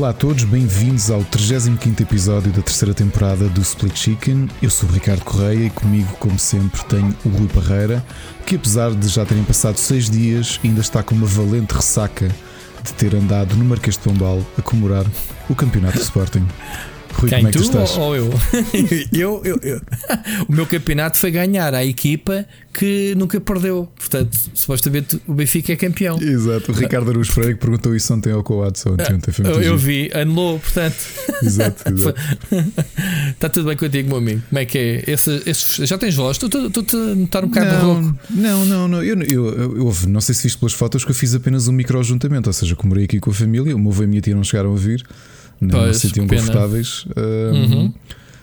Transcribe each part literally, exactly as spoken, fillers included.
Olá a todos, bem-vindos ao trigésimo quinto episódio da terceira temporada do Split Chicken. Eu sou o Ricardo Correia e comigo, como sempre, tenho o Rui Parreira, que apesar de já terem passado seis dias, ainda está com uma valente ressaca de ter andado no Marquês de Pombal a comemorar o campeonato de Sporting. Rui, Quem, como é que tu tu estás? Ou, ou eu? eu, eu, eu? O meu campeonato foi ganhar à equipa que nunca perdeu. Portanto, supostamente o Benfica é campeão. Exato, o Ricardo Araújo Freire que perguntou isso ontem ao Coates. Ontem, ontem foi muito eu, eu giro. vi, anulou, portanto. Exato, exato. Está tudo bem contigo, meu amigo? Como é que é? Esse, esse, já tens voz? Estou-te a notar um bocado rouco. Não, não, não. Eu, eu, eu, eu não sei se viste pelas fotos que eu fiz apenas um micro-ajuntamento, ou seja, comemorei aqui com a família. O meu avô e a minha tia não chegaram a vir. Não, pois, não se sentiam pena. confortáveis. Um, Uhum.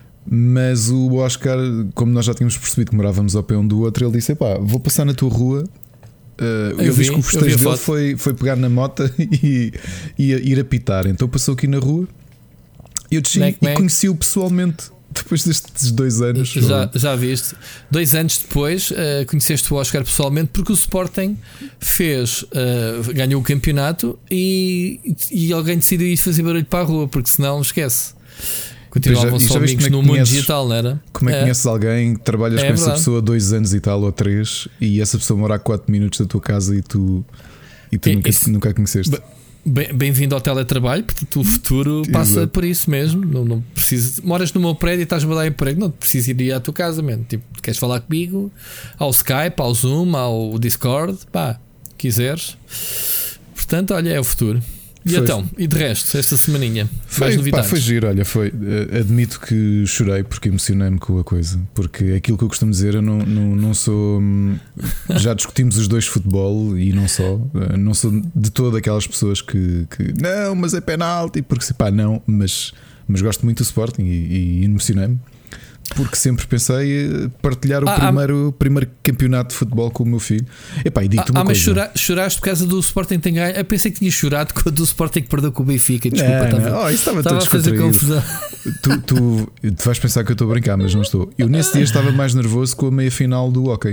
Mas o Oscar, como nós já tínhamos percebido que morávamos ao pé um do outro, ele disse: epá, vou passar na tua rua. Uh, eu disse que o festejo dele foi, foi pegar na moto e, e ir apitar. Então passou aqui na rua. Eu desci Mac, e Mac. conheci-o pessoalmente depois destes dois anos. Já, já viste? Dois anos depois uh, conheceste o Oscar pessoalmente porque o Sporting fez, uh, ganhou o campeonato e, e alguém decidiu ir fazer barulho para a rua, porque senão esquece. Continuavam só amigos é no mundo conheces, digital, não era? Como é que é. conheces alguém, trabalhas É com essa verdade. pessoa há dois anos e tal, ou três, e essa pessoa mora a quatro minutos da tua casa e tu, e tu E- nunca, isso- nunca a conheceste? Bem- Bem- Bem-vindo ao teletrabalho, portanto o futuro passa Exato. por isso mesmo. Não, não preciso, moras no meu prédio e estás a dar emprego, não precisas ir à tua casa, mesmo. Tipo, queres falar comigo? Ao Skype, ao Zoom, ao Discord, pá, quiseres. Portanto, olha, é o futuro. E Foi. então, e de resto, esta semaninha, Foi, mais pá, novidades? foi giro, olha, foi. eh, Admito que chorei porque emocionei-me com a coisa. Porque é aquilo que eu costumo dizer, eu não, não, não sou. hum, Já discutimos os dois futebol e não só. eh, Não sou de todas aquelas pessoas que, que não, mas é penalti, porque se pá, não, mas, mas gosto muito do Sporting e, e emocionei-me. Porque sempre pensei eh, partilhar o Ah, ah, primeiro, primeiro campeonato de futebol com o meu filho. Epá, e digo-te Ah, uma ah, mas coisa. chora, choraste por causa do Sporting ter ganho. Eu pensei que tinha chorado quando o Sporting perdeu com o Benfica. Desculpa, Não, estava, não. Oh, isso estava estava todo a fazer descontraído. confusão. Tu, tu, tu vais pensar que eu estou a brincar, mas não estou. Eu nesse dia estava mais nervoso com a meia final do hockey.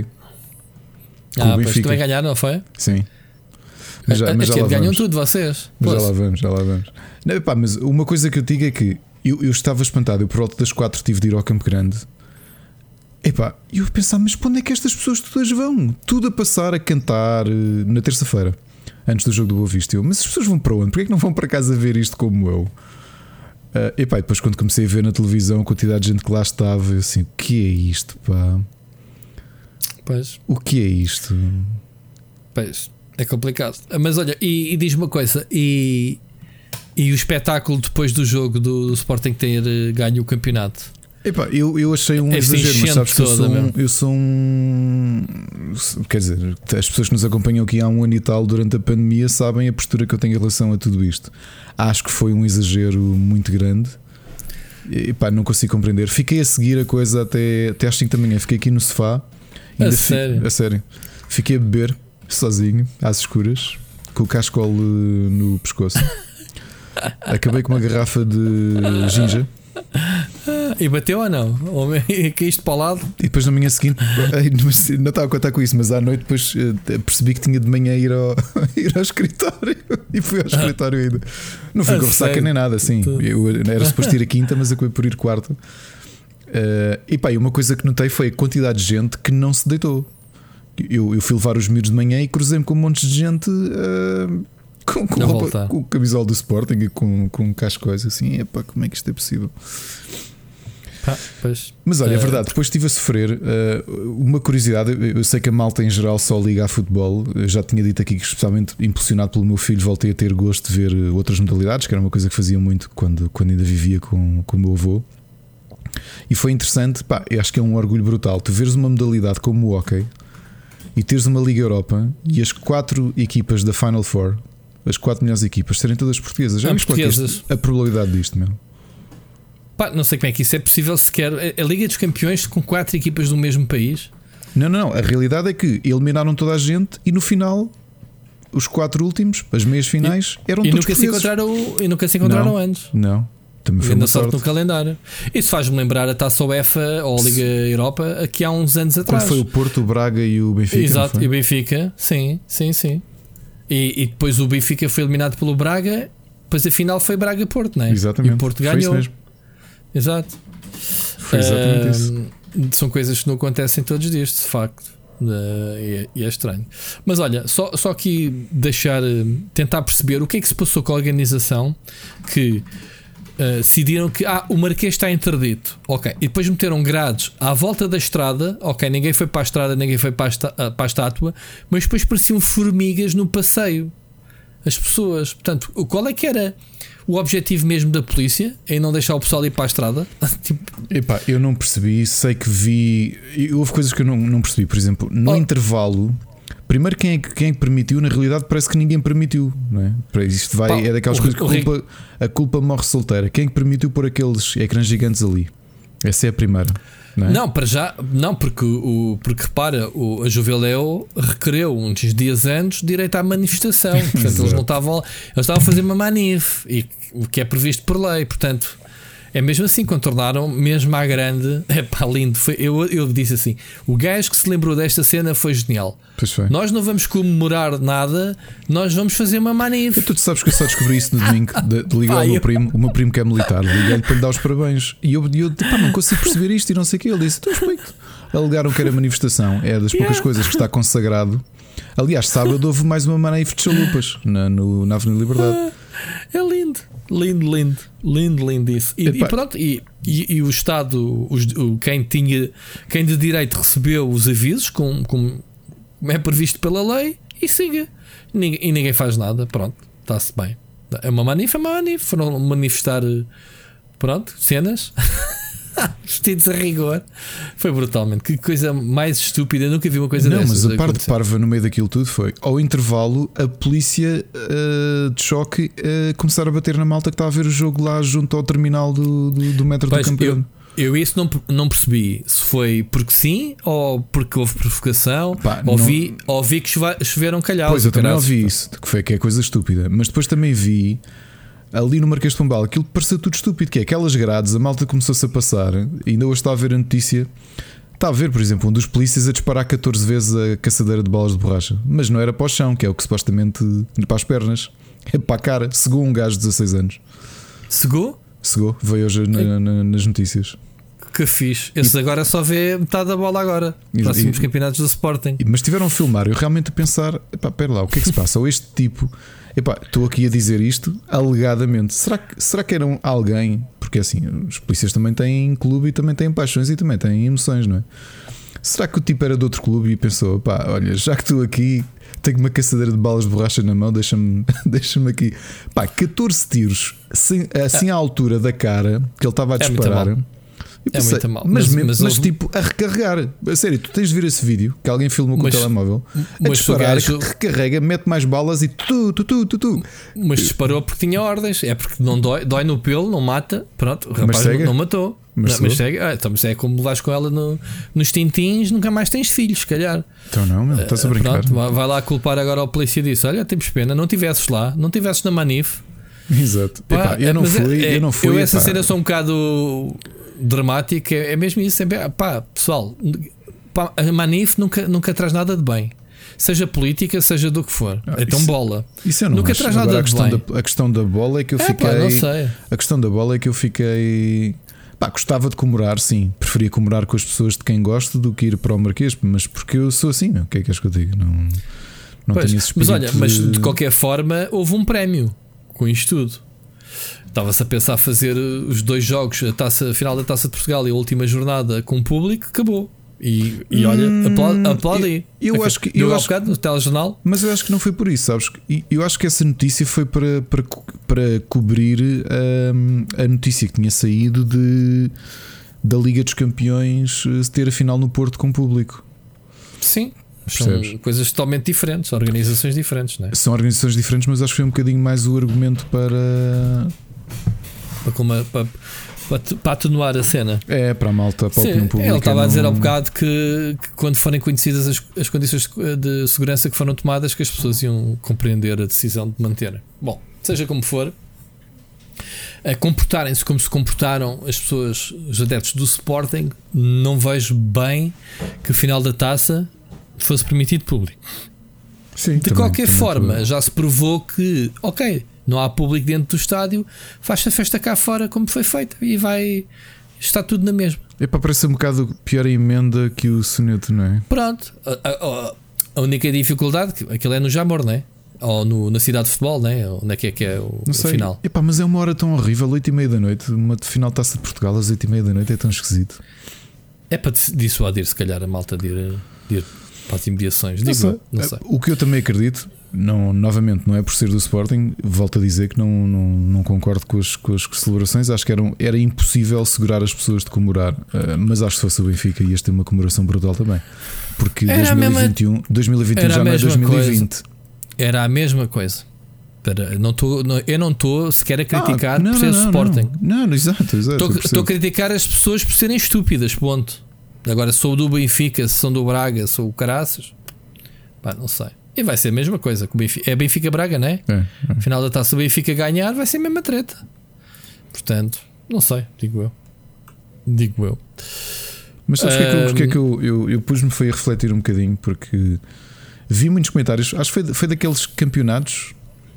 Com Ah, o pois Benfica. também ganharam, não foi? Sim. Mas já, mas já Este lá ano ganham vamos. tudo, vocês. Mas já Pois. lá vamos, já lá vamos. Não, epá, mas uma coisa que eu digo é que eu, eu estava espantado. Eu por volta das quatro tive de ir ao Campo Grande. Epá, e eu pensava, mas para onde é que estas pessoas todas vão? Tudo a passar a cantar eh, na terça-feira, antes do jogo do Boa Vista. Eu, mas as pessoas vão para onde? Porquê é que não vão para casa ver isto como eu? Uh, epá, e depois quando comecei a ver na televisão a quantidade de gente que lá estava, eu assim, o que é isto, pá? Pois. O que é isto? Pois, é complicado. Mas olha, e, e diz-me uma coisa: e, e o espetáculo depois do jogo do, do Sporting ter eh, ganho o campeonato? Epá, eu, eu achei um Esta exagero, mas sabes que eu enchente sou, toda, um, meu. eu sou um. Quer dizer, as pessoas que nos acompanham aqui há um ano e tal durante a pandemia sabem a postura que eu tenho em relação a tudo isto. Acho que foi um exagero muito grande. Epá, não consigo compreender. Fiquei a seguir a coisa até, até às cinco da manhã. Fiquei aqui no sofá. A Ainda fi- sério? a sério. Fiquei a beber sozinho, às escuras, com o cascol eh, no pescoço. Acabei com uma garrafa de ginja. E bateu ou não? Ou me- caíste para o lado? E depois na manhã seguinte, ai, mas não estava a contar com isso, mas à noite depois eh, percebi que tinha de manhã ir ao, ir ao escritório e fui ao escritório ainda. Não fui Ah, com ressaca sério? nem nada, assim. Eu era suposto ir a quinta, mas acabei por ir quarta. Uh, e pá, e uma coisa que notei foi a quantidade de gente que não se deitou. Eu, eu fui levar os miúdos de manhã e cruzei-me com um monte de gente uh, com, com, Na roupa, volta. com o camisola do Sporting e com, com cascóis assim. Epá, como é que isto é possível? Pá, pois. Mas olha, é Eh, verdade, depois estive a sofrer uh, uma curiosidade. Eu eu sei que a malta em geral só liga a futebol. Eu já tinha dito aqui que, especialmente impulsionado pelo meu filho, voltei a ter gosto de ver uh, outras modalidades, que era uma coisa que fazia muito quando, quando ainda vivia com, com o meu avô. E foi interessante, pá, eu acho que é um orgulho brutal. Tu veres uma modalidade como o hockey e teres uma Liga Europa e as quatro equipas da Final Four, as quatro melhores equipas, serem todas portuguesas. Já Ah, viste qual é que é portuguesas. isto? A probabilidade disto, meu? Pá, não sei como é que isso é possível sequer. A, a Liga dos Campeões com quatro equipas do mesmo país. Não, não, não. A realidade é que eliminaram toda a gente e no final, os quatro últimos, as meias finais, eram E todos nunca, se portugueses. encontraram, e nunca se encontraram Não. antes. Não, também foi Grande uma sorte sorte. no calendário. Isso faz-me lembrar a Taça UEFA ou a Liga Europa aqui há uns anos atrás. Quando foi o Porto, o Braga e o Benfica. Exato, não e foi? Benfica, sim, sim, sim. E, e depois o Benfica foi eliminado pelo Braga Depois a final foi Braga-Porto, não é? Exatamente. E o Porto Foi ganhou. isso mesmo. Exato. Foi exatamente uh, isso. São coisas que não acontecem todos os dias, de facto. Uh, e, é, e é estranho. Mas olha, só, só aqui deixar, tentar perceber o que é que se passou com a organização que uh, decidiram que ah, o Marquês está interdito. Ok. E depois meteram grades à volta da estrada. Ok, ninguém foi para a estrada, ninguém foi para a, esta, para a estátua, mas depois pareciam formigas no passeio. As pessoas. Portanto, qual é que era o objetivo mesmo da polícia em não deixar o pessoal ir para a estrada? Tipo... Epá, eu não percebi, sei que vi. Houve coisas que eu não, não percebi. Por exemplo, no oh. intervalo, primeiro quem é, que, quem é que permitiu? Na realidade, parece que ninguém permitiu, não é? Para isto vai, oh, é daquelas o, coisas que a culpa, a culpa morre solteira. Quem é que permitiu pôr aqueles ecrãs gigantes ali? Essa é a primeira. Não, é? Não, para já, não, porque, o, porque repara, o, a Juveléu requereu uns dias antes direito à manifestação. Portanto, eles não estavam, eles estavam a fazer uma manif, e, o que é previsto por lei. Portanto, é mesmo assim, contornaram mesmo à grande. É pá, lindo. Foi, eu, eu disse assim: o gajo que se lembrou desta cena foi genial. Nós não vamos comemorar nada, nós vamos fazer uma manif. Tu sabes que eu só descobri isso no domingo. De, de ligar ao meu primo, o meu primo que é militar, liguei-lhe para lhe dar os parabéns. E eu, eu pá, não consigo perceber isto e não sei o que. Ele disse: então explico. Alegaram que era manifestação, é das poucas yeah. coisas que está consagrado. Aliás, sábado houve mais uma manif de chalupas na, no, na Avenida Liberdade. É lindo. Lindo, lindo, lindo, lindo isso. E, e pronto, e, e, e o Estado, os, o, quem tinha, quem de direito recebeu os avisos, como, como é previsto pela lei, e siga. Ninguém, e ninguém faz nada, pronto, está-se bem. É uma manif, é uma manif. Foram manifestar, pronto, cenas. Vestidos a rigor. Foi brutalmente. Que coisa mais estúpida. Eu nunca vi uma coisa não, dessas. Não, mas a parte parva no meio daquilo tudo foi: ao intervalo, a polícia uh, de choque uh, começar a bater na malta que está a ver o jogo lá junto ao terminal do, do, do metro pois, do campeão. Eu, eu isso não, não percebi se foi porque sim ou porque houve provocação. Pá, ou, não... vi, ou vi que choveram calhaus. Pois eu também ouvi isso, que foi que é coisa estúpida. Mas depois também vi ali no Marquês de Pombal aquilo que pareceu tudo estúpido, que é aquelas grades, a malta começou-se a passar. Ainda hoje está a ver a notícia. Está a ver, por exemplo, um dos polícias a disparar catorze vezes a caçadeira de balas de borracha. Mas não era para o chão, que é o que supostamente para as pernas. É para a cara. Cegou um gajo de dezasseis anos. Cegou? Cegou, veio hoje na, na, nas notícias. Que fixe. Esse e... agora só vê metade da bola agora. E, próximos e, campeonatos do Sporting. Mas tiveram a filmar, eu realmente a pensar: epá, pera lá, o que é que se passa? Ou este tipo. Epá, estou aqui a dizer isto alegadamente. Será que, será que eram alguém? Porque assim, os polícias também têm clube e também têm paixões e também têm emoções, não é? Será que o tipo era de outro clube e pensou: pá, olha, já que estou aqui, tenho uma caçadeira de balas de borracha na mão, deixa-me deixa-me aqui. Pá, catorze tiros assim, assim à altura da cara que ele estava a disparar. É É pensei, muito mal. Mas, mas, mas, mas tipo, a recarregar. A sério, tu tens de ver esse vídeo que alguém filmou com mas, o telemóvel. A mas disparar, gajo... recarrega, mete mais balas e tu, tu, tu, tu, tu. Mas disparou porque tinha ordens. É porque não dói, dói no pelo, não mata. Pronto, o rapaz não, não matou. Mas, não, mas segue. Ah, então, mas é como vais com ela no, nos tintins, nunca mais tens filhos, se calhar. Então não, meu, estás a brincar. Pronto, vai, vai lá culpar agora ao polícia disso. Olha, temos pena, não tivesses lá, não tivesses na manif. Exato. Pá, Epá, eu, não fui, é, eu não fui. Eu essa cena sou um bocado dramático, é, é mesmo isso. É, pá, pessoal, pá, a manif nunca, nunca traz nada de bem, seja política, seja do que for. Ah, então, isso, bola. Isso eu não nunca acho. traz Agora, nada a de questão bem. Da, a questão da bola é que eu é, fiquei. Pá, não sei. A questão da bola é que eu fiquei. Pá, gostava de comemorar, sim. Preferia comemorar com as pessoas de quem gosto do que ir para o Marquês, mas porque eu sou assim, meu. O que é que és que eu digo? Não, não pois, tenho esse mas olha, de... mas de qualquer forma, houve um prémio com isto tudo. Estava-se a pensar fazer os dois jogos, a, taça, a final da Taça de Portugal e a última jornada com o público, acabou. E, e olha, hum, aplaudi. aplaudi. Eu, eu acho que eu eu acho, bocado, no telejornal. Mas eu acho que não foi por isso, sabes? Eu acho que essa notícia foi para, para, para cobrir um, a notícia que tinha saído de, da Liga dos Campeões ter a final no Porto com público. Sim. Percebes? São coisas totalmente diferentes, organizações diferentes, não é? São organizações diferentes, mas acho que foi um bocadinho mais o argumento para. Para, uma, para, para, para atenuar a cena. É, para a malta, para o opinião pública. Ele estava não... a dizer há um bocado que, que quando forem conhecidas as, as condições de segurança que foram tomadas, que as pessoas iam compreender a decisão de manter. Bom, seja como for, a comportarem-se como se comportaram as pessoas, os adeptos do Sporting, não vejo bem que o final da taça fosse permitido público. Sim, de também, qualquer também forma, também. já se provou que, ok, não há público dentro do estádio, faz-se a festa cá fora como foi feita e vai. Está tudo na mesma. É para parecer um bocado pior a emenda que o soneto, não é? Pronto. A, a, a única dificuldade, aquilo é no Jamor, não é? Ou no, na cidade de futebol, não é? Onde é que é, que é o, não o sei. final? Epá, mas é uma hora tão horrível, oito e meia da noite. Uma final Taça de Portugal às oito e meia da noite é tão esquisito. É para dissuadir, se calhar, a malta de ir, de ir para as imediações. Não Digo, sei. não sei. O que eu também acredito, não, novamente, não é por ser do Sporting, volto a dizer que não, não, não concordo com as, com as celebrações. Acho que era, era impossível segurar as pessoas de comemorar, uh, mas acho que se fosse o Benfica ias ter uma comemoração brutal também. Porque Era dois mil e vinte e um, mesma, dois mil e vinte e um já não é dois mil e vinte. Coisa. Era a mesma coisa. Espera, não tô, não, eu não estou sequer a criticar ah, não, por ser não, não, Sporting. Não, não, exato, exato. Estou a criticar as pessoas por serem estúpidas. Ponto. Agora sou do Benfica, se são do Braga, sou o Caraças. Pá, não sei. E vai ser a mesma coisa. Benfica, é Benfica-Braga, não é? É, é. Final da taça, o Benfica ganhar, vai ser a mesma treta. Portanto, não sei, digo eu. Digo eu. Mas sabes um... porque é que eu, eu, eu pus-me foi a refletir um bocadinho, porque vi muitos comentários, acho que foi, foi daqueles campeonatos,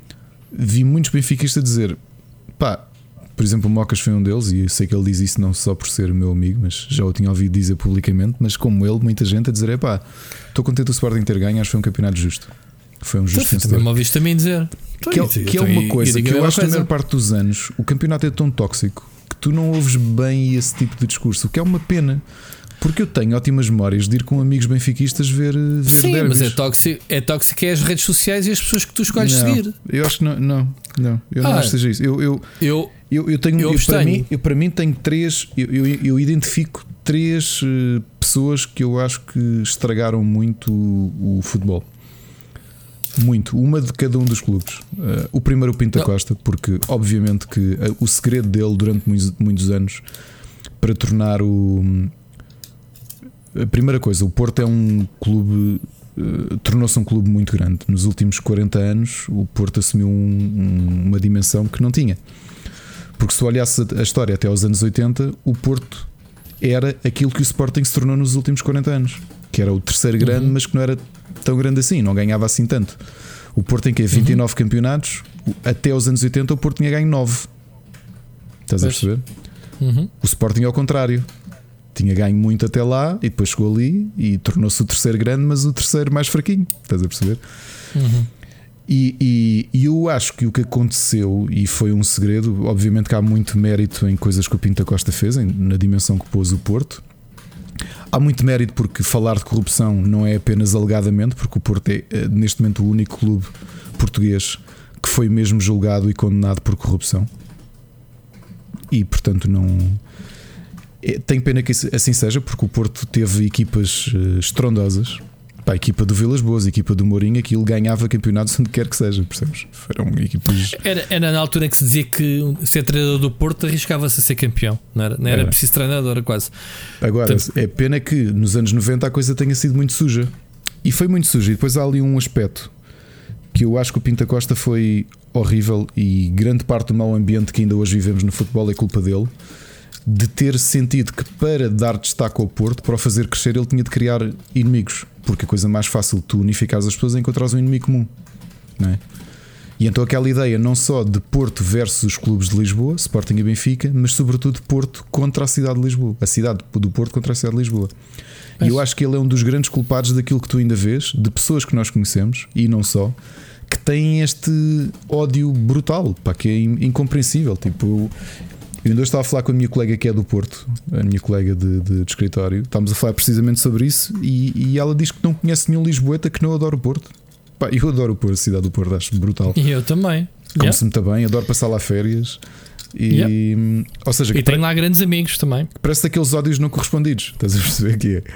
vi muitos benfiquistas dizer, pá, por exemplo, o Mocas foi um deles, e eu sei que ele diz isso não só por ser meu amigo, mas já o tinha ouvido dizer publicamente, mas como ele, muita gente a dizer, é pá, estou contente o Sporting ter ganho, acho que foi um campeonato justo. Foi um justo vencedor. Também me ouviste também dizer. Que é, que é uma coisa que eu acho que na maior parte dos anos o campeonato é tão tóxico que tu não ouves bem esse tipo de discurso, o que é uma pena. Porque eu tenho ótimas memórias de ir com amigos benfiquistas ver, ver Sim, derbys. mas é tóxico, é tóxico é as redes sociais e as pessoas que tu escolhes não, seguir. Eu acho que não, não, não eu não ah, acho que seja isso. Eu, eu, eu, eu, eu tenho eu eu, para, mim, eu, para mim tenho três. Eu, eu, eu identifico três uh, pessoas que eu acho que estragaram muito o, o futebol. Muito, uma de cada um dos clubes. Uh, o primeiro, o Pinto da Costa, porque obviamente que uh, o segredo dele durante muitos, muitos anos para tornar o. A primeira coisa, o Porto é um clube, uh, tornou-se um clube muito grande. Nos últimos quarenta anos, o Porto assumiu um, um, uma dimensão que não tinha. Porque se tu olhasse a história até aos anos oitenta, o Porto era aquilo que o Sporting se tornou nos últimos quarenta anos, que era o terceiro grande, uhum. mas que não era tão grande assim, não ganhava assim tanto. O Porto tem que é vinte e nove uhum. campeonatos, até aos anos oitenta o Porto tinha ganho nove. Estás pois. a perceber? Uhum. O Sporting ao contrário. Tinha ganho muito até lá e depois chegou ali e tornou-se o terceiro grande, mas o terceiro mais fraquinho. Estás a perceber? Uhum. E, e, e eu acho que o que aconteceu, e foi um segredo, obviamente que há muito mérito em coisas que o Pinto da Costa fez, em, na dimensão que pôs o Porto. Há muito mérito porque falar de corrupção não é apenas alegadamente, porque o Porto é neste momento o único clube português que foi mesmo julgado e condenado por corrupção. E portanto não... Tenho pena que assim seja, porque o Porto teve equipas estrondosas. Pá, a equipa do Vilas Boas, a equipa do Mourinho, aquilo ganhava campeonatos onde quer que seja, percebes? Eram equipas. Era, era na altura em que se dizia que ser treinador do Porto arriscava-se a ser campeão, não era, não era, era. preciso treinador, quase. Agora, então, é pena que nos anos noventa a coisa tenha sido muito suja. E foi muito suja. E depois há ali um aspecto que eu acho que o Pinto da Costa foi horrível, e grande parte do mau ambiente que ainda hoje vivemos no futebol é culpa dele. De ter sentido que para dar destaque ao Porto, para o fazer crescer, ele tinha de criar inimigos, porque a coisa mais fácil de tu unificares as pessoas é encontrares um inimigo comum, não é? E então aquela ideia não só de Porto versus os clubes de Lisboa, Sporting e Benfica, mas sobretudo de Porto contra a cidade de Lisboa, a cidade do Porto contra a cidade de Lisboa. E eu acho que ele é um dos grandes culpados daquilo que tu ainda vês, de pessoas que nós conhecemos, e não só, que têm este ódio brutal, pá, que é incompreensível. Tipo, eu ainda estava a falar com a minha colega que é do Porto, a minha colega de, de, de escritório. Estávamos a falar precisamente sobre isso, e, e ela diz que não conhece nenhum lisboeta que não adora o Porto. Pá, eu adoro o Porto, a cidade do Porto, acho brutal. E eu também. Como-se-me yeah. também, adoro passar lá férias. E, yeah. ou seja, e tenho lá grandes amigos também. Parece daqueles ódios não correspondidos. Estás a perceber que é?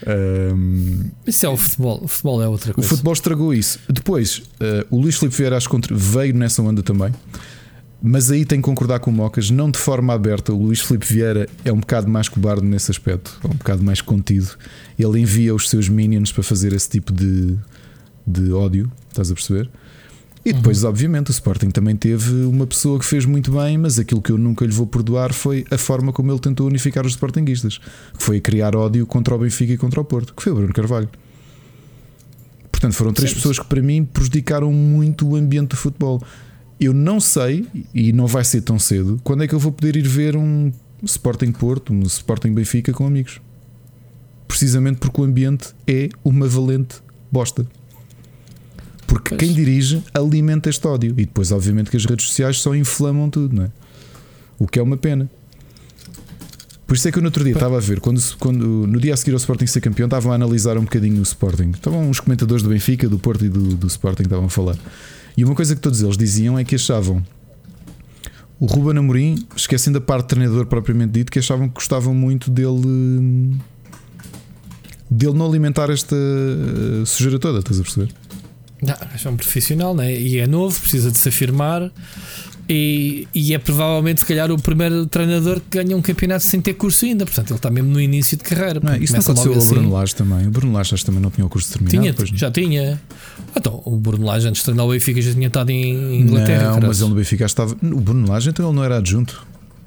Um, isso é o futebol. O futebol é outra coisa. O futebol estragou isso. Depois, uh, o Luís Filipe Vieira acho que veio nessa onda também. Mas aí tem que concordar com o Mocas, não de forma aberta. O Luís Filipe Vieira é um bocado mais cobarde nesse aspecto, é um bocado mais contido. Ele envia os seus minions para fazer esse tipo de, de ódio, estás a perceber? E depois, uhum. obviamente, o Sporting também teve uma pessoa que fez muito bem, mas aquilo que eu nunca lhe vou perdoar foi a forma como ele tentou unificar os sportinguistas, que foi criar ódio contra o Benfica e contra o Porto, que foi o Bruno Carvalho. Portanto, foram três Sim. pessoas que para mim prejudicaram muito o ambiente do futebol. Eu não sei, e não vai ser tão cedo, quando é que eu vou poder ir ver um Sporting Porto, um Sporting Benfica com amigos. Precisamente porque o ambiente é uma valente bosta. Porque pois. Quem dirige alimenta este ódio. E depois, obviamente, que as redes sociais só inflamam tudo, não é? O que é uma pena. Por isso é que eu no outro dia estava a ver, quando, quando, no dia a seguir ao Sporting ser campeão, estavam a analisar um bocadinho o Sporting. Estavam os comentadores do Benfica, do Porto e do, do Sporting estavam a falar. E uma coisa que todos eles diziam é que achavam o Ruben Amorim, esquecendo a parte de treinador propriamente dito, que achavam que gostavam muito dele dele não alimentar esta sujeira toda, estás a perceber? Não, é um profissional, né? E é novo, precisa de se afirmar. E, e é provavelmente, se calhar, o primeiro treinador que ganha um campeonato sem ter curso ainda. Portanto, ele está mesmo no início de carreira. Não, isso não aconteceu ao assim. Bruno Lage também. O Bruno Lage também não tinha o curso terminado. Tinha, pois já não. tinha. Então, o Bruno Lage, antes de treinar o Benfica, já tinha estado em Inglaterra. Não, mas ele no Benfica estava. O Bruno Lage, então ele não era adjunto.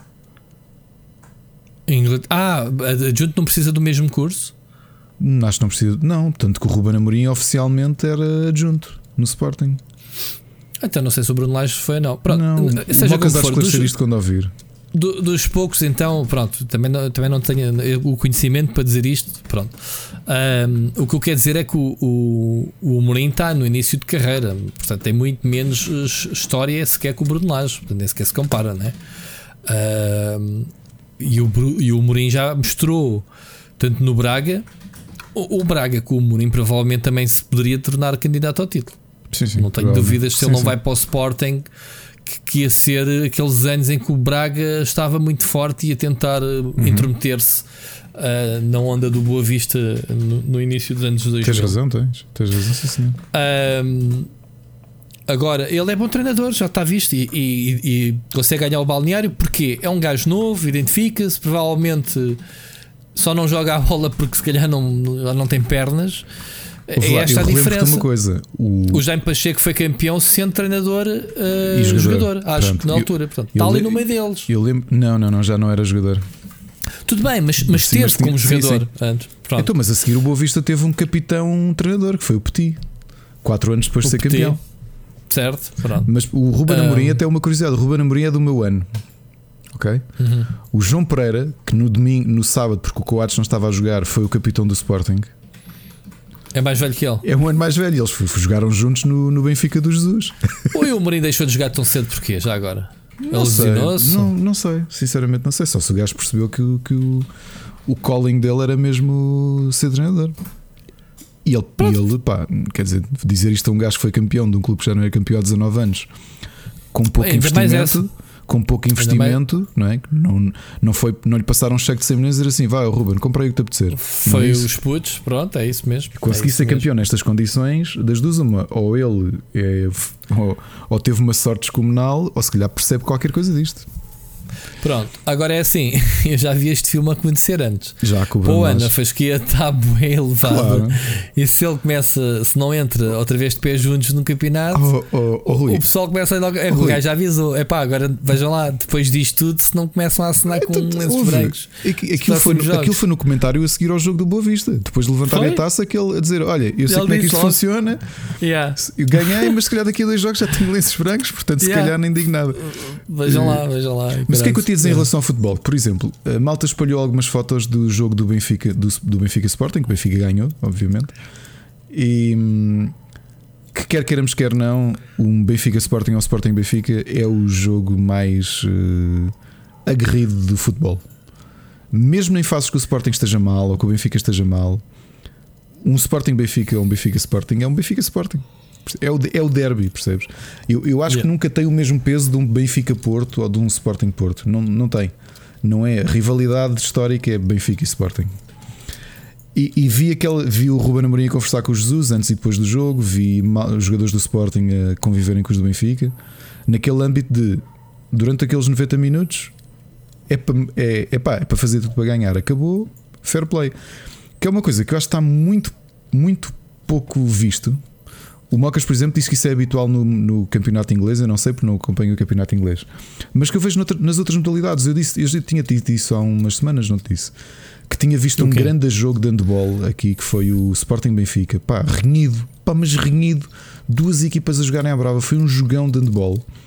Inglaterra. Ah, adjunto não precisa do mesmo curso? Acho que não precisa. Não, tanto que o Ruben Amorim oficialmente era adjunto no Sporting. Então não sei se o Bruno Lage foi ou não. Pronto, não, seja como for, esclarecer dos, isto quando ouvir. Do, dos poucos, então, pronto, também não, também não tenho o conhecimento para dizer isto. Pronto. Um, o que eu quero dizer é que o, o, o Amorim está no início de carreira, portanto tem muito menos história sequer que o Bruno Lage, portanto nem sequer se compara, né? Um, e, o, e o Amorim já mostrou, tanto no Braga, o, o Braga com o Amorim provavelmente também se poderia tornar candidato ao título. Sim, sim, não tenho dúvidas se sim, ele não sim. vai para o Sporting, que, que ia ser aqueles anos em que o Braga estava muito forte e ia tentar uhum. intrometer-se uh, na onda do Boa Vista no, no início dos anos dois mil. Tens razão, tens, tens razão, sim, sim. Um, agora, ele é bom treinador, já está visto e, e, e consegue ganhar o balneário porque é um gajo novo, identifica-se, provavelmente só não joga a bola porque se calhar não, não tem pernas. É esta a diferença. Uma coisa, o... o Jaime Pacheco foi campeão sendo treinador uh, e jogador, jogador acho Pronto, que na altura. Portanto, está ali no meio deles. Eu lembro, não, não, não, já não era jogador. Tudo bem, mas, mas sim, teve como sim, jogador sim. antes. Então, mas a seguir o Boa Vista teve um capitão, um treinador que foi o Petit, quatro anos depois o de ser Petit. campeão. Certo, pronto. Mas o Ruben um... Amorim, até uma curiosidade: o Ruben Amorim é do meu ano. Ok? Uhum. O João Pereira, que no domingo, no sábado, porque o Coates não estava a jogar, foi o capitão do Sporting. É mais velho que ele. É um ano mais velho. Eles jogaram juntos no, no Benfica do Jesus. Ou o Amorim deixou de jogar tão cedo porquê? Já agora? Não ele sei. Não, não sei. Sinceramente não sei. Só se o gajo percebeu que, que o, o calling dele era mesmo ser treinador. E ele, e ele pá, quer dizer, dizer isto a um gajo que foi campeão de um clube que já não era campeão há dezanove anos, com pouco Ainda investimento, com pouco investimento, não é? Não, não, foi, não lhe passaram um cheque de cem milhões e dizer assim: vai, Ruben, comprei o que te apetecer. Foi é os putos, pronto, é isso mesmo. Consegui é ser mesmo. campeão nestas condições, das duas, uma, ou ele é, ou, ou teve uma sorte descomunal, ou se calhar percebe qualquer coisa disto. Pronto, agora é assim, eu já vi este filme acontecer antes. Já com o Pô, Ana, a fasquia está bem elevada. Claro. E se ele começa, se não entra outra vez de pés juntos no campeonato, oh, oh, oh, o, o pessoal começa a logo. É, o gajo já avisou. É pá, agora vejam lá, depois disto tudo, se não começam a assinar com lenços brancos. Aquilo foi, no, aquilo foi no comentário a seguir ao jogo do Boa Vista. Depois de levantar foi? a taça, aquele a dizer: olha, eu sei ele como é que isto logo. funciona. Yeah. Eu ganhei, mas se calhar daqui a dois jogos já tenho lenços brancos, portanto, se yeah. calhar nem digo nada. Vejam lá, vejam lá. Mas o que é que eu tinha a dizer em relação ao futebol? Por exemplo, a Malta espalhou algumas fotos do jogo do Benfica, do, do Benfica Sporting, que o Benfica ganhou, obviamente. E que quer queiramos, quer não, um Benfica Sporting ou Sporting Benfica é o jogo mais uh, aguerrido do futebol. Mesmo em fases que o Sporting esteja mal ou que o Benfica esteja mal, um Sporting Benfica ou um Benfica Sporting é um Benfica Sporting. É o, é o derby, percebes? Eu, eu acho yeah. que nunca tem o mesmo peso de um Benfica Porto ou de um Sporting Porto. Não, não tem. Não é. A rivalidade histórica é Benfica e Sporting. E, e vi, aquele, vi o Ruben Amorim a conversar com o Jesus antes e depois do jogo. Vi os jogadores do Sporting a conviverem com os do Benfica. Naquele âmbito de, durante aqueles noventa minutos, é para é, é pá, é para fazer tudo para ganhar. Acabou, fair play. Que é uma coisa que eu acho que está muito, muito pouco visto. O Mocas, por exemplo, disse que isso é habitual no, no campeonato inglês. Eu não sei porque não acompanho o campeonato inglês, mas que eu vejo noutra, nas outras modalidades. Eu, disse, eu já tinha dito isso há umas semanas, não te disse? Que tinha visto okay. um grande jogo de handball aqui, que foi o Sporting Benfica. Pá, renhido, pá, mas renhido. Duas equipas a jogarem à brava. Foi um jogão de handball.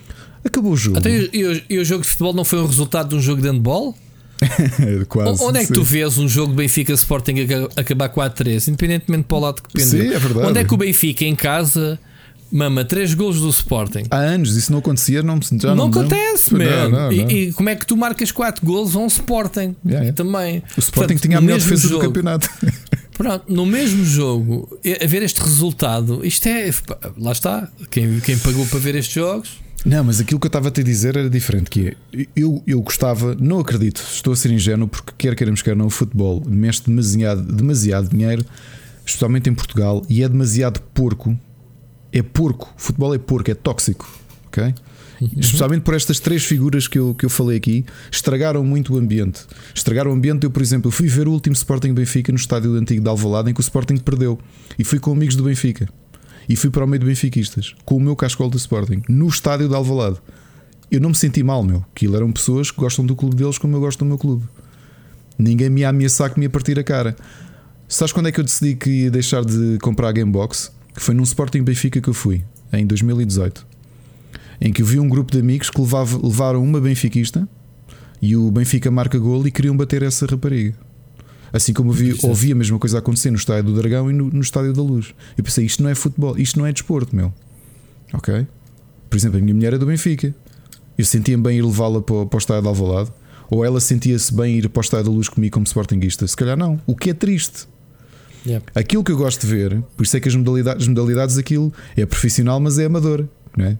Acabou o jogo. Até e, o, e o jogo de futebol não foi um resultado de um jogo de handball? Quase, onde é que sim. tu vês um jogo Benfica Sporting acabar quatro a três, independentemente para o lado que pendeu? Sim, é verdade. Onde é que o Benfica em casa mama três golos do Sporting? Há anos isso não acontecia, não, já não, não acontece, não, man. não, não, não. E, e como é que tu marcas quatro golos a um Sporting? Yeah, yeah. Também. O Sporting Portanto, tinha a melhor defesa jogo, do campeonato. Pronto, no mesmo jogo, a ver este resultado, isto é. Lá está. Quem, quem pagou para ver estes jogos. Não, mas aquilo que eu estava a te dizer era diferente. Que é, eu, eu gostava, não acredito, estou a ser ingênuo, porque quer queremos, quer não, o futebol mexe demasiado, demasiado dinheiro, especialmente em Portugal, e é demasiado porco. É porco, o futebol é porco, é tóxico, ok? Uhum. Especialmente por estas três figuras que eu, que eu falei aqui, estragaram muito o ambiente. Estragaram o ambiente. Eu, por exemplo, eu fui ver o último Sporting Benfica no estádio antigo de Alvalade, em que o Sporting perdeu, e fui com amigos do Benfica. E fui para o meio de benfiquistas com o meu cascol do Sporting no estádio de Alvalade. Eu não me senti mal, meu. Aquilo eram pessoas que gostam do clube deles como eu gosto do meu clube. Ninguém me ia ameaçar que me ia partir a cara. Sabes quando é que eu decidi que ia deixar de comprar a Gamebox? Que foi num Sporting Benfica que eu fui em dois mil e dezoito, em que eu vi um grupo de amigos que levava, levaram uma benfiquista e o Benfica marca golo e queriam bater essa rapariga. Assim como eu vi, ouvi a mesma coisa acontecer no Estádio do Dragão e no, no Estádio da Luz. Eu pensei, isto não é futebol, isto não é desporto, meu. Ok? Por exemplo, a minha mulher é do Benfica. Eu sentia-me bem ir levá-la para, para o Estádio de Alvalade, ou ela sentia-se bem ir para o Estádio da Luz comigo como sportinguista. Se calhar não. O que é triste. Yeah. Aquilo que eu gosto de ver, por isso é que as modalidades, as modalidades aquilo é profissional, mas é amador, não é?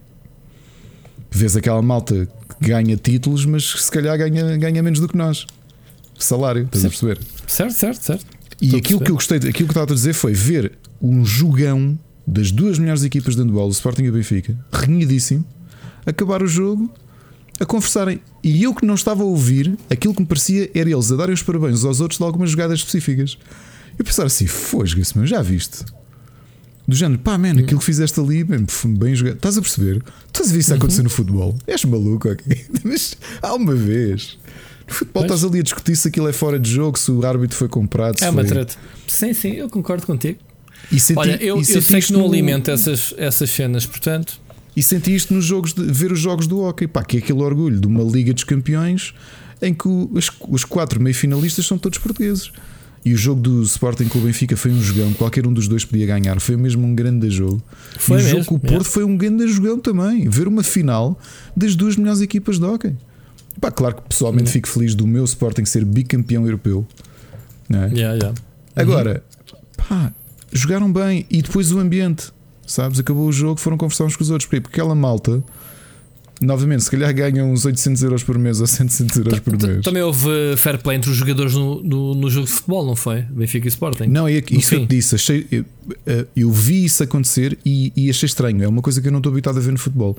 Vês aquela malta que ganha títulos, mas se calhar ganha, ganha menos do que nós. Salário, estás a perceber? Certo, certo, certo. E Estou aquilo que eu gostei, aquilo que estava a dizer foi ver um jogão das duas melhores equipas de handball, o Sporting e o Benfica, renhidíssimo, acabar o jogo, a conversarem. E eu que não estava a ouvir, aquilo que me parecia era eles a darem os parabéns aos outros de algumas jogadas específicas. Eu pensar assim, fosga-se, meu, já viste? Do género, pá, man, aquilo que fizeste ali, bem, bem jogado. Estás a perceber? Estás a ver isso a acontecer no futebol? És maluco, ok? Mas há uma vez. No futebol pois. Estás ali a discutir se aquilo é fora de jogo, se o árbitro foi comprado. Se é foi... uma treta. Sim, sim, eu concordo contigo. E senti, Olha, eu, e eu sei que no... não alimento essas, essas cenas, portanto. E senti isto nos jogos de ver os jogos do hockey, pá, que é aquele orgulho de uma Liga dos Campeões em que os, os quatro meio-finalistas são todos portugueses. E o jogo do Sporting com o Benfica foi um jogão, qualquer um dos dois podia ganhar. Foi mesmo um grande jogo. Foi e o mesmo, jogo com o Porto é. foi um grande jogão também. Ver uma final das duas melhores equipas de hockey. Pá, claro que pessoalmente fico feliz do meu Sporting ser bicampeão europeu, não é? Yeah, yeah. Agora, pá, jogaram bem. E depois o ambiente, sabes? Acabou o jogo, foram conversar uns com os outros. Porque aquela malta, novamente, se calhar ganham uns oitocentos euros por mês ou setecentos euros por mês. Também houve fair play entre os jogadores no, no, no jogo de futebol, não foi? Benfica e Sporting. Não, é isso que eu te disse. Achei, eu, eu vi isso acontecer e, e achei estranho. É uma coisa que eu não estou habituado a ver no futebol.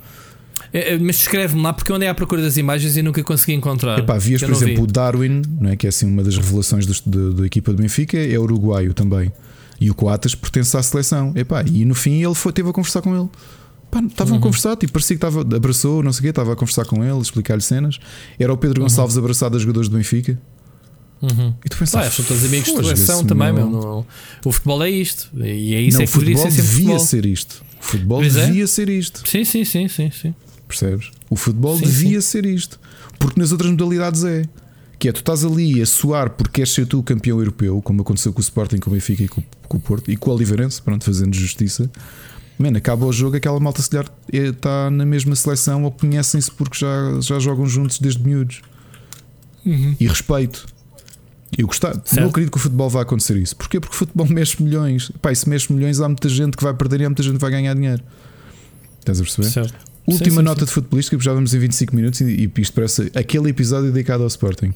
É, mas escreve-me lá porque eu andei à procura das imagens e nunca consegui encontrar. Epá, vias, por exemplo, vi. o Darwin, não é? Que é assim uma das revelações da equipa do Benfica, é uruguaio também. E o Coates pertence à seleção. Epá, e no fim ele foi, teve a conversar com ele. Pá, estavam uhum. a conversar, tipo, parecia que estava, abraçou, não sei o quê, estava a conversar com ele, explicar-lhe cenas. Era o Pedro uhum. Gonçalves abraçado a jogadores do Benfica. Uhum. E tu pensas, ah, são todos amigos de seleção também, meu. Não, o futebol é isto. E é isso, não, é que poderia ser sempre devia futebol. ser isto. O futebol pois devia é? ser isto. Sim, sim, sim, sim, sim. Percebes? O futebol sim, devia sim. ser isto. Porque nas outras modalidades é. Que é, tu estás ali a suar porque queres ser tu o campeão europeu, como aconteceu com o Sporting, com o Benfica e com, com o Porto, e com o Oliveirense, pronto, fazendo justiça. Mano, acaba o jogo, aquela malta se calhar está na mesma seleção ou conhecem-se porque já, já jogam juntos desde miúdos. Uhum. E respeito. Eu gostava, não acredito que o futebol vá acontecer isso. Porquê? Porque o futebol mexe milhões. Pá, e se mexe milhões, há muita gente que vai perder e há muita gente que vai ganhar dinheiro. Estás a perceber? Certo. Última sim, sim, nota sim. de futebolística, porque já vamos em vinte e cinco minutos e isto parece aquele episódio dedicado ao Sporting.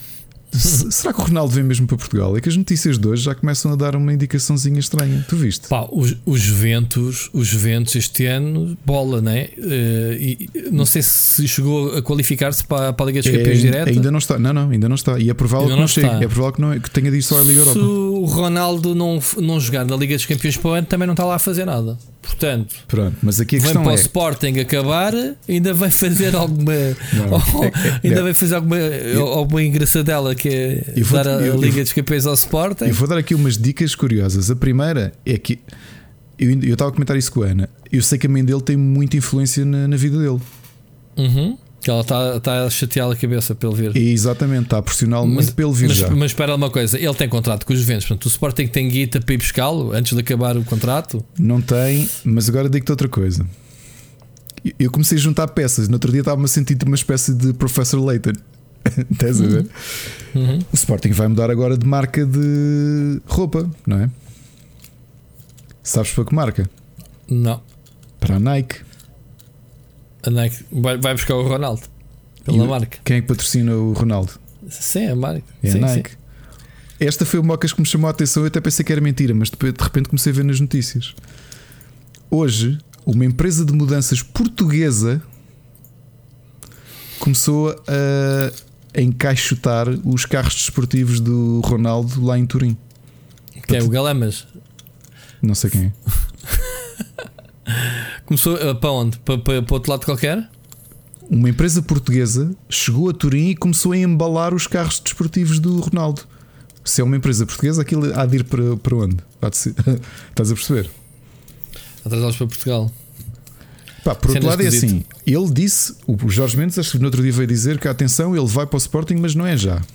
Será que o Ronaldo vem mesmo para Portugal? É que as notícias de hoje já começam a dar uma indicaçãozinha estranha. Tu viste? Pá, os, os Juventus, os Juventus este ano, bola, não é? Uh, e, não sei se chegou a qualificar-se para, para a Liga dos Campeões é, direta. Ainda não está, não, não, ainda não está. E é provável que não, não chegue. É provável que, não, que tenha dito só a Liga Europa. Se o Ronaldo não, não jogar na Liga dos Campeões para o ano, também não está lá a fazer nada. Portanto, pronto, mas aqui a vem questão para é... o Sporting acabar, ainda vai fazer alguma não, é, é, ainda é. vai fazer alguma, eu, alguma engraçadela que é vou, dar a eu, Liga eu, dos Campeões ao Sporting. Eu vou dar aqui umas dicas curiosas. A primeira é que eu, eu estava a comentar isso com a Ana. Eu sei que a mãe dele tem muita influência na, na vida dele. Uhum. Que ela está tá a chatear a cabeça pelo vir. E exatamente, está a pressioná-lo muito pelo vir mas, já. Mas espera uma coisa, ele tem contrato com os Juventus, portanto o Sporting tem guita para ir buscá-lo antes de acabar o contrato? Não tem, mas agora digo-te outra coisa. Eu comecei a juntar peças. No outro dia estava-me a sentir uma espécie de Professor Layton. Estás a ver? Uhum. O Sporting vai mudar agora de marca de roupa, não é? Sabes para que marca? Não. Para a Nike. A Nike vai, vai buscar o Ronaldo pela E marca. Quem é que patrocina o Ronaldo? Sim, a marca. É sim, a Nike. Sim. Esta foi uma que me chamou a atenção. Eu até pensei que era mentira, mas depois de repente comecei a ver nas notícias. Hoje, uma empresa de mudanças portuguesa começou a, a encaixotar os carros desportivos do Ronaldo lá em Turim. Que é o Galamas. Não sei quem é. Começou uh, para onde? Para, para, para outro lado qualquer? Uma empresa portuguesa chegou a Turim e começou a embalar os carros desportivos do Ronaldo. Se é uma empresa portuguesa, aquilo há de ir para, para onde? Há de ser... Estás a perceber? Atrasá-los para Portugal. Pá, por outro Cenas lado é esquisito. assim. Ele disse, o Jorge Mendes, acho que no outro dia veio dizer que atenção, ele vai para o Sporting, mas não é já.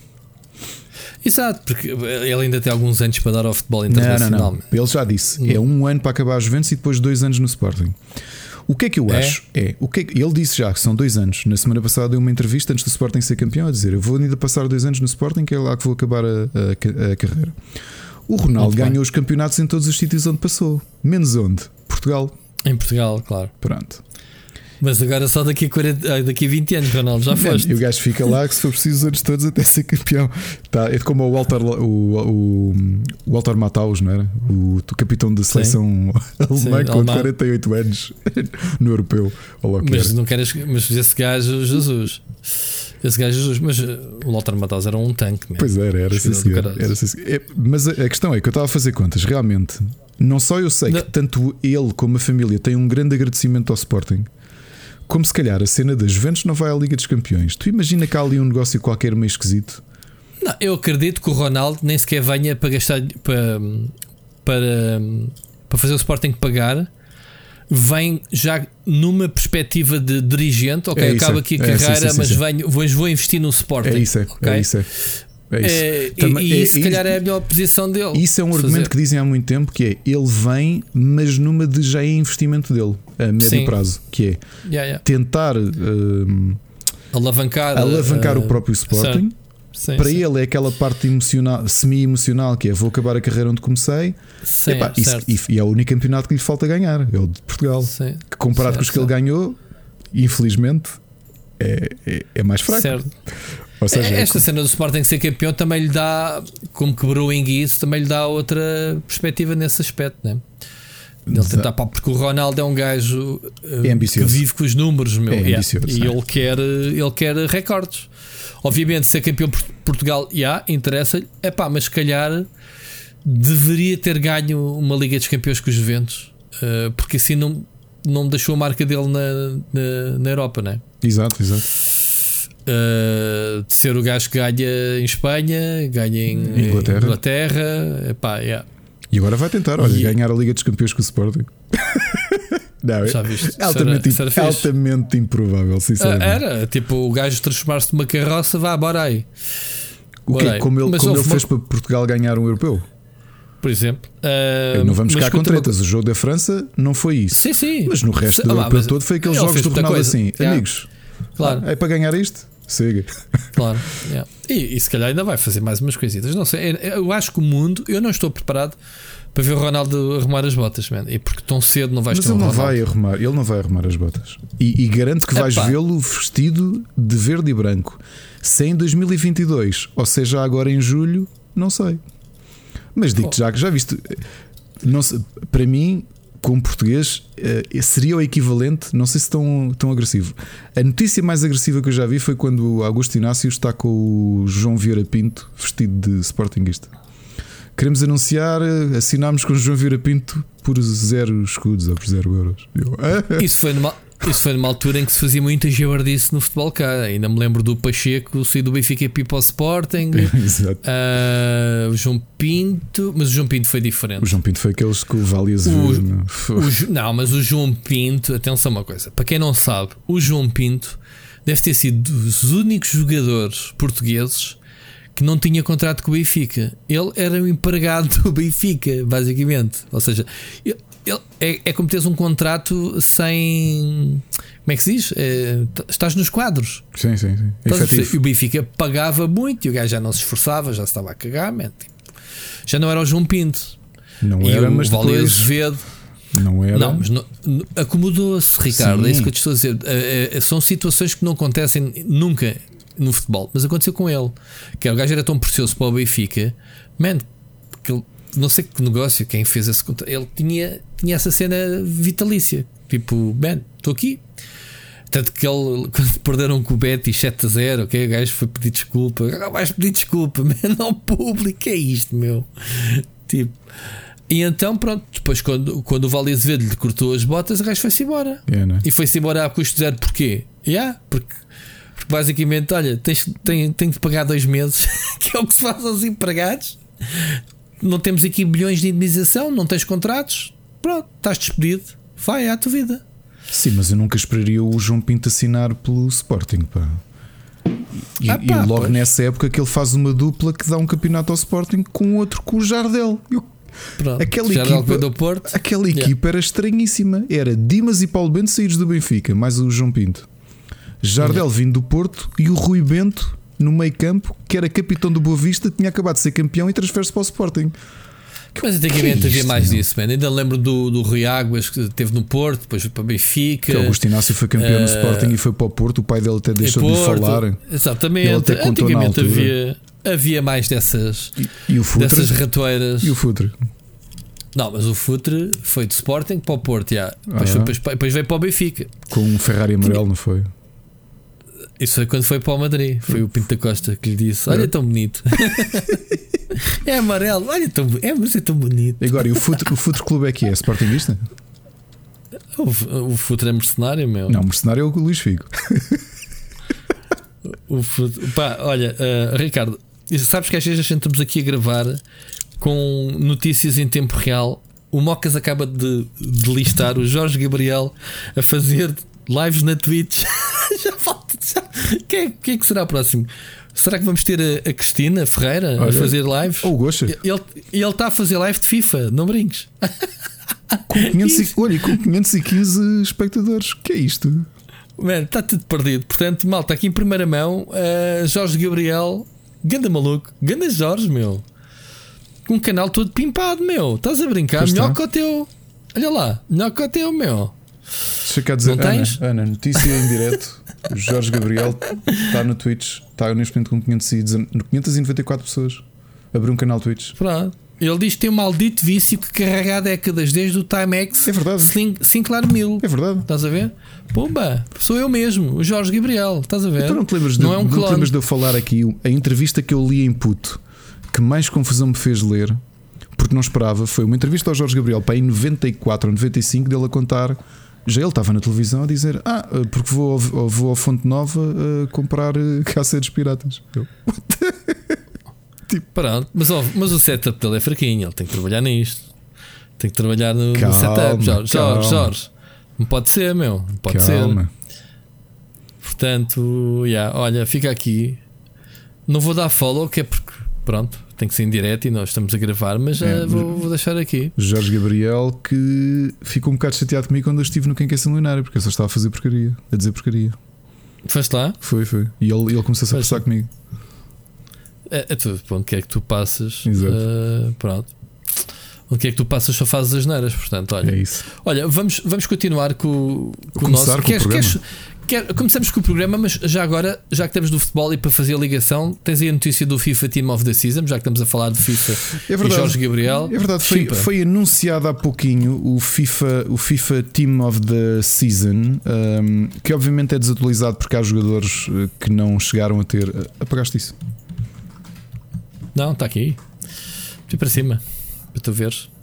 Exato, porque ele ainda tem alguns anos para dar ao futebol Não, internacional. não, não. Ele já disse, Hum. é um ano para acabar os Juventus e depois dois anos no Sporting. O que é que eu É? acho? É, o que é que... Ele disse já que são dois anos. Na semana passada deu uma entrevista antes do Sporting ser campeão a dizer: eu vou ainda passar dois anos no Sporting, que é lá que vou acabar a, a, a carreira. O Ronaldo Muito ganhou bem. os campeonatos em todos os sítios onde passou, menos onde? Portugal. Em Portugal, claro. Pronto. Mas agora só daqui a, quarenta, ah, daqui a vinte anos, Ronaldo, já foste. E o gajo fica lá que se for preciso os anos todos até ser campeão. Tá, é como o Walter, o, o, o Walter Matthaus, não era? O, o capitão da seleção alemã Sim, com alemã. quarenta e oito anos no europeu. Ou lá o que Mas era. não queres. Mas esse gajo, Jesus. Esse gajo, Jesus. Mas o Walter Matthaus era um tanque mesmo. Pois era, era sim, Jogador do senhor. caralho. Era sim, senhor. É, mas a, a questão é que eu estava a fazer contas. Realmente, não só eu sei Não. que tanto ele como a família têm um grande agradecimento ao Sporting, como se calhar a cena das Juventus não vai à Liga dos Campeões. Tu imagina que há ali um negócio qualquer meio esquisito. Não, eu acredito que o Ronaldo nem sequer venha para gastar para, para, para fazer o Sporting pagar. Vem já numa perspectiva de dirigente. Ok, É isso, acaba é. aqui a É, sim, carreira, sim, mas sim. venho, vou, vou investir no Sporting. É isso, é, ok? é isso. É, é isso. É, e- Também- e é- se é calhar isto- é a melhor posição dele. Isso é um argumento fazer. que dizem há muito tempo, que é ele vem, mas numa de já é investimento dele a médio Sim. prazo, que é Yeah, yeah. tentar hum, Alavancar, alavancar uh, o próprio Sporting. Sim, Para sim. ele é aquela parte emocional, semi-emocional, que é vou acabar a carreira onde comecei. Sim, Epá, isso- certo. e, e é o único campeonato que lhe falta ganhar, é o de Portugal. Sim. Que comparado Certo, com os que ele certo. ganhou, infelizmente é, é, é mais fraco. Certo. Ou seja, é Esta cena do Sporting ser campeão também lhe dá, como quebrou o enguiço, também lhe dá outra perspectiva nesse aspecto, né? Ele Exa- tentar, pá, porque o Ronaldo é um gajo uh, É ambicioso. que vive com os números, meu. É Yeah. ambicioso, E é. ele quer, ele quer recordes. Obviamente, ser campeão por Portugal, já, yeah, interessa-lhe, é pá, mas se calhar deveria ter ganho uma Liga dos Campeões com os Juventus, uh, porque assim não, não deixou a marca dele na, na, na Europa, né? Exato, exato. Uh, de ser o gajo que ganha em Espanha, ganha em Inglaterra. em Inglaterra. Epá, yeah. E agora vai tentar, olha, E- ganhar a Liga dos Campeões com o Sporting. Não, Já é viste? Isso altamente, era- isso era fixe. altamente improvável, Ah, sinceramente. era tipo o gajo transformar-se numa carroça, vá, bora aí, O quê? Bora aí. Como ele, Mas como ele houve fez uma- para Portugal ganhar um europeu? por exemplo. Uh, não vamos mas cá com escuta uma tretas. O jogo da França não foi isso. Sim, sim. Mas no resto Sim, do ah, europeu mas todo foi aqueles ele jogos fez do muita Ronaldo coisa. assim, Yeah. amigos. Claro. É para ganhar isto? Siga. Claro, yeah. e, e se calhar ainda vai fazer mais umas coisitas. Não sei, eu- eu acho que o mundo, eu não estou preparado para ver o Ronaldo arrumar as botas, man. E porque tão cedo não vais Mas ter ele um não Ronaldo. vai arrumar, ele não vai arrumar as botas. E, e garanto que vais Epá. vê-lo vestido de verde e branco. Se em dois mil e vinte e dois, ou seja, agora em julho, não sei. Mas digo-te já que já viste. Não sei, para mim, como português, eh, seria o equivalente. Não sei se tão, tão agressivo. A notícia mais agressiva que eu já vi foi quando o Augusto Inácio está com o João Vieira Pinto vestido de Sportingista. Queremos anunciar, eh, assinámos com o João Vieira Pinto por zero escudos ou por zero euros. Eu, ah, Isso foi numa, Isso foi numa altura em que se fazia muita jabardice no futebol cá. Ainda me lembro do Pacheco sair do Benfica e ir para o Sporting. Exato. Uh, o João Pinto, mas o João Pinto foi diferente. O João Pinto foi aqueles que o Vale Azevedo. Não. O, não, mas o João Pinto, atenção uma coisa, para quem não sabe, o João Pinto deve ter sido dos únicos jogadores portugueses que não tinha contrato com o Benfica. Ele era um empregado do Benfica, basicamente. Ou seja, ele, ele, é, é como teres um contrato sem. Como é que se diz? É, estás nos quadros. Sim, sim, sim. E o Benfica pagava muito e o gajo já não se esforçava, já se estava a cagar, man. Já não era o João Pinto. Não e era, o mas Vale depois... Azevedo. Não era. Não, mas não, acomodou-se, Ricardo. Sim. É isso que eu te estou a dizer. É, é, são situações que não acontecem nunca no futebol, mas aconteceu com ele. Que o gajo era tão precioso para o Benfica, man, que ele, não sei que negócio, quem fez esse contrato, ele tinha, tinha essa cena vitalícia. Tipo, man, estou aqui. Tanto que ele, quando perderam com o Betis sete a zero, okay, o gajo foi pedir desculpa. Ah, vais pedir desculpa, man, ao público, é isto, meu. Tipo. E então, pronto, depois quando, quando o Vale Azevedo lhe cortou as botas, o gajo foi-se embora. É, né? E foi-se embora a custo zero. Porquê? Yeah, porque, porque basicamente, olha, tens, tem, tem de pagar dois meses, que é o que se faz aos empregados. Não temos aqui bilhões de indemnização, não tens contratos. Pronto, estás despedido. Vai à tua vida. Sim, mas eu nunca esperaria o João Pinto assinar pelo Sporting, pá. E, ah, pá, e logo pois. nessa época que ele faz uma dupla que dá um campeonato ao Sporting com outro, com o Jardel. Eu Pronto, Aquela já equipa, do Porto. aquela Yeah. equipa era estranhíssima. Era Dimas e Paulo Bento saídos do Benfica, mais o João Pinto. Jardel Yeah. vindo do Porto e o Rui Bento no meio campo, que era capitão do Boa Vista, tinha acabado de ser campeão e transfere-se para o Sporting. Mas antigamente que é havia isto, mais meu? disso, man. Ainda lembro do, do Rui Águas que esteve no Porto, depois foi para Benfica. Que Augusto Inácio foi campeão no uh, Sporting e foi para o Porto. O pai dele até deixou Porto, de lhe falar. Exatamente. Ele até contou na Antigamente altura. havia, havia mais dessas, E, e o Futre? dessas ratoeiras. E o Futre? Não, mas o Futre foi do Sporting para o Porto, já. Depois, Ah. foi, depois, depois veio para o Benfica. Com um Ferrari amarelo, não foi? Isso foi quando foi para o Madrid. Foi o Pinto da Costa que lhe disse: olha, É. tão bonito. É amarelo, olha, tão, é, mas é tão bonito. Agora, e o Futre, o Futre Clube é que é? Sportingista? O, o Futre é mercenário, meu. Não, o mercenário é o Luís Figo. O Futre, pá, olha, uh, Ricardo, sabes que às vezes estamos aqui a gravar com notícias em tempo real. O Mocas acaba de, de listar o Jorge Gabriel a fazer lives na Twitch. Já falta. Já. Quem, é, quem é que será o próximo? Será que vamos ter a, a Cristina Ferreira Olha, a fazer lives? Ou o Goxa. Ele está a fazer live de FIFA, não brinques. Com quinhentos e, olha, com quinhentos e quinze espectadores. O que é isto? Mano, está tudo perdido. Portanto, malta, aqui em primeira mão, uh, Jorge Gabriel, ganda maluco, ganda Jorge, meu. Com um canal todo pimpado, meu. Estás a brincar? Pois Melhor está. que o teu. Olha lá, melhor que o teu, meu. Deixa cá dizer, Não Ana, tens? Ana, notícia em direto. O Jorge Gabriel está no Twitch. Está neste momento com quinhentas e noventa e quatro pessoas. Abriu um canal Twitch. Pronto. Ele diz que tem um maldito vício que carrega há décadas, desde o Timex É verdade. Sinclair mil. É verdade. Estás a ver? Pumba, sou eu mesmo, o Jorge Gabriel. Estás a ver? Então não te lembras de, não é um não te clone. lembras de eu falar aqui a entrevista que eu li em puto que mais confusão me fez ler, porque não esperava, foi uma entrevista ao Jorge Gabriel para em noventa e quatro ou noventa e cinco dele a contar. Já ele estava na televisão a dizer: Ah, porque vou, ao- vou ao Fonte Nova a comprar eh, cassetes piratas. Eu, Pronto, mas, ó, mas o setup dele é fraquinho. Ele tem que trabalhar nisto, tem que trabalhar no, no Calma, setup. Jorge, calma. Jorge, Jorge, não pode ser, meu, não pode calma. ser. Portanto, yeah, olha, fica aqui. Não vou dar follow, que é porque, pronto, tem que ser em direto e nós estamos a gravar, mas já É, vou, vou deixar aqui. Jorge Gabriel que ficou um bocado chateado comigo quando eu estive no Quem Quer Ser Milionário, porque eu só estava a fazer porcaria, a dizer porcaria. Foste lá? Foi, foi. E ele, ele começou-se a Pois. passar comigo. É, é tudo, onde quer que tu passas, Exato. uh, pronto. Onde quer que tu passas só fazes as neiras, portanto, olha. É isso. Olha, vamos, vamos continuar com, com o Começar nosso. com o programa. quer- começamos com o programa, mas já agora, já que estamos do futebol e para fazer a ligação, tens aí a notícia do FIFA Team of the Season, já que estamos a falar de FIFA É e verdade. Jorge Gabriel. É verdade, foi, Chimpa. foi anunciado há pouquinho o FIFA, o FIFA Team of the Season, um, que obviamente é desatualizado porque há jogadores eh, que não chegaram a ter. Apagaste isso? Não, está aqui. Fui para cima, para tu veres.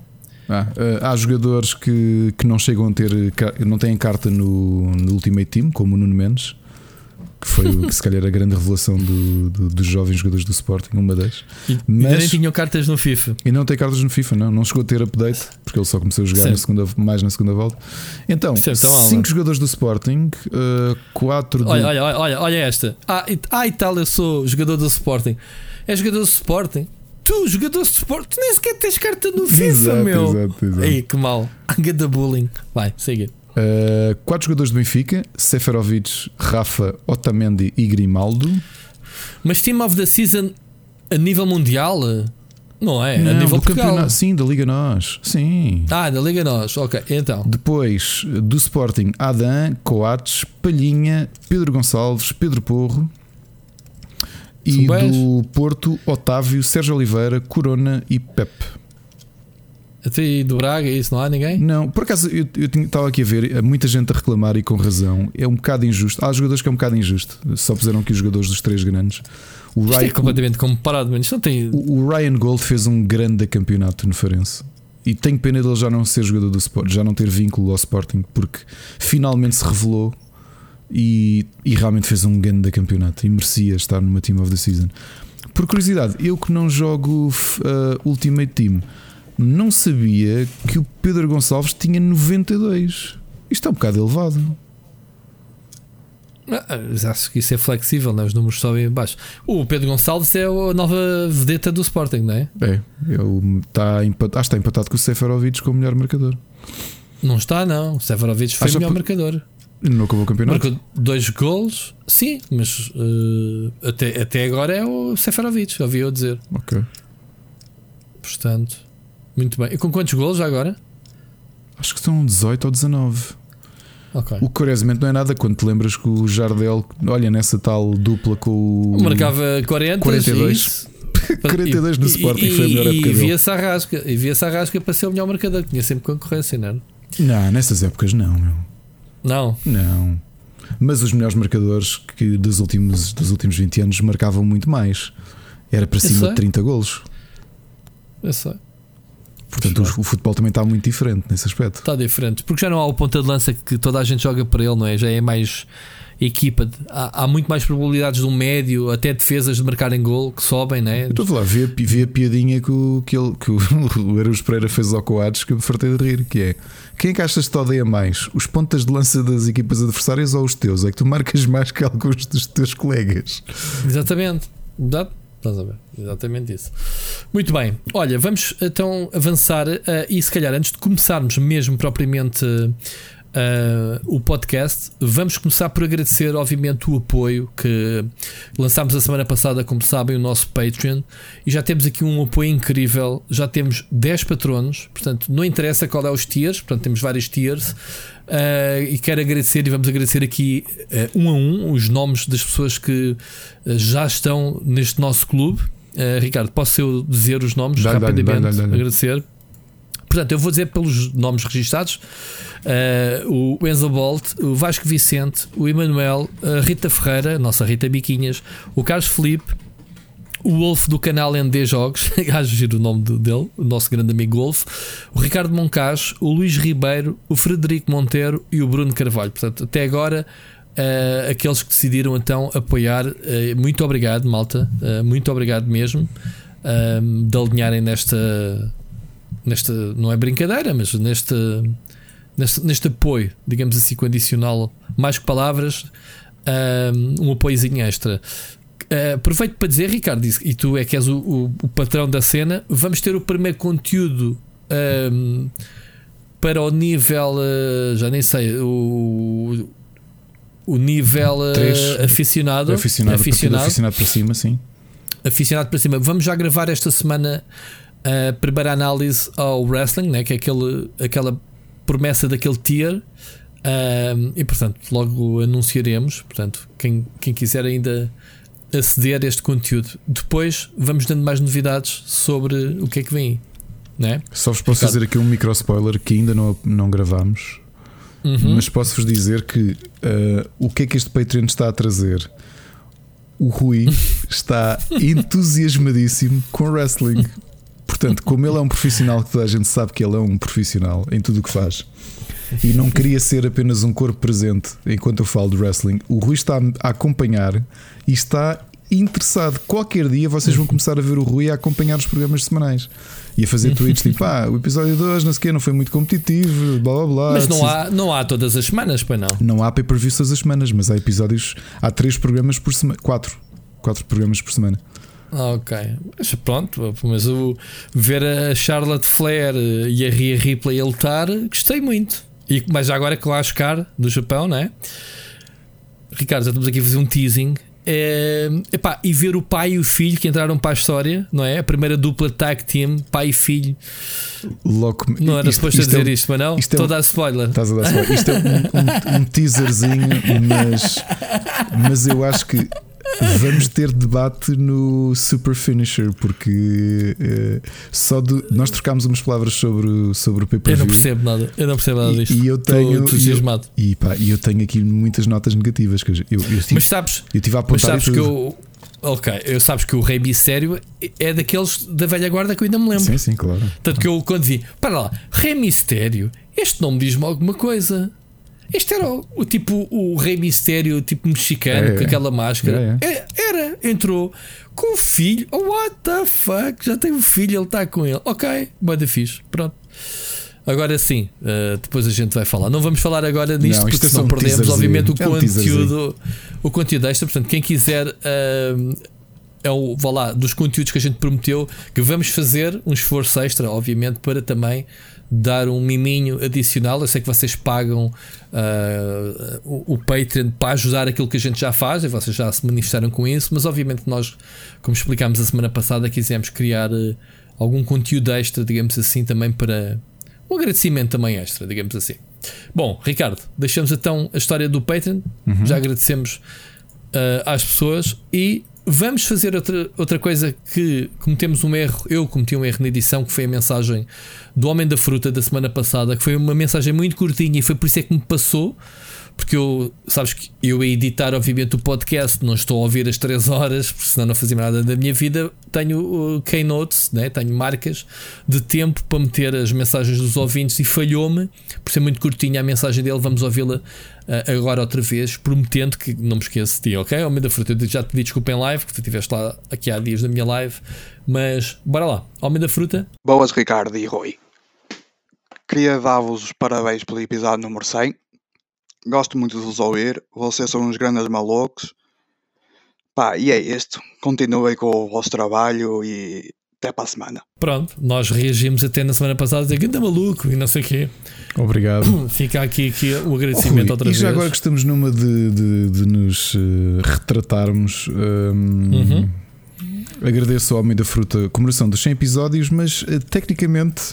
Ah, há jogadores que, que não chegam a ter, não têm carta no, no Ultimate Team, como o Nuno Mendes, que foi que se calhar a grande revelação do, do, dos jovens jogadores do Sporting, uma das. E, Mas, e nem tinham cartas no FIFA. E não tem cartas no FIFA, não, não chegou a ter update, porque ele só começou a jogar na segunda, mais na segunda volta. Então, cinco jogadores do Sporting, uh, quatro do... Olha, olha, olha, olha esta. Ah, ah, e tal, eu sou jogador do Sporting. É jogador do Sporting? Tu, jogador de Sporting, tu nem sequer tens carta no FIFA, exato, meu. Exato, exato. Ei, que mal. Ganda bullying. Vai, siga. Uh, quatro jogadores do Benfica: Seferovic, Rafa, Otamendi e Grimaldo. Mas Team of the Season a nível mundial? Não é? Não, a nível do campeonato, sim, da Liga Nós. Sim. Ah, da Liga Nós, ok. Então. Depois do Sporting: Adam, Coates, Palhinha, Pedro Gonçalves, Pedro Porro. E do Porto: Otávio, Sérgio Oliveira, Corona e Pepe. Até aí do Braga, isso não há ninguém? Não, por acaso eu, eu estava aqui a ver muita gente a reclamar e com razão. É um bocado injusto. Há jogadores que é um bocado injusto. Só puseram aqui os jogadores dos três grandes. O Isto Ryan, é completamente comparado, mas não tem... o, o Ryan Gold fez um grande campeonato no Farense. E tenho pena dele já não ser jogador do Sport, já não ter vínculo ao Sporting, porque finalmente se revelou. E, e realmente fez um grande campeonato e merecia estar numa Team of the Season. Por curiosidade, eu que não jogo uh, Ultimate Team, não sabia que o Pedro Gonçalves tinha noventa e dois. Isto é um bocado elevado. Ah, acho que isso é flexível, né? Os números sobem e baixo. O Pedro Gonçalves é a nova vedeta do Sporting, não é? É, ele está empatado, acho que está empatado com o Seferovic como melhor marcador. Não está, não. O Seferovic foi o melhor por... marcador. Não acabou o campeonato? Marcou dois golos, sim, mas uh, até, até agora é o Seferovic, ouvi eu dizer. Ok. Portanto, muito bem. E com quantos golos já agora? Acho que são dezoito ou dezanove. Okay. O que curiosamente não é nada quando te lembras que o Jardel, olha, nessa tal dupla com o. Marcava quarenta, quarenta e dois. quarenta e dois no Sporting, e, foi a melhor época e dele. via-se a rasca, e via-se a rasca para ser o melhor marcador, tinha sempre concorrência, não é? Não, nessas épocas não, meu. Não. Não. Mas os melhores marcadores que dos últimos, dos últimos vinte anos marcavam muito mais. Era para cima de trinta golos. Eu sei. Portanto, o, o futebol também está muito diferente nesse aspecto. Está diferente, porque já não há o ponta de lança que toda a gente joga para ele, não é? Já é mais equipa. Há, há muito mais probabilidades de um médio, até defesas de marcarem gol que sobem, não é? Eu estou a falar, vi a, vi a piadinha que o, que, ele, que o Araújo Pereira fez ao Coates, que eu me fartei de rir, que é: quem é que achas que te odeia mais? Os pontas de lança das equipas adversárias ou os teus? É que tu marcas mais que alguns dos teus colegas. Exatamente. Exato. Estás a ver? Exatamente isso. Muito bem. Olha, vamos então avançar uh, e se calhar antes de começarmos mesmo propriamente uh, o podcast, vamos começar por agradecer obviamente o apoio que lançámos a semana passada, como sabem, o nosso Patreon, e já temos aqui um apoio incrível. Já temos dez patronos, portanto não interessa qual é os tiers, portanto temos vários tiers. Uh, e quero agradecer, e vamos agradecer aqui uh, um a um os nomes das pessoas que uh, já estão neste nosso clube. uh, Ricardo, posso eu dizer os nomes dá, rapidamente? Dá, dá, dá, dá. Agradecer. Portanto, eu vou dizer pelos nomes registados: uh, o Enzo Bolt, o Vasco Vicente, o Emanuel, a Rita Ferreira, nossa Rita Biquinhas, o Carlos Felipe, o Wolf do canal N D Jogos, gajo giro o nome dele, o nosso grande amigo Wolf, o Ricardo Moncacho, o Luís Ribeiro, o Frederico Monteiro e o Bruno Carvalho. Portanto, até agora, uh, aqueles que decidiram então apoiar, uh, muito obrigado, malta, uh, muito obrigado mesmo, uh, de alinharem nesta, nesta, não é brincadeira, mas neste, neste, neste apoio, digamos assim, condicional, mais que palavras, uh, um apoiozinho extra. Uh, aproveito para dizer, Ricardo, e tu é que és o, o, o patrão da cena, vamos ter o primeiro conteúdo um, para o nível, uh, já nem sei, o, o nível uh, aficionado, aficionado, aficionado, aficionado para cima, sim. Aficionado para cima. Vamos já gravar esta semana a primeira análise ao wrestling, né, que é aquele, aquela promessa daquele tier. Um, e portanto, logo anunciaremos. Portanto, quem, quem quiser ainda aceder a este conteúdo, depois vamos dando mais novidades sobre o que é que vem, não é? Só vos posso fazer aqui um micro spoiler que ainda não, não gravamos, uhum. mas posso-vos dizer que uh, o que é que este Patreon está a trazer. O Rui está entusiasmadíssimo com wrestling. portanto, como ele é um profissional, que toda a gente sabe que ele é um profissional em tudo o que faz, e não queria ser apenas um corpo presente enquanto eu falo de wrestling, o Rui está a acompanhar e está interessado. Qualquer dia vocês vão começar a ver o Rui a acompanhar os programas semanais e a fazer tweets tipo, ah, o episódio dois não sei o quê, não foi muito competitivo, blá blá blá. Mas não há, não há todas as semanas, pois não? Não há pay-per-view todas as semanas, mas há episódios, há três programas por semana, quatro, quatro programas por semana. Ok, mas pronto, mas o ver a Charlotte Flair e a Rhea Ripley a lutar, gostei muito. E, mas já agora Clash Car do Japão, não é? Ricardo, já estamos aqui a fazer um teasing. É, epá, e ver o pai e o filho que entraram para a história, não é? A primeira dupla tag team, pai e filho. Loco, não era suposto dizer é, isto, mas não? Estou é um, a dar spoiler. Estás a dar spoiler. Isto é um, um, um teaserzinho, mas, mas eu acho que vamos ter debate no Super Finisher, porque uh, só de, nós trocámos umas palavras sobre, sobre o pay-per-view. Eu não percebo nada, eu não percebo nada disto. E, e eu tenho entusiasmado. E, pá, e eu tenho aqui muitas notas negativas. Que eu, eu, eu tive, mas sabes, eu tive a apontar mas sabes que eu, ok, eu sabes que o Rei Mistério é daqueles da velha guarda que eu ainda me lembro. Sim, sim, claro. Tanto que eu quando vi, para lá, Rei Mistério, este nome diz-me alguma coisa. Este era o, o tipo o Rei Mistério, tipo mexicano, é, com aquela máscara. É, é. Era, entrou com o filho. Oh, what the fuck? Já tem um filho, ele está com ele. Ok, boa da fixe. Pronto. Agora sim, uh, depois a gente vai falar. Não vamos falar agora nisto, não, porque senão um perdemos, obviamente, o é conteúdo, um o conteúdo extra. Portanto, quem quiser, uh, é o, vá lá, dos conteúdos que a gente prometeu, que vamos fazer um esforço extra, obviamente, para também dar um miminho adicional. Eu sei que vocês pagam uh, o, o Patreon para ajudar aquilo que a gente já faz, e vocês já se manifestaram com isso, mas obviamente nós, como explicámos a semana passada, quisemos criar uh, algum conteúdo extra, digamos assim, também para um agradecimento também extra, digamos assim. Bom, Ricardo, deixamos então a história do Patreon. Uhum. Já agradecemos uh, às pessoas e vamos fazer outra, outra coisa que cometemos um erro. Eu cometi um erro na edição, que foi a mensagem do Homem da Fruta da semana passada, que foi uma mensagem muito curtinha e foi por isso é que me passou. Porque eu, sabes que eu a editar, obviamente, o podcast, não estou a ouvir as três horas, porque senão não fazia nada da minha vida. Tenho uh, keynotes, né? Tenho marcas de tempo para meter as mensagens dos ouvintes e falhou-me por ser muito curtinha a mensagem dele. Vamos ouvi-la uh, agora outra vez, prometendo que não me esqueço de ti, ok? Homem da Fruta, eu já te pedi desculpa em live, porque tu estiveste lá aqui há dias na minha live, mas bora lá, Homem da Fruta. Boas, Ricardo e Rui. Queria dar-vos os parabéns pelo episódio número cem. Gosto muito de vos ouvir. Vocês são uns grandes malucos. Pá, e é isto. Continuem com o vosso trabalho e até para a semana. Pronto, nós reagimos até na semana passada a dizer que anda maluco e não sei o quê. Obrigado. Fica aqui, aqui o agradecimento. Rui, outra e vez. E já agora que estamos numa de, de, de nos uh, retratarmos, um, uhum. agradeço ao Homem da Fruta a comemoração dos cem episódios, mas uh, tecnicamente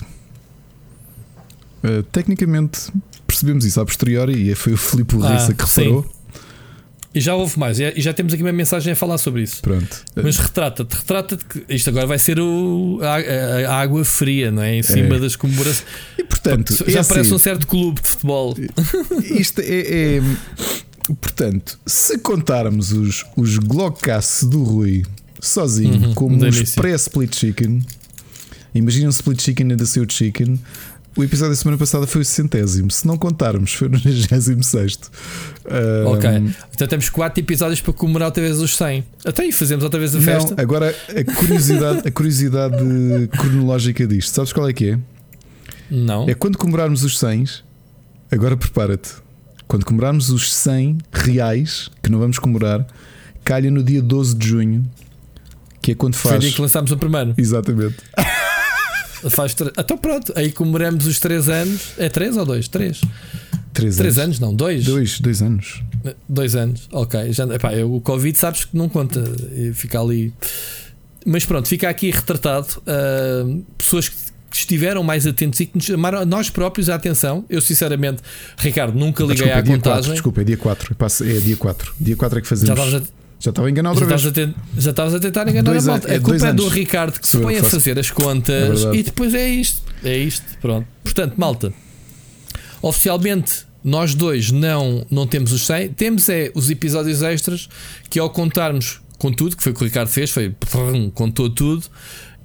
uh, tecnicamente percebemos isso a posteriori e foi o Filipe Urriça ah, que reparou. Sim. E já houve mais, e já temos aqui uma mensagem a falar sobre isso. Pronto. Mas retrata-te, retrata-te que isto agora vai ser o, a, a água fria, não é? Em cima é. das comemorações. E portanto, já é parece assim, um certo clube de futebol. Isto é. é portanto, se contarmos os, os Glockcasts do Rui sozinho, uhum, como os pré-split chicken, imagina um split chicken e da seu chicken. O episódio da semana passada foi o centésimo. Se não contarmos, foi o nonagésimo sexto. Um... Ok. Então temos quatro episódios para comemorar outra vez os cem. Até aí fazemos outra vez a festa. Não, agora a curiosidade, a curiosidade cronológica disto, sabes qual é que é? Não. É quando comemorarmos os cem. Agora prepara-te. Quando comemorarmos os cem reais, que não vamos comemorar, calha no dia doze de junho, que é quando faz. Foi o dia que lançámos o primeiro. Exatamente. Faz tre... Então pronto, aí comemoramos os três anos. É três ou dois? três três anos. anos, não, dois dois dois anos. dois anos, ok. Já, epá, eu, o Covid sabes que não conta, fica ali. Mas pronto, fica aqui retratado. Uh, pessoas que estiveram mais atentos e que nos chamaram a nós próprios a atenção. Eu sinceramente, Ricardo, nunca liguei desculpa, à é contagem. quatro, desculpa, é dia quatro. É dia quatro. Dia quatro é que fazemos. Já Já estava a enganar outra já vez. Estavas a, já estavas a tentar enganar dois a malta. A culpa é do Ricardo que se põe a fazer as contas é e depois é isto. É isto. Pronto. Portanto, malta, oficialmente nós dois não, não temos os cem. Temos é os episódios extras que, ao contarmos com tudo, que foi o que o Ricardo fez, foi contou tudo.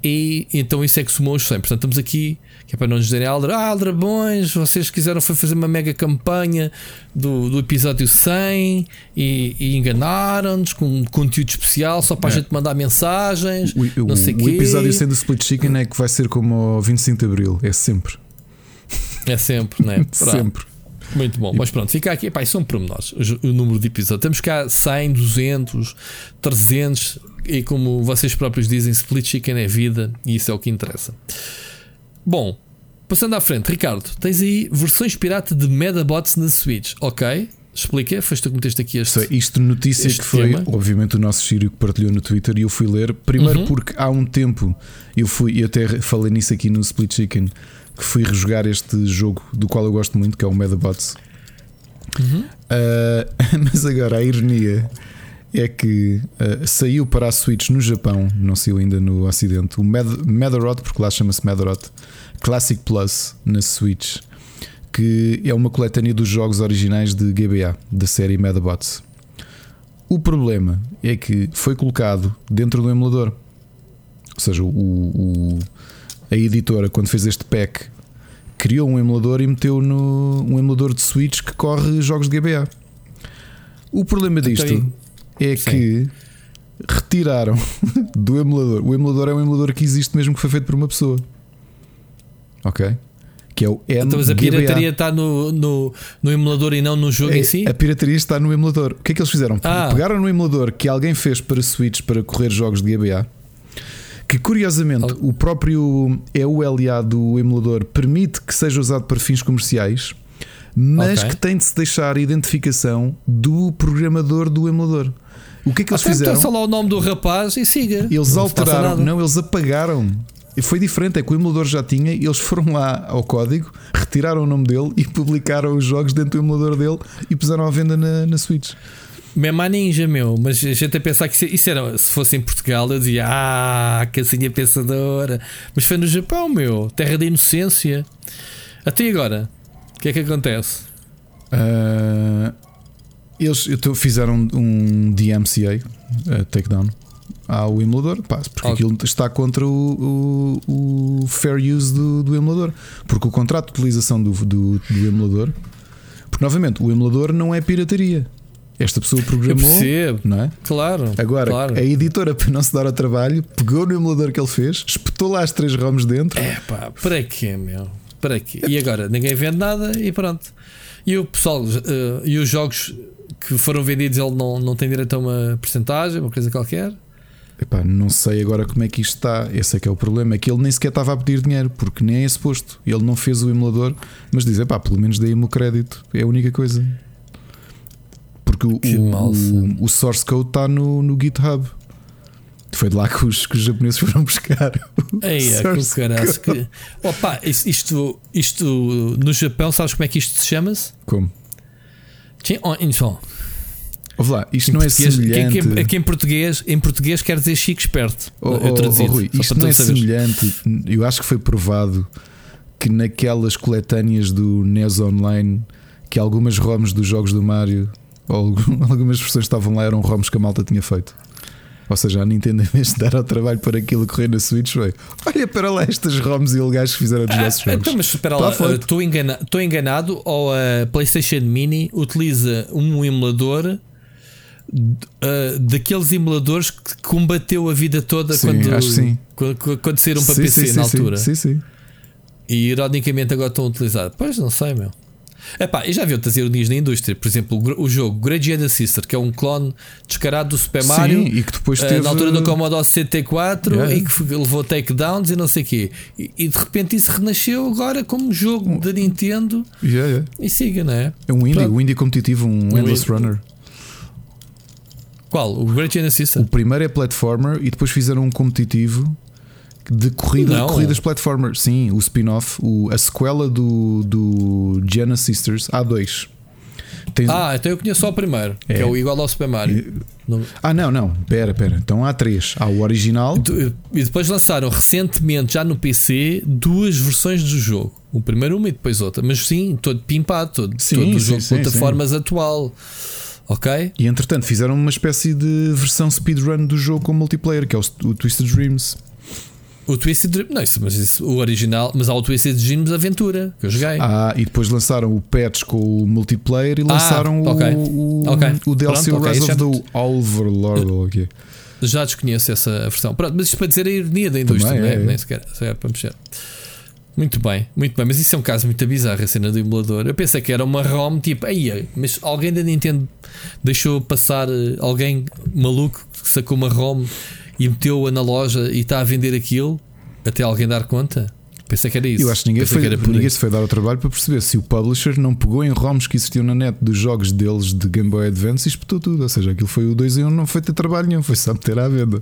E então isso é que somou os cem. Portanto, estamos aqui, que é para não nos dizerem Aldra, ah, Aldrabões, vocês quiseram foi fazer uma mega campanha do, do episódio cem e, e enganaram-nos com um conteúdo especial só para é. a gente mandar mensagens. O, o, não sei o quê. episódio cem do Split Chicken é que vai ser como o vinte e cinco de Abril, é sempre. É sempre, não é? Sempre. Muito bom, mas pronto, fica aqui, pá, são pormenores o, o número de episódios. Temos cá cem, duzentos, trezentos e como vocês próprios dizem, Split Chicken é vida e isso é o que interessa. Bom, passando à frente, Ricardo, tens aí versões pirata de Medabots na Switch, ok? Explica, foste tu que meteste aqui este. Sei, isto notícia que foi, tema. Obviamente, o nosso Sírio que partilhou no Twitter e eu fui ler. Primeiro, uhum. porque há um tempo eu fui, e até falei nisso aqui no Split Chicken, que fui rejogar este jogo do qual eu gosto muito, que é o Medabots. Uhum. Uh, mas agora a ironia é que uh, saiu para a Switch no Japão, não saiu ainda no Ocidente, o Med Medarot, porque lá chama-se Medarot Classic Plus na Switch, que é uma coletânea dos jogos originais de G B A, da série Medabots. O problema é que foi colocado dentro do emulador, ou seja, o, o a editora, quando fez este pack, criou um emulador e meteu no um emulador de Switch que corre jogos de G B A. O problema disto então, é sim. que retiraram do emulador. O emulador é um emulador que existe mesmo, que foi feito por uma pessoa. Ok? Que é o M G B A. Então, mas a pirataria está no, no, no emulador e não no jogo é, em si? A pirataria está no emulador. O que é que eles fizeram? Ah. Pegaram no emulador que alguém fez para Switch para correr jogos de G B A. Que curiosamente o próprio E U L A do emulador permite que seja usado para fins comerciais, mas okay. que tem de se deixar a identificação do programador do emulador. O que é que eles Até fizeram? Só lá o nome do rapaz e siga. Eles não alteraram, não, eles apagaram. Foi diferente, é que o emulador já tinha, eles foram lá ao código, retiraram o nome dele e publicaram os jogos dentro do emulador dele e puseram à venda na, na Switch. Mesmo a ninja, meu, mas a gente a pensar que isso era, se fosse em Portugal, eu dizia, ah, casinha pensadora, mas foi no Japão, meu, terra da inocência. Até agora, o que é que acontece? Uh, eles então, fizeram um D M C A, uh, takedown, ao emulador, pá, porque okay. aquilo está contra o, o, o fair use do, do emulador, porque o contrato de utilização do, do, do emulador, porque novamente o emulador não é pirataria. Esta pessoa programou, eu percebo, não é? Claro. Agora, claro. a editora, para não se dar ao trabalho, pegou no emulador que ele fez, espetou lá as três ROMs dentro. É pá, para quê, meu? Para quê? E agora ninguém vende nada e pronto. E o pessoal, uh, e os jogos que foram vendidos, ele não, não tem direito a uma porcentagem, uma coisa qualquer? Epá, não sei agora como é que isto está. Esse é que é o problema. É que ele nem sequer estava a pedir dinheiro, porque nem é esse posto. Ele não fez o emulador, mas diz: epá, pelo menos dei-me o crédito. É a única coisa. Porque o, o, o source code está no, no GitHub. Foi de lá que os, que os japoneses foram buscar. Ei, é que caralho. Que... Opa, isto, isto no Japão, sabes como é que isto se chama-se? Como? Então, ouve lá, isto não é semelhante. Aqui, aqui em, português, em português quer dizer chique esperto. Oh, oh, oh, Rui, isto não é semelhante. Eu acho que foi provado que naquelas coletâneas do N E S Online, que algumas ROMs dos jogos do Mario, ou algumas versões que estavam lá, eram ROMs que a malta tinha feito. Ou seja, a Nintendo, em vez de dar ao trabalho para aquilo correr na Switch, foi: olha para lá estas ROMs ilegais que fizeram dos ah, nossos jogos. Então, mas espera lá, estou engana, enganado, ou a PlayStation Mini utiliza um emulador uh, daqueles emuladores que combateu a vida toda, sim, quando, acho sim. quando, quando saíram para sim, P C sim, na sim, altura. Sim, sim. E ironicamente agora estão a utilizar. Pois não sei, meu. Epá, eu já vi outras ironias na indústria. Por exemplo, o jogo Gradiana Sister, que é um clone descarado do Super Mario. Sim, e que depois teve... na altura do Commodore sessenta e quatro, yeah. E que levou takedowns e não sei o quê. E, e de repente isso renasceu agora como jogo da Nintendo. Yeah, yeah. E siga, não é? É um indie, um indie competitivo, um, um Endless indie. Runner. Qual? O Gradiana Sister? O primeiro é platformer e depois fizeram um competitivo de corrida, corridas platformer. Sim, o spin-off, o, a sequela do, do Giana Sisters. Há dois. Tens... Ah, então eu conheço só o primeiro, é. Que é o igual ao Super Mario. E... Ah, não, não. Pera, pera. Então há três. Há o original. E depois lançaram recentemente, já no P C, duas versões do jogo. O primeiro uma e depois outra. Mas sim, todo pimpado, todo, sim, todo o jogo de plataformas sim. atual. Ok? E entretanto fizeram uma espécie de versão speedrun do jogo com multiplayer, que é o, o Twisted Dreams. O Twisted Dream, não, isso, mas isso, o original, mas há o Twisted Dreams Aventura que eu joguei. Ah, e depois lançaram o patch com o multiplayer e lançaram ah, okay. o, o, okay. o D L C Pronto, Rise okay. of the Overlord. Okay. Já desconheço essa versão. Pronto, mas isto para dizer a ironia da indústria, Também, não é? é, é. Nem sequer, sequer para mexer. Muito bem, muito bem, mas isso é um caso muito bizarro, a cena do emulador. Eu pensei que era uma ROM tipo, aí, mas alguém da Nintendo deixou passar alguém maluco que sacou uma ROM e meteu-a na loja e está a vender aquilo até alguém dar conta. Pensei que era isso. Eu acho que ninguém, foi, que ninguém se foi dar o trabalho para perceber se o publisher não pegou em ROMs que existiam na net dos jogos deles de Game Boy Advance e espetou tudo. Ou seja, aquilo foi o dois em um, não foi ter trabalho nenhum, foi só meter à venda.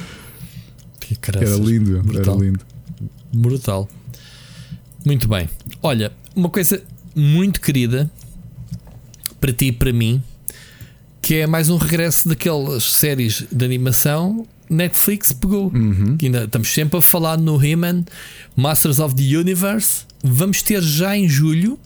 Que caraças, era lindo, brutal. era lindo. Brutal. Muito bem. Olha, uma coisa muito querida para ti e para mim, que é mais um regresso daquelas séries de animação. Netflix pegou. Uhum. Que ainda estamos sempre a falar no He-Man, Masters of the Universe. Vamos ter já em julho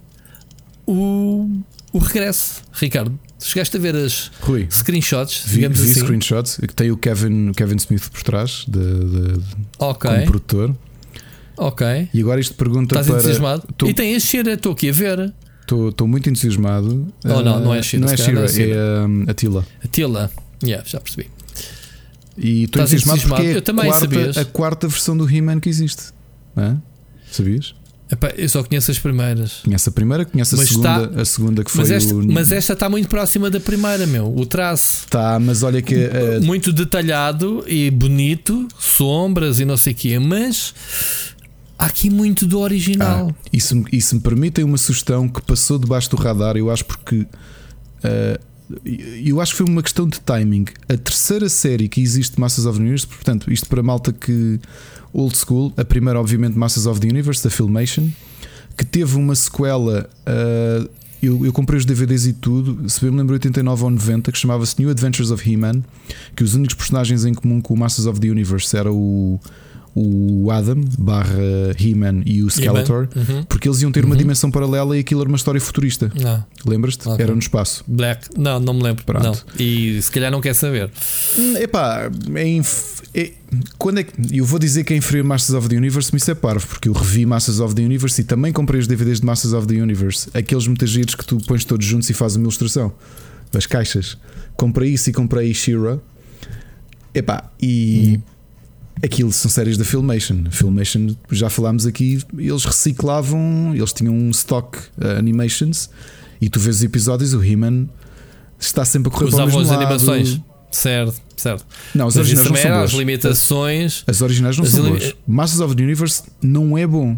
o, o regresso. Ricardo, chegaste a ver as Rui, screenshots? vi, digamos vi assim. screenshots que tem o Kevin, o Kevin Smith por trás de, de, de, Ok. como produtor. Ok. E agora isto pergunta Estás para. entusiasmado? Tô, E tem a Shira, estou aqui a ver. Estou muito entusiasmado. Oh, não, não é Shira, Não é se calhar Shira, não é é um, Attila. Attila. Yeah, já percebi. E estou Estás entusiasmado porque é entusiasmado? Eu também, a, sabias? quarta, a quarta versão do He-Man que existe. Hã? Sabias? Epá, eu só conheço as primeiras. Conhece a primeira, conhece a Mas segunda, está- a segunda que foi Mas esta, o. mas esta está muito próxima da primeira, meu. O traço. Tá, mas olha que uh, Muito detalhado e bonito, sombras e não sei o quê, mas há aqui muito do original. ah, isso, me- isso me permite uma sugestão que passou debaixo do radar. Eu acho porque uh, eu acho que foi uma questão de timing. A terceira série que existe de Masters of the Universe, portanto, isto para malta que old school, a primeira, obviamente, Masters of the Universe, da Filmation, que teve uma sequela. Uh, eu, eu comprei os D V Ds e tudo, se bem me lembro, oitenta e nove ou noventa, que chamava-se New Adventures of He-Man. Que os únicos personagens em comum com o Masters of the Universe era o, o Adam barra He-Man e o Skeletor, Uhum. porque eles iam ter uma Uhum. dimensão paralela e aquilo era uma história futurista. Não. Lembras-te? Ok. Era no espaço. Black. Não, não me lembro. Pronto. Não. E se calhar não quer saber. Hum, Epá, é inf... é... quando é que eu vou dizer que é inferior a Masters of the Universe, me isso é parvo, porque eu revi Masters of the Universe e também comprei os D V Ds de Masters of the Universe, aqueles metagiros que tu pões todos juntos e fazes uma ilustração, as caixas. Comprei isso e comprei She-Ra. Epá, e Hum. aquilo são séries da Filmation. Filmation, já falámos aqui, eles reciclavam, eles tinham um stock uh, animations e tu vês os episódios, o He-Man está sempre a correr para o Usavam mesmo as lado. animações. Certo, certo. Não, as Mas originais isso não também são era boas. as limitações. As originais não As são ele- boas. Masters of the Universe não é bom.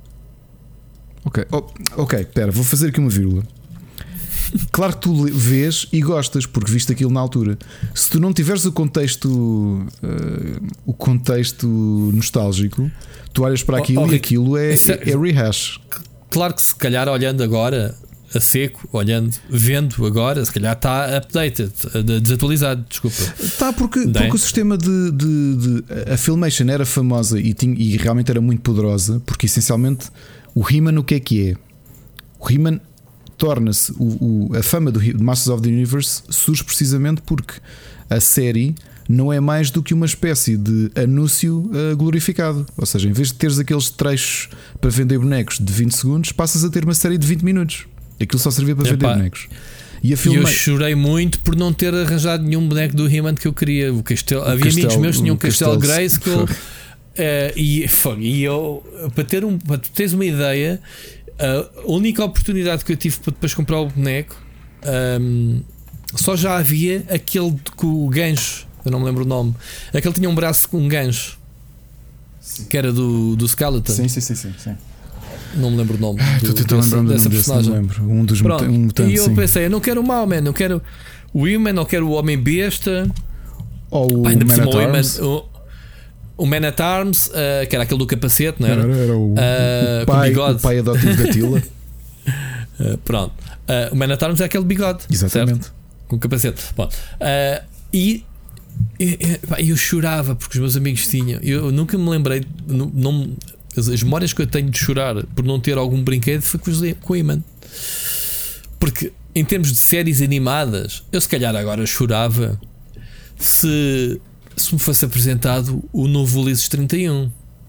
Ok, oh, ok, espera, vou fazer aqui uma vírgula. Claro que tu le- vês e gostas porque viste aquilo na altura. Se tu não tiveres o contexto uh, o contexto nostálgico, tu olhas para Oh, aquilo oh, e Rick, aquilo é, isso é- é, é rehash. Claro que se calhar olhando agora a seco, olhando, vendo agora, se calhar está updated, de- desatualizado, desculpa. Tá, porque, Bem. porque o sistema de, de, de- a Filmation era famosa e, tinha, e realmente era muito poderosa, porque essencialmente o He-Man o que é que é? O He-Man torna-se o, o- a fama do He- do Masters of the Universe surge precisamente porque a série não é mais do que uma espécie de anúncio uh, glorificado. Ou seja, em vez de teres aqueles trechos para vender bonecos de vinte segundos, passas a ter uma série de vinte minutos. Aquilo só servia para vender Epá, bonecos. E a E eu Filma... chorei muito por não ter arranjado nenhum boneco do He-Man que eu queria. O castelo, havia castelo- amigos meus que tinham o um castelo castelo- Grayskull. eh, e, foi, e eu, para ter um, para tu teres uma ideia, a única oportunidade que eu tive para depois comprar o boneco, ahm, só já havia aquele com o gancho. Eu não me lembro o nome. Aquele tinha um braço com um gancho, que era do, do Skeleton. Sim, sim, sim, sim, sim. Não me lembro o nome. Estou do- tentando desse- lembrar-me do dessa nome desse, não me personagem. lembro. Um dos Pronto, muta- um mutante, e eu sim. pensei, eu não quero o Mauman, eu quero o He-Man, não quero o Homem-Besta. Ou o Pá, ainda por Man cima at o He-Man, Arms. o, o Man at Arms, uh, que era aquele do capacete, não era? Era, era o, Ah, o com pai, bigode. o pai adotivo da Tila. Uh, pronto. Uh, o Man at Arms é aquele bigode. Exatamente. Certo? Com capacete. Bom, uh, e e- e, pá, eu chorava porque os meus amigos tinham. Eu nunca me lembrei. Não, não- as, as memórias que eu tenho de chorar por não ter algum brinquedo foi com, os, com o He-Man. Porque em termos de séries animadas, eu se calhar agora chorava se, se me fosse apresentado o novo Ulisses trinta e um.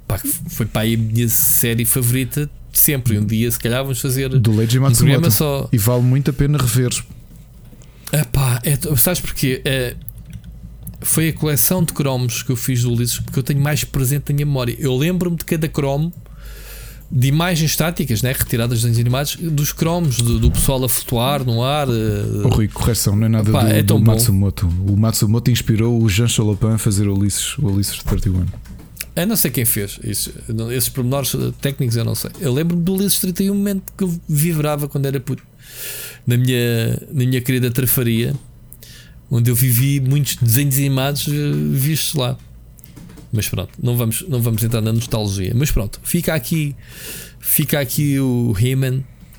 pá, foi para aí a minha série favorita de sempre. Um dia, se calhar, vamos fazer do Leiji um Matsumoto programa só. E vale muito a pena rever. Epá, é, sabes porquê? É, foi a coleção de cromos que eu fiz do Ulisses porque eu tenho mais presente na minha memória. Eu lembro-me de cada cromo de imagens estáticas, né, retiradas dos animados, dos cromos do, do pessoal a flutuar no ar. Oh, Rui, correção, não é nada. Epá, do, é do Matsumoto. O Matsumoto inspirou o Jean Chalopin a fazer o Ulisses, o Ulisses trinta e um. Eu não sei quem fez isso, esses pormenores técnicos eu não sei. Eu lembro-me do Ulisses trinta e um, momento que eu vibrava quando era puto, na minha, na minha querida trafaria, onde eu vivi muitos desenhos animados vistos lá. Mas pronto, não vamos, não vamos entrar na nostalgia. Mas pronto, fica aqui, fica aqui o He-Man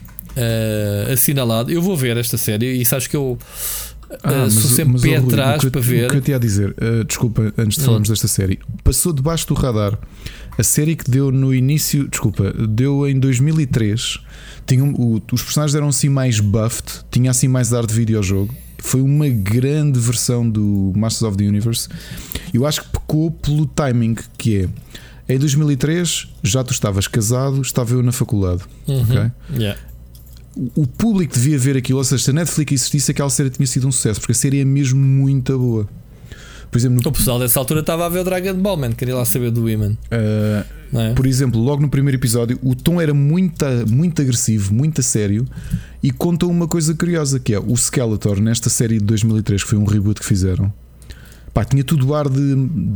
uh, assinalado. Eu vou ver esta série e sabes que eu ah, uh, sou sempre pé atrás para ver. O que eu te ia dizer, uh, desculpa, antes de hum. falarmos desta série, passou debaixo do radar. A série que deu no início, desculpa, deu em dois mil e três. Tinha um, o, os personagens eram assim mais buffed, tinha assim mais ar de videojogo. Foi uma grande versão do Masters of the Universe. Eu acho que pecou pelo timing, que é em dois mil e três já tu estavas casado, estava eu na faculdade. Uhum. Okay? Yeah. O, o público devia ver aquilo, ou seja, se a Netflix existisse, aquela série tinha sido um sucesso, porque a série é mesmo muito boa. Por exemplo, no... o pessoal dessa altura estava a ver o Dragon Ball, man, queria lá saber do Women. Uh, é? Por exemplo, logo no primeiro episódio, o tom era muito, muito agressivo, muito a sério. E conta uma coisa curiosa, que é o Skeletor nesta série de dois mil e três, que foi um reboot que fizeram. Pá, tinha tudo o ar de,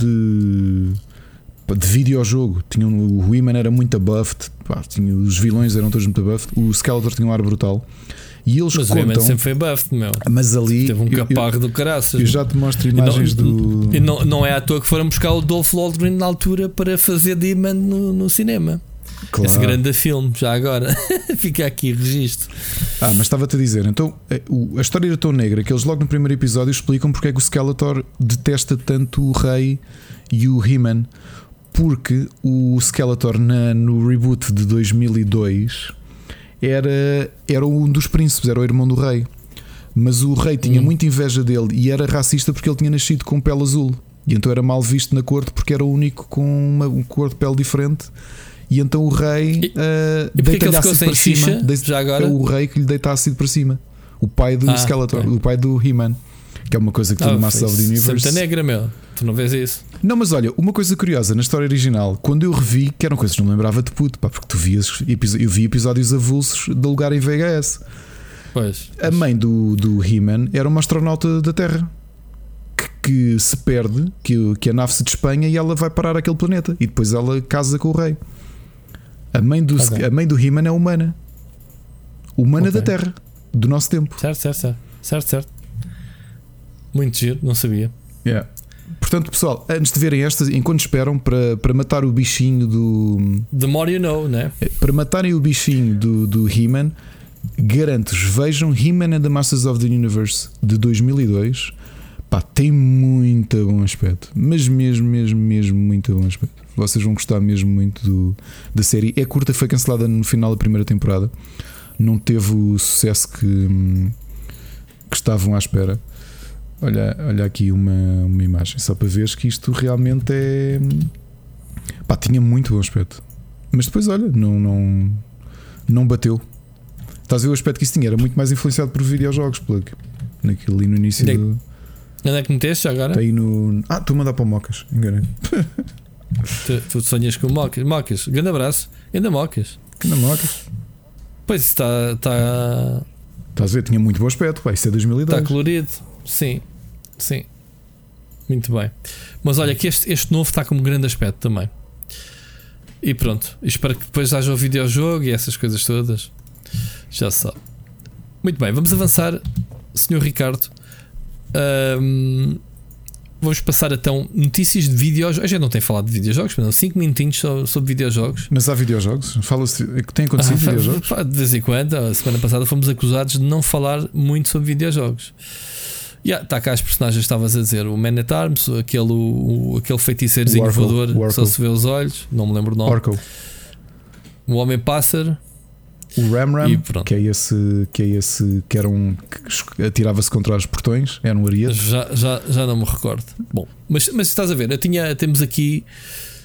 de, de videojogo. Tinha, o He-Man era muito buffed, pá, tinha, os vilões eram todos muito buffed. O Skeletor tinha um ar brutal. E eles mas contam, o He-Man sempre foi buffed, meu. Mas ali teve um caparro do caraças. Eu já te mostro imagens e não, do. E não, não é à toa que foram buscar o Dolph Lundgren na altura para fazer de He-Man no, no cinema. Claro. Esse grande filme, já agora. Fica aqui registro. Ah, mas estava-te a dizer, então a história era tão negra que eles logo no primeiro episódio explicam porque é que o Skeletor detesta tanto o Rei e o He-Man. Porque o Skeletor na, no reboot de dois mil e dois era, era um dos príncipes, era o irmão do Rei. Mas o Rei tinha hum. muita inveja dele e era racista porque ele tinha nascido com pele azul. E então era mal visto na corte porque era o único com uma, uma cor de pele diferente. E então o rei uh, deita-lhe ácido para cima. Deita, já agora? É o rei que lhe deita ácido para cima. O pai do ah, Skeletor, okay. O pai do He-Man. Que é uma coisa que tu ah, no Masters of the Universe. Santa negra, meu. Tu não vês isso? Não, mas olha, uma coisa curiosa na história original, quando eu revi, que eram coisas que não me lembrava de puto, pá, porque tu vias, eu vi episódios avulsos de lugar em V H S. Pois. A mãe do, do He-Man era uma astronauta da Terra que, que se perde, que, que a nave se despenha e ela vai parar aquele planeta. E depois ela casa com o rei. A mãe do, okay. a mãe do He-Man é humana. Humana okay. da Terra, do nosso tempo. Certo, certo, certo. Certo, certo. Muito giro, não sabia. Yeah. Portanto, pessoal, antes de verem estas, enquanto esperam para, para matar o bichinho do. The more you know, né? Para matarem o bichinho do, do He-Man, garanto-vos, vejam He-Man and the Masters of the Universe de dois mil e dois. Pá, tem muito bom aspecto. Mas mesmo, mesmo, mesmo muito bom aspecto. Vocês vão gostar mesmo muito do, da série. É curta, foi cancelada no final da primeira temporada. Não teve o sucesso que, que estavam à espera. Olha, olha aqui uma, uma imagem, só para veres que isto realmente é. Pá, tinha muito bom aspecto. Mas depois, olha, não, não, não bateu. Estás a ver o aspecto que isso tinha? Era muito mais influenciado por videojogos, plug. Naquilo ali no início onde é, do. Onde é que meteste agora? Está aí no. Ah, estou a mandar para o Mocas, enganei. Tu, tu sonhas com o Mocas. Mocas, grande abraço. Ainda Mocas. Ainda Mocas. Pois isso está. Está... Estás a ver? Tinha muito bom aspecto. Pá, isso é dois mil e dez. Está colorido. Sim, sim. Muito bem. Mas olha que este, este novo está com um grande aspecto também. E pronto. Espero que depois haja o videojogo e essas coisas todas. Já sabe. Muito bem, vamos avançar, senhor Ricardo. Um, vamos passar então notícias de videojogos. A gente não tem falado de videojogos, mas não, cinco minutinhos sobre, sobre videojogos. Mas há videojogos? Fala-se que tem acontecido ah, videojogos? De vez em quando, a semana passada fomos acusados de não falar muito sobre videojogos. Yeah, está cá as personagens, estavas a dizer, o Man at Arms, aquele, o, aquele feiticeirozinho voador, só se vê os olhos, não me lembro o nome. Orko. O Homem-Pássaro. O Ram Ram, que é esse que é esse que era um que atirava-se contra os portões, era um ariete. Já, já, já não me recordo. Bom, mas, mas estás a ver, eu tinha, temos aqui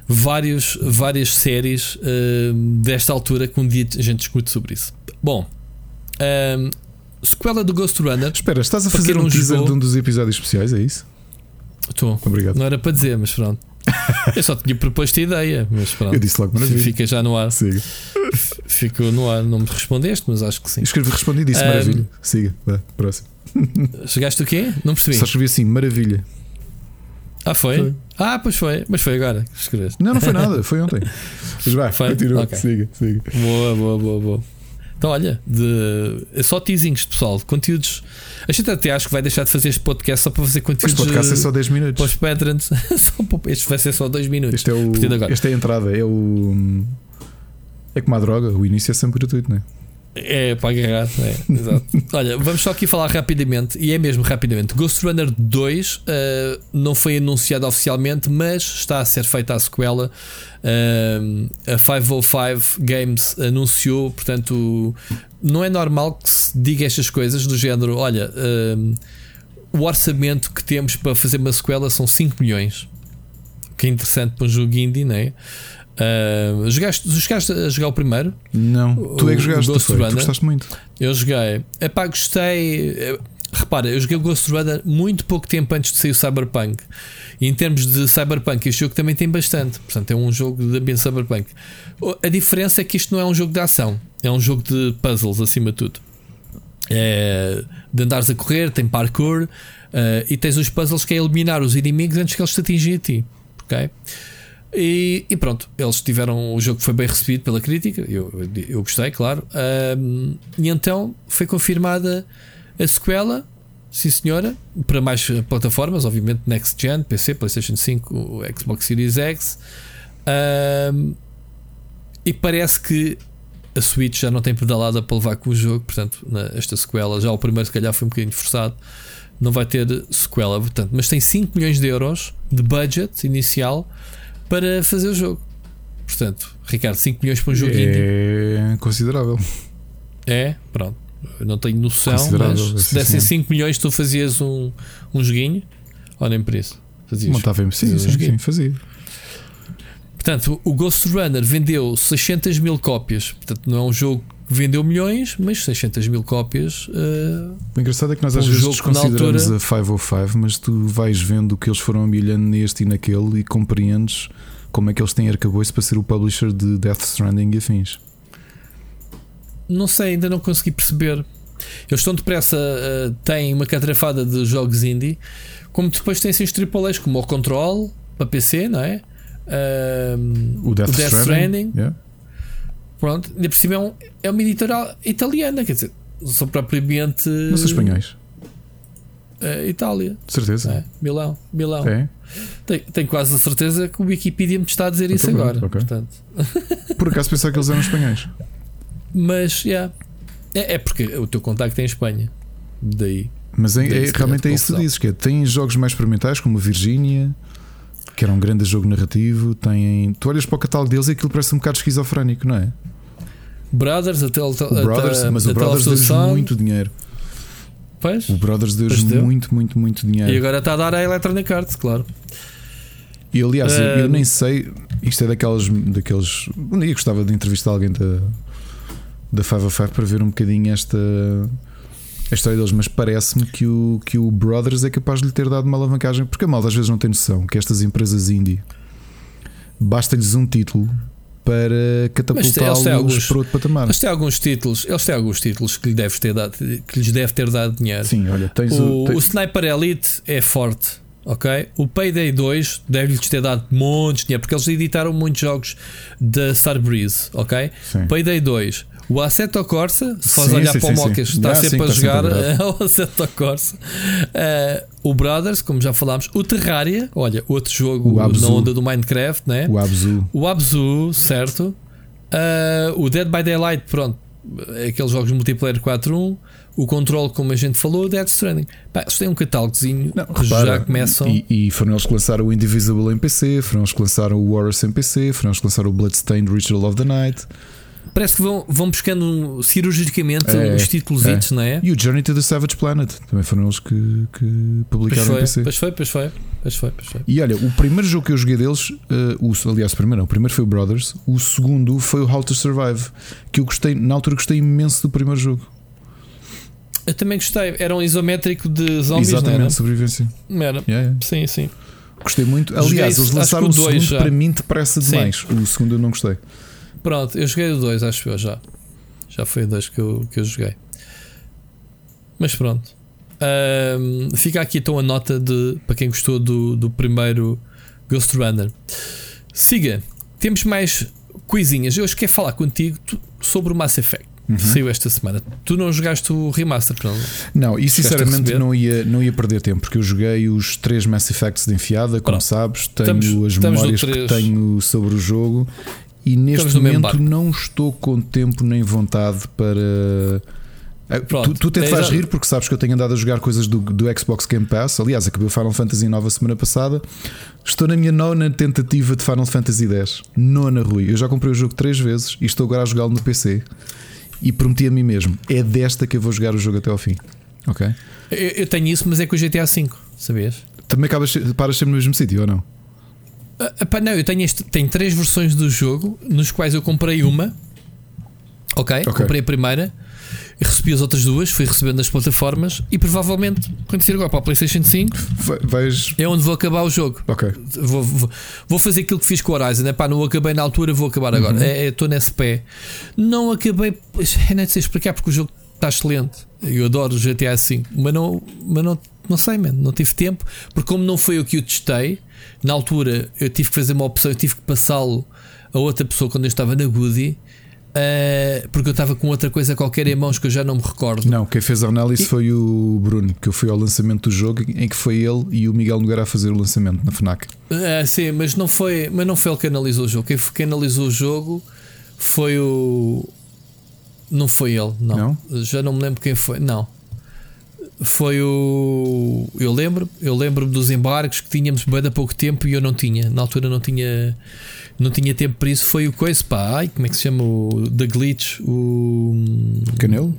vários, várias séries uh, desta altura que um dia a gente discute sobre isso. Bom, uh, sequela do Ghost Runner. Espera, estás a fazer um teaser jogou... de um dos episódios especiais, é isso? Estou. Obrigado. Não era para dizer, mas pronto. Eu só tinha proposto a ideia, mas pronto. Eu disse logo maravilha. Fica já no ar. Siga. Ficou no ar. Não me respondeste, mas acho que sim. Escrevi, respondi e disse um, maravilha. Siga, vai, próximo. Chegaste o quê? Não percebi. Só escrevi assim, maravilha. Ah, foi? foi? Ah, pois foi. Mas foi agora que escreveste. Não, não foi nada, foi ontem. Mas vai, foi? continua. Okay. Siga, siga. Boa, boa, boa, boa. Então, olha, de... é só teasings, pessoal. Conteúdos. A gente até acho que vai deixar de fazer este podcast só para fazer conteúdos. Este podcast é só dez minutos. Para os patrons. Este vai ser só dois minutos. Este é o. Esta é a entrada. É o. É como a droga. O início é sempre gratuito, não é? É para agarrar, é, exato. Olha, vamos só aqui falar rapidamente, e é mesmo rapidamente. Ghost Runner dois uh, não foi anunciado oficialmente, mas está a ser feita a sequela. Uh, a quinhentos e cinco Games anunciou, portanto, não é normal que se diga estas coisas do género. Olha, uh, o orçamento que temos para fazer uma sequela são cinco milhões, que é interessante para um jogo indie, não é? Uh, jogaste, jogaste a jogar o primeiro? Não, tu é que jogaste, Ghost tu, tu gostaste muito. Eu joguei, epá, gostei. Repara, eu joguei o Ghost Runner muito pouco tempo antes de sair o Cyberpunk. E em termos de Cyberpunk, este jogo também tem bastante. Portanto, é um jogo de ambiente Cyberpunk. A diferença é que isto não é um jogo de ação, é um jogo de puzzles, acima de tudo. É de andares a correr, tem parkour, uh, e tens os puzzles que é eliminar os inimigos antes que eles te atingem a ti. Ok? E, e pronto, eles tiveram. O jogo foi bem recebido pela crítica. Eu, eu gostei, claro. Um, e então foi confirmada a sequela, sim senhora, para mais plataformas, obviamente Next Gen, P C, PlayStation cinco, Xbox Series X. Um, e parece que a Switch já não tem pedalada para levar com o jogo. Portanto, na, esta sequela, já o primeiro se calhar foi um bocadinho forçado, não vai ter sequela, portanto, mas tem cinco milhões de euros de budget inicial para fazer o jogo. Portanto, Ricardo, cinco milhões para um jogo é indie é considerável. É, pronto. Eu não tenho noção, mas se dessem cinco milhões, tu fazias um, um joguinho ou nem por isso? Fazias, Montava em sim, sim, sim, fazia. Portanto, o Ghost Runner vendeu seiscentas mil cópias. Portanto, não é um jogo que vendeu milhões, mas seiscentas mil cópias. Uh, o engraçado é que nós às um vezes desconsideramos altura... a quinhentos e cinco, mas tu vais vendo o que eles foram amilhando neste e naquele e compreendes como é que eles têm arcabouço para ser o publisher de Death Stranding e afins. Não sei, ainda não consegui perceber. Eles estão depressa, uh, têm uma catrafada de jogos indie, como depois têm esses triple A's como o Control para P C, não é? Uh, o Death, o Death Stranding, Stranding. Yeah. Pronto, ainda por cima é, um, é uma editora italiana, quer dizer, são propriamente. Não são espanhóis. Uh, Itália, de certeza. É, Milão, Milão. É. Tenho, tenho quase a certeza que o Wikipedia me está a dizer isso agora. Okay. Portanto. Por acaso pensava que eles eram espanhóis. Mas yeah, é, é porque o teu contacto é em Espanha. Daí. Mas é, é, realmente é isso que tu dizes, que é, tem jogos mais experimentais como a Virgínia, que era um grande jogo narrativo. Tem, tu olhas para o catálogo deles e aquilo parece um bocado esquizofrénico, não é? Brothers, até o Brothers, mas o Brothers deu muito dinheiro. Pois? O Brothers deu muito, muito, muito dinheiro. E agora está a dar a Electronic Arts, claro. E aliás, um... eu nem sei, isto é daquelas, daqueles. Um dia gostava de entrevistar alguém da, da quinhentos e cinco para ver um bocadinho esta a história deles, mas parece-me que o, que o Brothers é capaz de lhe ter dado uma alavancagem, porque a malta às vezes não tem noção que estas empresas indie basta-lhes um título para catapultá-los alguns, para outro patamar. Eles têm alguns títulos, eles têm alguns títulos que, lhe deve ter dado, que lhes deve ter dado dinheiro. Sim, olha, tens o, o, tens... o Sniper Elite é forte, ok? O Payday dois deve-lhes ter dado montes de dinheiro, porque eles editaram muitos jogos da Starbreeze, ok? Sim. Payday dois. O Assetto Corsa, se fores olhar sim, para o Mocas, está sempre sim, a jogar o Assetto Corsa. Uh, o Brothers, como já falámos. O Terraria, olha, outro jogo na onda do Minecraft, né? O Abzu. O Abzu, certo. Uh, o Dead by Daylight, pronto. Aqueles jogos multiplayer quatro um. O Control, como a gente falou. O Death Stranding. Pá, eles têm um catálogozinho. Não, repara, já começam. E, e foram eles que lançaram o Indivisible em P C. Foram eles que lançaram o Warriors em P C. Foram eles que lançaram o Bloodstained Ritual of the Night. Parece que vão, vão buscando cirurgicamente é, os títulos, é. não é? E o Journey to the Savage Planet também foram eles que, que publicaram no P C. Pois foi, pois foi, pois foi, pois foi. E olha, o primeiro jogo que eu joguei deles, uh, o, aliás, o primeiro não, o primeiro foi o Brothers, o segundo foi o How to Survive, que eu gostei, na altura gostei imenso do primeiro jogo. Eu também gostei, era um isométrico de zombies, exatamente, não era? Sobrevivência. Era. Yeah, yeah. Sim, sim. Gostei muito. Aliás, joguei, eles lançaram o, o segundo já. para mim depressa demais. Sim. O segundo eu não gostei. Pronto, eu joguei o dois, acho eu já. Já foi o dois que eu, que eu joguei. Mas pronto. Um, fica aqui então a nota de, para quem gostou do, do primeiro Ghost Runner. Siga, temos mais coisinhas. Eu hoje quero falar contigo sobre o Mass Effect. Uhum. Saiu esta semana. Tu não jogaste o remaster, não? Não, e sinceramente não ia, não ia perder tempo, porque eu joguei os três Mass Effects de enfiada, como Pronto. sabes. Tenho estamos, as memórias que tenho sobre o jogo. E neste momento não estou com tempo nem vontade para. Pronto, tu, tu até te vais rir porque sabes que eu tenho andado a jogar coisas do, do Xbox Game Pass. Aliás, acabei o Final Fantasy nove a semana passada. Estou na minha nona tentativa de Final Fantasy dez. Nona, Rui. Eu já comprei o jogo três vezes e estou agora a jogá-lo no P C. E prometi a mim mesmo: é desta que eu vou jogar o jogo até ao fim. Ok? Eu, eu tenho isso, mas é com o G T A cinco, sabias? Também acabas, paras sempre no mesmo sítio ou não? Uh, pá, não, eu tenho, este, tenho três versões do jogo, nos quais eu comprei uma. Ok, okay. Comprei a primeira, recebi as outras duas, fui recebendo nas plataformas e provavelmente, quando sair agora para a PlayStation cinco, Vais... é onde vou acabar o jogo. Ok. Vou, vou, vou fazer aquilo que fiz com o Horizon. É pá, não acabei na altura, vou acabar agora. Uhum. Estou é, nesse pé. Não acabei, é nem sei explicar porque o jogo está excelente. Eu adoro o G T A cinco, mas não, mas não, não sei, man, não tive tempo, porque como não foi o que eu testei, na altura eu tive que fazer uma opção, eu tive que passá-lo a outra pessoa quando eu estava na Goody. Uh, porque eu estava com outra coisa qualquer em mãos que eu já não me recordo. Não, quem fez a análise e... foi o Bruno, que eu fui ao lançamento do jogo, em que foi ele e o Miguel Nogueira a fazer o lançamento na FNAC. Uh, sim, mas não foi, mas não foi ele que analisou o jogo. Quem, quem analisou o jogo foi o. Não foi ele, não. não. Já não me lembro quem foi. Não. Foi o. Eu lembro, eu lembro-me dos embargos que tínhamos bem há pouco tempo e eu não tinha. Na altura não tinha. Não tinha tempo para isso. Foi o coisa, pá. Ai, como é que se chama? O The Glitch. O Canelo?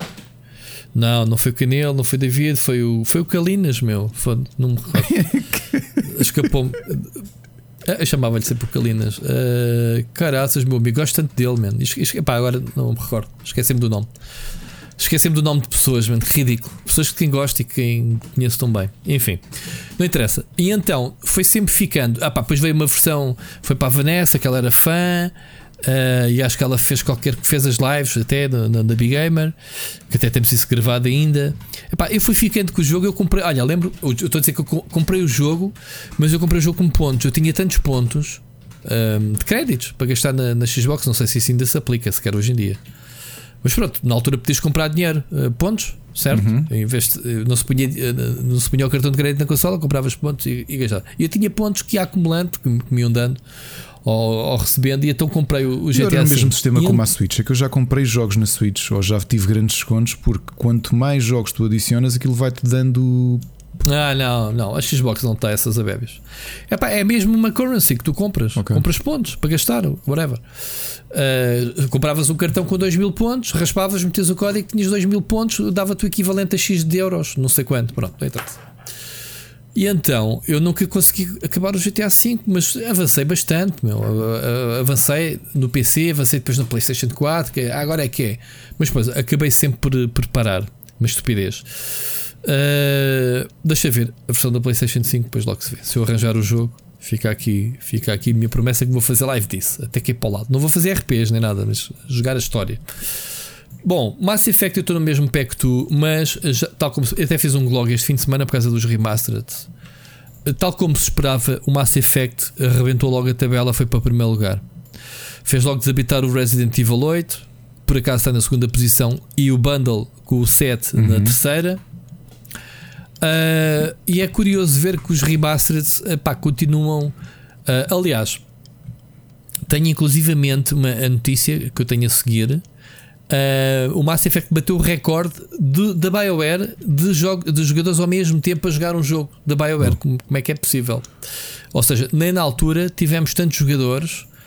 Não, não foi o Canelo, não foi o David. Foi o, foi o Calinas, meu. Foi, não me recordo. Escapou-me. Eu chamava-lhe sempre o Calinas. Uh, caraças, meu amigo. Gosto tanto dele, man. Pá, agora não me recordo. Esqueci-me do nome. Esqueci-me do nome de pessoas, mano, ridículo. Pessoas que quem gosta e quem conheço tão bem. Enfim, não interessa. E então foi sempre ficando. Ah, pá, depois veio uma versão. Foi para a Vanessa, que ela era fã. Uh, e acho que ela fez qualquer. Fez as lives até na, na, na Big Gamer. Que até temos isso gravado ainda. Epá, eu fui ficando com o jogo. Eu comprei. Olha, lembro. Eu estou a dizer que eu comprei o jogo, mas eu comprei o jogo com pontos. Eu tinha tantos pontos um, de créditos para gastar na, na Xbox. Não sei se isso ainda se aplica, sequer hoje em dia. Mas pronto, na altura podias comprar dinheiro, uh, pontos, certo? Uhum. Em vez de, uh, não, se punha, uh, não se punha o cartão de crédito na consola, compravas pontos e, e gastava. E eu tinha pontos que ia acumulando, que me, que me iam dando ou, ou recebendo, e então comprei o, o G T A. Não era o mesmo sistema como a Switch, é que eu já comprei jogos na Switch, ou já tive grandes descontos, porque quanto mais jogos tu adicionas, aquilo vai-te dando. Ah, não, não, a Xbox não tem essas abébias. Epá, é mesmo uma currency que tu compras, okay. Compras pontos para gastar, whatever. Uh, compravas um cartão com dois mil pontos, raspavas, metias o código, tinhas dois mil pontos, dava-te o equivalente a X de euros, não sei quanto. Pronto, não interessa. E então eu nunca consegui acabar o G T A cinco, mas avancei bastante, meu. Avancei no P C, avancei depois no PlayStation quatro, que agora é que é. Mas depois acabei sempre por, por parar, uma estupidez. Uh, deixa ver a versão da PlayStation cinco, depois logo se vê. Se eu arranjar o jogo, fica aqui, fica aqui a minha promessa que vou fazer live disso, até que é para o lado. Não vou fazer R Ps nem nada, mas jogar a história. Bom, Mass Effect eu estou no mesmo pé que tu, mas já, tal como eu até fiz um vlog este fim de semana por causa dos remastered. Tal como se esperava, o Mass Effect arrebentou logo a tabela, foi para o primeiro lugar. Fez logo desabitar o Resident Evil oito, por acaso está na segunda posição, e o bundle com o sete uhum. na terceira. Uh, e é curioso ver que os remastered epá, continuam. Uh, aliás, tenho inclusivamente uma a notícia que eu tenho a seguir. Uh, o Mass Effect bateu o recorde de, da BioWare de, jogo, de jogadores ao mesmo tempo a jogar um jogo da BioWare. Como, como é que é possível? Ou seja, nem na altura tivemos tantos jogadores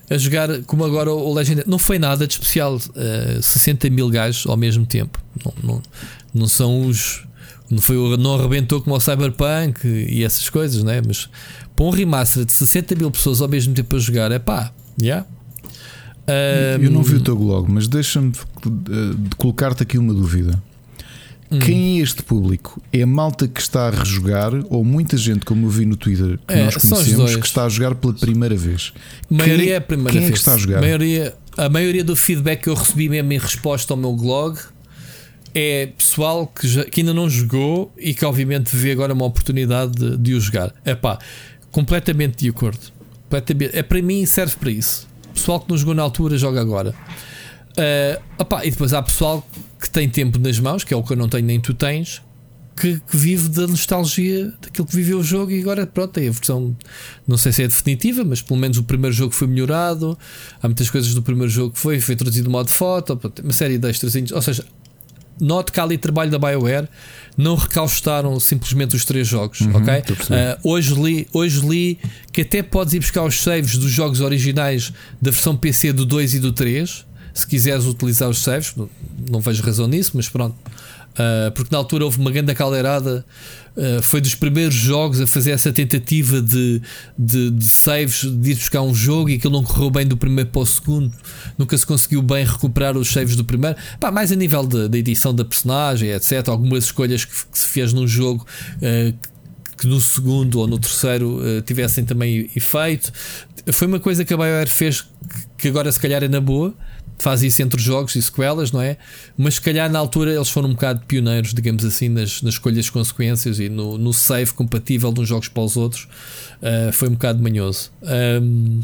a jogar como agora o Legendary. Não foi nada de especial. Uh, sessenta mil gajos ao mesmo tempo. Não, não, não são os. Não, foi, não arrebentou como o Cyberpunk e essas coisas, né? Mas para um remaster de sessenta mil pessoas ao mesmo tempo a jogar, é pá, já. Yeah. Um, Eu não vi o teu blog, mas deixa-me de colocar-te aqui uma dúvida. Hum. Quem é este público? É a malta que está a rejogar ou muita gente, como eu vi no Twitter, que é, nós conhecemos, que está a jogar pela primeira vez? A maioria quem, é a primeira quem vez. É que está a jogar? A maioria, a maioria do feedback que eu recebi mesmo em resposta ao meu blog é pessoal que, já, que ainda não jogou e que obviamente vê agora uma oportunidade de, de o jogar. É pá, completamente de acordo. Completamente, é para mim serve para isso. Pessoal que não jogou na altura joga agora. Uh, opá, e depois há pessoal que tem tempo nas mãos, que é o que eu não tenho nem tu tens, que, que vive da nostalgia daquilo que viveu o jogo e agora pronto, tem a versão, não sei se é definitiva, mas pelo menos o primeiro jogo foi melhorado. Há muitas coisas do primeiro jogo que foi, foi traduzido modo foto, uma série de extras. Ou seja, note que há ali trabalho da BioWare, não recaustaram simplesmente os três jogos, uhum, ok? Uh, hoje, li, hoje li que até podes ir buscar os saves dos jogos originais da versão P C do dois e do três, se quiseres utilizar os saves. Não, não vejo razão nisso, mas pronto. Uh, porque na altura houve uma grande caldeirada. Uh, foi dos primeiros jogos a fazer essa tentativa de, de, de saves, de ir buscar um jogo e aquilo não correu bem do primeiro para o segundo. Nunca se conseguiu bem recuperar os saves do primeiro. Pá, mais a nível da edição da personagem, etcétera. Algumas escolhas que, que se fez num jogo uh, que no segundo ou no terceiro uh, tivessem também efeito. Foi uma coisa que a BioWare fez que agora se calhar é na boa. Faz isso entre jogos e sequelas, não é? Mas se calhar na altura eles foram um bocado pioneiros, digamos assim, nas, nas escolhas de consequências e no, no save compatível de uns jogos para os outros. Uh, foi um bocado manhoso. Um,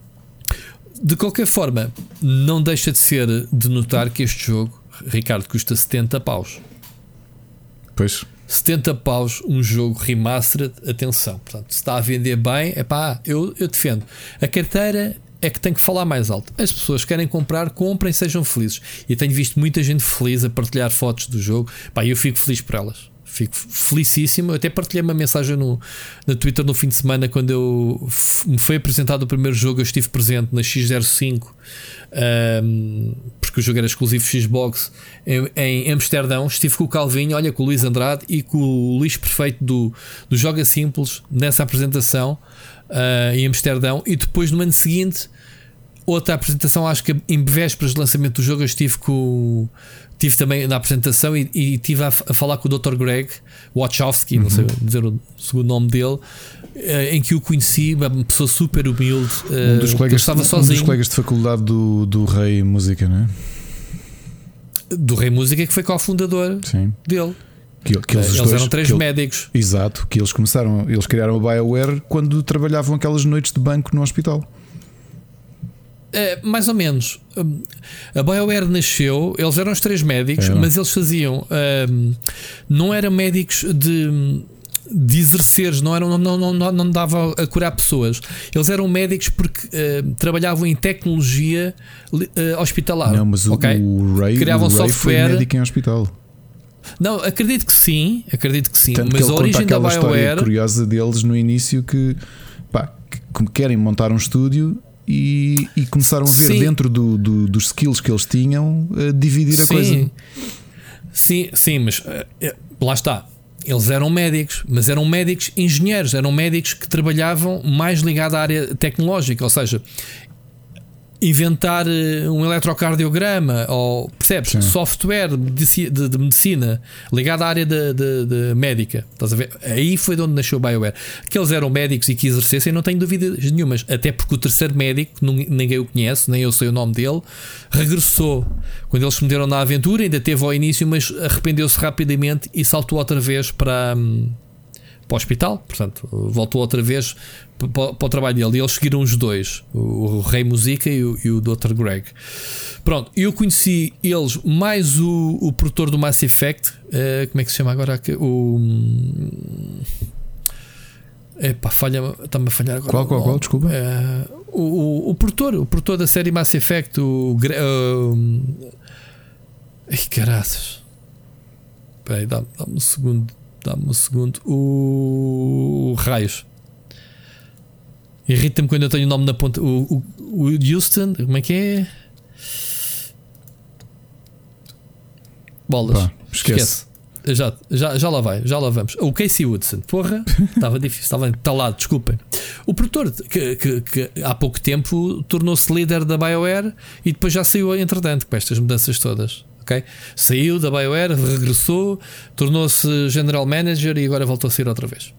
de qualquer forma, não deixa de ser de notar que este jogo, Ricardo, custa setenta paus. Pois. setenta paus, um jogo remastered. Atenção, portanto, se está a vender bem, é pá, eu, eu defendo. A carteira é que tem que falar mais alto. As pessoas querem comprar, comprem, sejam felizes. E tenho visto muita gente feliz a partilhar fotos do jogo. Pá, eu fico feliz por elas. Fico felicíssimo. Eu até partilhei uma mensagem no, no Twitter no fim de semana, quando eu me foi apresentado o primeiro jogo. Eu estive presente na X zero cinco, um, porque o jogo era exclusivo Xbox, em, em Amsterdão. Estive com o Calvinho, olha, com o Luís Andrade e com o Luís Perfeito do, do Joga Simples nessa apresentação. Uh, em Amsterdão, e depois no ano seguinte outra apresentação, acho que em vésperas de lançamento do jogo eu estive com estive também na apresentação e, e estive a, a falar com o doutor Greg Wachowski, uhum. não sei dizer o segundo nome dele, uh, em que o conheci, uma pessoa super humilde, uh, um dos colegas, estava um sozinho. dos colegas de faculdade do, do Rei Música, não é? Do Rei Música, que foi cofundador Sim. dele. Que, que eles, eles dois, eram três que médicos. Ele, exato, que eles começaram, eles criaram a BioWare quando trabalhavam aquelas noites de banco no hospital. É, mais ou menos. A BioWare nasceu, eles eram os três médicos, é. mas eles faziam. Um, não eram médicos de, de exerceres, não, eram, não, não, não, não dava a curar pessoas. Eles eram médicos porque uh, trabalhavam em tecnologia uh, hospitalar. Não, mas okay? o, o Ray, Criavam o Ray software. Foi médico em hospital. Não, acredito que sim, acredito que sim. Tanto mas que a origem da BioWare. História curiosa deles no início que, pá, que querem montar um estúdio e, e começaram a ver sim. dentro do, do, dos skills que eles tinham a dividir a sim. coisa. Sim, sim, mas uh, lá está. Eles eram médicos, mas eram médicos engenheiros, eram médicos que trabalhavam mais ligados à área tecnológica, ou seja, inventar um eletrocardiograma ou, percebes, Sim. software de, de, de medicina ligado à área de, de, de médica. Estás a ver? Aí foi de onde nasceu a BioWare. Que eles eram médicos e que exercessem, não tenho dúvidas nenhumas. Até porque o terceiro médico, ninguém o conhece, nem eu sei o nome dele, regressou. Quando eles se meteram na aventura, ainda teve ao início, mas arrependeu-se rapidamente e saltou outra vez para, para o hospital. Portanto, voltou outra vez para, para o trabalho dele. E eles seguiram os dois, o, o Rei Música e o, e o doutor Greg. Pronto, eu conheci eles mais o, o produtor do Mass Effect. Uh, como é que se chama agora? O. Epá, falha, está-me a falhar agora. Qual, qual, qual? Desculpa. Uh, o, o, o produtor, o produtor da série Mass Effect, o. Uh, ai, caraças. Espera aí, dá-me, dá-me um segundo. Dá-me um segundo. O. o Raios. Irrita-me quando eu tenho o nome na ponta. O, o, o Houston, como é que é? Bolas, Pá, esquece. esquece. Já, já, já lá vai, já lá vamos. O Casey Woodson, porra, estava difícil, estava entalado, desculpem. O produtor que, que, que há pouco tempo tornou-se líder da BioWare e depois já saiu entretanto com estas mudanças todas. Okay? Saiu da BioWare, regressou, tornou-se General Manager e agora voltou a sair outra vez.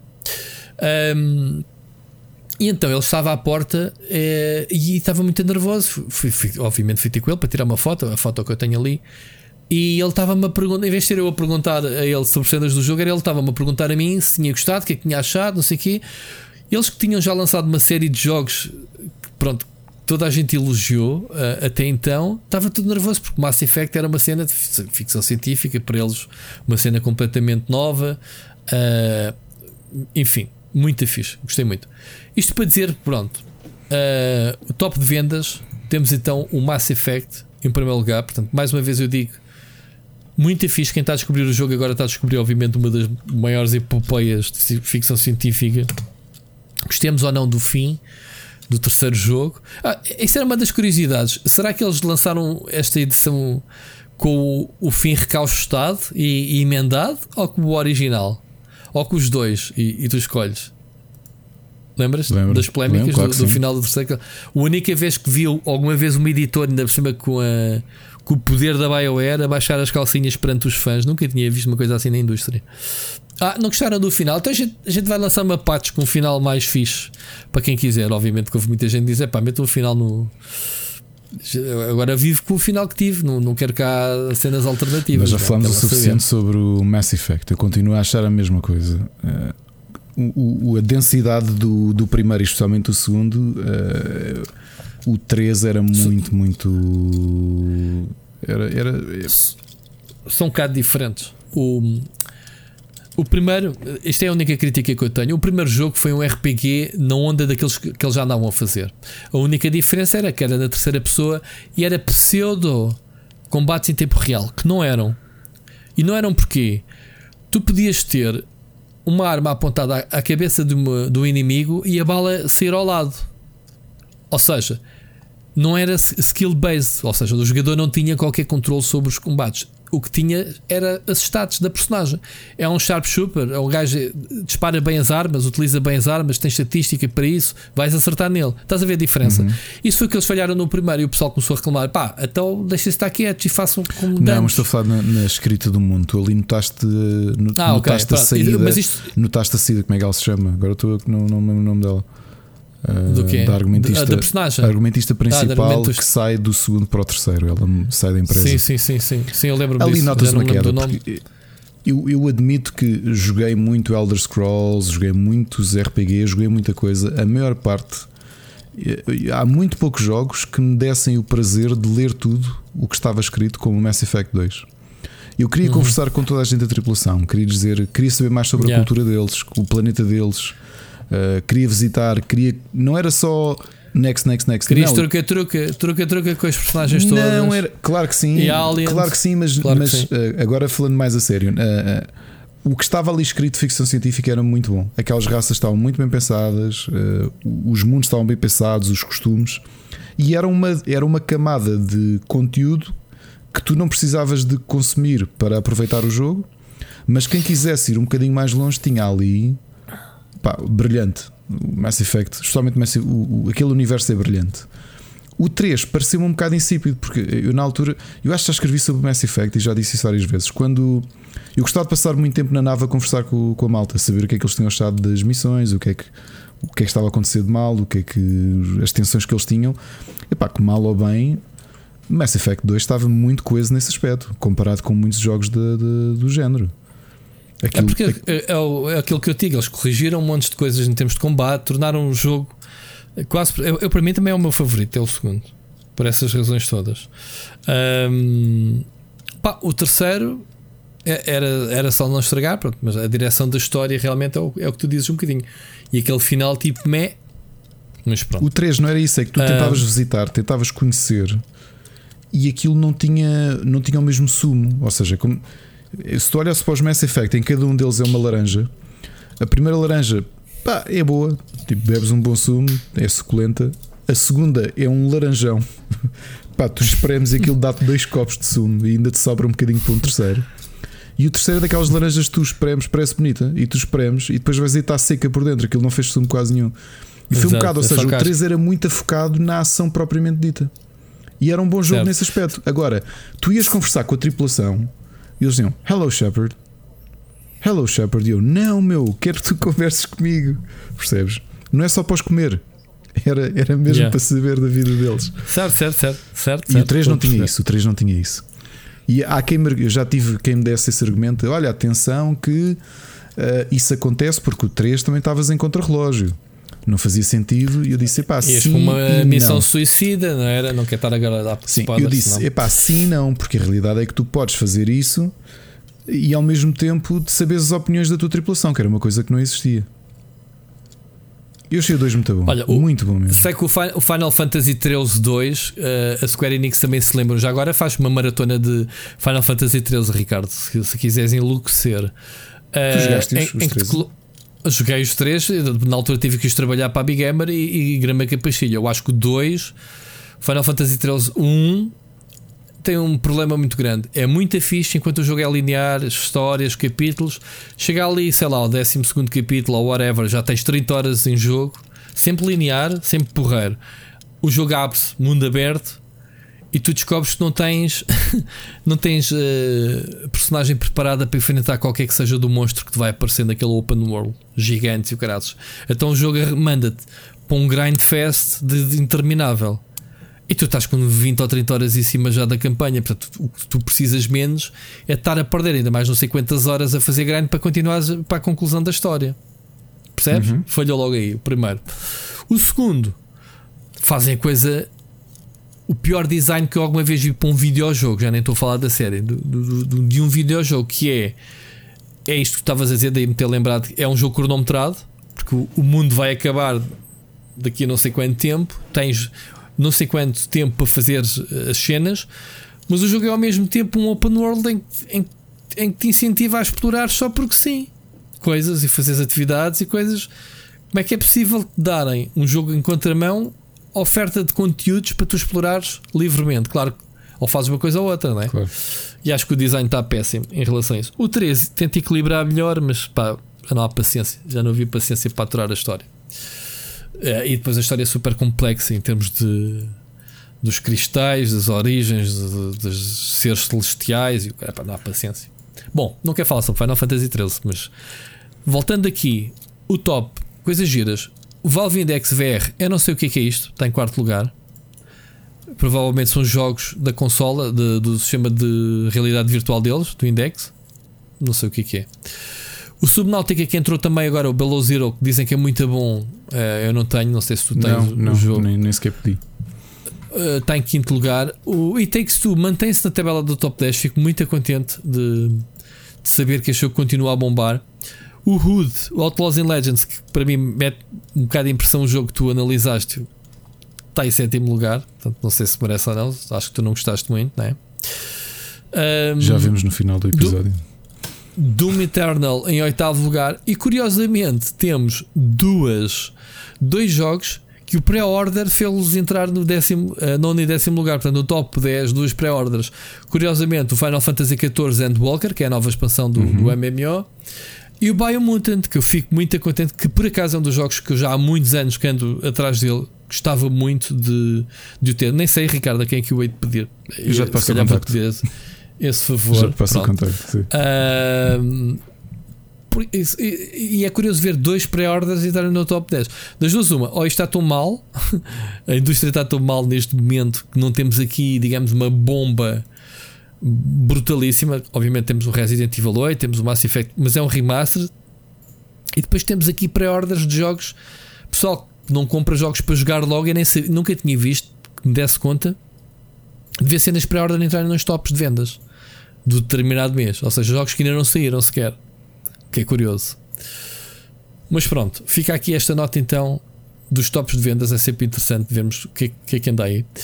Um, e então ele estava à porta eh, e estava muito nervoso. Fui, fui, obviamente fui ter com ele para tirar uma foto, a foto que eu tenho ali. E ele estava-me a perguntar, em vez de ser eu a perguntar a ele sobre cenas do jogo, era ele estava-me a perguntar a mim se tinha gostado, o que é que tinha achado, não sei o quê. Eles que tinham já lançado uma série de jogos que, pronto, toda a gente elogiou uh, até então, estava tudo nervoso porque Mass Effect era uma cena de ficção científica, para eles uma cena completamente nova. Uh, enfim, muito fixe, gostei muito. Isto para dizer, pronto, uh, o top de vendas, temos então o Mass Effect em primeiro lugar. Portanto, mais uma vez eu digo, muito fixe. Quem está a descobrir o jogo agora está a descobrir, obviamente, uma das maiores epopeias de ficção científica. Gostemos ou não do fim do terceiro jogo. Ah, isso era uma das curiosidades. Será que eles lançaram esta edição com o, o fim recaustado e, e emendado, ou com o original? Ou com os dois e, e tu escolhes? Lembras Lembro, das polémicas lembro, claro do, do final do terceiro? A única vez que viu alguma vez uma editora, ainda por cima com, a, com o poder da BioWare, a baixar as calcinhas perante os fãs, nunca tinha visto uma coisa assim na indústria. Ah, não gostaram do final? Então a gente, a gente vai lançar uma patch com um final mais fixe para quem quiser. Obviamente que houve muita gente que diz: pá, meta um final no. Agora vivo com o final que tive, não, não quero cá cenas alternativas. Mas já falamos o suficiente sobre o Mass Effect. Eu continuo a achar a mesma coisa. Uh, o, o, a densidade do, do primeiro e especialmente do segundo, uh, o três era muito, muito. Era, era... São um bocado diferentes. O, o primeiro, isto é a única crítica que eu tenho. O primeiro jogo foi um R P G na onda daqueles que, que eles já andavam a fazer. A única diferença era que era na terceira pessoa e era pseudo combates em tempo real, que não eram. E não eram porque tu podias ter uma arma apontada à, à cabeça de uma, do inimigo e a bala sair ao lado. Ou seja, não era skill based, ou seja, o jogador não tinha qualquer controle sobre os combates. O que tinha era as stats da personagem. É um sharpshooter, é um gajo que dispara bem as armas, utiliza bem as armas, tem estatística para isso, vais acertar nele. Estás a ver a diferença? Uhum. Isso foi o que eles falharam no primeiro e o pessoal começou a reclamar: pá, então deixem-se estar quietos e façam como danos. Não, mas estou a falar na, na escrita do mundo. Tu ali notaste, no, ah, notaste okay, a saída, mas isto... notaste a saída, como é que ela se chama? Agora estou não, não me lembro o nome dela. Uh, do quê? Da argumentista, da personagem. A argumentista principal ah, que sai do segundo para o terceiro. Ela sai da empresa. Sim, sim, sim, sim. sim eu lembro-me ali disso. notas uma queda. Eu, eu admito que joguei muito Elder Scrolls, joguei muitos R P Gs, joguei muita coisa. A maior parte, há muito poucos jogos que me dessem o prazer de ler tudo o que estava escrito, como o Mass Effect dois. Eu queria uhum. conversar com toda a gente da tripulação, queria dizer, queria saber mais sobre yeah. a cultura deles, o planeta deles. Uh, queria visitar, queria. Não era só next, next, next. Querias truca-truca, truca-truca com as personagens todas. Não, era. Claro que sim. E Aliens. Claro que sim, mas, claro mas sim. Uh, agora falando mais a sério, uh, uh, o que estava ali escrito de ficção científica era muito bom. Aquelas raças estavam muito bem pensadas, uh, os mundos estavam bem pensados, os costumes, e era uma, era uma camada de conteúdo que tu não precisavas de consumir para aproveitar o jogo, mas quem quisesse ir um bocadinho mais longe tinha ali. Pá, brilhante. O Mass Effect, especialmente Mass, o, o, aquele universo é brilhante. O três pareceu-me um bocado insípido, porque eu na altura, eu acho que já escrevi sobre o Mass Effect e já disse isso várias vezes. Quando eu gostava de passar muito tempo na nave a conversar com, com a malta, saber o que é que eles tinham achado das missões, o que é que, o que é que estava a acontecer de mal, o que é que as tensões que eles tinham. E pá, que mal ou bem, Mass Effect dois estava muito coeso nesse aspecto, comparado com muitos jogos de, de, do género. Aquilo, é porque é, é, é aquilo que eu digo, eles corrigiram um monte de coisas em termos de combate, tornaram o jogo quase. Eu, eu, para mim também é o meu favorito, é o segundo, por essas razões todas. Um, pá, o terceiro era, era só não estragar, pronto, mas a direção da história realmente é o, é o que tu dizes um bocadinho. E aquele final tipo meh, mas pronto. O três não era isso, é que tu tentavas um, visitar, tentavas conhecer e aquilo não tinha, não tinha o mesmo sumo, ou seja, como. Se tu olhas para os Mass Effect, em cada um deles é uma laranja. A primeira laranja, pá, é boa, tipo, bebes um bom sumo, é suculenta. A segunda é um laranjão. Pá, tu espremes e aquilo dá-te dois copos de sumo e ainda te sobra um bocadinho para um terceiro. E o terceiro é daquelas laranjas que tu espremes, parece bonita, e tu espremes e depois vais aí estar seca por dentro. Aquilo não fez sumo quase nenhum. E foi um bocado, ou seja, o três era muito afocado na ação propriamente dita. E era um bom jogo certo. Nesse aspecto. Agora, tu ias conversar com a tripulação e eles diziam: Hello Shepard, Hello Shepard. E eu: Não, meu, quero que tu converses comigo. Percebes? Não é só para os comer. Era, era mesmo yeah. para saber da vida deles. Certo, certo, certo, certo. E certo, o três não tinha isso. O três não tinha isso. E há quem me, eu já tive quem me desse esse argumento: olha, atenção, que uh, isso acontece porque o três também estavas em contrarrelógio. Não fazia sentido. E eu disse: epá, e sim. uma missão não. suicida, não era? Não quer estar agora a dar sim, eu disse: senão... epá, sim, não, porque a realidade é que tu podes fazer isso e ao mesmo tempo de saberes as opiniões da tua tripulação, que era uma coisa que não existia. Eu achei o dois muito bom. Olha, o, muito bom mesmo. Sei que o Final Fantasy treze dois, uh, a Square Enix também se lembram. Já agora faz uma maratona de Final Fantasy treze, Ricardo, se, se quiseres enlouquecer. Uh, tu jogaste os, em, os três? Colo... Joguei os três. Na altura tive que ir trabalhar para a Big Gamer e, e grama capacilha. Eu acho que o dois, Final Fantasy treze um, tem um problema muito grande. É muito fixe enquanto o jogo é linear, histórias, capítulos. Chega ali, sei lá, o décimo segundo capítulo ou whatever, já tens trinta horas em jogo, sempre linear, sempre porreiro. O jogo abre-se, mundo aberto, e tu descobres que não tens não tens uh, personagem preparada para enfrentar qualquer que seja do monstro que te vai aparecer naquele open world gigante e o caralho. Então o jogo manda-te para um grind fest de, de interminável. E tu estás com vinte ou trinta horas em cima já da campanha. Portanto, o que tu precisas menos é estar a perder ainda mais não sei quantas horas a fazer grind para continuar para a conclusão da história. Percebes? Uhum. Falhou logo aí o primeiro. O segundo, fazem a coisa, o pior design que eu alguma vez vi para um videojogo. Já nem estou a falar da série, do, do, do, de um videojogo, que é É isto que estavas a dizer, daí me ter lembrado. É um jogo cronometrado, porque o, o mundo vai acabar daqui a não sei quanto tempo. Tens não sei quanto tempo para fazer as cenas, mas o jogo é ao mesmo tempo um open world em, em, em que te incentiva a explorar só porque sim, coisas e fazeres atividades e coisas. Como é que é possível te darem um jogo em contramão, oferta de conteúdos para tu explorares livremente? Claro, ou fazes uma coisa ou outra, não é? Claro. E acho que o design está péssimo em relação a isso. O treze tenta equilibrar melhor, mas pá, já não há paciência, já não havia paciência para aturar a história. É, e depois a história é super complexa em termos de dos cristais, das origens de, dos seres celestiais e o cara, pá, não há paciência. Bom, não quero falar sobre Final Fantasy treze, mas voltando aqui, o top, coisas giras. O Valve Index V R, eu não sei o que é, que é isto, está em quarto lugar. Provavelmente são jogos da consola, de, do sistema de realidade virtual deles, do Index. Não sei o que é, que é. O Subnautica, que entrou também agora, o Below Zero, que dizem que é muito bom. Eu não tenho, não sei se tu tens não, o não, jogo. Nem, nem sequer pedi. Uh, está em quinto lugar. O It Takes Two mantém-se na tabela do top dez. Fico muito contente de, de saber que este jogo continua a bombar. O Hood, o Outlaws and Legends, que para mim mete um bocado de impressão o jogo que tu analisaste, está em sétimo lugar. Portanto, não sei se merece ou não. Acho que tu não gostaste muito, não é? Um, Já vemos no final do episódio. Do, Doom Eternal em oitavo lugar. E curiosamente temos duas, dois jogos que o pré-order fez-los entrar no décimo, uh, nono e décimo lugar. Portanto, no top dez, duas pré-orders. Curiosamente, o Final Fantasy catorze Endwalker, que é a nova expansão do, uhum. do M M O. E o Biomutant, que eu fico muito contente, que por acaso é um dos jogos que eu já há muitos anos que ando atrás dele. Gostava muito de, de o ter. Nem sei, Ricardo, a quem é que eu hei de pedir. Eu já te passo o contacto. Esse, esse favor. Já te passo o contacto. Uh, por, isso, e, e é curioso ver dois pré-orders entrarem no top dez. Das duas, uma, ou isto está tão mal, a indústria está tão mal neste momento que não temos aqui, digamos, uma bomba brutalíssima. Obviamente temos o Resident Evil oito, temos o Mass Effect, mas é um remaster. E depois temos aqui pré-orders de jogos. Pessoal, não compra jogos para jogar logo. Eu nem sei, nunca tinha visto que me desse conta. Devia ser nas pré-orders entrarem nos tops de vendas do determinado mês. Ou seja, jogos que ainda não saíram sequer. Que é curioso. Mas pronto, fica aqui esta nota então dos tops de vendas. É sempre interessante vermos o que, que é que anda aí.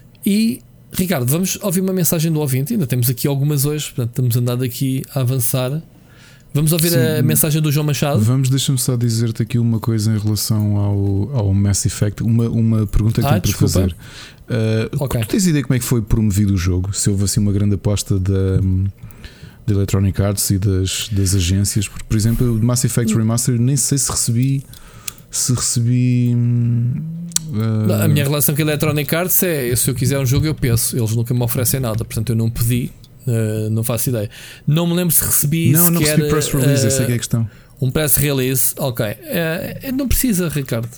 E Ricardo, vamos ouvir uma mensagem do ouvinte. Ainda temos aqui algumas hoje, portanto estamos andando aqui a avançar. Vamos ouvir Sim. a mensagem do João Machado. Vamos, deixa-me só dizer-te aqui uma coisa em relação ao, ao Mass Effect. Uma, uma pergunta que Ah, tenho para desculpa. fazer. Uh, Ok. Tu tens ideia como é que foi promovido o jogo? Se houve assim uma grande aposta da, da Electronic Arts e das, das agências? Porque, por exemplo, o Mass Effect Remastered nem sei se recebi. Se recebi. Uh... A minha relação com a Electronic Arts é: se eu quiser um jogo, eu peço. Eles nunca me oferecem nada, portanto eu não pedi. Uh, não faço ideia. Não me lembro se recebi. Não, não recebi press release, uh, essa é que é a questão. Um press release, ok. Uh, não precisa, Ricardo.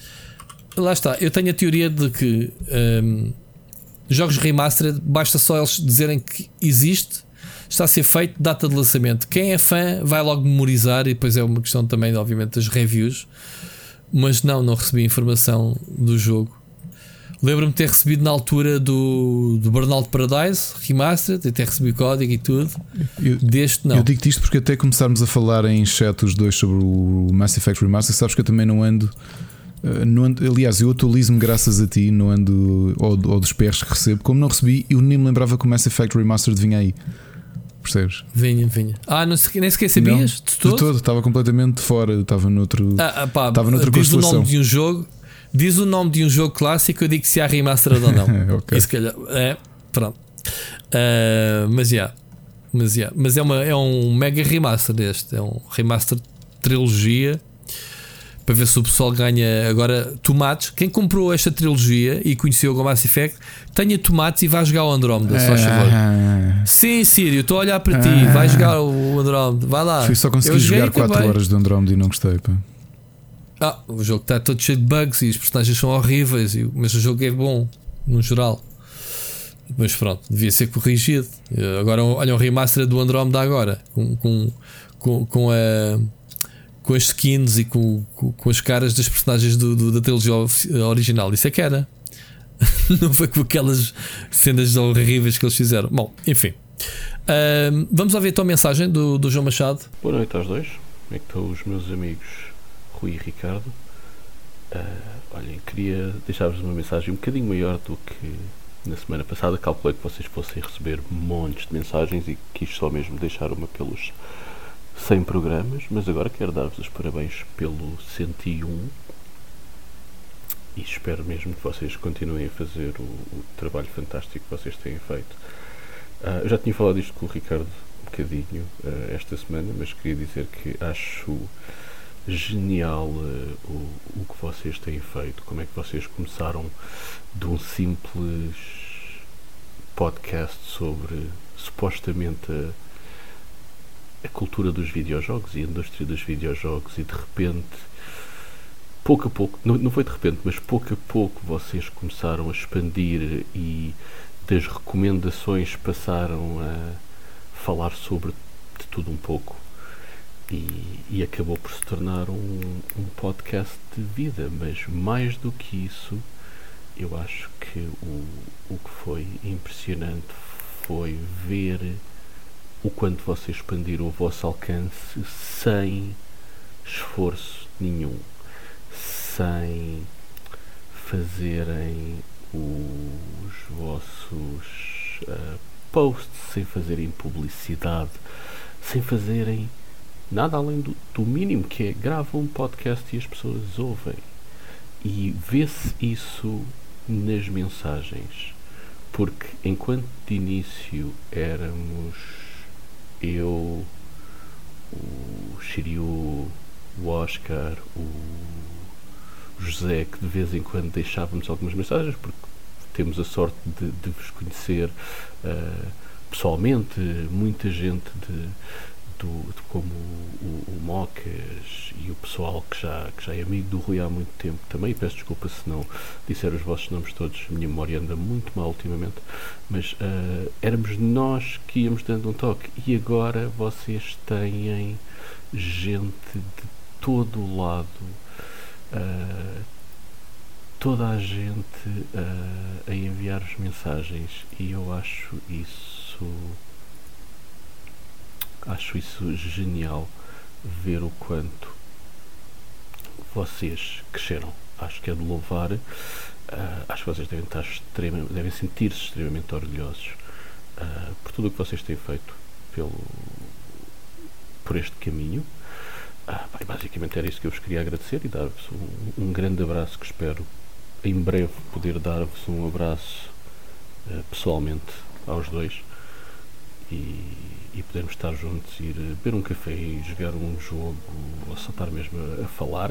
Lá está. Eu tenho a teoria de que um, jogos remastered, basta só eles dizerem que existe, está a ser feito, data de lançamento. Quem é fã vai logo memorizar, e depois é uma questão também, obviamente, das reviews. Mas não, não recebi informação do jogo. Lembro-me de ter recebido na altura do, do Burnout Paradise Remastered, de ter recebido código e tudo. Eu, Deste não. Eu digo-te isto porque até começarmos a falar em chat os dois sobre o Mass Effect Remastered, sabes que eu também não ando. Não ando aliás, eu atualizo-me graças a ti, não ando ou, ou dos P Rs que recebo. Como não recebi, eu nem me lembrava que o Mass Effect Remastered vinha aí. Percebes? Vinha, vinha. Ah, não, nem sequer sabias? Não, de todo? de todo, estava completamente fora. Estava noutro. Ah, ah, pá, estava noutra diz o constelação. nome de um jogo. Diz o nome de um jogo clássico, eu digo se há remastered ou não. Okay. E se calhar, é, pronto. Uh, mas já, yeah, mas, yeah. mas é, uma, é um mega remaster deste. É um remaster trilogia. Para ver se o pessoal ganha agora tomates. Quem comprou esta trilogia e conheceu o Mass Effect, tenha tomates e vai jogar o Andrómeda, só favor. Ah, Sim, Sírio, estou a olhar para ti. Ah. Vai jogar o Andrómeda, vai lá. fui só conseguir jogar quatro horas de Andrómeda e não gostei. Pá. Ah, o jogo está todo cheio de bugs e os personagens são horríveis, e, mas o jogo é bom, no geral. Mas pronto, devia ser corrigido. Agora, olha o remaster do Andrómeda agora, com, com, com, com, a, com as skins e com, com, com as caras das personagens do, do, da trilogia original. Isso é que era. Não foi com aquelas cenas horríveis que eles fizeram. Bom, enfim. Uh, vamos ouvir então a mensagem do, do João Machado. Boa noite aos dois. Como é que estão os meus amigos Rui e Ricardo? Uh, olhem, queria deixar-vos uma mensagem um bocadinho maior do que na semana passada. Calculei que vocês fossem receber montes de mensagens e quis só mesmo deixar uma pelos cem programas, mas agora quero dar-vos os parabéns pelo cento e um e espero mesmo que vocês continuem a fazer o, o trabalho fantástico que vocês têm feito. Uh, eu já tinha falado isto com o Ricardo um bocadinho uh, esta semana, mas queria dizer que acho genial uh, o, o que vocês têm feito, como é que vocês começaram de um simples podcast sobre supostamente a, a cultura dos videojogos e a indústria dos videojogos, e de repente, pouco a pouco, não, não foi de repente, mas pouco a pouco vocês começaram a expandir e das recomendações passaram a falar sobre de tudo um pouco. E, e acabou por se tornar um, um podcast de vida, mas mais do que isso, eu acho que o, o que foi impressionante foi ver o quanto vocês expandiram o vosso alcance sem esforço nenhum, sem fazerem os vossos uh, posts, sem fazerem publicidade, sem fazerem nada além do, do mínimo, que é gravam um podcast e as pessoas ouvem. E vê-se isso nas mensagens. Porque enquanto de início éramos eu, o Shiryu, o Oscar, o José, que de vez em quando deixávamos algumas mensagens, porque temos a sorte de, de vos conhecer uh, pessoalmente, muita gente de Do, de como o, o Mocas e o pessoal que já, que já é amigo do Rui há muito tempo também. Peço desculpa se não disser os vossos nomes todos, a minha memória anda muito mal ultimamente, mas uh, éramos nós que íamos dando um toque, e agora vocês têm gente de todo o lado, uh, toda a gente uh, a enviar-vos mensagens, e eu acho isso Acho isso genial, ver o quanto vocês cresceram. Acho que é de louvar. Uh, acho que vocês devem, estar extremamente, devem sentir-se extremamente orgulhosos uh, por tudo o que vocês têm feito pelo, por este caminho. Ah, bem, basicamente era isso que eu vos queria agradecer e dar-vos um, um grande abraço, que espero em breve poder dar-vos um abraço uh, pessoalmente aos dois e, e podermos estar juntos, ir beber um café e jogar um jogo ou só estar mesmo a, a falar.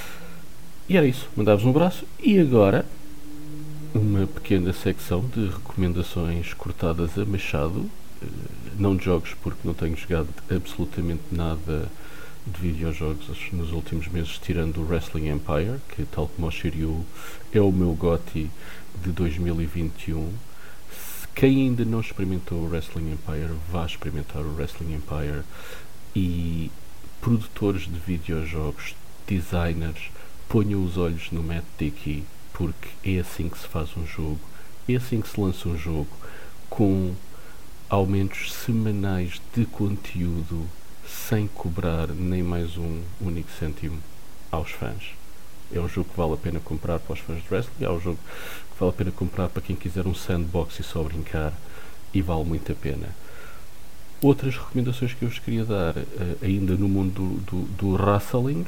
E era isso, mandar-vos um abraço. E agora uma pequena secção de recomendações cortadas a machado, uh, não de jogos, porque não tenho jogado absolutamente nada de videojogos nos últimos meses, tirando o Wrestling Empire, que, tal como o Shiryu, é o meu GOTY de dois mil e vinte e um. Se quem ainda não experimentou o Wrestling Empire, vá experimentar o Wrestling Empire. E produtores de videojogos, designers, ponham os olhos no Matt Dickey, porque é assim que se faz um jogo, é assim que se lança um jogo, com aumentos semanais de conteúdo, sem cobrar nem mais um único cêntimo aos fãs. É um jogo que vale a pena comprar para os fãs de wrestling, é um jogo que vale a pena comprar para quem quiser um sandbox e só brincar, e vale muito a pena. Outras recomendações que eu vos queria dar, uh, ainda no mundo do, do, do wrestling,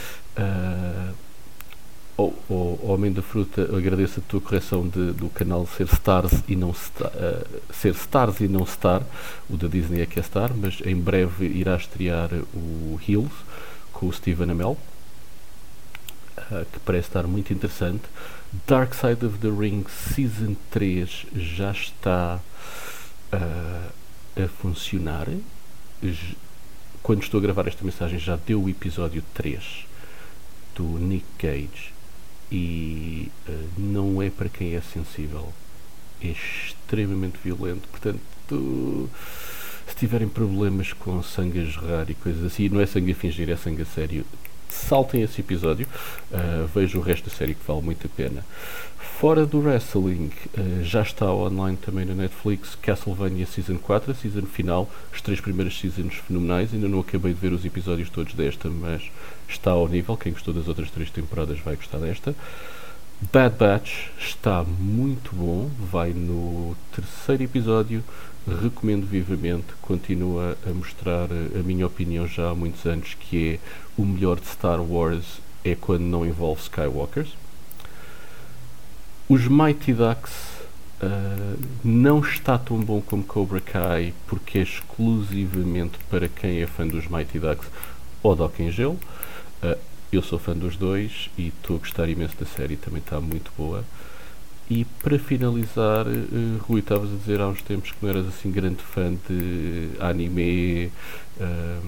uh, o, o, o Homem da Fruta, agradeço a tua correção de, do canal ser Stars e não Star, uh, ser Stars e não Star. O da Disney é que é Star, mas em breve irá estrear o Heels com o Stephen Amell, uh, que parece estar muito interessante. Dark Side of the Ring Season três já está uh, a funcionar. Quando estou a gravar esta mensagem já deu o episódio três do Nick Cage. E uh, não é para quem é sensível, é extremamente violento, portanto, tu, se tiverem problemas com sangue a jorrar e coisas assim, não é sangue a fingir, é sangue a sério, saltem esse episódio, uh, vejam o resto da série, que vale muito a pena. Fora do wrestling, uh, já está online também na Netflix Castlevania Season quatro, a season final, as três primeiras seasons fenomenais. Ainda não acabei de ver os episódios todos desta, mas está ao nível. Quem gostou das outras três temporadas vai gostar desta. Bad Batch está muito bom, vai no terceiro episódio, recomendo vivamente, continua a mostrar a minha opinião já há muitos anos, que é o melhor de Star Wars é quando não envolve Skywalkers. Os Mighty Ducks uh, não está tão bom como Cobra Kai, porque é exclusivamente para quem é fã dos Mighty Ducks ou Doc em Gelo. Uh, eu sou fã dos dois e estou a gostar imenso da série, também está muito boa. E para finalizar, uh, Rui, estavas a dizer há uns tempos que não eras assim grande fã de anime uh,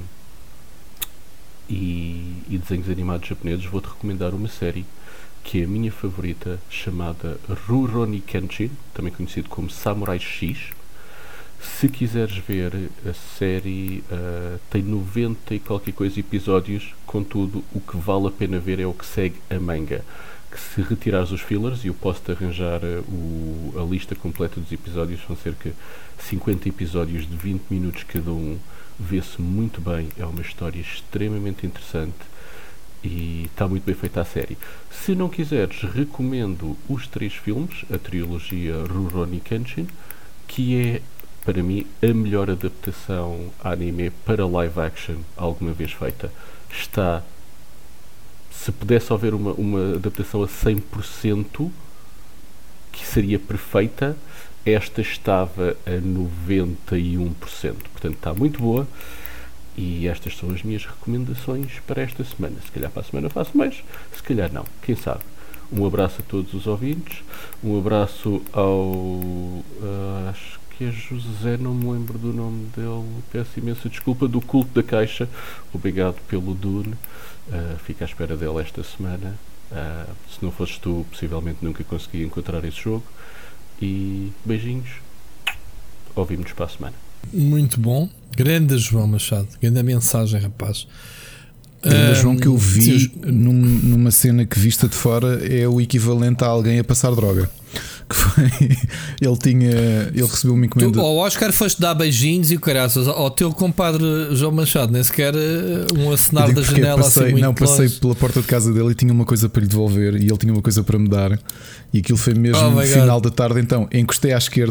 e, e desenhos animados japoneses. Vou-te recomendar uma série que é a minha favorita, chamada Rurouni Kenshin, também conhecido como Samurai X. Se quiseres ver a série, uh, tem noventa e qualquer coisa episódios, contudo o que vale a pena ver é o que segue a manga, que se retirares os fillers, e eu posso-te arranjar uh, o, a lista completa dos episódios, são cerca de cinquenta episódios de vinte minutos cada um, vê-se muito bem, é uma história extremamente interessante e está muito bem feita a série. Se não quiseres, recomendo os três filmes, a trilogia Rurouni Kenshin, que é, para mim, a melhor adaptação anime para live action alguma vez feita. Está, se pudesse haver uma, uma adaptação a cem por cento que seria perfeita, esta estava a noventa e um por cento, portanto está muito boa. E estas são as minhas recomendações para esta semana. Se calhar para a semana faço mais, se calhar não, quem sabe. Um abraço a todos os ouvintes, um abraço ao uh, acho que é José, não me lembro do nome dele, peço imensa desculpa, do Culto da Caixa. Obrigado pelo Dune, uh, fico à espera dele esta semana. Uh, se não fosses tu, possivelmente nunca consegui encontrar esse jogo. E beijinhos, ouvimos-nos para a semana. Muito bom, grande João Machado, grande mensagem, rapaz. Grande um, João, que eu vi sim, num, numa cena que, vista de fora, é o equivalente a alguém a passar droga. Que foi, ele tinha, ele recebeu uma encomenda. Tu, ao Oscar foste dar beijinhos e o caraças ao teu compadre João Machado, nem sequer um acenar da janela passei, assim muito não, passei longe. Pela porta de casa dele e tinha uma coisa para lhe devolver e ele tinha uma coisa para me dar, e aquilo foi mesmo oh no final da tarde. Então encostei à esquerda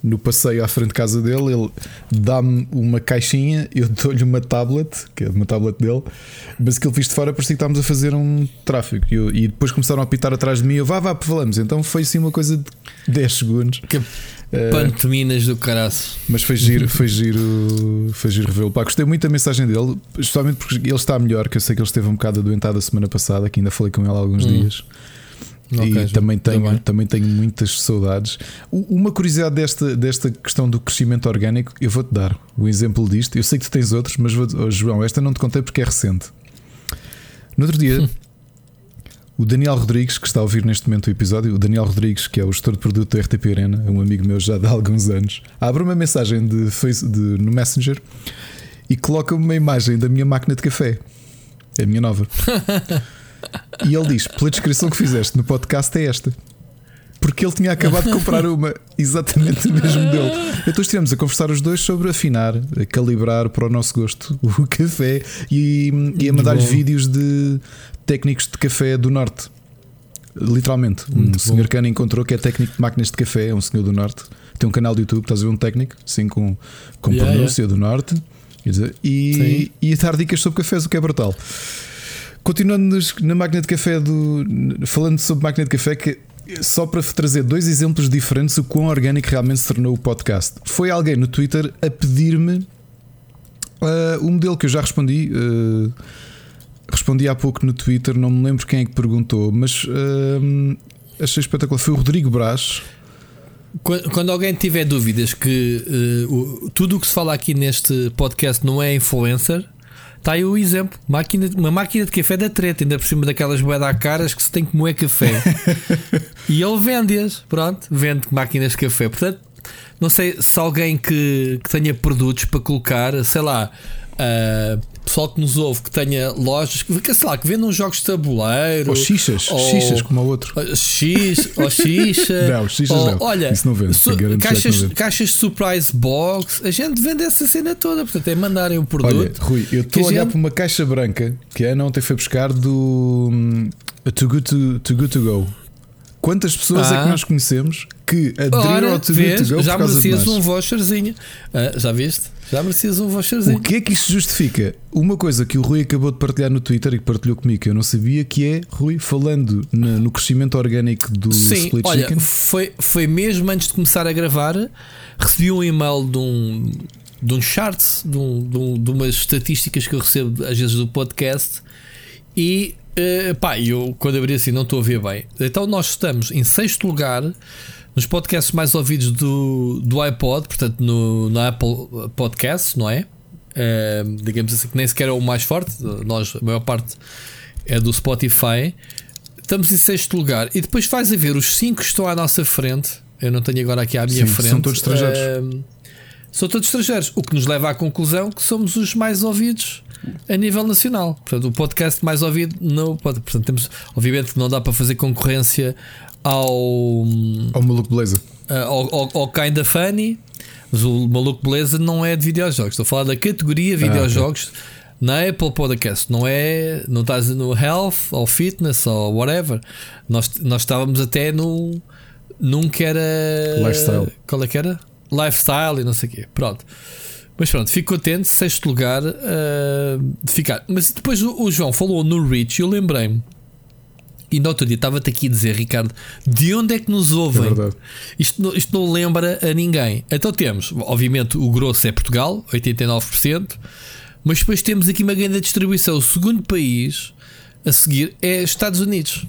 no passeio à frente de casa dele, ele dá-me uma caixinha, eu dou-lhe uma tablet, que é uma tablet dele, mas aquilo visto de fora parecia que estávamos a fazer um tráfico. E, eu, e depois começaram a apitar atrás de mim, eu vá, vá, falamos. Então foi assim uma coisa de dez segundos. Que pantominas uh, do caraço. Mas foi giro, foi giro, foi giro revê-lo. Pá, gostei muito da mensagem dele, especialmente porque ele está melhor, que eu sei que ele esteve um bocado adoentado a semana passada, que ainda falei com ele há alguns hum. dias. Okay, e também tenho, também tenho muitas saudades. Uma curiosidade desta, desta questão do crescimento orgânico, eu vou-te dar o exemplo disto. Eu sei que tu tens outros, mas vou, oh, João, esta não te contei porque é recente. No outro dia, hum. o Daniel Rodrigues, que está a ouvir neste momento o episódio, o Daniel Rodrigues, que é o gestor de produto da R T P Arena, é um amigo meu já de há alguns anos, abre uma mensagem de face, de, no Messenger e coloca uma imagem da minha máquina de café, é a minha nova. E ele diz: pela descrição que fizeste no podcast é esta. Porque ele tinha acabado de comprar uma exatamente o mesmo modelo. Então estivemos a conversar os dois sobre afinar, a calibrar para o nosso gosto o café e, e a mandar-lhe vídeos de técnicos de café do Norte. Literalmente, um Muito senhor Cana encontrou que é técnico de máquinas de café, é um senhor do Norte, tem um canal do YouTube, estás a ver, um técnico, assim com, com yeah, pronúncia yeah. do Norte, quer dizer, e, e a dar dicas sobre cafés, o que é brutal. Continuando na máquina de café do, falando sobre máquina de café, que só para trazer dois exemplos diferentes o quão orgânico realmente se tornou o podcast. Foi alguém no Twitter a pedir-me uh, o modelo que eu já respondi. Uh, respondi há pouco no Twitter, não me lembro quem é que perguntou, mas uh, achei espetacular. Foi o Rodrigo Brás. Quando, quando alguém tiver dúvidas que uh, o, tudo o que se fala aqui neste podcast não é influencer, está aí o exemplo, máquina, uma máquina de café da treta, ainda por cima daquelas moedas caras que se tem que moer café. E ele vende-as, pronto, vende máquinas de café. Portanto, não sei se alguém que, que tenha produtos para colocar, sei lá, uh, pessoal que nos ouve, que tenha lojas, que, sei lá, que vendam jogos de tabuleiro, ou xixas, ou xixas como o outro, X, ou xixa, não, xixas ou, não. Olha, isso não vende, su, caixas, não vende. Caixas surprise box, a gente vende essa cena toda, portanto é mandarem um produto. Olha, Rui, eu estou a olhar gente... para uma caixa branca que a Ana ontem foi buscar do um, Too Good to, to, good to Go. Quantas pessoas ah. é que nós conhecemos que aderiram ao Too Good to Go? Já merecias um voucherzinho. Ah, já viste? Já merecias um voucherzinho. O que é que isto justifica? Uma coisa que o Rui acabou de partilhar no Twitter e que partilhou comigo que eu não sabia, que é, Rui, falando no, no crescimento orgânico do Sim, Split olha, Chicken. Foi, foi mesmo antes de começar a gravar, recebi um e-mail de um, de um charts, de, um, de, um, de umas estatísticas que eu recebo às vezes do podcast e uh, pá, eu quando abri assim não estou a ver bem. Então nós estamos em sexto lugar nos podcasts mais ouvidos do, do iPod, portanto no, no Apple Podcasts, não é? Uh, digamos assim, que nem sequer é o mais forte. Nós, a maior parte é do Spotify. Estamos em sexto lugar. E depois faz a ver os cinco que estão à nossa frente. Eu não tenho agora aqui à minha Sim, frente. São todos estrangeiros. Uh, são todos estrangeiros. O que nos leva à conclusão que somos os mais ouvidos a nível nacional. Portanto, o podcast mais ouvido no, portanto, temos, obviamente que não dá para fazer concorrência ao ao Maluco Beleza, ao, ao, ao Kinda Funny, mas o Maluco Beleza não é de videojogos. Estou a falar da categoria videojogos ah, okay. na Apple Podcast. Não é, não estás no Health ou Fitness ou whatever. Nós, nós estávamos até no num que era Lifestyle. Qual é que era? Lifestyle e não sei o quê. Pronto. Mas pronto, fico contente, sexto lugar uh, de ficar. Mas depois o, o João falou no Reach e eu lembrei-me. E no outro dia estava-te aqui a dizer, Ricardo, de onde é que nos ouvem? É verdade. Isto, isto não lembra a ninguém. Então temos, obviamente, o grosso é Portugal, oitenta e nove por cento. Mas depois temos aqui uma grande distribuição. O segundo país a seguir é Estados Unidos,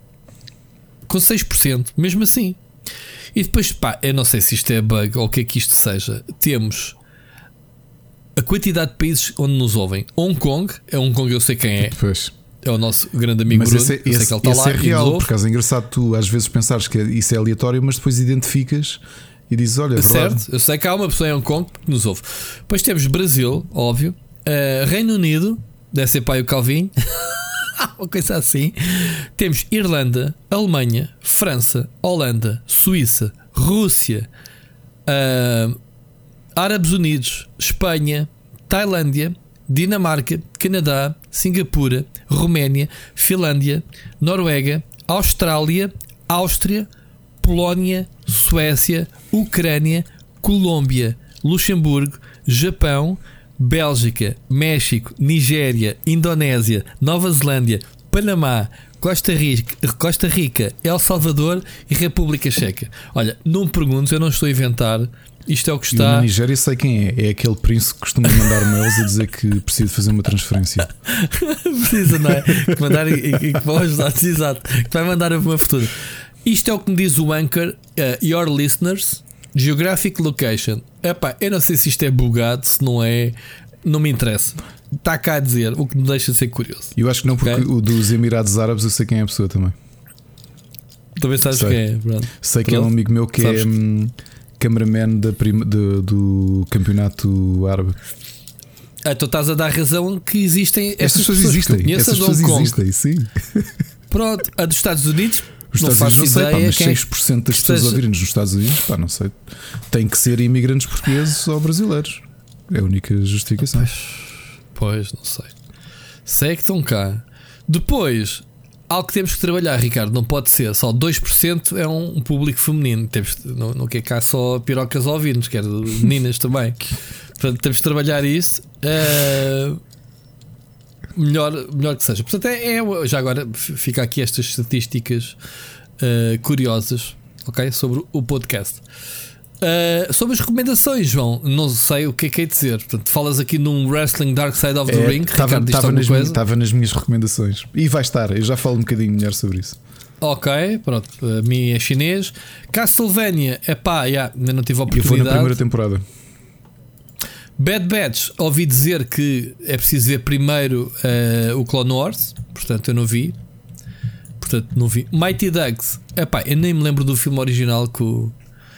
com seis por cento, mesmo assim. E depois, pá, eu não sei se isto é bug ou o que é que isto seja. Temos a quantidade de países onde nos ouvem. Hong Kong, é Hong Kong, eu sei quem é. Pois. É o nosso grande amigo mas Bruno. Esse, eu sei esse, que ele está esse lá é real, por acaso é engraçado tu às vezes pensares que isso é aleatório, mas depois identificas e dizes: olha, é certo, verdade. Eu sei que há uma pessoa em Hong Kong que nos ouve. Depois temos Brasil, óbvio, uh, Reino Unido, deve ser pai o Calvinho, uma coisa assim. Temos Irlanda, Alemanha, França, Holanda, Suíça, Rússia, uh, Árabes Unidos, Espanha, Tailândia, Dinamarca, Canadá, Singapura, Roménia, Finlândia, Noruega, Austrália, Áustria, Polónia, Suécia, Ucrânia, Colômbia, Luxemburgo, Japão, Bélgica, México, Nigéria, Indonésia, Nova Zelândia, Panamá, Costa Rica, Costa Rica, El Salvador e República Checa. Olha, não me perguntes, eu não estou a inventar. Isto é o que está. E na Nigéria sei quem é. É aquele príncipe que costuma mandar mails a dizer que precisa fazer uma transferência. Precisa, não é? Que mandar e, e que vai ajudar, exato. Que vai mandar uma fortuna. Isto é o que me diz o Anchor. Uh, your listeners, geographic location. Epá, eu não sei se isto é bugado, se não é. Não me interessa. Está cá a dizer, o que me deixa ser curioso. Eu acho que não, porque okay? o dos Emirados Árabes eu sei quem é a pessoa também. Também sabes sei. quem é, pronto. Sei pronto. que é um amigo meu que sabes? é hum, cameraman da prima, de, do campeonato árabe. Ah, tu estás a dar razão que existem essas pessoas, pessoas existem. Que essas pessoas existem, sim. Pronto, a dos Estados Unidos. Os não Estados Unidos não sei, pá, mas quem... seis por cento das pessoas a ouvirem nos Estados Unidos, pá, não sei. Tem que ser imigrantes portugueses ou brasileiros. É a única justificação. Pois, pois não sei. Sei que estão cá. Depois, algo que temos que trabalhar, Ricardo, não pode ser só dois por cento é um público feminino. Temos, não, não quer cá só pirocas a ouvir-nos, quer meninas também. Portanto, temos que trabalhar isso. Uh, melhor, melhor que seja. Portanto, é, é, já agora fica aqui estas estatísticas uh, curiosas, ok? Sobre o podcast. Uh, sobre as recomendações, João, não sei o que é que é dizer. Portanto, falas aqui num Wrestling Dark Side of the é, Ring. Estava nas, nas minhas recomendações e vai estar. Eu já falo um bocadinho melhor sobre isso. Ok, pronto. A minha é chinês. Castlevania, é pá, yeah, ainda não tive a oportunidade. Eu vou na primeira temporada. Bad Batch, ouvi dizer que é preciso ver primeiro uh, o Clone Wars, portanto eu não vi. Portanto, não vi. Mighty Ducks, é pá, eu nem me lembro do filme original com,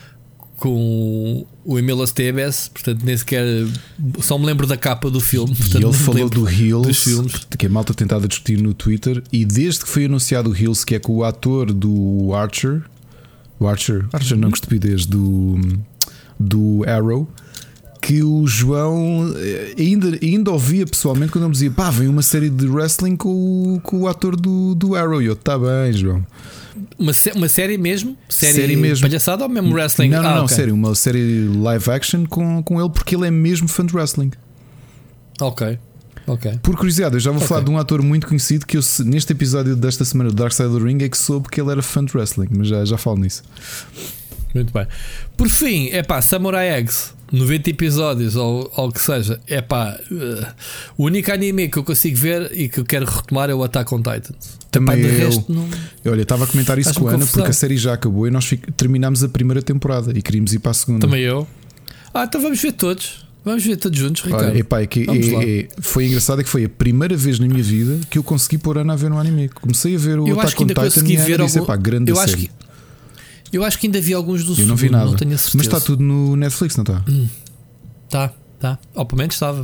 com o Emilio Estevez, portanto nem sequer. Só me lembro da capa do filme. Portanto, e ele falou do Hills, que a malta tentava discutir no Twitter. E desde que foi anunciado o Hills, que é com o ator do Archer, o Archer, Archer não, que estupidez, do, do Arrow. Que o João ainda, ainda ouvia pessoalmente quando ele me dizia: pá, vem uma série de wrestling com o, com o ator do, do Arrow. E eu, tá bem, João. Uma, uma série mesmo? Série, série mesmo. Palhaçada ou mesmo wrestling? Não, não, ah, não, okay. sério. Uma série live action com, com ele, porque ele é mesmo fã de wrestling. Ok, ok. Por curiosidade, eu já vou okay. falar de um ator muito conhecido que eu, neste episódio desta semana do Dark Side of the Ring, é que soube que ele era fã de wrestling. Mas já, já falo nisso. Muito bem. Por fim, é pá, Samurai X, noventa episódios ou o que seja. É pá, uh, o único anime que eu consigo ver e que eu quero retomar é o Attack on Titan. Também Epá, de eu, resto, não... Olha, estava a comentar isso com a Ana confusão. Porque a série já acabou e nós fic... terminámos a primeira temporada e queríamos ir para a segunda. Também eu. Ah, então vamos ver todos. Vamos ver todos juntos, Ricardo. Olha, epá, é que, é, é, foi engraçado é que foi a primeira vez na minha vida que eu consegui pôr a Ana a ver um anime. Comecei a ver o eu Attack on Titan e ver disse, algum... epá, grande eu série. Acho que... Eu acho que ainda vi alguns do Eu não vi nada, não tenho a certeza. mas está tudo no Netflix, não está? Hum. Tá, tá. Ou pelo menos estava.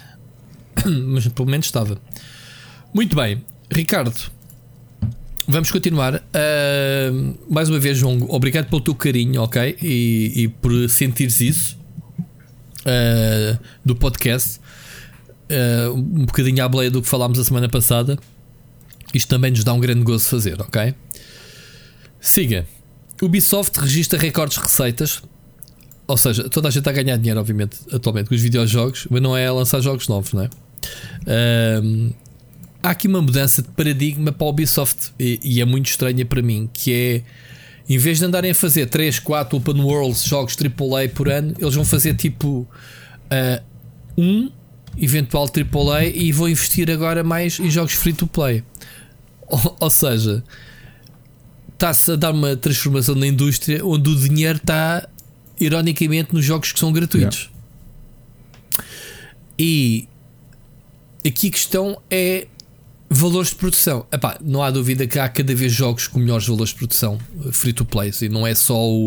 Mas pelo menos estava. Muito bem, Ricardo. Vamos continuar. Uh, mais uma vez, João, obrigado pelo teu carinho, ok? E, e por sentires isso uh, do podcast. Uh, um bocadinho à boleia do que falámos a semana passada. Isto também nos dá um grande gozo fazer, ok? Siga. Ubisoft registra recordes de receitas. Ou seja, toda a gente está a ganhar dinheiro, obviamente, atualmente com os videojogos, mas não é a lançar jogos novos, não é? Um, há aqui uma mudança de paradigma para a Ubisoft e, e é muito estranha para mim, que é, em vez de andarem a fazer três, quatro open worlds, jogos triplo A por ano, eles vão fazer tipo uh, um eventual triplo A e vão investir agora mais em jogos free to play. Ou, ou seja, está-se a dar uma transformação na indústria onde o dinheiro está ironicamente nos jogos que são gratuitos. Yeah. E aqui a questão é valores de produção. Epá, não há dúvida que há cada vez jogos com melhores valores de produção free to play, e não é só o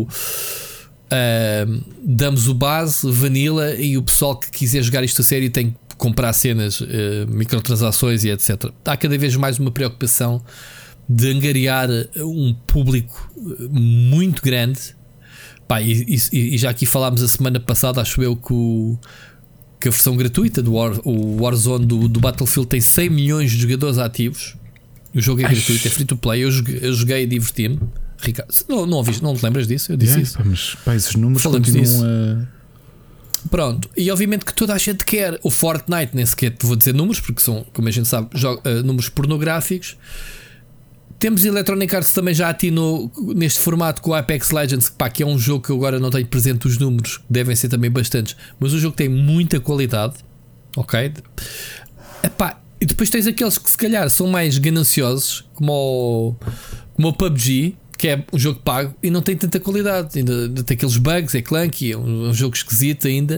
uh, damos o base, vanilla, e o pessoal que quiser jogar isto a sério tem que comprar cenas, uh, microtransações e etcétera. Há cada vez mais uma preocupação de angariar um público muito grande. Pá, e, e, e já aqui falámos a semana passada, acho eu, que, o, que a versão gratuita do War, o Warzone do, do Battlefield tem cem milhões de jogadores ativos. O jogo é gratuito, é free to play. Eu joguei, eu joguei e diverti-me Ricardo. Não, não, ouviste, não te lembras disso? Eu disse yeah, isso. Pá, mas pá, esses números Falamos continuam disso. a. Pronto, e obviamente que toda a gente quer o Fortnite, nem sequer te vou dizer números, porque são, como a gente sabe, joga, uh, números pornográficos. Temos Electronic Arts também já atinou neste formato com o Apex Legends, pá, que é um jogo que eu agora não tenho presente os números, que devem ser também bastantes, mas o jogo tem muita qualidade, ok? Epá, e depois tens aqueles que se calhar são mais gananciosos, como o, como o P U B G, que é um jogo pago e não tem tanta qualidade, ainda, ainda tem aqueles bugs, é clunky, é um, um jogo esquisito ainda.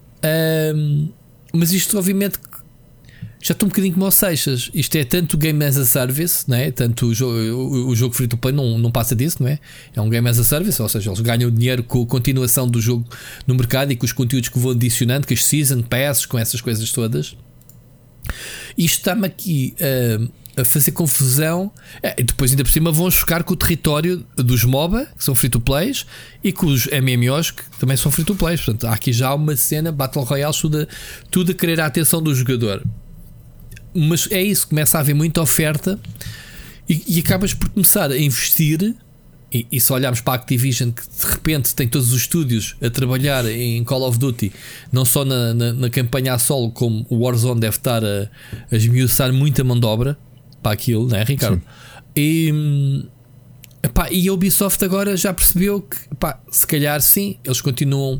Um, mas isto obviamente já está um bocadinho como aos Seixas. Isto é tanto Game as a Service, não é? Tanto o jogo, o, o jogo free to play não, não passa disso, não é? É um Game as a Service, ou seja, eles ganham dinheiro com a continuação do jogo no mercado e com os conteúdos que vão adicionando, com as Season Passes, com essas coisas todas. Isto está-me aqui uh, a fazer confusão. É, e depois, ainda por cima, vão chocar com o território dos MOBA, que são free to plays, e com os M M Os, que também são free to plays. Portanto, há aqui já uma cena Battle Royale, tudo a, tudo a querer a atenção do jogador. Mas é isso, começa a haver muita oferta e, e acabas por começar a investir. E, e se olharmos para a Activision, que de repente tem todos os estúdios a trabalhar em Call of Duty, não só na, na, na campanha a solo, como o Warzone deve estar a, a esmiuçar muita mão de obra para aquilo, não é, Ricardo? E, epá, e a Ubisoft agora já percebeu que, epá, se calhar sim, eles continuam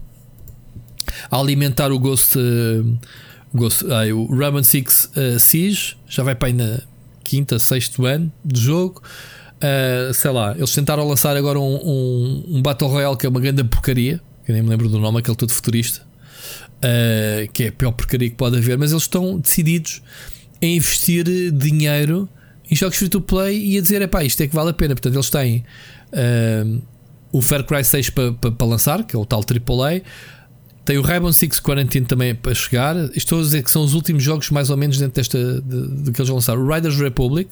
a alimentar o Ghost, uh, Ghost uh, o Rainbow Six uh, Siege, já vai para aí na quinta, sexto ano do jogo. Uh, sei lá, eles tentaram lançar agora um, um, um Battle Royale que é uma grande porcaria, que eu nem me lembro do nome, aquele todo futurista, uh, que é a pior porcaria que pode haver, mas eles estão decididos a investir dinheiro em jogos free to play e a dizer, epá, isto é que vale a pena. Portanto, eles têm uh, o Far Cry seis para pa, pa lançar, que é o tal triplo A. Tem o Rainbow Six Quarantine também para chegar. Estou a dizer que são os últimos jogos mais ou menos dentro desta de, de que eles vão lançar. O Riders Republic,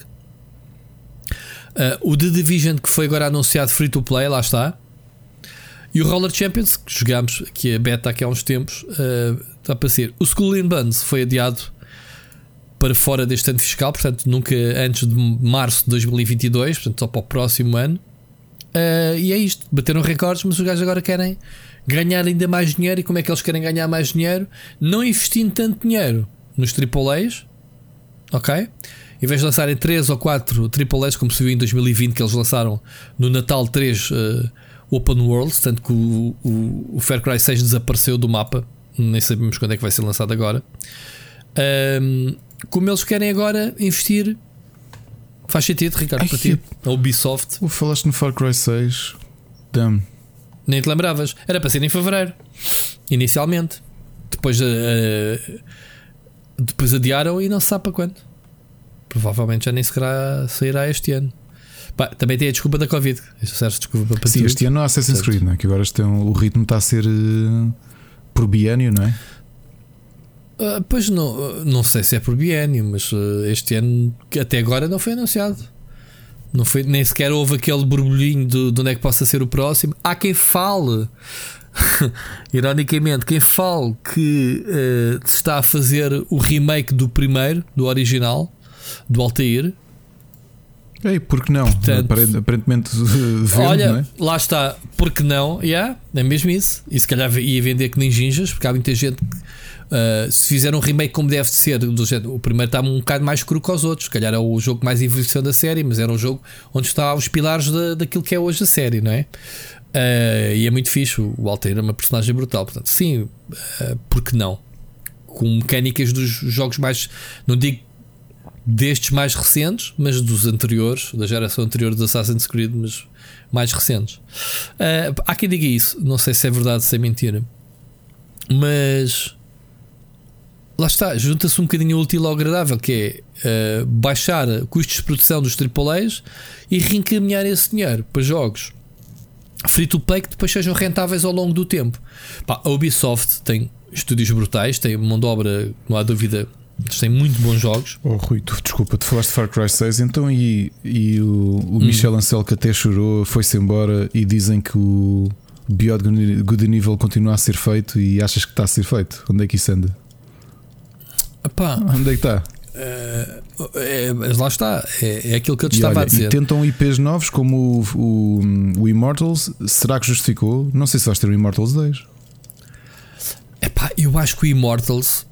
Uh, o The Division, que foi agora anunciado free to play, lá está. E o Roller Champions, que jogámos aqui a beta aqui há uns tempos, uh, está para ser. O Skull and Bones foi adiado para fora deste ano fiscal, portanto nunca antes de março de dois mil e vinte e dois, portanto só para o próximo ano. Uh, e é isto, bateram recordes, mas os gajos agora querem ganhar ainda mais dinheiro. E como é que eles querem ganhar mais dinheiro? Não investindo tanto dinheiro nos triplo A's, ok? Em vez de lançarem três ou quatro triplo A's, como se viu em dois mil e vinte, que eles lançaram no Natal três uh, Open Worlds, tanto que o, o, o Far Cry seis desapareceu do mapa, nem sabemos quando é que vai ser lançado agora. Um, como eles querem agora investir, faz sentido, Ricardo, Ai, para ti, a Ubisoft. Oh, falaste no Far Cry seis, damn. Nem te lembravas, era para ser em fevereiro, inicialmente, depois, uh, depois adiaram e não se sabe para quando. Provavelmente já nem sequer sairá este ano. Pá, também tem a desculpa da Covid. Serve desculpa para Sim, tudo. este ano não há Assassin's Creed, não é? Que agora este é um, o ritmo está a ser uh, por biénio, não é? Uh, pois não, não sei se é por biénio, mas uh, este ano até agora não foi anunciado. Não foi, nem sequer houve aquele borbulhinho de, de onde é que possa ser o próximo. Há quem fale, ironicamente, quem fale que uh, se está a fazer o remake do primeiro, do original, do Altair. Ei, porque não? Portanto, aparentemente vende, olha, não é? Lá está, porque não? Yeah, é mesmo isso. E se calhar ia vender que nem ginjas, porque há muita gente que, uh, se fizer um remake como deve de ser, do género, o primeiro está um bocado mais cru que os outros. Se calhar é o jogo mais envelhecido da série, mas era um jogo onde está os pilares da, daquilo que é hoje a série, não é? Uh, e é muito fixe. O Altair é uma personagem brutal. Portanto, sim, uh, porque não? Com mecânicas dos jogos mais, não digo destes mais recentes, mas dos anteriores, da geração anterior dos Assassin's Creed, mas mais recentes. Uh, há quem diga isso, não sei se é verdade, se é mentira, mas lá está, junta-se um bocadinho o útil ao agradável, que é uh, baixar custos de produção dos triplo A's e reencaminhar esse dinheiro para jogos free to play que depois sejam rentáveis ao longo do tempo. Pá, a Ubisoft tem estúdios brutais, tem mão de obra, não há dúvida. Eles têm muito bons jogos. Oh Rui, tu, desculpa, tu falaste de Far Cry seis, então e, e o, o Michel hum. Ancel, que até chorou, foi-se embora, e dizem que o Beyond Good and Evil continua a ser feito, e achas que está a ser feito? Onde é que isso anda? Epá, Onde é que está? Uh, é, mas lá está, é, é aquilo que eu te e estava olha, a dizer. E tentam I Ps novos como o, o, o Immortals. Será que justificou? Não sei se vais ter o Immortals dois. Epá, eu acho que o Immortals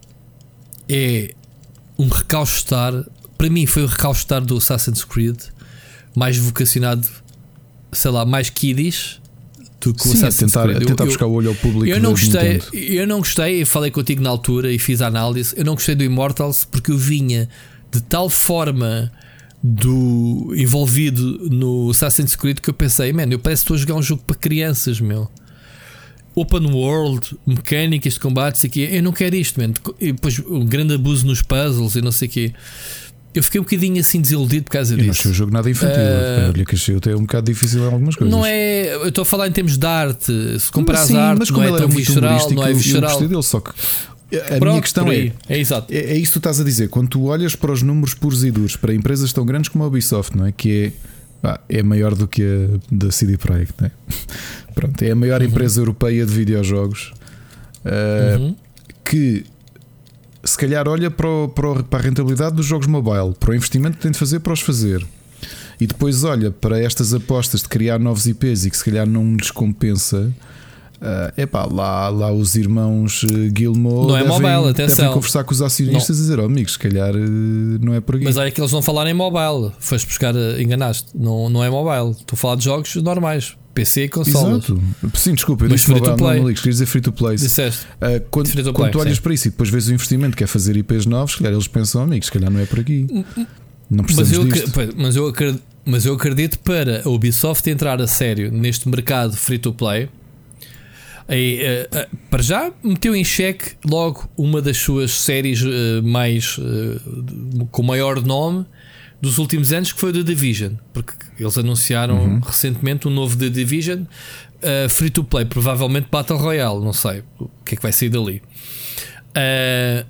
é um recaustar. Para mim, foi o recaustar do Assassin's Creed, mais vocacionado, sei lá, mais kiddies do que Sim, o Assassin's tentar, Creed. tentar eu, buscar o olho ao público. Eu não gostei, Nintendo. eu não gostei, eu falei contigo na altura e fiz a análise. Eu não gostei do Immortals porque eu vinha de tal forma do envolvido no Assassin's Creed que eu pensei, mano, eu parece que estou a jogar um jogo para crianças, meu. Open world, mecânicas de combate, sei quê. Eu não quero isto, mano. E depois um grande abuso nos puzzles e não sei o quê. Eu fiquei um bocadinho assim desiludido por causa Eu disso. não achei o jogo nada infantil. Uh, Olha que achei até um bocado difícil em algumas coisas. Não é. Eu estou a falar em termos de arte. Se comparas Sim, a arte, mas não como é ele tão era muito visceral, humorístico, não é eu- eu visceral. gostei dele, só que a Pronto, minha questão por é, aí. É exato. é é isso que tu estás a dizer. Quando tu olhas para os números puros e duros para empresas tão grandes como a Ubisoft, não é? Que é, pá, é maior do que a da C D Projekt, não é? Pronto, é a maior Uhum. empresa europeia de videojogos, uh, Uhum. que se calhar olha para, o- para, o- para a rentabilidade dos jogos mobile, para o investimento que tem de fazer para os fazer, e depois olha para estas apostas de criar novos I Ps e que se calhar não lhes compensa. É uh, pá, lá, lá os irmãos uh, Gilmour Não é devem, mobile, atenção. devem conversar com os acionistas e dizer: oh, amigos, se calhar uh, não é por aqui. Mas olha que eles não falaram em mobile. Foste buscar, enganaste. Não, não é mobile. Estou a falar de jogos normais. P C e consolas. Exato. Sim, desculpa, eu Mas disse free to mobile, play. não ligues, queria dizer free to play. Disseste. Uh, quando Free to quando play, tu olhas sim. para isso e depois vês o investimento que é fazer I Ps novos, se calhar eles pensam: oh, amigos, se calhar não é por aqui. Não Mas precisamos eu, disto. acre- mas, eu acredito, mas eu acredito para a Ubisoft entrar a sério neste mercado free to play. E, eh, eh, para já meteu em xeque logo uma das suas séries eh, mais eh, com maior nome dos últimos anos, que foi o The Division, porque eles anunciaram Uhum. recentemente um novo The Division uh, free to play, provavelmente Battle Royale, não sei o que é que vai sair dali. Uh,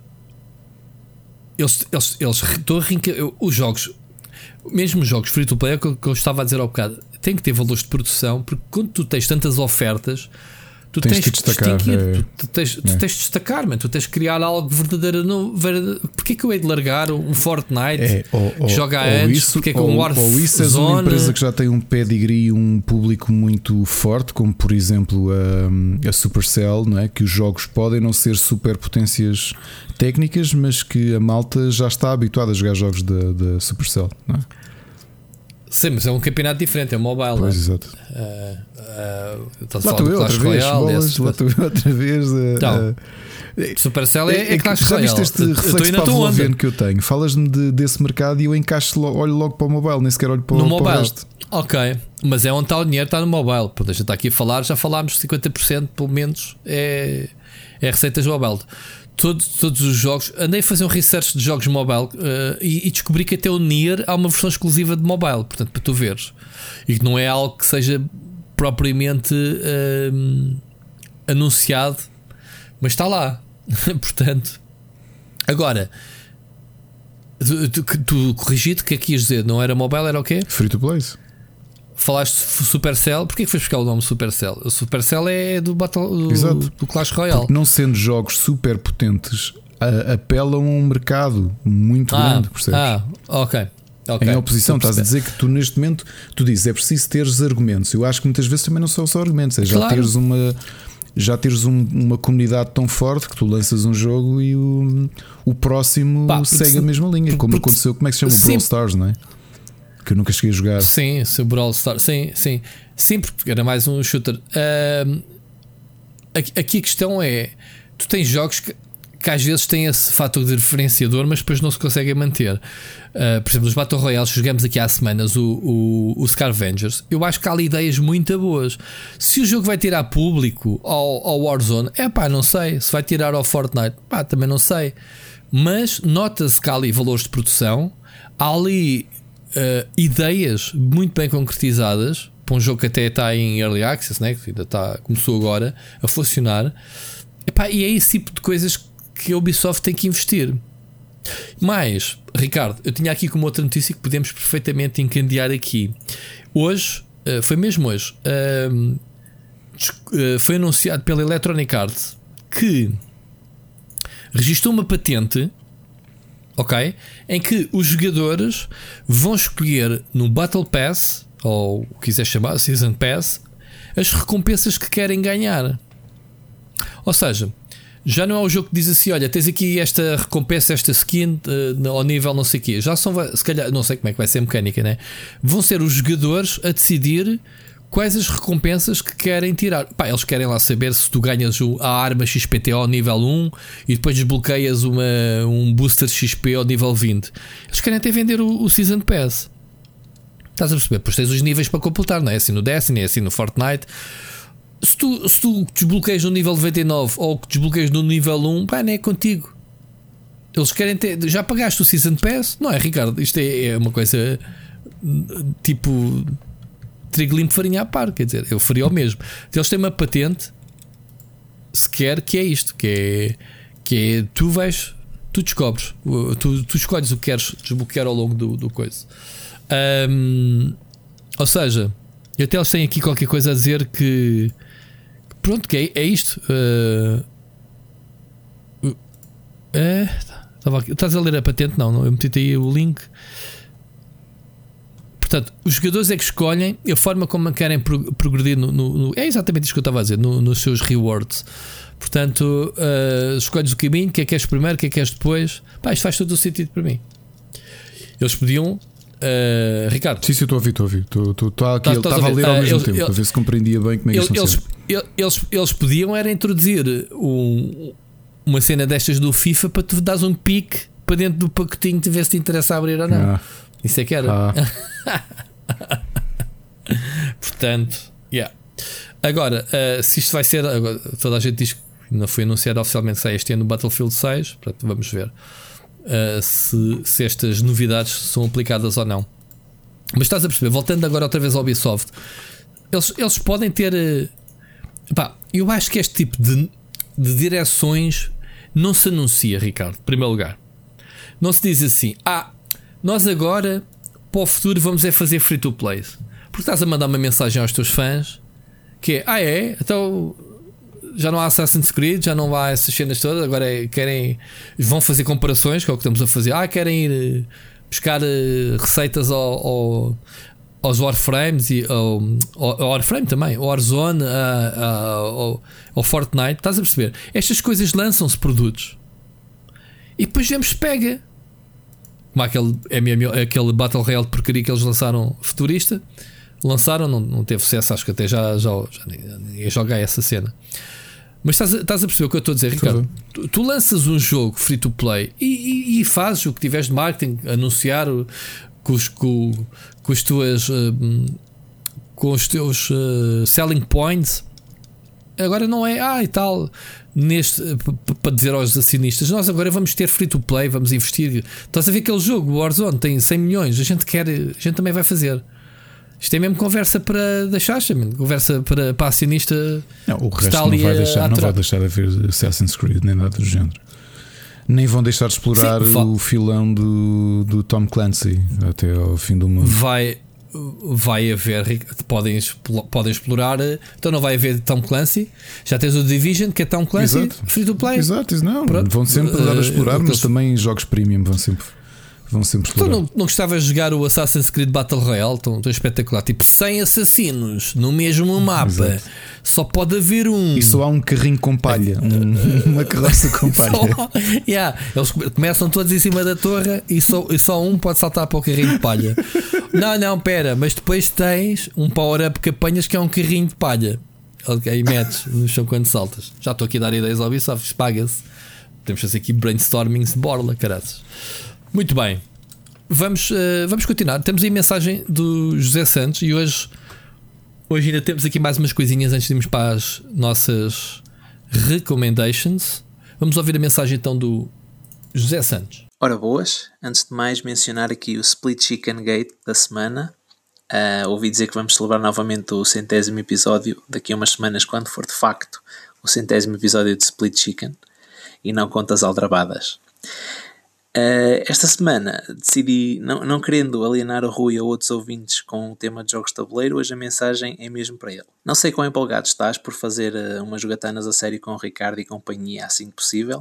eles, eles, eles estão a rinca, os jogos, mesmo os jogos free to play, é o que eu, que eu estava a dizer ao bocado, tem que ter valores de produção, porque quando tu tens tantas ofertas, tu Tens tens, de que destacar, distinguir, é. tu, tu tens, tu É. tens de destacar, man, tu tens de criar algo verdadeiro. No, ver, porque é que eu hei de largar um Fortnite É, ou, que ou, joga há ou anos? isso, Porque é que ou, um ou isso és uma Warzone- empresa que já tem um pedigree, um público muito forte, como por exemplo a, a Supercell, não é? Que os jogos podem não ser super potências técnicas, mas que a malta já está habituada a jogar jogos da, da Supercell, não é? Sim, mas é um campeonato diferente, é mobile. Pois, não exato. é? Uh, uh, estás a Lá falar estou do eu Clash outra vez, Royale, bolas, esse- lá estou eu outra vez. a- Então, a- Supercell é, é, que Clash já viste Royale. este Eu- eu estou reflexo aí na tua pavloviano onda. que eu tenho? Falas-me de- desse mercado e eu encaixo, lo- olho logo para o mobile, nem sequer olho para, No o- para o mobile. resto. Ok, mas é onde está o dinheiro, está no mobile. Pô, deixa estar aqui a falar, já falámos cinquenta por cento pelo menos é, é receitas mobile. Todos, todos os jogos, andei a fazer um research de jogos mobile uh, e, e descobri que até o Nier há uma versão exclusiva de mobile, portanto, para tu veres, e que não é algo que seja propriamente uh, anunciado, mas está lá. Portanto, agora tu, tu, tu corrigiste, o que é que ias dizer? Não era mobile, era o quê? Free to play. Falaste Supercell, porquê que foi buscar o nome Supercell? O Supercell é do, Battle, do, Exato. do Clash Royale. Porque não sendo jogos super potentes, a- apelam a um mercado muito ah, grande, percebes? ah, ok. okay. Em oposição, Estou estás a dizer que tu neste momento tu dizes é preciso teres argumentos. Eu acho que muitas vezes também não são só argumentos, é já Claro. teres uma já teres um- uma comunidade tão forte que tu lanças um jogo e o, o próximo Pá, porque segue se- a mesma linha, porque- como porque- aconteceu, como é que se chama? O Sim. Brawl Stars, não é? Que eu nunca cheguei a jogar. Sim, seu Brawl Stars. Sim, sim. Sim, porque era mais um shooter. Ahm, aqui, aqui a questão é: tu tens jogos que, que às vezes têm esse fator de diferenciador, mas depois não se conseguem manter. Uh, por exemplo, os Battle Royales, jogamos aqui há semanas o, o, o Scavengers. Eu acho que há ali ideias muito boas. Se o jogo vai tirar público ao, ao Warzone, é pá, não sei. Se vai tirar ao Fortnite, pá, também não sei. Mas nota-se que há ali valores de produção, há ali uh, ideias muito bem concretizadas para um jogo que até está em Early Access, né? Que ainda está, começou agora a funcionar. Epá, e é esse tipo de coisas que a Ubisoft tem que investir. Mas, Ricardo, eu tinha aqui como outra notícia que podemos perfeitamente encandear aqui. Hoje, uh, foi mesmo hoje, uh, uh, foi anunciado pela Electronic Arts que registrou uma patente ok? Em que os jogadores vão escolher no Battle Pass, ou o que quiser chamar Season Pass, as recompensas que querem ganhar. Ou seja, já não é o jogo que diz assim: olha, tens aqui esta recompensa, esta skin uh, ao nível não sei o quê. Já são, se calhar, não sei como é que vai ser a mecânica, né? Vão ser os jogadores a decidir quais as recompensas que querem tirar. Pá, eles querem lá saber se tu ganhas a arma X P T ao nível um e depois desbloqueias uma, um booster X P ao nível vinte. Eles querem até vender o, o Season Pass. Estás a perceber? Pois tens os níveis para completar, não é assim no Destiny, é assim no Fortnite. Se tu, se tu desbloqueias no nível noventa e nove ou que desbloqueias no nível um, pá, não é contigo. Eles querem ter. Já pagaste o Season Pass? Não é, Ricardo? Isto é, é uma coisa tipo trigo limpo, farinha à par. Quer dizer, eu faria o mesmo. Eles têm uma patente sequer que é isto: que é, que é tu vais, tu descobres, tu, tu escolhes o que queres desbloquear ao longo do, do coisa. Um, ou seja, até eles têm aqui qualquer coisa a dizer que pronto, que é, é isto. Uh, é, estava aqui, estás a ler a patente? Não, não, eu meti aí o link. Portanto, os jogadores é que escolhem a forma como querem progredir no, no, no, é exatamente isto que eu estava a dizer, no, nos seus rewards. Portanto, uh, escolhes o caminho, o que é que queres primeiro, o que é que queres depois. Pá, isto faz todo o sentido para mim. Eles podiam Uh, Ricardo. Sim, sim, estou a ouvir, estou a ouvir. Estava aqui, ele estava a ler ao uh, mesmo eles, tempo, ele, para ver se compreendia bem como é que isto eles, eles, eles, eles podiam era introduzir um, uma cena destas do FIFA para tu dares um pique para dentro do pacotinho de ver se te interessa abrir ou não. Ah. Isso é que era. Ah. Portanto, yeah. Agora, uh, se isto vai ser. Agora, toda a gente diz que não foi anunciado oficialmente, sai este ano no Battlefield seis. Portanto, vamos ver. Uh, se, se estas novidades são aplicadas ou não. Mas estás a perceber, voltando agora outra vez ao Ubisoft, eles, eles podem ter uh, pá, eu acho que este tipo de, de direções não se anuncia, Ricardo. Em primeiro lugar, não se diz assim: ah, nós agora para o futuro vamos é fazer free to play, porque estás a mandar uma mensagem aos teus fãs que é: ah é, então já não há Assassin's Creed, já não há essas cenas todas. Agora é, querem, vão fazer comparações, que é o que estamos a fazer. Ah, querem ir buscar uh, receitas ao, ao, aos Warframes e ao, ao Warframe também, ao Warzone, a, a, ao, ao Fortnite. Estás a perceber? Estas coisas lançam-se produtos e depois vemos se pega. Como aquele, M M O, aquele Battle Royale de porcaria que eles lançaram, futurista. Lançaram, não, não teve sucesso. Acho que até já, já, já ninguém joga essa cena. Mas estás a, estás a perceber o que eu estou a dizer, Ricardo? Tu, tu lanças um jogo free to play e, e, e fazes o que tiveres de marketing, anunciar com os, com, com os tuas, com os teus uh, selling points. Agora não é, ah e tal, neste, para dizer aos acionistas: nós agora vamos ter free to play, vamos investir. Estás a ver aquele jogo, o Warzone, tem cem milhões, a gente quer, a gente também vai fazer. Isto é mesmo conversa para deixar, conversa para, para acionista. Não, o resto não vai, deixar, não vai deixar de haver Assassin's Creed nem nada do género. Nem vão deixar de explorar Sim, o filão do, do Tom Clancy até ao fim do mundo. Vai, vai haver, podem, podem explorar. Então não vai haver Tom Clancy. Já tens o Division, que é Tom Clancy, Exato. Free to play. Exato, não. Pronto. Vão sempre dar a explorar, uh, mas também jogos premium vão sempre. Vão sempre então não, não gostavas de jogar o Assassin's Creed Battle Royale? Tão, tão espetacular. Tipo cem assassinos no mesmo mapa. Exato. Só pode haver um. E só há um carrinho com palha. um, uma carroça com palha. Só, yeah, eles começam todos em cima da torre e só, e só um pode saltar para o carrinho de palha. Não, não, pera. Mas depois tens um power-up que apanhas que é um carrinho de palha. Ok, metes no chão quando saltas. Já estou aqui a dar ideias ao Ubisoft. Paga-se. Temos que fazer aqui brainstormings de borla, caraças. Muito bem, vamos, uh, vamos continuar. Temos aí a mensagem do José Santos e hoje, hoje ainda temos aqui mais umas coisinhas antes de irmos para as nossas recommendations. Vamos ouvir a mensagem então do José Santos. Ora boas, antes de mais mencionar aqui o Split Chicken Gate da semana. Uh, ouvi dizer que vamos celebrar novamente o centésimo episódio daqui a umas semanas, quando for de facto o centésimo episódio de Split Chicken e não contas aldrabadas. Uh, esta semana decidi, não, não querendo alienar o Rui a outros ouvintes com o tema de jogos de tabuleiro, hoje a mensagem é mesmo para ele. Não sei quão empolgado estás por fazer uh, umas jogatanas a sério com o Ricardo e companhia assim que possível,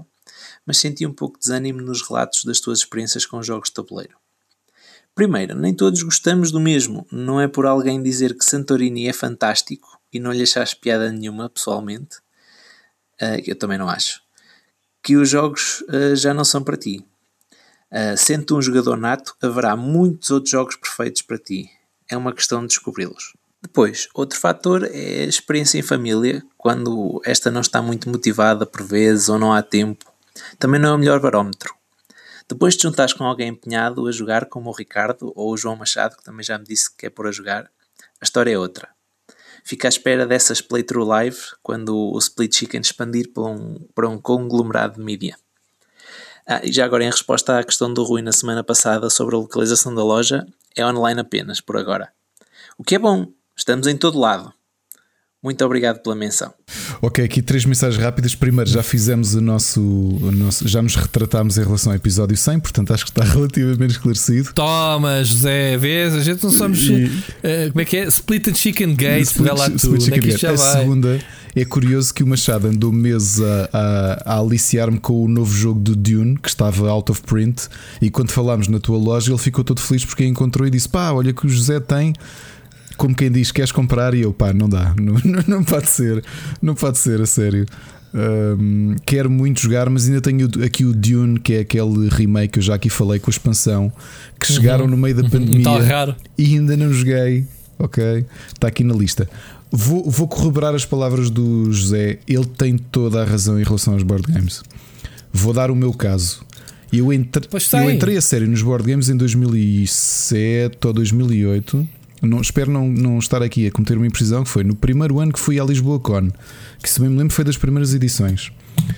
mas senti um pouco de desânimo nos relatos das tuas experiências com jogos de tabuleiro. Primeiro, nem todos gostamos do mesmo, não é por alguém dizer que Santorini é fantástico e não lhe achares piada nenhuma, pessoalmente, uh, eu também não acho, que os jogos uh, já não são para ti. Uh, sendo um jogador nato, haverá muitos outros jogos perfeitos para ti. É uma questão de descobri-los. Depois, outro fator é a experiência em família, quando esta não está muito motivada por vezes ou não há tempo. Também não é o melhor barómetro. Depois de juntares com alguém empenhado a jogar, como o Ricardo ou o João Machado, que também já me disse que é por a jogar, a história é outra. Fica à espera dessas playthrough live quando o Split Chicken expandir para um, para um conglomerado de mídia. Ah, e já agora, em resposta à questão do Rui na semana passada sobre a localização da loja, é online apenas, por agora. O que é bom, estamos em todo lado. Muito obrigado pela menção. Ok, aqui três mensagens rápidas. Primeiro, já fizemos o nosso, o nosso já nos retratámos em relação ao episódio cem, portanto acho que está relativamente esclarecido. Toma, José, vês? A gente não somos. E... Uh, como é que é? Split and Chicken Gate, Split, lá Split tudo. Chicken É que Gate. já A vai. segunda, é curioso que o Machado andou meses a, a, a aliciar-me com o novo jogo do Dune, que estava out of print, e quando falámos na tua loja, ele ficou todo feliz porque encontrou e disse: pá, olha que o José tem. Como quem diz, queres comprar? E eu, pá, não dá, não, não, não pode ser, não pode ser, a sério. Um, quero muito jogar, mas ainda tenho aqui o Dune, que é aquele remake que eu já aqui falei com a expansão, que uhum. chegaram no meio da pandemia tá raro. E ainda não joguei. Ok, está aqui na lista. Vou, vou corroborar as palavras do José, ele tem toda a razão em relação aos board games. Vou dar o meu caso. Eu, entre, eu entrei a sério nos board games em dois mil e sete ou dois mil e oito. Não, espero não, não estar aqui a cometer uma imprecisão, que foi no primeiro ano que fui à Lisboa Con, que se bem me lembro foi das primeiras edições.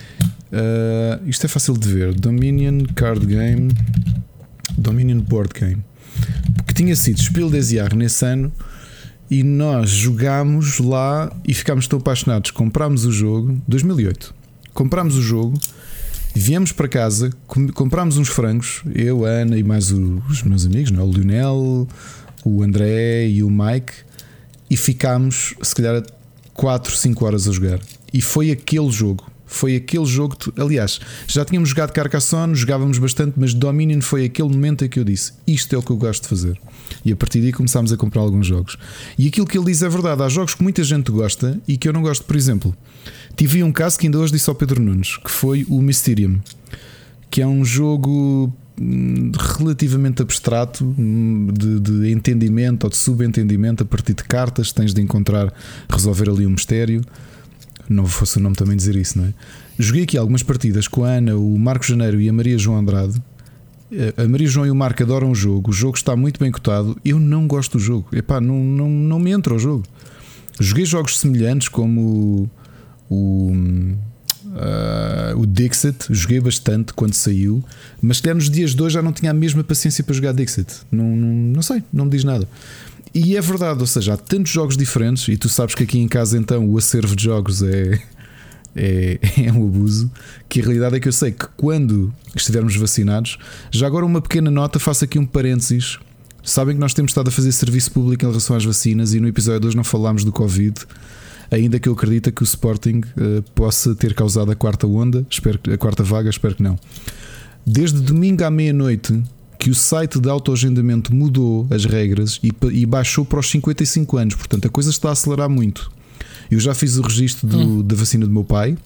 Uh, isto é fácil de ver. Dominion Card Game, Dominion Board Game, que tinha sido Spiel des Jahres nesse ano, e nós jogámos lá e ficámos tão apaixonados. Comprámos o jogo, dois mil e oito, comprámos o jogo, viemos para casa, comprámos uns frangos, eu, a Ana e mais os meus amigos, não é? O Lionel, o André e o Mike, e ficámos se calhar quatro, cinco horas a jogar. E foi aquele jogo. Foi aquele jogo. Que, aliás, já tínhamos jogado Carcassonne, jogávamos bastante, mas Dominion foi aquele momento em que eu disse: isto é o que eu gosto de fazer. E a partir daí começámos a comprar alguns jogos. E aquilo que ele diz é verdade. Há jogos que muita gente gosta e que eu não gosto. Por exemplo, tive um caso que ainda hoje disse ao Pedro Nunes, que foi o Mysterium, que é um jogo relativamente abstrato, de, de entendimento ou de subentendimento a partir de cartas. Tens de encontrar, resolver ali um mistério. Não fosse o nome também dizer isso, não é? Joguei aqui algumas partidas com a Ana, o Marco Janeiro e a Maria João Andrade. A Maria João e o Marco adoram o jogo. O jogo está muito bem cotado. Eu não gosto do jogo. Epá, não, não, não me entra o jogo. Joguei jogos semelhantes como o, o Uh, o Dixit, joguei bastante quando saiu, mas se nos dias de hoje já não tinha a mesma paciência para jogar Dixit. Não, não, não sei, não me diz nada. E é verdade, ou seja, há tantos jogos diferentes, e tu sabes que aqui em casa então o acervo de jogos é, é, é um abuso. Que a realidade é que eu sei que quando estivermos vacinados, já agora uma pequena nota, faço aqui um parênteses. Sabem que nós temos estado a fazer serviço público em relação às vacinas, e no episódio de hoje não falámos do Covid. Ainda que eu acredite que o Sporting uh, possa ter causado a quarta onda, espero que, a quarta vaga, espero que não. Desde domingo à meia-noite que o site de autoagendamento mudou as regras e, e baixou para os cinquenta e cinco anos, portanto a coisa está a acelerar muito. Eu já fiz o registro do, hum. da vacina do meu pai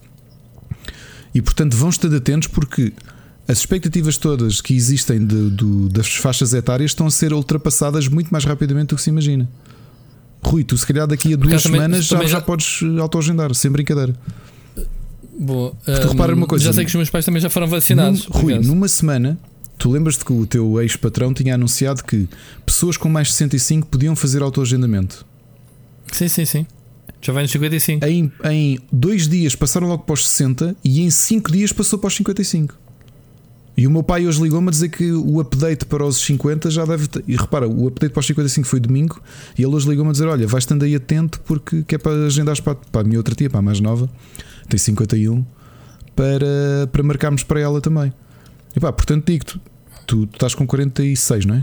e portanto vão estando atentos, porque as expectativas todas que existem de, de, das faixas etárias estão a ser ultrapassadas muito mais rapidamente do que se imagina. Rui, tu se calhar daqui a duas também, semanas já, já... já podes autoagendar, sem brincadeira. Boa. Tu um, repara uma coisa, já sei que os meus pais também já foram vacinados. Num, Rui, numa semana, tu lembras-te que o teu ex-patrão tinha anunciado que pessoas com mais de sessenta e cinco podiam fazer autoagendamento? Sim, sim, sim. Já vai nos cinquenta e cinco. Em, em dois dias passaram logo para os sessenta e em cinco dias passou para os cinquenta e cinco. E o meu pai hoje ligou-me a dizer que o update para os cinquenta já deve ter... E repara, o update para os cinquenta e cinco foi domingo, e ele hoje ligou-me a dizer: olha, vais estando aí atento, porque que é para agendares para, para a minha outra tia, para a mais nova, tem cinquenta e um, para, para marcarmos para ela também. E pá, portanto digo-te, tu, tu estás com quarenta e seis, não é?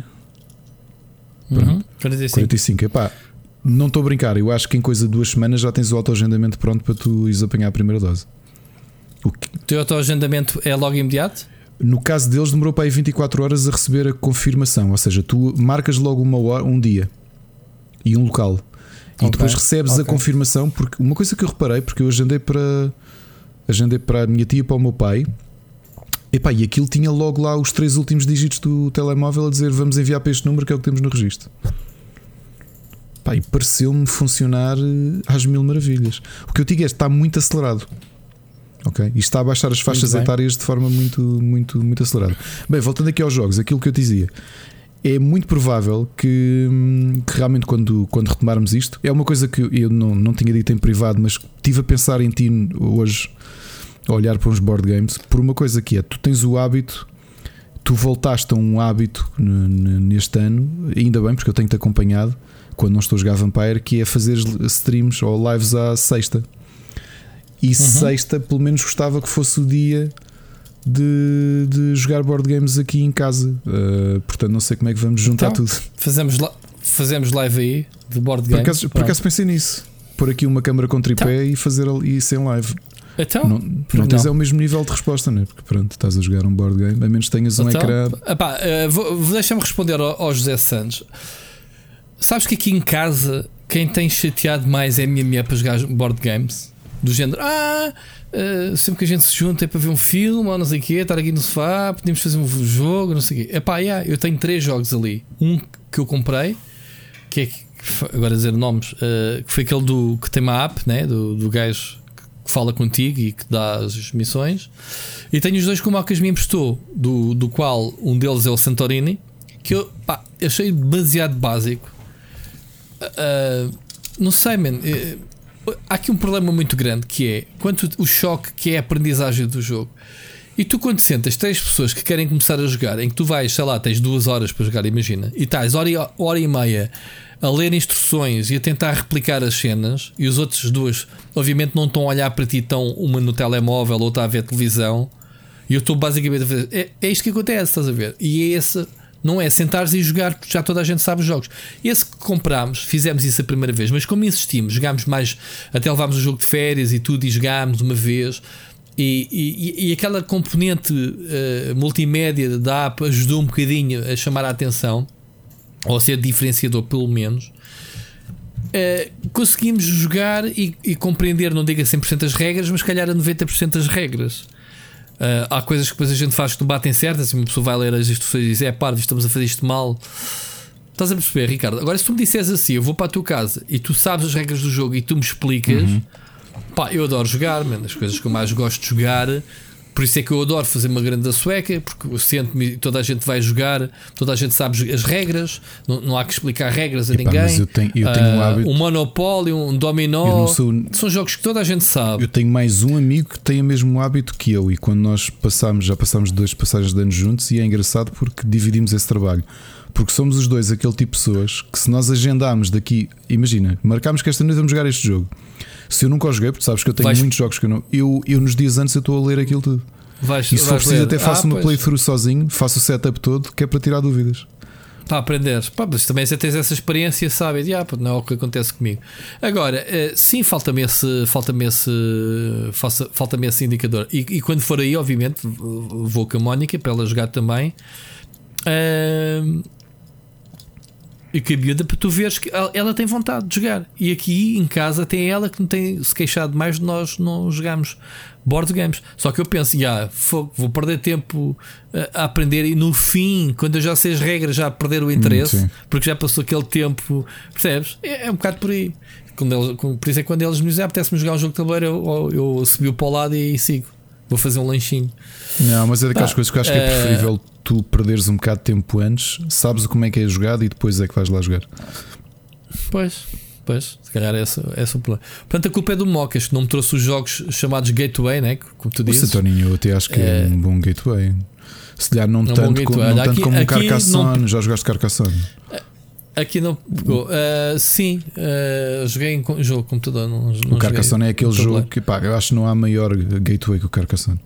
Uhum, quarenta e cinco. quarenta e cinco, epá, não estou a brincar. Eu acho que em coisa de duas semanas já tens o autoagendamento pronto para tu ires apanhar a primeira dose. O, que... o teu autoagendamento é logo imediato? No caso deles, demorou para aí vinte e quatro horas a receber a confirmação. Ou seja, tu marcas logo uma hora, um dia e um local. E okay. depois recebes okay. a confirmação. Porque uma coisa que eu reparei, porque eu agendei para, agendei para a minha tia e para o meu pai. Epá, e aquilo tinha logo lá os três últimos dígitos do telemóvel a dizer vamos enviar para este número que é o que temos no registro. Epá, e pareceu-me funcionar às mil maravilhas. O que eu digo é está muito acelerado. Ok? E está a baixar as faixas etárias de forma muito, muito, muito acelerada. Bem, voltando aqui aos jogos, aquilo que eu te dizia, é muito provável que, que realmente quando, quando retomarmos isto, é uma coisa que eu não, não tinha dito em privado, mas estive a pensar em ti hoje, a olhar para uns board games, por uma coisa que é, tu tens o hábito, tu voltaste a um hábito neste ano, ainda bem, porque eu tenho-te acompanhado quando não estou a jogar Vampire, que é fazer streams ou lives à sexta. E uhum. sexta, pelo menos gostava que fosse o dia de, de jogar board games aqui em casa. Uh, portanto, não sei como é que vamos juntar então, tudo. Fazemos, fazemos live aí de board games. Por acaso, por acaso pensei nisso. Pôr aqui uma câmara com tripé então. e fazer isso em live. Então, não, não tens é o mesmo nível de resposta, não é? Porque pronto, estás a jogar um board game, a menos que tenhas um então, ecrã. Epá, uh, vou, deixa-me responder ao, ao José Santos. Sabes que aqui em casa quem tem chateado mais é a minha mulher para jogar board games? Do género, ah, uh, sempre que a gente se junta é para ver um filme ou não sei o quê, estar aqui no sofá, podemos fazer um jogo, não sei o quê. Epá, yeah, eu tenho três jogos ali. Um que eu comprei, que é, agora dizer nomes, uh, que foi aquele do, que tem uma app, né, do, do gajo que fala contigo e que dá as missões. E tenho os dois que o Mocas me emprestou, do, do qual um deles é o Santorini, que eu pá, achei demasiado básico. Uh, não sei, man. Uh, há aqui um problema muito grande que é quanto o choque que é a aprendizagem do jogo. E tu, quando sentas três pessoas que querem começar a jogar, em que tu vais, sei lá, tens duas horas para jogar, imagina, e estás hora e, hora e meia a ler instruções e a tentar replicar as cenas, e os outros duas, obviamente, não estão a olhar para ti, estão uma no telemóvel, outra a ver televisão, e eu estou basicamente a fazer. É, é isto que acontece, estás a ver? E é esse. Não é sentares e jogar, porque já toda a gente sabe os jogos. Esse que comprámos, fizemos isso a primeira vez, mas como insistimos, jogámos mais, até levámos o jogo de férias e tudo, e jogámos uma vez. E, e, e aquela componente uh, multimédia da app ajudou um bocadinho a chamar a atenção, ou a ser diferenciador, pelo menos. Uh, conseguimos jogar e, e compreender, não diga cem por cento as regras, mas se calhar a noventa por cento das regras. Uh, há coisas que depois a gente faz que não batem certo. Assim, uma pessoa vai ler as instruções e diz: é parvo, estamos a fazer isto mal. Estás a perceber, Ricardo? Agora, se tu me disseres assim, eu vou para a tua casa e tu sabes as regras do jogo e tu me explicas, uhum. pá, eu adoro jogar, man, as coisas que eu mais gosto de jogar. Por isso é que eu adoro fazer uma grande sueca, porque eu sento-me, toda a gente vai jogar, toda a gente sabe as regras, não, não há que explicar regras a Epá, ninguém. Mas eu tenho, eu tenho uh, um hábito. Um Monopólio, um Dominó, sou, são jogos que toda a gente sabe. Eu tenho mais um amigo que tem o mesmo hábito que eu, e quando nós passamos, já passámos duas passagens de anos juntos, e é engraçado porque dividimos esse trabalho. Porque somos os dois aquele tipo de pessoas que, se nós agendarmos daqui, imagina, marcámos que esta noite vamos jogar este jogo. Se eu nunca o joguei, porque sabes que eu tenho vais... muitos jogos que eu não. Eu, eu nos dias antes eu estou a ler aquilo tudo. Vais, e se for preciso, até faço ah, uma pois. playthrough sozinho, faço o setup todo, que é para tirar dúvidas. Para aprenderes, pá, mas também se tens essa experiência, sabes, ah, não é o que acontece comigo. Agora, sim, falta-me esse, falta-me esse, falta-me esse indicador. E, e quando for aí, obviamente, vou com a Mónica para ela jogar também. Uh, E que a miúda, para tu veres que ela tem vontade de jogar. E aqui em casa tem ela que não tem se queixado mais de nós não jogamos board games. Só que eu penso, yeah, vou perder tempo a aprender, e no fim, quando eu já sei as regras, já perder o interesse, hum, porque já passou aquele tempo, percebes? É, é um bocado por aí. Quando eles, por isso é que quando eles me dizem, apetece-me jogar um jogo de tabuleiro, eu, eu, eu subi para o lado e sigo. Vou fazer um lanchinho. Não, mas é daquelas ah, coisas que eu acho que é preferível uh, tu perderes um bocado de tempo antes, sabes como é que é jogado e depois é que vais lá jogar. Pois, pois, se calhar é esse, é esse o problema. Portanto, a culpa é do Mocas, que não me trouxe os jogos chamados Gateway, né? Como tu dizes. O Santoninho, eu até acho que é, é um bom Gateway. Se calhar não, não tanto, com, não tanto aqui, como o Carcassonne. Não... Já jogaste Carcassonne? Aqui não pegou. Uh, sim, uh, joguei em jogo de computador. Não, não o Carcassonne é aquele jogo que, pá, eu acho que não há maior gateway que o Carcassonne.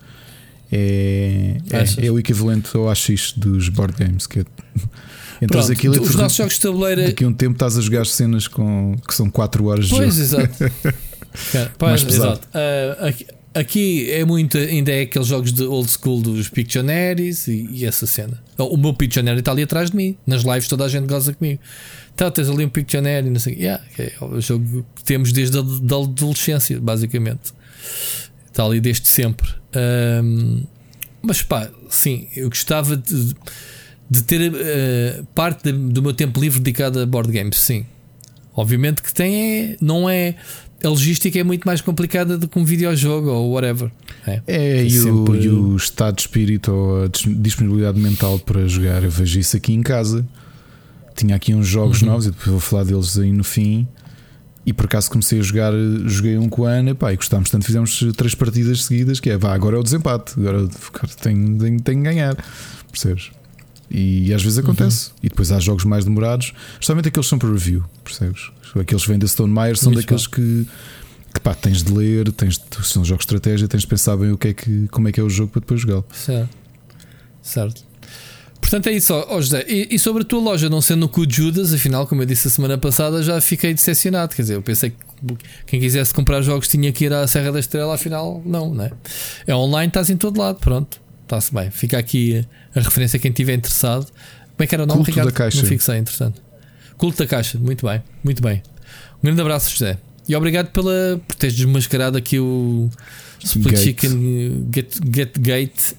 É, é, é o equivalente ao A X dos board games. Que é, entras Pronto, aquilo, os nossos jogos de tabuleiro. Daqui a um tempo estás a jogar cenas com, que são quatro horas de pois, jogo. Exato. Cara, pois, exato. Uh, aqui, aqui é muito, ainda é aqueles jogos de old school dos Pictionaries e, e essa cena. O meu Pictionary está ali atrás de mim, nas lives toda a gente goza comigo. Então tens ali um Pictionary, não sei. Yeah, é o jogo que temos desde a da adolescência, basicamente. Está ali desde sempre. Um, mas pá, sim, eu gostava de, de ter uh, parte de, do meu tempo livre dedicado a board games, sim. Obviamente que tem é, não é. A logística é muito mais complicada do que um videojogo ou whatever. É, é e, sempre... o, e o estado de espírito ou a disponibilidade mental para jogar. Eu vejo isso aqui em casa. Tinha aqui uns jogos uhum. novos e depois vou falar deles aí no fim. E por acaso comecei a jogar, joguei um com a Ana, pá, e gostámos tanto, fizemos três partidas seguidas. Que é, vá, agora é o desempate, agora tenho, tenho, tenho que ganhar, percebes? E às vezes acontece. Uhum. E depois há jogos mais demorados, justamente aqueles que são para review, percebes? Aqueles que vêm da Stone Meyer são Isso daqueles que, que pá, tens de ler, tens de, são jogos de estratégia, tens de pensar bem o que é que, como é que é o jogo para depois jogá-lo. Certo. Certo. Portanto é isso, ó José. E, e sobre a tua loja não sendo no cu de Judas, afinal, como eu disse a semana passada, já fiquei decepcionado. Quer dizer, eu pensei que quem quisesse comprar jogos tinha que ir à Serra da Estrela, afinal, não, não é? É online, estás em todo lado, pronto, está-se bem. Fica aqui a, a referência a quem estiver interessado. Como é que era o nome, Culto Ricardo? Da Caixa. Não fixei, interessante. Culto da Caixa, muito bem, muito bem. Um grande abraço, José. E obrigado pela, por teres desmascarado aqui o Split Gate. Chicken Get, get Gate.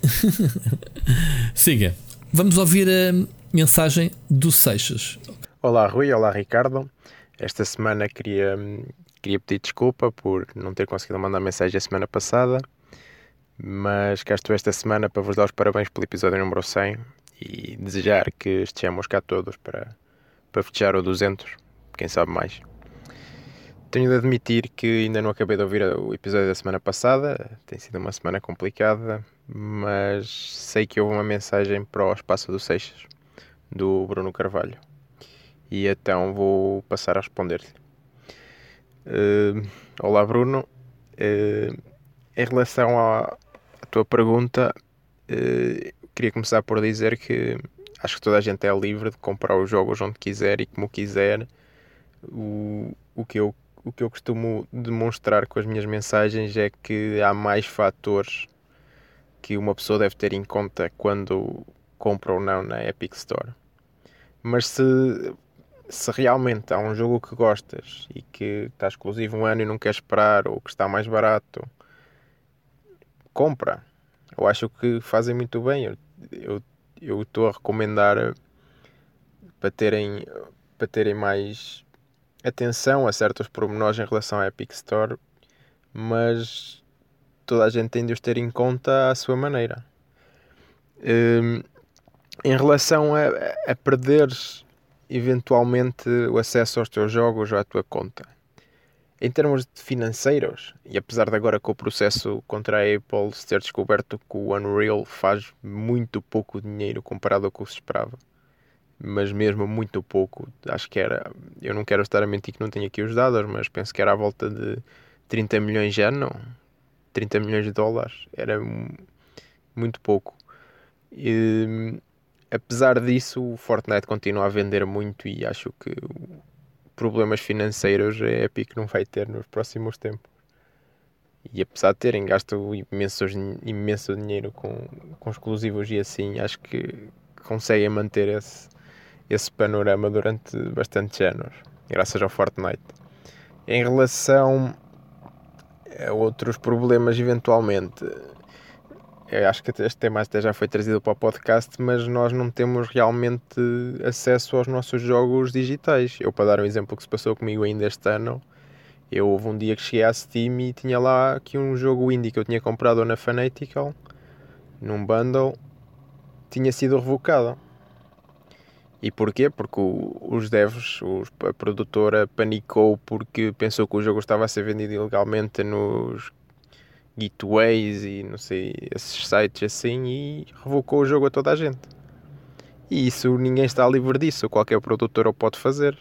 Siga. Vamos ouvir a mensagem do Seixas. Olá Rui, olá Ricardo. Esta semana queria, queria pedir desculpa por não ter conseguido mandar mensagem a semana passada, mas cá estou esta semana para vos dar os parabéns pelo episódio número cem e desejar que estejamos cá todos para, para festejar o duzentos, quem sabe mais. Tenho de admitir que ainda não acabei de ouvir o episódio da semana passada, tem sido uma semana complicada, mas sei que houve uma mensagem para o Espaço do Seixas, do Bruno Carvalho, e então vou passar a responder-lhe. Uh, olá Bruno, uh, em relação à, à tua pergunta, uh, queria começar por dizer que acho que toda a gente é livre de comprar os jogos onde quiser e como quiser. O, o que eu O que eu costumo demonstrar com as minhas mensagens é que há mais fatores que uma pessoa deve ter em conta quando compra ou não na Epic Store. Mas se, se realmente há um jogo que gostas e que está exclusivo um ano e não queres esperar, ou que está mais barato, compra. Eu acho que fazem muito bem. Eu, eu, eu estou a recomendar para terem, para terem mais atenção a certos pormenores em relação à Epic Store, mas toda a gente tem de os ter em conta à sua maneira. Um, em relação a, a perderes eventualmente o acesso aos teus jogos ou à tua conta, em termos financeiros, e apesar de agora com o processo contra a Apple se ter descoberto que o Unreal faz muito pouco dinheiro comparado ao que se esperava, mas mesmo muito pouco, acho que era, eu não quero estar a mentir que não tenho aqui os dados, mas penso que era à volta de trinta milhões de ano, trinta milhões de dólares, era muito pouco. E, apesar disso, o Fortnite continua a vender muito e acho que problemas financeiros a Epic não vai ter nos próximos tempos. E apesar de terem gasto imenso, imenso dinheiro com, com exclusivos e assim, acho que conseguem manter esse esse panorama durante bastantes anos, graças ao Fortnite. Em relação a outros problemas, eventualmente, eu acho que este tema até já foi trazido para o podcast, mas nós não temos realmente acesso aos nossos jogos digitais. Eu, para dar um exemplo que se passou comigo ainda este ano, eu houve um dia que cheguei à Steam e tinha lá aqui um jogo indie que eu tinha comprado na Fanatical, num bundle, tinha sido revocado. E porquê? Porque o, os devs, os, a produtora panicou porque pensou que o jogo estava a ser vendido ilegalmente nos gateways e não sei, esses sites assim, e revocou o jogo a toda a gente. E isso ninguém está livre disso, qualquer produtor o pode fazer.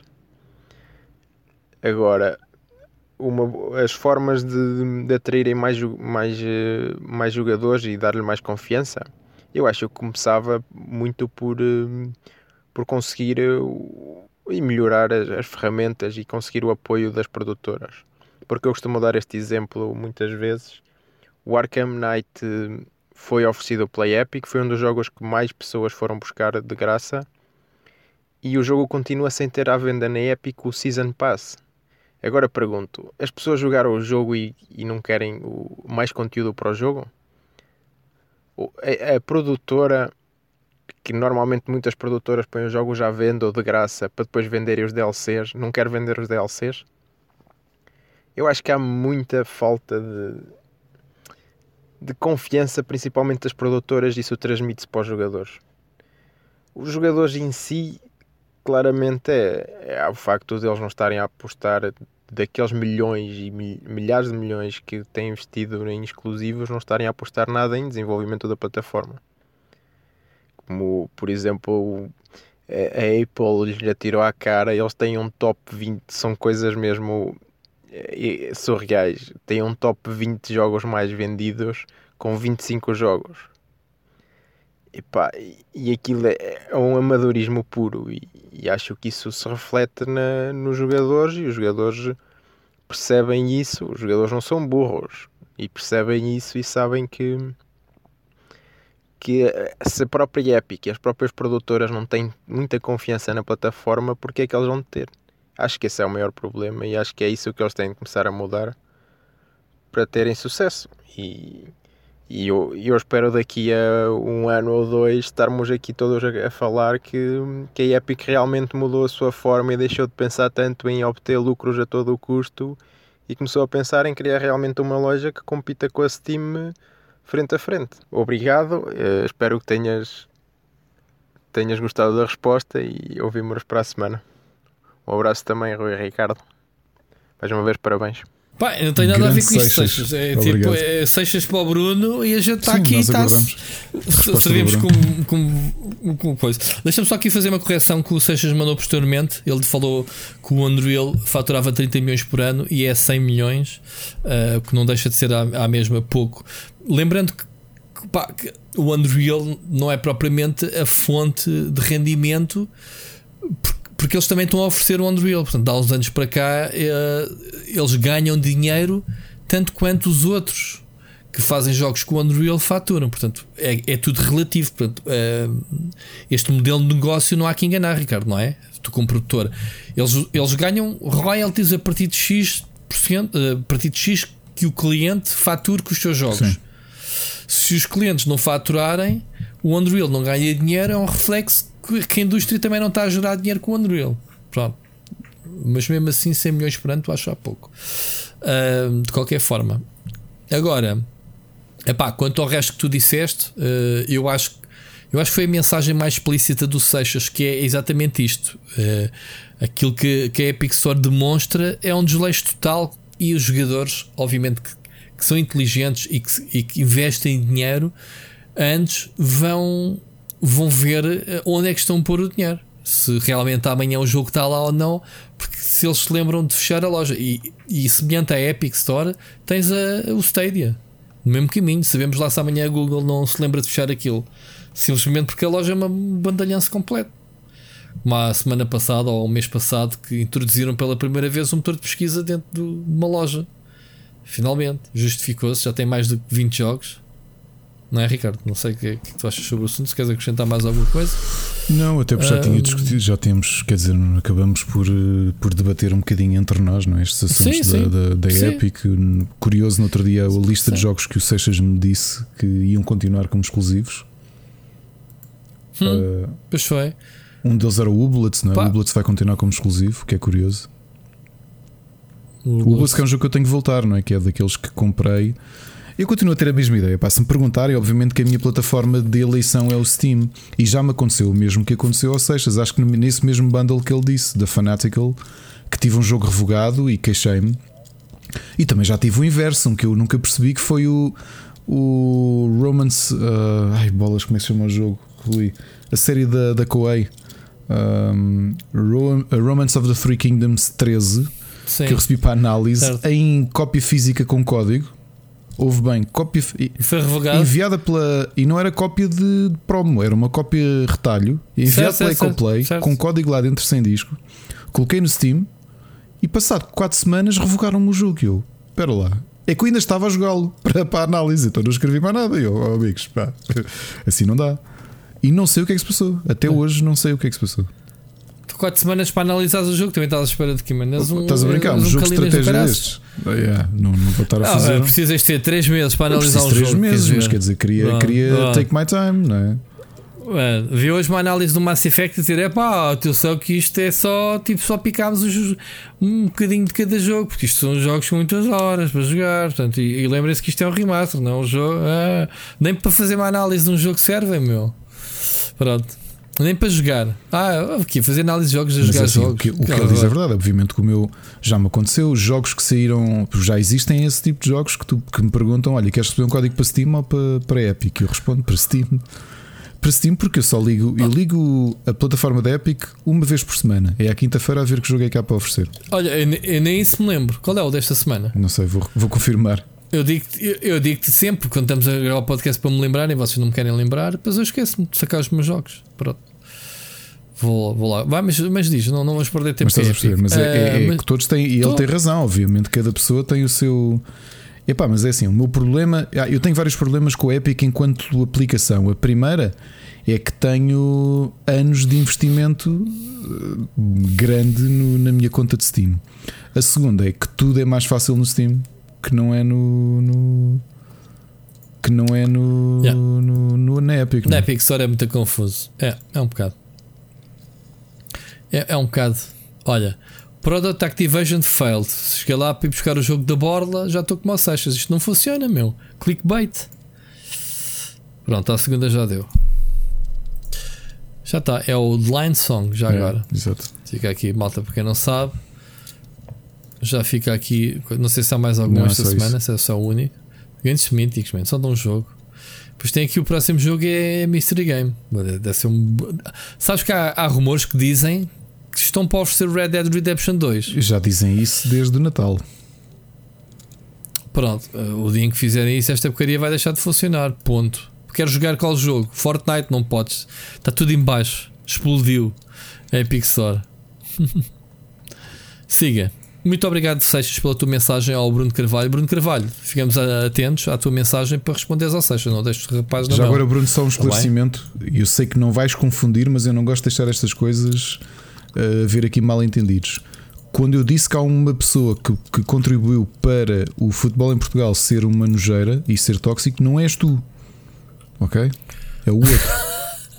Agora, uma, as formas de, de atraírem mais, mais, mais jogadores e dar-lhe mais confiança, eu acho que começava muito por... por conseguir uh, e melhorar as, as ferramentas e conseguir o apoio das produtoras. Porque eu costumo dar este exemplo muitas vezes. o Arkham Knight foi oferecido pela Epic, foi um dos jogos que mais pessoas foram buscar de graça, e o jogo continua sem ter à venda na Epic o Season Pass. Agora pergunto, as pessoas jogaram o jogo e, e não querem o, mais conteúdo para o jogo? A, a produtora, que normalmente muitas produtoras põem os jogos à venda ou de graça para depois venderem os D L Cs, não quer vender os D L Cs? Eu acho que há muita falta de, de confiança, principalmente das produtoras, e isso transmite-se para os jogadores. Os jogadores em si, claramente, é, é o facto de eles não estarem a apostar daqueles milhões e milhares de milhões que têm investido em exclusivos, não estarem a apostar nada em desenvolvimento da plataforma. Como, por exemplo, a Apple lhe tirou à cara, eles têm um top vinte, são coisas mesmo surreais, têm um top vinte jogos mais vendidos com vinte e cinco jogos. E, pá, e aquilo é um amadorismo puro, e, e acho que isso se reflete na, nos jogadores, e os jogadores percebem isso. Os jogadores não são burros e percebem isso e sabem que que se a própria Epic e as próprias produtoras não têm muita confiança na plataforma, porque é que eles vão ter? Acho que esse é o maior problema, e acho que é isso que eles têm de começar a mudar para terem sucesso. E, e eu, eu espero daqui a um ano ou dois estarmos aqui todos a, a falar que, que a Epic realmente mudou a sua forma e deixou de pensar tanto em obter lucros a todo o custo e começou a pensar em criar realmente uma loja que compita com a Steam frente a frente. Obrigado, uh, espero que tenhas, tenhas gostado da resposta, e ouvimos-nos para a semana. Um abraço também, Rui e Ricardo. Mais uma vez, parabéns. Pá, não tem nada Grande a ver com isto, Seixas. Seixas. É, tipo, é Seixas para o Bruno, e a gente está aqui e está. Servimos como, como, como coisa. Deixa-me só aqui fazer uma correção que o Seixas mandou posteriormente. Ele falou que o Unreal faturava trinta milhões por ano e é cem milhões, uh, que não deixa de ser à, à mesma pouco. Lembrando que, pá, que o Unreal não é propriamente a fonte de rendimento, porque eles também estão a oferecer o Unreal. Portanto, há uns anos para cá, eles ganham dinheiro tanto quanto os outros que fazem jogos com o Unreal faturam. Portanto, é, é tudo relativo. Portanto, este modelo de negócio não há que enganar, Ricardo, não é? Tu, como produtor, eles, eles ganham royalties a partir de X por cento, a partir de X que o cliente fature com os seus jogos. Sim. Se os clientes não faturarem, o Unreal não ganha dinheiro, é um reflexo que a indústria também não está a gerar dinheiro com o Unreal. Pronto. Mas mesmo assim, cem milhões por ano, tu acho há pouco. Uh, de qualquer forma, agora, epá, quanto ao resto que tu disseste, uh, eu, acho, eu acho que foi a mensagem mais explícita do Seixas, que é exatamente isto. Uh, aquilo que, que a Epic Store demonstra é um desleixo total, e os jogadores, obviamente, que, que são inteligentes e que, e que investem dinheiro, antes vão. vão ver onde é que estão a pôr o dinheiro, se realmente amanhã o jogo está lá ou não, porque se eles se lembram de fechar a loja, e, e semelhante à Epic Store, tens a, o Stadia no mesmo caminho. Sabemos lá se amanhã a Google não se lembra de fechar aquilo, simplesmente porque a loja é uma bandalhança completa. Como a semana passada ou o mês passado, que introduziram pela primeira vez um motor de pesquisa dentro de uma loja. Finalmente justificou-se, já tem mais de vinte jogos. Não é, Ricardo? Não sei o que é que tu achas sobre o assunto. Se queres acrescentar mais alguma coisa? Não, até porque já um... tinha discutido, já temos, quer dizer, acabamos por, por debater um bocadinho entre nós, não é? Estes assuntos sim, da, da, da Epic. Curioso, no outro dia, a lista sim. de jogos que o Seixas me disse que iam continuar como exclusivos. Hum, uh, pois foi. Um deles era o Ublets, não é? Pá. O Ublets vai continuar como exclusivo, que é curioso. O Ublets que é um jogo que eu tenho que voltar, não é? Que é daqueles que comprei. Eu continuo a ter a mesma ideia. Passa-me perguntar, e obviamente que a minha plataforma de eleição é o Steam. E já me aconteceu o mesmo que aconteceu ao Seixas. Acho que nesse mesmo bundle que ele disse, da Fanatical, que tive um jogo revogado e queixei-me. E também já tive o inverso, um que eu nunca percebi, que foi o, o Romance. Uh, ai, bolas, como é que se chama o jogo, Rui? A série da, da Koei. Um, Romance of the Three Kingdoms treze. Sim. Que eu recebi para análise, certo, em cópia física com código. Houve bem, cópia foi revogado, enviada pela. E não era cópia de promo, era uma cópia retalho, enviada pela Ecoplay, com código lá dentro sem disco. Coloquei no Steam e, passado quatro semanas, revogaram-me o jogo. Eu, espera lá, É que eu ainda estava a jogá-lo para, para a análise, então não escrevi mais nada. E eu, oh, amigos, pá, assim não dá. E não sei o que é que se passou. Até é. hoje não sei o que é que se passou. Quatro semanas para analisar o jogo, também estás à espera de que maneira? Um, estás a brincar, um, um jogo de estratégia destes. Oh, yeah. não, não vou estar a fazer. Ah, precisas ter três meses para analisar um três jogo. Três meses, mas quer dizer, queria, queria não. take my time, não é? Ué, vi hoje uma análise do Mass Effect e dizer: é pá, atenção que isto é só tipo só picámos os, um bocadinho de cada jogo, porque isto são jogos com muitas horas para jogar. Portanto, e, e lembrem-se que isto é um remaster, não é um jogo. Ah, nem para fazer uma análise de um jogo servem, meu. Pronto. Nem para jogar. Ah, aqui fazer análise de jogos a jogar assim, jogos. O que, o que ele diz é verdade. Obviamente, como eu já me aconteceu, jogos que saíram, já existem esse tipo de jogos que, tu, que me perguntam: olha, queres receber um código para Steam ou para, para Epic? Eu respondo para Steam. Para Steam, porque eu só ligo, eu ligo a plataforma da Epic uma vez por semana. É à quinta-feira a ver que jogo é que há para oferecer. Olha, eu, eu nem isso me lembro. Qual é o desta semana? Não sei, vou, vou confirmar. Eu digo-te eu, eu digo sempre quando estamos a gravar o podcast para me lembrarem, vocês não me querem lembrar, depois eu esqueço-me de sacar os meus jogos. Pronto. Vou, vou lá. Vai, mas, mas diz, não, não vamos perder tempo. Mas estás a perceber, mas é, é, é mas... que todos têm, e ele tem razão, obviamente, cada pessoa tem o seu. Epá, mas é assim, o meu problema, eu tenho vários problemas com a Epic enquanto aplicação. A primeira é que tenho anos de investimento grande no, na minha conta de Steam. A segunda é que tudo é mais fácil no Steam que não é no, no que não é no, yeah. no, no na Epic. Na Epic Store é muito confuso. É, é um bocado. É, é um bocado. Olha, Product Activation failed. Cheguei lá para ir buscar o jogo da borla, já estou com umas seixas. Isto não funciona, meu. Clickbait. Pronto, a segunda já deu. Já está. É o Line Song, já é, agora. Exato. Fica aqui, malta, para quem não sabe. Já fica aqui. Não sei se há mais algum não, esta semana, isso. Se é só o único. Grandes míticos, man, só de um jogo. Depois tem aqui o próximo jogo, é Mystery Game. Deve ser um... Sabes que há, há rumores que dizem que estão para oferecer Red Dead Redemption dois. Já dizem isso desde o Natal. Pronto, o dia em que fizerem isso, esta porcaria vai deixar de funcionar. Ponto. Quero jogar qual jogo? Fortnite não podes. Está tudo em baixo. Explodiu a Epic Store. Siga. Muito obrigado, Seixas, pela tua mensagem ao Bruno Carvalho. Bruno Carvalho, ficamos atentos à tua mensagem para responderes ao Seixas. Não deixes o rapaz na Já mão. Agora, Bruno, só um esclarecimento. Eu sei que não vais confundir, mas eu não gosto de deixar estas coisas a uh, ver aqui mal entendidos. Quando eu disse que há uma pessoa que, que contribuiu para o futebol em Portugal ser uma nojeira e ser tóxico, não és tu, ok? É o outro.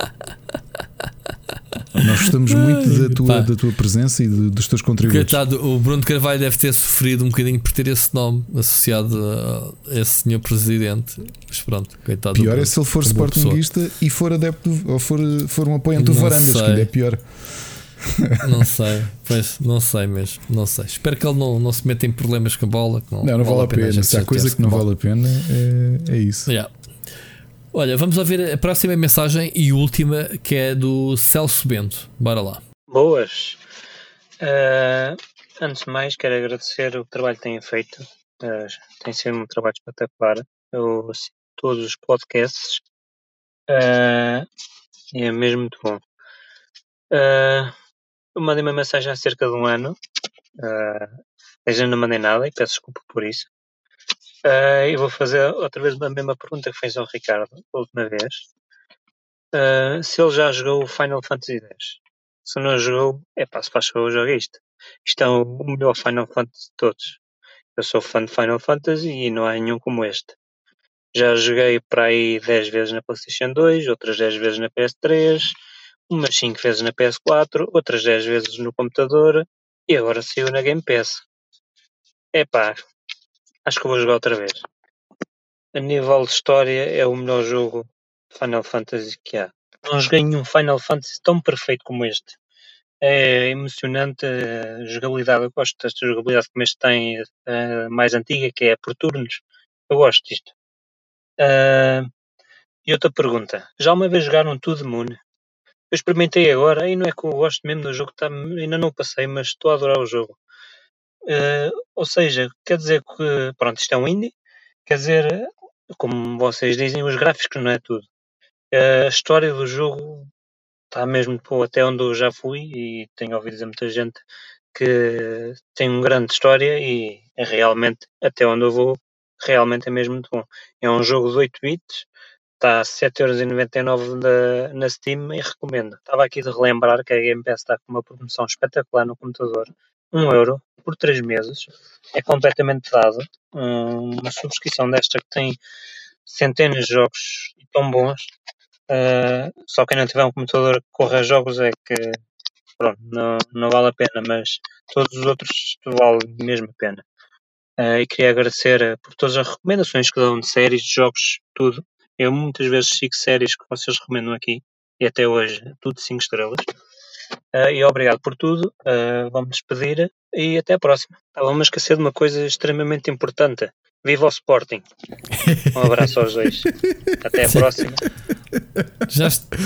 Nós gostamos muito da tua, da tua presença e de, dos teus contributos. Coitado, o Bruno Carvalho deve ter sofrido um bocadinho por ter esse nome associado a esse senhor presidente. Mas pronto, coitado. Pior é se ele for sportinguista e for adepto ou for, for um apoiante do Varandas, que ainda é pior. Não sei, pois não sei mesmo, não sei. Espero que ele não, não se meta em problemas com a bola. Que não, não, não vale, vale a pena. pena. Se há coisa que não vale a pena, é, é isso. Yeah. Olha, vamos ouvir a próxima mensagem e última, que é do Celso Bento. Bora lá. Boas. Uh, antes de mais, quero agradecer o trabalho que têm feito. Uh, tem sido um trabalho espetacular. Eu assisto todos os podcasts. Uh, é mesmo muito bom. Uh, eu mandei uma mensagem há cerca de um ano. Uh, eu já não mandei nada e peço desculpa por isso. Uh, eu vou fazer outra vez a mesma pergunta que fez ao Ricardo a última vez. Uh, se ele já jogou o Final Fantasy dez. Se não jogou, é pá, se faz favor, joga isto. Isto é o melhor Final Fantasy de todos. Eu sou fã de Final Fantasy e não há nenhum como este. Já joguei para aí dez vezes na PlayStation dois, outras dez vezes na P S três, umas cinco vezes na P S quatro, outras dez vezes no computador e agora saiu na Game Pass. É pá, acho que vou jogar outra vez. A nível de história é o melhor jogo Final Fantasy que há. Não joguei nenhum Final Fantasy tão perfeito como este. É emocionante a jogabilidade. Eu gosto desta jogabilidade como este tem, a mais antiga, que é por turnos. Eu gosto disto. Uh, e outra pergunta. Já uma vez jogaram To The Moon? Eu experimentei agora e não é que eu gosto mesmo do jogo. Tá, ainda não o passei, mas estou a adorar o jogo. Uh, ou seja, quer dizer que pronto, isto é um indie, quer dizer, como vocês dizem, os gráficos não é tudo. Uh, a história do jogo está mesmo boa, até onde eu já fui e tenho ouvido dizer muita gente que tem uma grande história e é realmente até onde eu vou realmente é mesmo muito bom. É um jogo de oito bits, está a sete euros e noventa e nove na, na Steam e recomendo. Estava aqui de relembrar que a Game Pass está com uma promoção espetacular no computador. um euro por três meses. É completamente dado. Uma subscrição desta que tem centenas de jogos e tão bons. Uh, só quem não tiver um computador que corra jogos é que pronto, não, não vale a pena, mas todos os outros valem mesmo a pena. Uh, e queria agradecer por todas as recomendações que dão de séries, de jogos, tudo. Eu muitas vezes sigo séries que vocês recomendam aqui e até hoje tudo cinco estrelas. Uh, e obrigado por tudo. Uh, vamos despedir e até a próxima. Estava-me a esquecer de uma coisa extremamente importante. Viva o Sporting! Um abraço aos dois. Até a próxima. Já,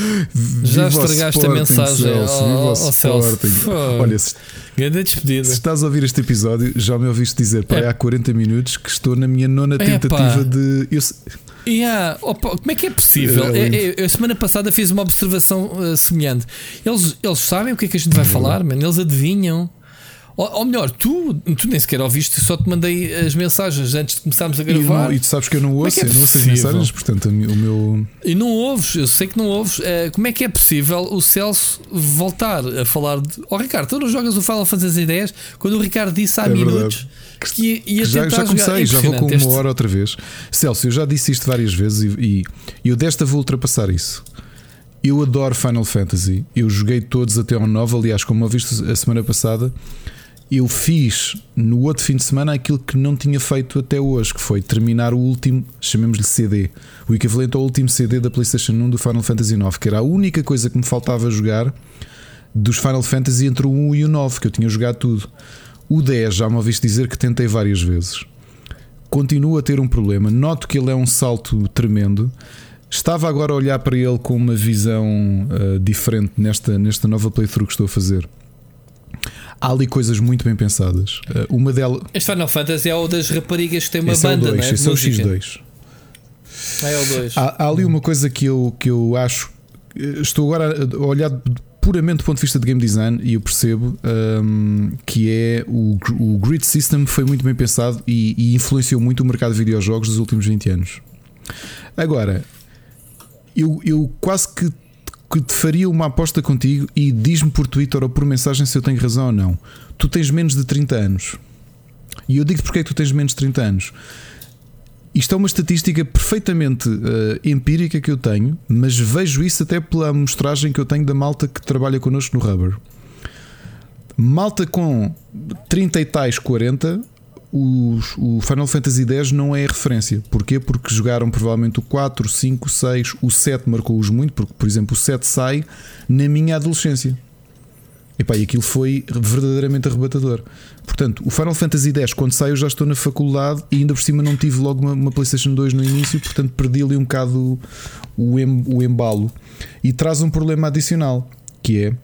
já estragaste Sporting, a mensagem Celso, ao, viva o ao Celso. Olha, se, grande despedida. Se estás a ouvir este episódio, já me ouviste dizer para é. há quarenta minutos que estou na minha nona tentativa é, de. Eu, Yeah. Opa, como é que é possível? É, é, eu, a semana passada fiz uma observação uh, semelhante. Eles, eles sabem o que é que a gente vai falar, man. Eles adivinham. Ou, ou melhor, tu, tu nem sequer ouviste, só te mandei as mensagens antes de começarmos a gravar. E, não, e tu sabes que eu não ouço, é é eu não ouço as mensagens, portanto, o meu. E não ouves, eu sei que não ouves. Uh, como é que é possível o Celso voltar a falar de. Oh, Ricardo, tu não jogas o Final Fantasy dez quando o Ricardo disse há é minutos. Que ia já, já comecei, já vou com uma este... hora outra vez. Celso, eu já disse isto várias vezes e, e eu desta vou ultrapassar isso. Eu adoro Final Fantasy. Eu joguei todos até ao nove. Aliás, como eu viste a semana passada, eu fiz no outro fim de semana aquilo que não tinha feito até hoje, que foi terminar o último, chamemos-lhe C D, o equivalente ao último C D da PlayStation um do Final Fantasy nove, que era a única coisa que me faltava jogar dos Final Fantasy entre o um e o nove, que eu tinha jogado tudo. O dez já me ouviste dizer que tentei várias vezes. Continuo a ter um problema. Noto que ele é um salto tremendo. Estava agora a olhar para ele com uma visão uh, diferente nesta, nesta nova playthrough que estou a fazer. Há ali coisas muito bem pensadas. Uh, uma delas. Este Final Fantasy é o das raparigas que tem uma esse banda, é o dois, não é? Esse é o X dois. Ah, é o dois. Há, há ali uma coisa que eu, que eu acho. Estou agora a olhar puramente do ponto de vista de game design e eu percebo um, que é o, o grid system foi muito bem pensado e, e influenciou muito o mercado de videojogos dos últimos vinte anos. Agora, eu, eu quase que, que te faria uma aposta contigo e diz-me por Twitter ou por mensagem se eu tenho razão ou não. Tu tens menos de trinta anos e eu digo-te porque é que tu tens menos de trinta anos. Isto é uma estatística perfeitamente uh, empírica que eu tenho, mas vejo isso até pela amostragem que eu tenho da malta que trabalha connosco no Rubber. Malta com trinta e tais, quarenta, os, o Final Fantasy dez não é referência. Porquê? Porque jogaram provavelmente o quatro, cinco, seis, o sete marcou-os muito, porque, por exemplo, o sete sai na minha adolescência. Epá, e aquilo foi verdadeiramente arrebatador. Portanto, o Final Fantasy dez, quando sai, eu já estou na faculdade e ainda por cima não tive logo uma, uma PlayStation dois no início, portanto perdi ali um bocado o, em, o embalo. E traz um problema adicional, que é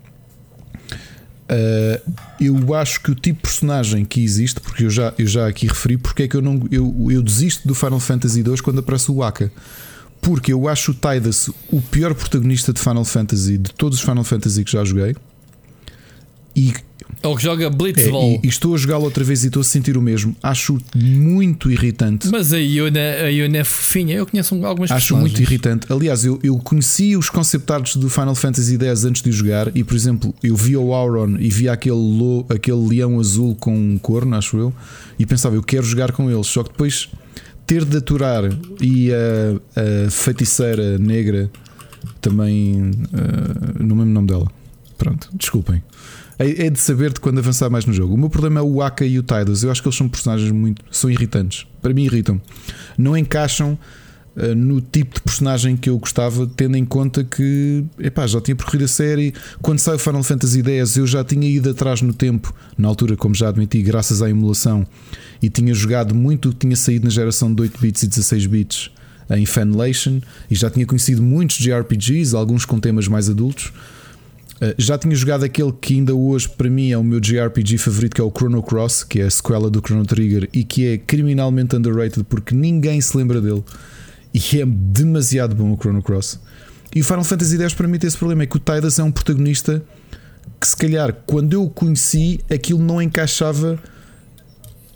uh, eu acho que o tipo de personagem que existe, porque eu já, eu já aqui referi porque é que eu, não, eu, eu desisto do Final Fantasy dois quando aparece o Wakka. Porque eu acho o Tidus o pior protagonista de Final Fantasy, de todos os Final Fantasy que já joguei. E ele joga Blitzball. É, e, e estou a jogá-lo outra vez e estou a sentir o mesmo. Acho muito irritante. Mas a Yuna, a Yuna é fofinha. Eu conheço algumas Acho personagens. muito irritante. Aliás, eu, eu conheci os concept arts do Final Fantasy dez antes de o jogar. E por exemplo, eu vi o Auron e vi aquele, lo, aquele leão azul com um corno, acho eu. E pensava, eu quero jogar com eles. Só que depois ter de aturar e a, a feiticeira negra também uh, no mesmo nome dela. Pronto, desculpem. É de saber de quando avançar mais no jogo. O meu problema é o Wakka e o Tidus. Eu acho que eles são personagens muito. São irritantes. Para mim, irritam. Não encaixam uh, no tipo de personagem que eu gostava, tendo em conta que epá, já tinha percorrido a série. Quando saiu Final Fantasy dez, eu já tinha ido atrás no tempo, na altura, como já admiti, graças à emulação, e tinha jogado muito o que tinha saído na geração de oito bits e dezasseis bits em Fanlation, e já tinha conhecido muitos J R P Gs, alguns com temas mais adultos. Uh, já tinha jogado aquele que ainda hoje para mim é o meu J R P G favorito, que é o Chrono Cross, que é a sequela do Chrono Trigger e que é criminalmente underrated porque ninguém se lembra dele e é demasiado bom o Chrono Cross. E o Final Fantasy dez para mim tem esse problema, é que o Tidus é um protagonista que se calhar quando eu o conheci aquilo não encaixava.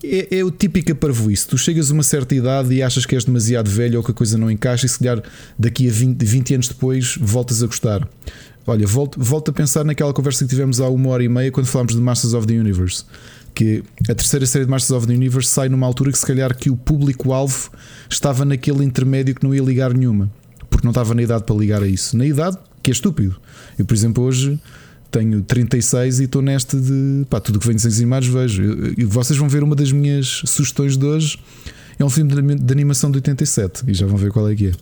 é, é o típico parvoíce. Tu chegas a uma certa idade e achas que és demasiado velho ou que a coisa não encaixa, e se calhar daqui a vinte, vinte anos depois voltas a gostar. Olha, volto, volto a pensar naquela conversa que tivemos há uma hora e meia quando falámos de Masters of the Universe. Que a terceira série de Masters of the Universe sai numa altura que se calhar que o público-alvo estava naquele intermédio que não ia ligar nenhuma, porque não estava na idade para ligar a isso. Na idade, que é estúpido. Eu, por exemplo, hoje tenho trinta e seis e estou nesta de pá, tudo que vem de desenhos animados vejo. E vocês vão ver uma das minhas sugestões de hoje. É um filme de animação de oitenta e sete e já vão ver qual é que é.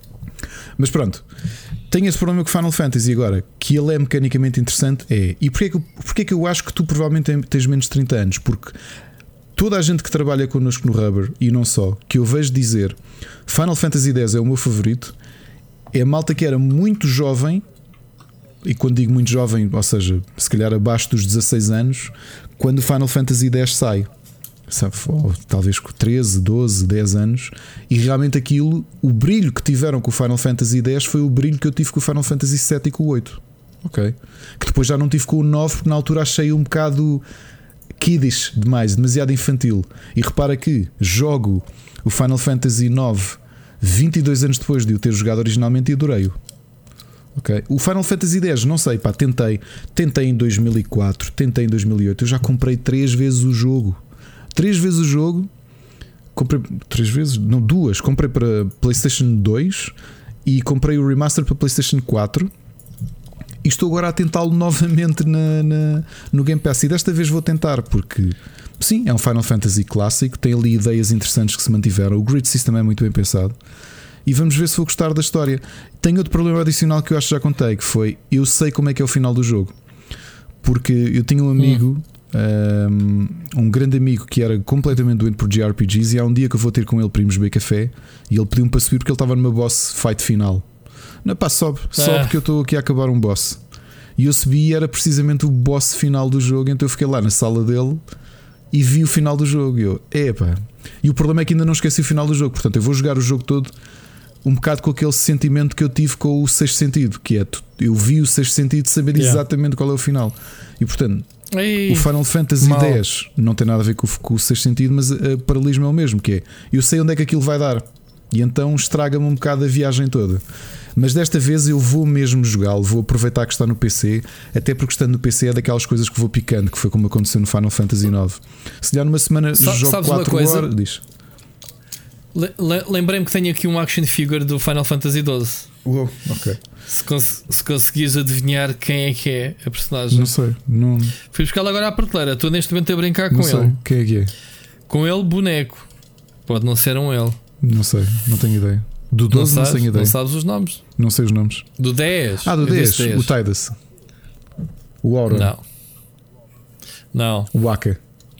Mas pronto, tenho esse problema com Final Fantasy agora, que ele é mecanicamente interessante. É, e porquê que, porquê que eu acho que tu provavelmente tens menos de trinta anos? Porque toda a gente que trabalha connosco no Rubber, e não só, que eu vejo dizer Final Fantasy dez é o meu favorito, é a malta que era muito jovem. E quando digo muito jovem, ou seja, se calhar abaixo dos dezasseis anos, quando o Final Fantasy dez sai, sabe, ou talvez com treze, doze, dez anos, e realmente aquilo, o brilho que tiveram com o Final Fantasy dez foi o brilho que eu tive com o Final Fantasy sete e com o oito. Ok? Que depois já não tive com o nove, porque na altura achei um bocado kiddish demais, demasiado infantil. E repara que jogo o Final Fantasy nove vinte e dois anos depois de o ter jogado originalmente e adorei-o. Okay. O Final Fantasy dez, não sei, pá, tentei Tentei em dois mil e quatro, tentei em dois mil e oito. Eu já comprei três vezes o jogo. Três vezes o jogo. Comprei, três vezes? Não, duas. Comprei para PlayStation dois e comprei o remaster para PlayStation quatro. E estou agora a tentá-lo novamente na, na, no Game Pass. E desta vez vou tentar, porque sim, é um Final Fantasy clássico. Tem ali ideias interessantes que se mantiveram. O grid system é muito bem pensado. E vamos ver se vou gostar da história. Tenho outro problema adicional que eu acho que já contei, que foi, eu sei como é que é o final do jogo. Porque eu tinha um amigo, hum. um, um grande amigo que era completamente doente por J R P Gs, e há um dia que eu vou ter com ele para irmos beber café e ele pediu-me para subir porque ele estava numa boss fight final. Não, pá, sobe, sobe, porque eu estou aqui a acabar um boss. E eu subi e era precisamente o boss final do jogo, então eu fiquei lá na sala dele e vi o final do jogo. E eu, epá. E o problema é que ainda não esqueci o final do jogo, portanto eu vou jogar o jogo todo um bocado com aquele sentimento que eu tive com o Sexto Sentido, que é, eu vi o Sexto Sentido de saber yeah. exatamente qual é o final. E portanto, Ei, o Final Fantasy mal. dez não tem nada a ver com, com o Sexto Sentido, mas o paralelismo é o mesmo, que é, eu sei onde é que aquilo vai dar, e então estraga-me um bocado a viagem toda. Mas desta vez eu vou mesmo jogá-lo, vou aproveitar que está no P C, até porque estando no P C é daquelas coisas que vou picando, que foi como aconteceu no Final Fantasy nove. Se der numa semana Sa jogo quatro horas, diz. Lembrei-me que tenho aqui um action figure do Final Fantasy doze. Uou, ok. Se, cons se conseguires adivinhar quem é que é a personagem. Não sei. Não... Fui buscar agora à prateleira. Estou neste momento a brincar não com sei. ele. Quem é que é? Com ele, boneco. Pode não ser um ele. Não sei, não tenho ideia. Do doze não, não tenho ideia. Não sabes os nomes? Não sei os nomes. Do dez. Ah, do dez. O Tidus. O Aura. Não. Não. O Waka.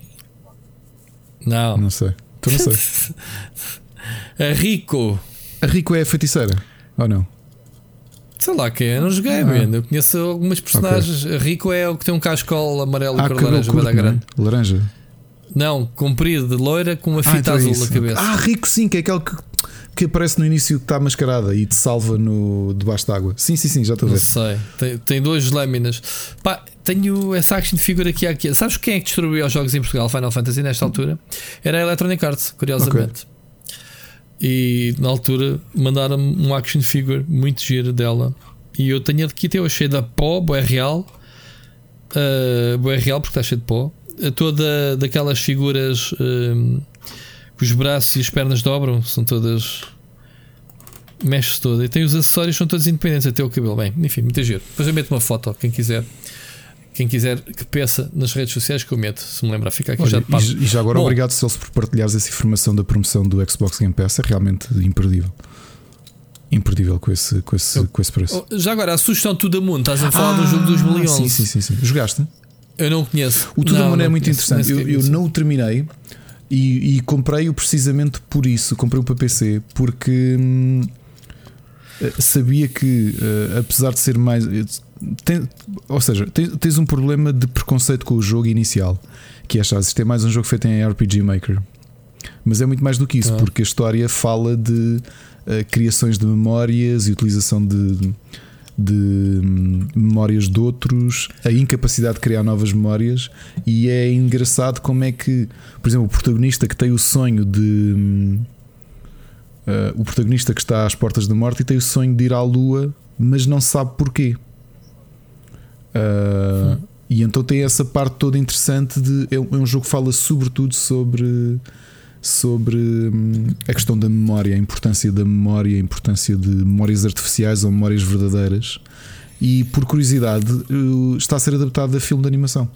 Não. Não sei. Então não sei. A Rico. A Rico é a feiticeira? Ou não? Sei lá quem é, não joguei, ah. man. Eu conheço algumas personagens. Okay. A Rico é o que tem um cascol amarelo ah, e cor laranja, curto, grande. Não é? Laranja. Não, comprido, de loira, com uma fita ah, então azul é na cabeça. Ah, Rico sim, que é aquele que, que aparece no início que está mascarada e te salva no, debaixo d'água. Sim, sim, sim, já estou a ver. Não sei, tem, tem duas lâminas. Pá, tenho essa action figure aqui, aqui. Sabes quem é que distribuía os jogos em Portugal, Final Fantasy, nesta altura? Era a Electronic Arts, curiosamente. Okay. E na altura mandaram-me um action figure muito giro dela. E eu tenho aqui, eu achei da pó, boé real. Uh, boé real, porque está cheio de pó. Toda daquelas figuras um, que os braços e as pernas dobram, são todas, mexe-se toda, e tem os acessórios, são todos independentes, até o cabelo. Bem, enfim, muito giro. Depois eu meto uma foto, quem quiser, quem quiser que peça nas redes sociais, que eu meto, se me lembrar, fica aqui. Olha, já de e, e já agora, Bom, obrigado, Celso, por partilhares essa informação da promoção do Xbox Game Pass, é realmente imperdível. Imperdível com esse, com esse, eu, com esse preço. Já agora, a sugestão To The Moon, estás a falar ah, do jogo de dois mil e onze. Sim, sim, sim, sim. Jogaste? Eu não o conheço. O To The Moon é muito conheço, interessante. Eu, eu não o terminei e, e comprei-o precisamente por isso. Comprei-o para P C porque hum, sabia que, uh, apesar de ser mais. Tem, ou seja, tens, tens um problema de preconceito com o jogo inicial, que é achar isto é mais um jogo feito em R P G Maker. Mas é muito mais do que isso, ah. porque a história fala de uh, criações de memórias e utilização de. de memórias de outros, a incapacidade de criar novas memórias. E é engraçado como é que, por exemplo, o protagonista que tem o sonho de uh, o protagonista que está às portas da morte e tem o sonho de ir à lua, mas não sabe porquê. Uh, e então tem essa parte toda interessante de, é um jogo que fala sobretudo sobre sobre hum, a questão da memória, a importância da memória, a importância de memórias artificiais ou memórias verdadeiras. E por curiosidade uh, está a ser adaptado a filme de animação.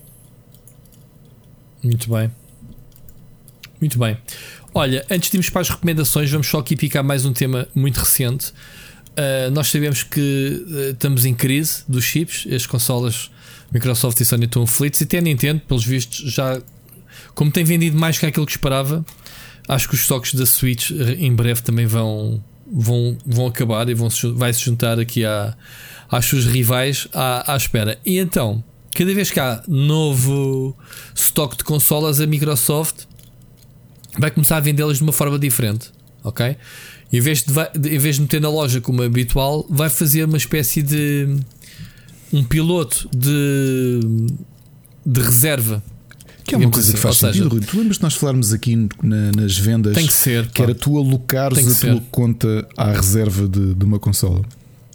Muito bem. Muito bem. Olha, antes de irmos para as recomendações, vamos só aqui picar mais um tema muito recente. Uh, nós sabemos que uh, estamos em crise dos chips. As consolas Microsoft e Sony estão aflitos, e até a Nintendo, pelos vistos, já, como tem vendido mais que aquilo que esperava, acho que os estoques da Switch em breve também vão, vão, vão acabar e vão se, vai se juntar aqui à, às suas rivais à, à espera. E então, cada vez que há novo estoque de consolas, a Microsoft vai começar a vendê-las de uma forma diferente, ok? Em vez, de, em vez de meter na loja como habitual, vai fazer uma espécie de um piloto de, de reserva. Que é uma coisa assim, que faz sentido, Rui. Tu lembras de nós falarmos aqui na, nas vendas? Tem que ser. Que pá. Era tu alocares a tua ser. conta à reserva de, de uma consola.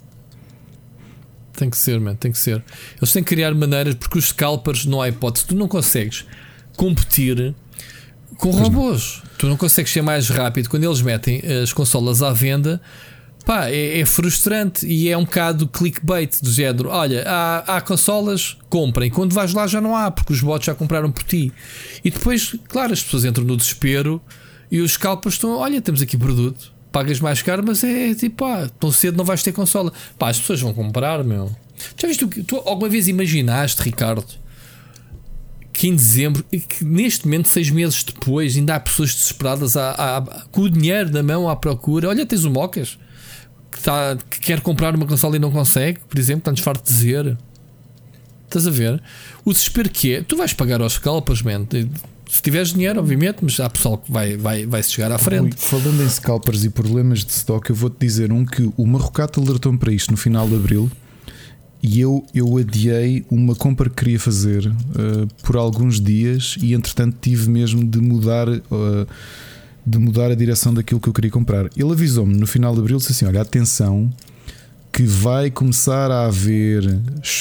Tem que ser, man, tem que ser. Eles têm que criar maneiras, porque os scalpers não há hipótese. Tu não consegues competir com pois robôs. Não. Tu não consegues ser mais rápido. Quando eles metem as consolas à venda, pá, é, é frustrante e é um bocado clickbait do género. Olha, há, há consolas, comprem. Quando vais lá já não há, porque os bots já compraram por ti. E depois, claro, as pessoas entram no desespero e os scalpers estão, olha, temos aqui produto, pagas mais caro, mas é tipo, pá, tão cedo não vais ter consola. Pá, as pessoas vão comprar, meu. Já viste o que tu alguma vez imaginaste, Ricardo, que em dezembro, que neste momento, seis meses depois, ainda há pessoas desesperadas à, à, com o dinheiro na mão à procura? Olha, tens o Mocas que, tá, que quer comprar uma consola e não consegue, por exemplo, está-nos farto de dizer. Estás a ver? O desespero que é, tu vais pagar aos scalpers, man. Se tiveres dinheiro, obviamente, mas há pessoal que vai, vai, vai se chegar à frente. Falando em scalpers e problemas de stock, eu vou-te dizer um que o Marrocato alertou-me para isto no final de abril. E eu, eu adiei uma compra que queria fazer uh, por alguns dias e entretanto tive mesmo de mudar, uh, de mudar a direção daquilo que eu queria comprar. Ele avisou-me no final de abril, disse assim: olha, atenção, que vai começar a haver uh,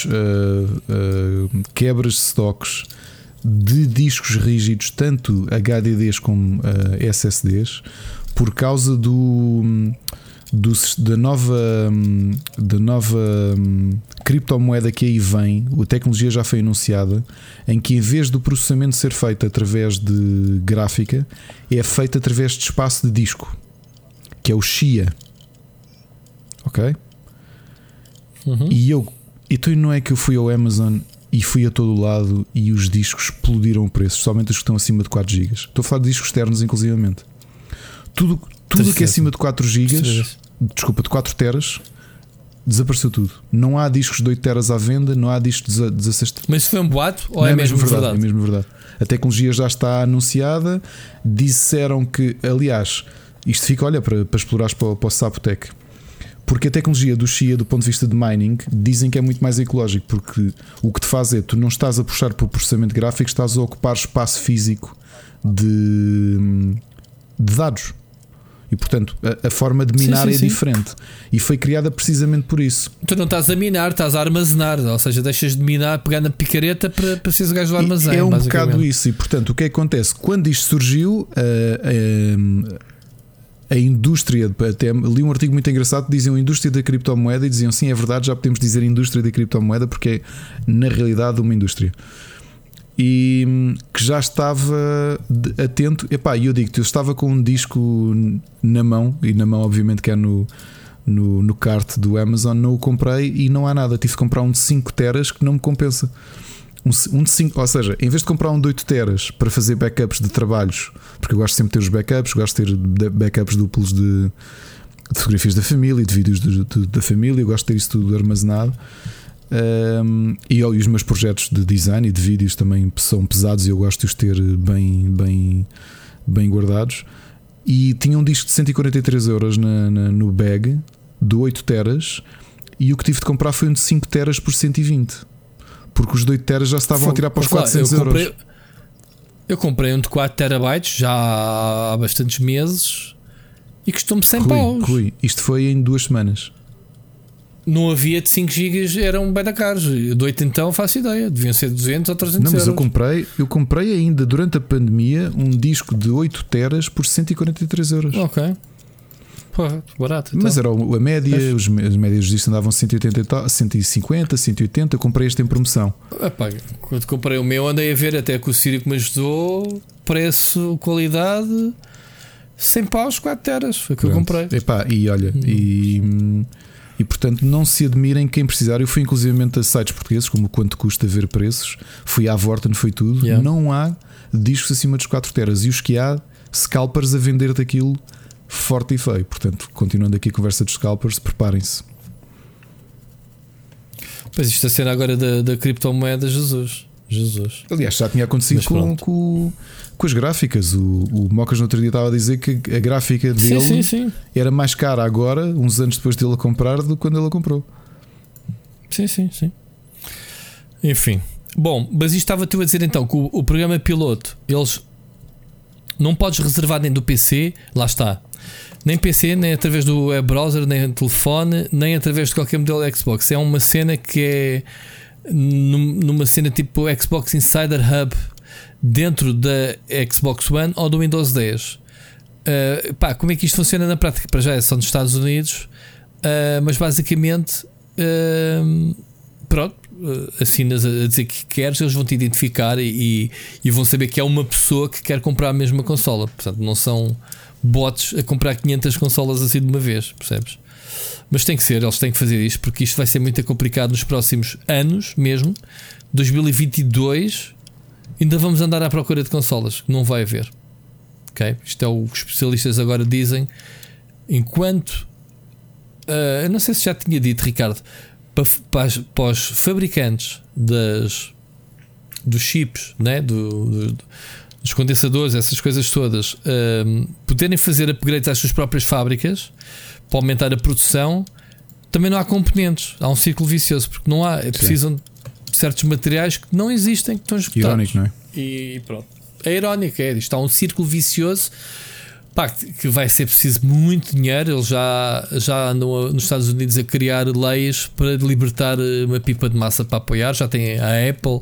uh, quebras de stocks de discos rígidos, tanto H D Ds como uh, S S Ds, por causa do... Do, da nova, da nova um, criptomoeda que aí vem. A tecnologia já foi anunciada, em que em vez do processamento ser feito através de gráfica, é feito através de espaço de disco, que é o Shia. Ok? Uhum. E eu, então não é que eu fui ao Amazon e fui a todo lado e os discos explodiram o preço, somente os que estão acima de quatro gigas. Estou a falar de discos externos, inclusivamente. Tudo Tudo que é acima de quatro gigas, desculpa, de quatro teras, desapareceu tudo. Não há discos de oito teras à venda, não há discos de dezasseis. Mas isso foi um boato ou não é, é mesmo verdade? verdade? É mesmo verdade. A tecnologia já está anunciada. Disseram que, aliás, isto fica, olha, para, para explorar para, para o Sapotec, porque a tecnologia do Shia, do ponto de vista de mining, dizem que é muito mais ecológico, porque o que te faz é, tu não estás a puxar para o processamento gráfico, estás a ocupar espaço físico de, de dados. E portanto a, a forma de minar sim, sim, é sim. diferente. E foi criada precisamente por isso. Tu não estás a minar, estás a armazenar. Ou seja, deixas de minar, pegar na picareta para, para seres o gajo do armazém. É um bocado isso. E portanto o que acontece? Quando isto surgiu, a, a, a indústria, até li um artigo muito engraçado que diziam a indústria da criptomoeda, e diziam sim, é verdade, já podemos dizer indústria da criptomoeda, porque é na realidade uma indústria. E que já estava atento. Epá, eu digo-te, eu estava com um disco na mão, e na mão obviamente que é no, no, no cart do Amazon, não o comprei e não há nada. Tive de comprar um de cinco teras que não me compensa. Um, um de cinco, ou seja, em vez de comprar um de oito teras para fazer backups de trabalhos, porque eu gosto sempre de ter os backups, gosto de ter backups duplos de, de fotografias da família, de vídeos de, de, da família, eu gosto de ter isso tudo armazenado. Um, e, e os meus projetos de design e de vídeos também são pesados e eu gosto de os ter bem, bem, bem guardados. E tinha um disco de cento e quarenta e três euros na, na, no bag de oito teras e o que tive de comprar foi um de cinco teras por cento e vinte, porque os de oito teras já se estavam Fogo. a tirar para os Claro, quatrocentos eu comprei, euros. Eu comprei um de quatro terabytes já há bastantes meses e custou-me cem Rui, paus. Rui, isto foi em duas semanas. Não havia de cinco gigas, eram bem da caros. De oito então faço ideia, deviam ser duzentos ou trezentos Não, mas euros. eu comprei, eu comprei ainda durante a pandemia um disco de oito teras por cento e quarenta e três euros. Ok. Porra, barato. Então. Mas era a média, os, as médias dos discos andavam cento e oitenta, cento e cinquenta, cento e oitenta. Eu comprei este em promoção. Epá, quando comprei o meu, andei a ver até que o Sírio que me ajudou, preço, qualidade, cem paus, quatro teras. Foi o que eu comprei. Epá, e olha, hum. e, e portanto não se admirem quem precisar. Eu fui inclusivamente a sites portugueses, como quanto custa ver preços. Fui à Vorten, foi tudo. Yeah. Não há discos acima dos quatro teras. E os que há, scalpers a vender daquilo forte e feio. Portanto, continuando aqui a conversa dos scalpers, preparem-se. Pois isto a cena agora da, da criptomoeda, Jesus. Jesus. Aliás, já tinha acontecido com, com, com as gráficas. O, o Mocas no outro dia estava a dizer que a gráfica dele sim, sim, sim. era mais cara agora, uns anos depois dele a comprar, do que quando ele a comprou. Sim, sim, sim. Enfim. Bom, mas isto estava-te a dizer então que o, o programa piloto, eles não podes reservar nem do P C, lá está. Nem P C, nem através do web browser, nem telefone, nem através de qualquer modelo Xbox. É uma cena que é numa cena tipo Xbox Insider Hub dentro da Xbox One ou do Windows dez. Uh, pá, como é que isto funciona na prática? Para já é só nos Estados Unidos, uh, mas basicamente uh, pronto, uh, assinas a, a dizer que queres, eles vão te identificar e, e vão saber que é uma pessoa que quer comprar a mesma consola. Portanto, não são bots a comprar quinhentas consolas assim de uma vez, percebes? Mas tem que ser, eles têm que fazer isto, porque isto vai ser muito complicado nos próximos anos mesmo. dois mil e vinte e dois ainda vamos andar à procura de consolas, que não vai haver. Okay? Isto é o que os especialistas agora dizem. Enquanto uh, eu não sei se já tinha dito, Ricardo, para, para, para os fabricantes das, dos chips, né? do, do, dos condensadores, essas coisas todas, uh, poderem fazer upgrades às suas próprias fábricas para aumentar a produção, também não há componentes. Há um círculo vicioso, porque não há, precisam de certos materiais que não existem, que estão esgotados. Irónico, não é? E pronto. É irónico, é. Isto há um círculo vicioso, pá, que vai ser preciso muito dinheiro. Eles já, já andam nos Estados Unidos a criar leis para libertar uma pipa de massa para apoiar. Já tem a Apple,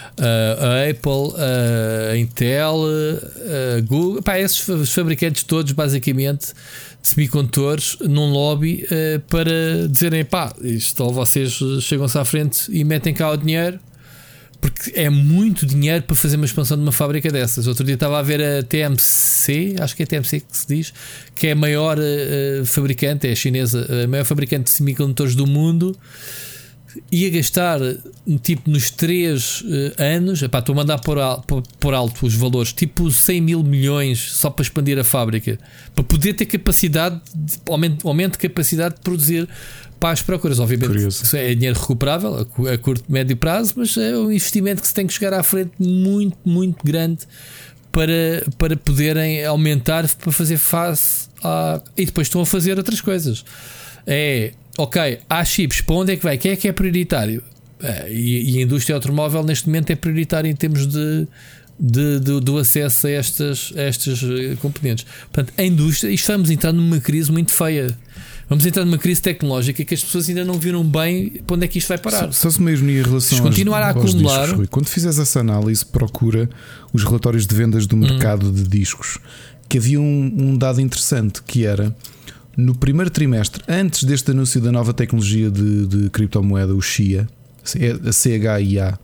a Apple, a Intel, a Google, pá, esses fabricantes todos, basicamente, de semicondutores, num lobby uh, para dizerem, pá, isto, ou vocês chegam-se à frente e metem cá o dinheiro, porque é muito dinheiro para fazer uma expansão de uma fábrica dessas. Outro dia estava a ver a T M C, acho que é a T M C que se diz, que é a maior uh, fabricante, é a chinesa, a maior fabricante de semicondutores do mundo. Ia gastar tipo nos três uh, anos, epá, estou a mandar por, al, por, por alto os valores, tipo cem mil milhões só para expandir a fábrica, para poder ter capacidade de, aumento, aumento de capacidade de produzir para as procuras. Obviamente isso é dinheiro recuperável a, a curto e médio prazo, mas é um investimento que se tem que chegar à frente muito, muito grande para, para poderem aumentar, para fazer face a, e depois estão a fazer outras coisas. É ok, há chips, para onde é que vai? Quem é que é prioritário? É, e, e a indústria automóvel neste momento é prioritária em termos de, de, de, do acesso a estas, a estas componentes. Portanto, a indústria, isto vamos entrar numa crise muito feia. Vamos entrar numa crise tecnológica que as pessoas ainda não viram bem para onde é que isto vai parar. Só se uma ironia em relação se continuar aos, a acumular. Discos, Rui, quando fizeres essa análise, procura os relatórios de vendas do mercado hum. de discos, que havia um, um dado interessante que era: no primeiro trimestre, antes deste anúncio da nova tecnologia de, de criptomoeda, o Chia, a C H I A,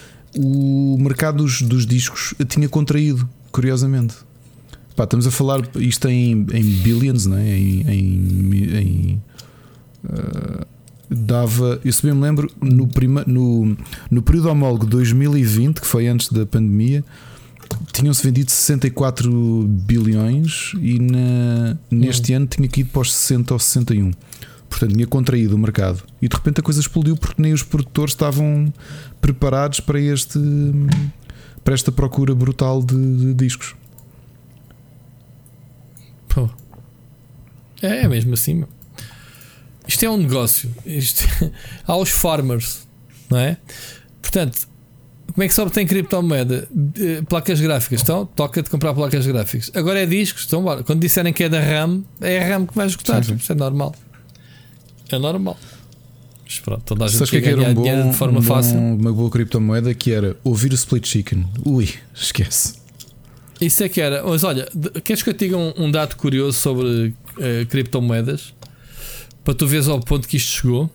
o mercado dos, dos discos tinha contraído, curiosamente. Pá, estamos a falar isto em, em billions, não é? Em, em, em uh, dava, eu se bem me lembro, no, prima, no, no período homólogo de dois mil e vinte, que foi antes da pandemia, tinham-se vendido sessenta e quatro bilhões e na, neste hum. ano tinha que ir para os sessenta ou sessenta e um. Portanto, tinha contraído o mercado e de repente a coisa explodiu porque nem os produtores estavam preparados para, este, para esta procura brutal de, de discos. Pô. É, é mesmo assim. isto é um negócio. Isto, há os farmers, não é? Portanto, como é que se obtém criptomoeda? Placas gráficas. Então, toca de comprar placas gráficas. Agora é discos. Então, bora. Quando disserem que é da RAM, é a RAM que vai esgotar. Sim, sim. Isso é normal. É normal. Mas pronto, toda a gente quer ganhar um bom, dinheiro de forma um fácil. Bom, uma boa criptomoeda que era ouvir o Split Chicken. Ui, esquece. Isso é que era. Mas olha, queres que eu te diga um, um dado curioso sobre uh, criptomoedas? Para tu veres ao ponto que isto chegou.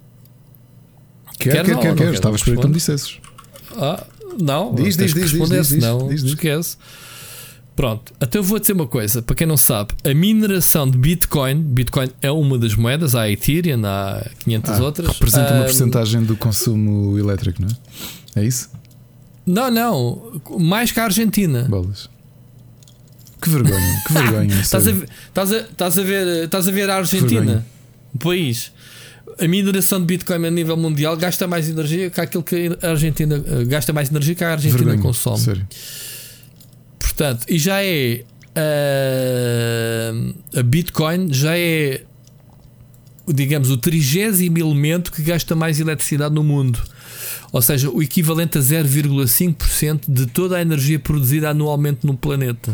Quer, quer, quer, quer, quer. Estava a esperar que tu me dissesses. Ah, não, diz, diz, diz, diz, diz, diz, não, diz, diz. esquece. Pronto, até eu vou dizer uma coisa. Para quem não sabe, a mineração de Bitcoin, Bitcoin é uma das moedas, há a Ethereum, há quinhentas ah, outras. Representa uma um, porcentagem do consumo elétrico, não é? É isso? Não, não, mais que a Argentina. Bolas. Que vergonha, que vergonha. Estás a, estás a, estás a ver, estás a ver a Argentina, o país. A mineração de Bitcoin a nível mundial gasta mais energia que aquilo que a Argentina gasta mais energia que a Argentina vergonha, consome. Sério. Portanto, e já é uh, a Bitcoin já é, digamos, o trigésimo elemento que gasta mais eletricidade no mundo. Ou seja, o equivalente a zero vírgula cinco por cento de toda a energia produzida anualmente no planeta.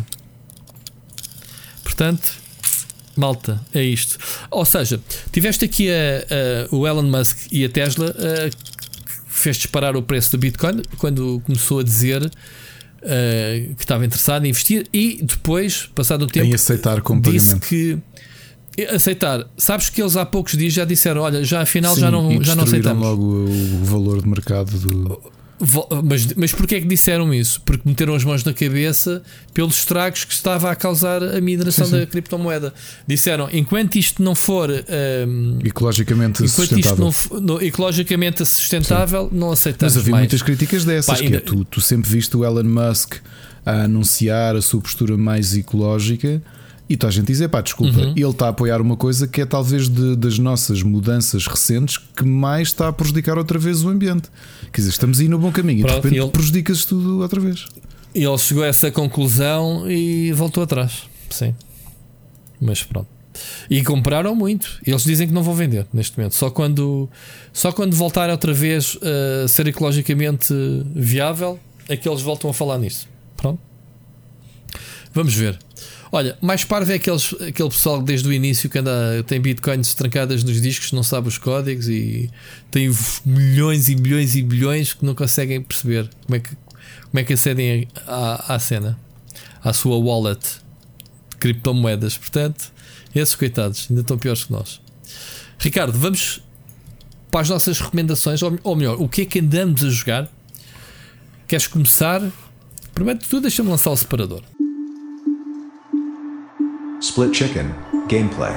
Portanto, malta, é isto. Ou seja, tiveste aqui a, a, o Elon Musk e a Tesla a, fez disparar o preço do Bitcoin quando começou a dizer Uh, que estava interessado em investir e depois, passado o tempo, em aceitar como disse pagamento. que aceitar. Sabes que eles há poucos dias já disseram: olha, já afinal Sim, já não, já não aceitamos. Logo o valor de mercado do. Mas, mas porquê é que disseram isso? Porque meteram as mãos na cabeça pelos estragos que estava a causar a mineração sim, sim. da criptomoeda. Disseram: enquanto isto não for um, ecologicamente enquanto sustentável, isto não for, no, ecologicamente sustentável, sim. não aceitamos. Mas havia mais. muitas críticas dessas. Pá, ainda... que é, tu, tu sempre viste o Elon Musk a anunciar a sua postura mais ecológica. E tu a gente dizer, pá, desculpa, uhum. ele está a apoiar uma coisa que é talvez de, das nossas mudanças recentes que mais está a prejudicar outra vez o ambiente. Quer dizer, estamos aí no bom caminho. Pronto, e de repente ele... prejudicas tudo outra vez. E ele chegou a essa conclusão e voltou atrás. Sim. Mas pronto. E compraram muito. Eles dizem que não vão vender neste momento. Só quando, só quando voltar outra vez a ser ecologicamente viável é que eles voltam a falar nisso. Pronto. Vamos ver. Olha, mais parvo é aqueles, aquele pessoal que desde o início que anda, tem bitcoins trancadas nos discos, não sabe os códigos e tem milhões e milhões e bilhões que não conseguem perceber como é que, como é que acedem à, à cena, à sua wallet de criptomoedas. Portanto, esses coitados ainda estão piores que nós. Ricardo, vamos para as nossas recomendações, ou, ou melhor, o que é que andamos a jogar? Queres começar? Primeiro de tudo, deixa-me lançar o separador. Split Chicken Gameplay.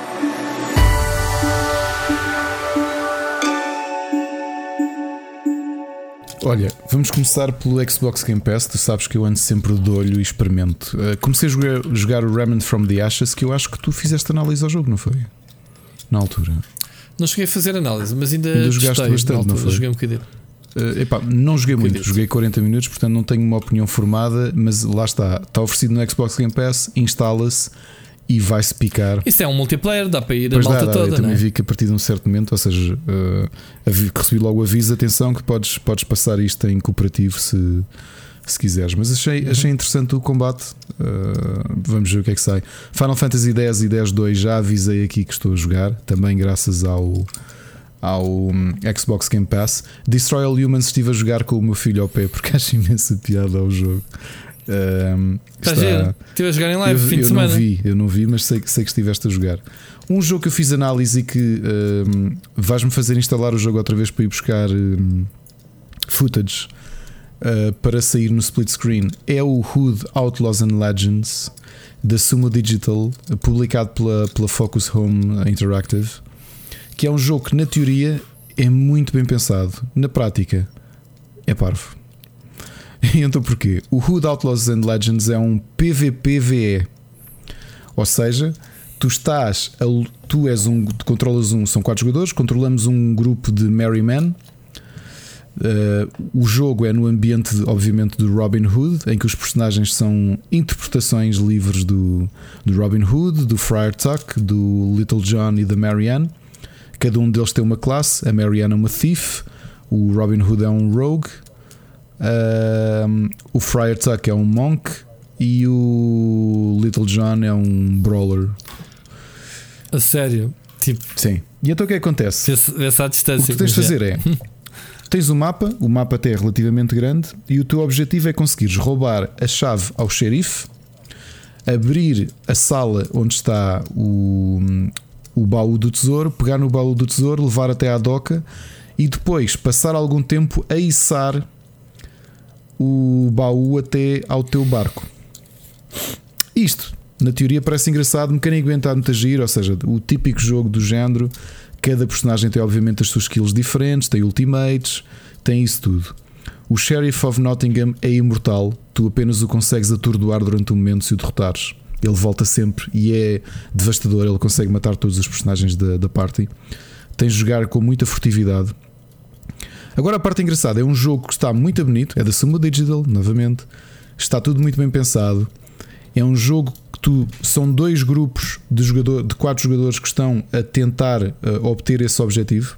Olha, vamos começar pelo Xbox Game Pass. Tu sabes que eu ando sempre de olho e experimento. Uh, comecei a jogar, jogar o Remnant from the Ashes, que eu acho que tu fizeste análise ao jogo, não foi? Na altura. Não cheguei a fazer análise, mas ainda, ainda jogaste bastante, altura, não foi? Joguei um bocadinho. Uh, epá, não joguei muito, muito, joguei quarenta minutos, portanto não tenho uma opinião formada, mas lá está, está oferecido no Xbox Game Pass, instala-se e vai-se picar. Isso é um multiplayer, dá para ir pois a malta dá, dá. toda. Eu também não é? vi que a partir de um certo momento, ou seja, uh, recebi logo o aviso, atenção que podes, podes passar isto em cooperativo se, se quiseres, mas achei, uhum. achei interessante o combate. Uh, vamos ver o que é que sai. Final Fantasy X e X dois já avisei aqui que estou a jogar, também graças ao ao um, Xbox Game Pass. Destroy All Humans estive a jogar com o meu filho ao pé porque acho imensa piada ao jogo. Um, está está... Estive a jogar em live eu, fim de eu semana. Não vi, eu não vi, mas sei, sei que estiveste a jogar. Um jogo que eu fiz análise e que um, vais-me fazer instalar o jogo outra vez para ir buscar um, footage uh, para sair no split screen é o Hood Outlaws and Legends da Sumo Digital, publicado pela, pela Focus Home Interactive, que é um jogo que na teoria é muito bem pensado, na prática é parvo. E então porquê? O Hood Outlaws and Legends é um P V P V E, ou seja, tu estás a, tu és um, controlas um, são quatro jogadores, controlamos um grupo de Merry Men. Uh, o jogo é no ambiente obviamente do Robin Hood, em que os personagens são interpretações livres do, do Robin Hood, do Friar Tuck, do Little John e da Marianne. Cada um deles tem uma classe. A Mariana é uma thief, o Robin Hood é um rogue, um, o Friar Tuck é um monk e o Little John é um brawler. A sério? Tipo, sim. E então o que é que acontece? Essa distância. O que tu tens de fazer é: tens o mapa, o mapa até é relativamente grande, e o teu objetivo é conseguires roubar a chave ao xerife, abrir a sala onde está o, o baú do tesouro, pegar no baú do tesouro, levar até à doca e depois passar algum tempo a içar o baú até ao teu barco. Isto, na teoria, parece engraçado, mecanicamente há muito agir, ou seja, o típico jogo do género. Cada personagem tem obviamente as suas skills diferentes, tem ultimates, tem isso tudo. O Sheriff of Nottingham é imortal, tu apenas o consegues atordoar durante um momento se o derrotares. Ele volta sempre e é devastador, ele consegue matar todos os personagens da, da party. Tens de jogar com muita furtividade. Agora a parte engraçada, é um jogo que está muito bonito, é da Sumo Digital, novamente. Está tudo muito bem pensado. É um jogo que tu, são dois grupos de, jogador, de quatro jogadores que estão a tentar uh, obter esse objetivo.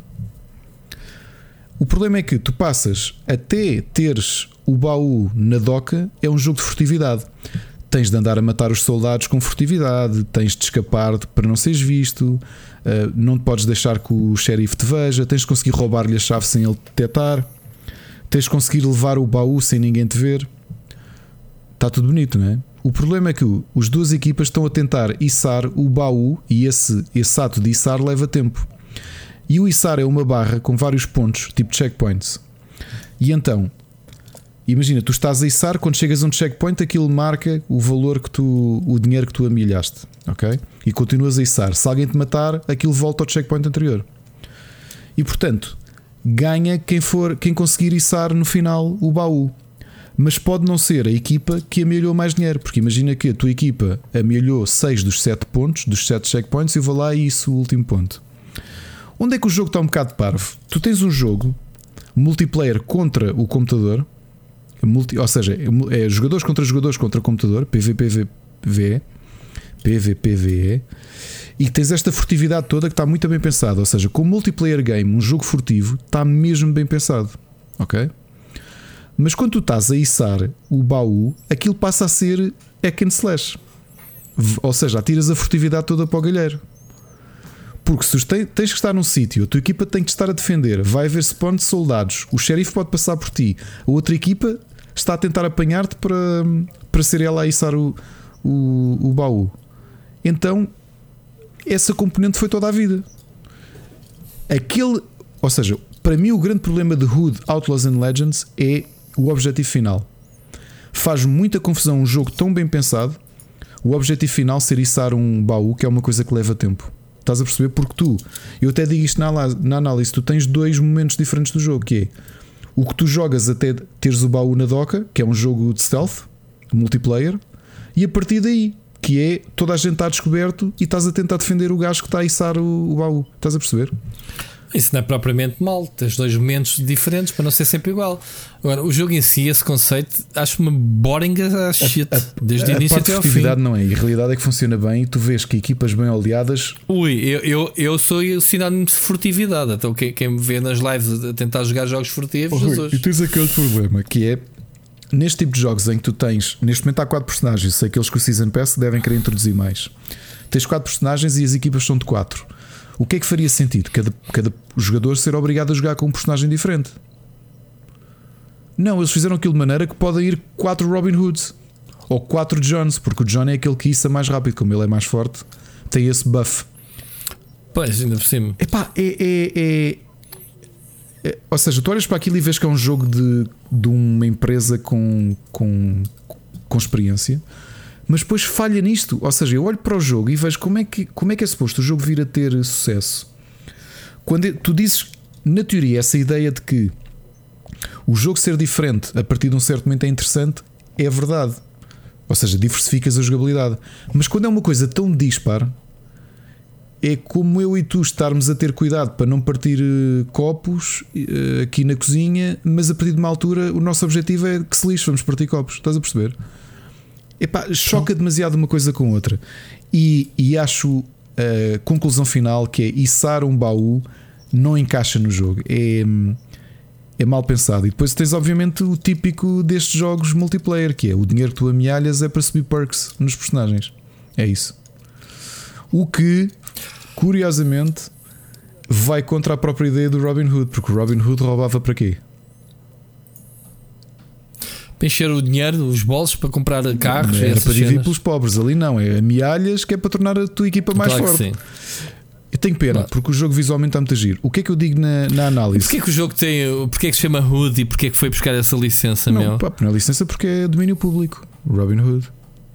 O problema é que tu passas até teres o baú na doca, é um jogo de furtividade. Tens de andar a matar os soldados com furtividade, tens de escapar para não seres visto, uh, não te podes deixar que o xerife te veja, tens de conseguir roubar-lhe a chave sem ele te detectar, tens de conseguir levar o baú sem ninguém te ver. Está tudo bonito, não é? O problema é que as duas equipas estão a tentar içar o baú e esse, esse ato de içar leva tempo. E o içar é uma barra com vários pontos, tipo checkpoints. E então, imagina, tu estás a içar, quando chegas a um checkpoint, aquilo marca o valor que tu, o dinheiro que tu amilhaste, ok? E continuas a içar. Se alguém te matar, aquilo volta ao checkpoint anterior. E portanto, ganha quem for, quem conseguir içar no final o baú. Mas pode não ser a equipa que amelhou mais dinheiro, porque imagina que a tua equipa amelhou seis dos sete pontos, dos sete checkpoints, e eu vou lá e isso o último ponto. Onde é que o jogo está um bocado parvo? Tu tens um jogo multiplayer contra o computador, multi, ou seja, é jogadores contra jogadores contra computador, P V P V E, P V P V E, e tens esta furtividade toda que está muito bem pensada. Ou seja, com multiplayer game, um jogo furtivo, está mesmo bem pensado, ok? Mas quando tu estás a içar o baú, aquilo passa a ser hack and slash. Ou seja, atiras a furtividade toda para o galheiro. Porque se tens, tens que estar num sítio, a tua equipa tem que estar a defender, vai haver spawn de soldados, o xerife pode passar por ti, a outra equipa está a tentar apanhar-te para, para ser ela a içar o, o, o baú. Então essa componente foi toda a vida. Aquele, ou seja, para mim o grande problema de Hood, Outlaws and Legends é o objetivo final. Faz muita confusão um jogo tão bem pensado, o objetivo final ser içar um baú, que é uma coisa que leva tempo. Estás a perceber? Porque tu, eu até digo isto na, na análise, tu tens dois momentos diferentes do jogo, que é o que tu jogas até teres o baú na doca, que é um jogo de stealth, multiplayer, e a partir daí, que é toda a gente está descoberto e estás a tentar defender o gajo que está a içar o, o baú. Estás a perceber? Isso não é propriamente mal, tens dois momentos diferentes para não ser sempre igual. Agora, o jogo em si, esse conceito, acho-me boring as shit, a, a, desde o início até ao fim. A furtividade não é, e a realidade é que funciona bem e tu vês que equipas bem oleadas. Ui, eu, eu, eu sou sinónimo de furtividade, então quem, quem me vê nas lives a tentar jogar jogos furtivos, Oi, Jesus. E tens aquele problema que é, neste tipo de jogos em que tu tens, neste momento há quatro personagens, sei que eles com o Season Pass devem querer introduzir mais. Tens quatro personagens e as equipas são de quatro. O que é que faria sentido? Cada, cada jogador ser obrigado a jogar com um personagem diferente? Não, eles fizeram aquilo de maneira que podem ir quatro Robin Hoods ou quatro Johns, porque o John é aquele que issa mais rápido, como ele é mais forte, tem esse buff. Pois, ainda por cima. Epá, é, é, é, é, ou seja, tu olhas para aquilo e vês que é um jogo de, de uma empresa com, com, com experiência. Mas depois falha nisto. Ou seja, eu olho para o jogo e vejo como é que, como é, que é suposto o jogo vir a ter sucesso. Quando tu dizes, na teoria, essa ideia de que o jogo ser diferente a partir de um certo momento é interessante, é verdade. Ou seja, diversificas a jogabilidade. Mas quando é uma coisa tão dispar, é como eu e tu estarmos a ter cuidado para não partir uh, copos uh, aqui na cozinha, mas a partir de uma altura o nosso objetivo é que se lixe, vamos partir copos. Estás a perceber? Epá, choca demasiado uma coisa com outra. E, e acho a conclusão final, que é içar um baú, não encaixa no jogo. É, é mal pensado. E depois tens, obviamente, o típico destes jogos multiplayer, que é o dinheiro que tu amealhas é para subir perks nos personagens. É isso. O que, curiosamente, vai contra a própria ideia do Robin Hood, porque o Robin Hood roubava para quê? Para encher o dinheiro, os bolsos, para comprar carros. Era para dividir pelos pobres. Ali não, é amealhas que é para tornar a tua equipa mais claro forte. Que sim. Eu tenho pena, claro. Porque o jogo visualmente está muito a giro. O que é que eu digo na, na análise? Porquê que o jogo tem. Porquê que se chama Hood e porquê que foi buscar essa licença, não, meu? Pá, não é licença porque é domínio público. Robin Hood.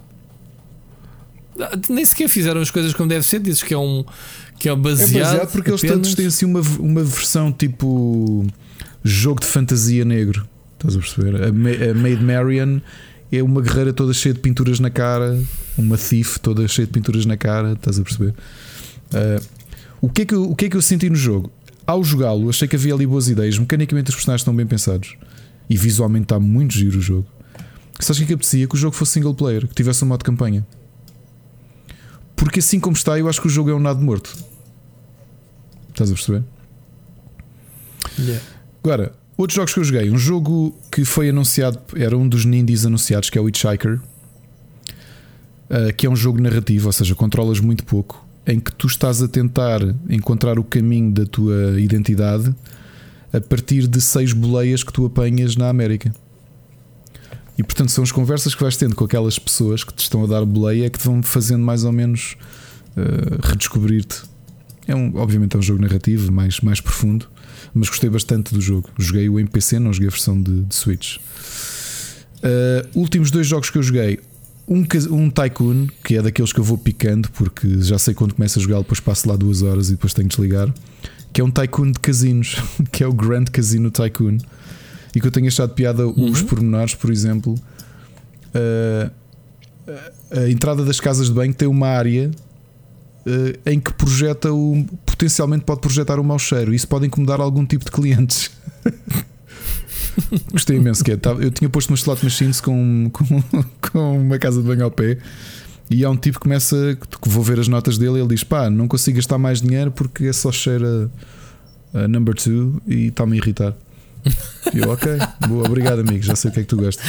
Nem sequer fizeram as coisas como deve ser. Dizes que é um. Que é baseado. É baseado porque apenas... eles todos têm assim uma, uma versão tipo jogo de fantasia negro. Estás a perceber? A, Ma a Maid Marian é uma guerreira toda cheia de pinturas na cara, uma thief toda cheia de pinturas na cara. Estás a perceber? Uh, o, que é que eu, o que é que eu senti no jogo? Ao jogá-lo, achei que havia ali boas ideias. Mecanicamente, os personagens estão bem pensados e visualmente está muito giro o jogo. Sabes o que é que apetecia? Que o jogo fosse single player, que tivesse um modo de campanha. Porque assim como está, eu acho que o jogo é um nado morto. Estás a perceber? Yeah. Agora, outros jogos que eu joguei. Um jogo que foi anunciado, era um dos indies anunciados, que é o Hitchhiker, uh, que é um jogo narrativo, ou seja, controlas muito pouco, em que tu estás a tentar encontrar o caminho da tua identidade a partir de seis boleias que tu apanhas na América. E portanto são as conversas que vais tendo com aquelas pessoas que te estão a dar boleia que te vão fazendo mais ou menos uh, redescobrir-te. É um, obviamente é um jogo narrativo mais, mais profundo, mas gostei bastante do jogo. Joguei-o em P C, não joguei a versão de, de Switch. Uh, últimos dois jogos que eu joguei, um, um Tycoon, que é daqueles que eu vou picando, porque já sei quando começo a jogar, depois passo lá duas horas e depois tenho que desligar, que é um Tycoon de casinos, que é o Grand Casino Tycoon. E que eu tenho achado piada uhum. os pormenores, por exemplo, uh, a entrada das casas de banho tem uma área uh, em que projeta o, potencialmente pode projetar um mau cheiro. Isso pode incomodar algum tipo de clientes. Gostei imenso que é. Eu tinha posto umas slot machines com, com, com uma casa de banho ao pé. E há um tipo que começa, que vou ver as notas dele, e ele diz: pá, não consigo gastar mais dinheiro porque é só cheiro a, a number two e está-me a irritar. E eu, ok, boa, obrigado amigo, já sei o que é que tu gostas.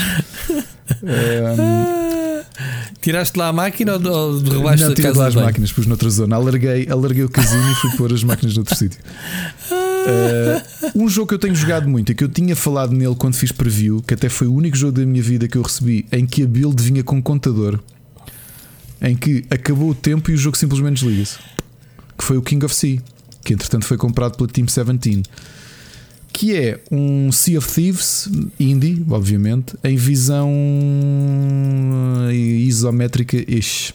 Um, Tiraste lá a máquina ou, ou derrubaste não, a casa lá as bem? máquinas, pus noutra zona. Alarguei, alarguei o casino e fui pôr as máquinas noutro sítio. Uh, um jogo que eu tenho jogado muito e que eu tinha falado nele quando fiz preview, que até foi o único jogo da minha vida que eu recebi em que a build vinha com contador, em que acabou o tempo e o jogo simplesmente desliga-se, que foi o King of Sea, que entretanto foi comprado pela Team seventeen. Que é um Sea of Thieves indie, obviamente, em visão isométrica-ish.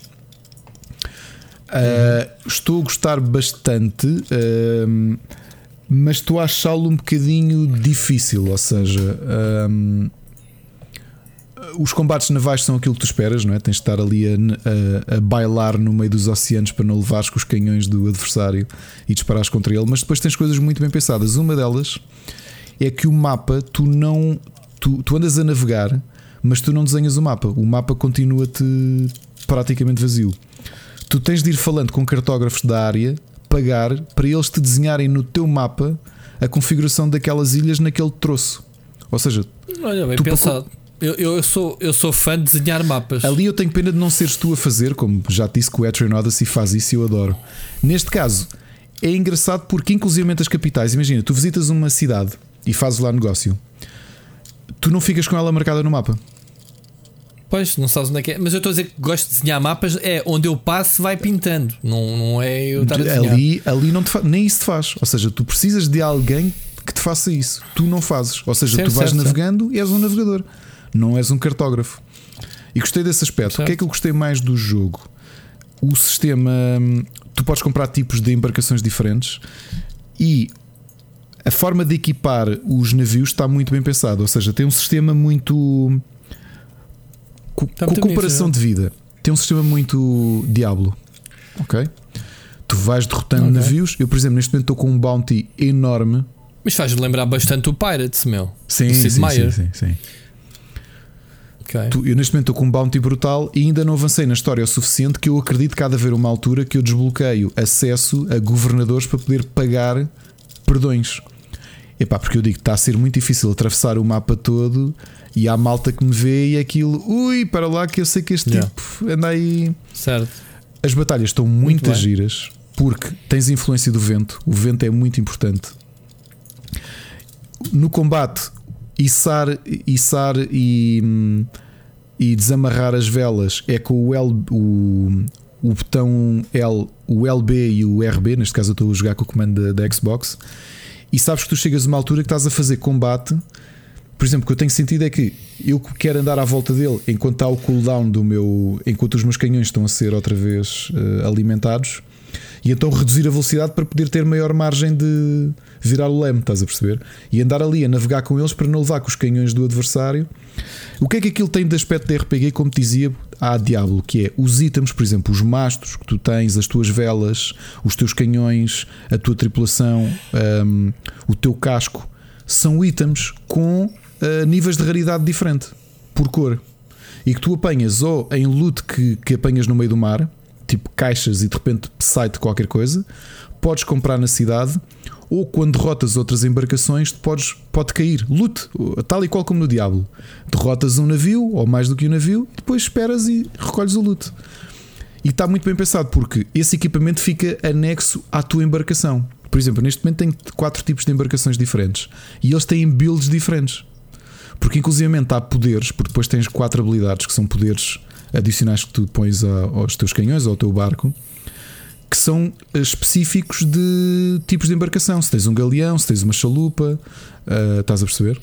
Uh, estou a gostar bastante, uh, mas estou a achá-lo um bocadinho difícil. Ou seja, um, os combates navais são aquilo que tu esperas, não é? Tens de estar ali a, a, a bailar no meio dos oceanos para não levares com os canhões do adversário e disparares contra ele. Mas depois tens coisas muito bem pensadas. Uma delas é que o mapa, tu não tu, tu andas a navegar, mas tu não desenhas o mapa. O mapa continua-te praticamente vazio. Tu tens de ir falando com cartógrafos da área, pagar para eles te desenharem no teu mapa a configuração daquelas ilhas naquele troço. Ou seja, olha, bem pensado. Eu, eu, sou, eu sou fã de desenhar mapas. Ali eu tenho pena de não seres tu a fazer, como já te disse que o Etrian Odyssey faz isso e eu adoro. Neste caso é engraçado porque inclusivamente as capitais, imagina, tu visitas uma cidade e fazes lá negócio, tu não ficas com ela marcada no mapa. Pois, não sabes onde é que é. Mas eu estou a dizer que gosto de desenhar mapas. É onde eu passo, vai pintando. Não, não é eu estar a desenhar. Ali, ali não te fa... nem isso te faz. Ou seja, tu precisas de alguém que te faça isso. Tu não fazes. Ou seja, certo, tu vais certo, navegando certo. E és um navegador, não és um cartógrafo. E gostei desse aspecto. Certo. O que é que eu gostei mais do jogo? O sistema. Tu podes comprar tipos de embarcações diferentes e a forma de equipar os navios está muito bem pensado. Ou seja, tem um sistema muito. Com, com comparação de vida, tem um sistema muito Diablo. Ok? Tu vais derrotando okay. navios. Eu, por exemplo, neste momento estou com um bounty enorme. Mas faz-me lembrar bastante o Pirates, meu. Sim, sim, sim, sim, sim. Okay. Tu, eu neste momento estou com um bounty brutal e ainda não avancei na história o suficiente que eu acredito que há de haver uma altura que eu desbloqueio acesso a governadores para poder pagar perdões. Epá, porque eu digo que está a ser muito difícil atravessar o mapa todo e há malta que me vê e aquilo, ui, para lá que eu sei que este yeah. tipo anda aí. Certo. As batalhas estão muito, muito giras porque tens a influência do vento. O vento é muito importante. No combate, içar, içar e, e desamarrar as velas é com o, L, o, o botão L, o L B e o R B. Neste caso eu estou a jogar com o comando da, da Xbox. E sabes que tu chegas a uma altura que estás a fazer combate. Por exemplo, o que eu tenho sentido é que eu quero andar à volta dele enquanto está o cooldown do meu. Enquanto os meus canhões estão a ser outra vez uh, alimentados. E então reduzir a velocidade para poder ter maior margem de virar o leme, estás a perceber? E andar ali a navegar com eles para não levar com os canhões do adversário. O que é que aquilo tem de aspecto de R P G, como te dizia há Diablo, que é os itens, por exemplo, os mastros que tu tens, as tuas velas, os teus canhões, a tua tripulação, um, o teu casco, são itens com uh, níveis de raridade diferente, por cor. E que tu apanhas ou em loot que, que apanhas no meio do mar, tipo caixas e de repente site qualquer coisa, podes comprar na cidade, ou quando derrotas outras embarcações podes, pode cair loot, tal e qual como no Diablo. Derrotas um navio ou mais do que um navio e depois esperas e recolhes o loot. E está muito bem pensado porque esse equipamento fica anexo à tua embarcação. Por exemplo, neste momento tenho quatro tipos de embarcações diferentes e eles têm builds diferentes, porque inclusivamente há poderes, porque depois tens quatro habilidades que são poderes adicionais que tu pões aos teus canhões ou ao teu barco, que são específicos de tipos de embarcação. Se tens um galeão, se tens uma chalupa, uh, estás a perceber?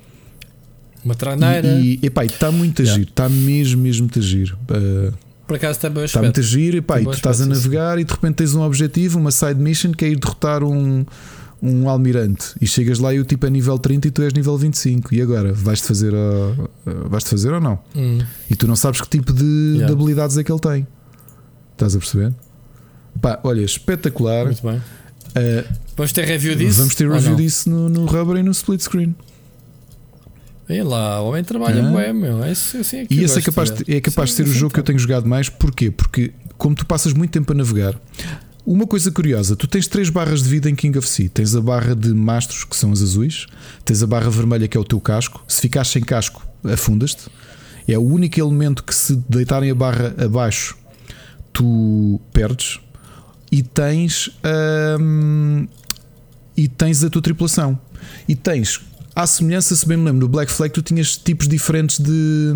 Uma traneira. E está muito a yeah. giro, está mesmo, mesmo muito a giro. Uh, Por acaso está bem Está muito a giro e, pá, e tu estás a navegar assim. E de repente tens um objetivo, uma side mission que é ir derrotar um, um almirante e chegas lá e o tipo é nível trinta e tu és nível vinte e cinco. E agora? Vais-te fazer, a, vais-te fazer ou não? Hum. E tu não sabes que tipo de, yeah. de habilidades é que ele tem. Estás a perceber? Pá, olha, espetacular. Muito bem. Uh, vamos ter review disso? Vamos ter review disso no, no Rubber e no split screen. Olha lá, o homem trabalha ah. bem, meu. É assim é que e esse é capaz, de, é capaz Sim, de ser o jogo então. que eu tenho jogado mais. Porquê? Porque como tu passas muito tempo a navegar. Uma coisa curiosa, tu tens três barras de vida em King of Sea. Tens a barra de mastros, que são as azuis. Tens a barra vermelha, que é o teu casco. Se ficares sem casco, afundas-te. É o único elemento que, se deitarem a barra abaixo, tu perdes. E tens hum, E tens a tua tripulação. E tens, à semelhança, se bem me lembro, no Black Flag tu tinhas tipos diferentes de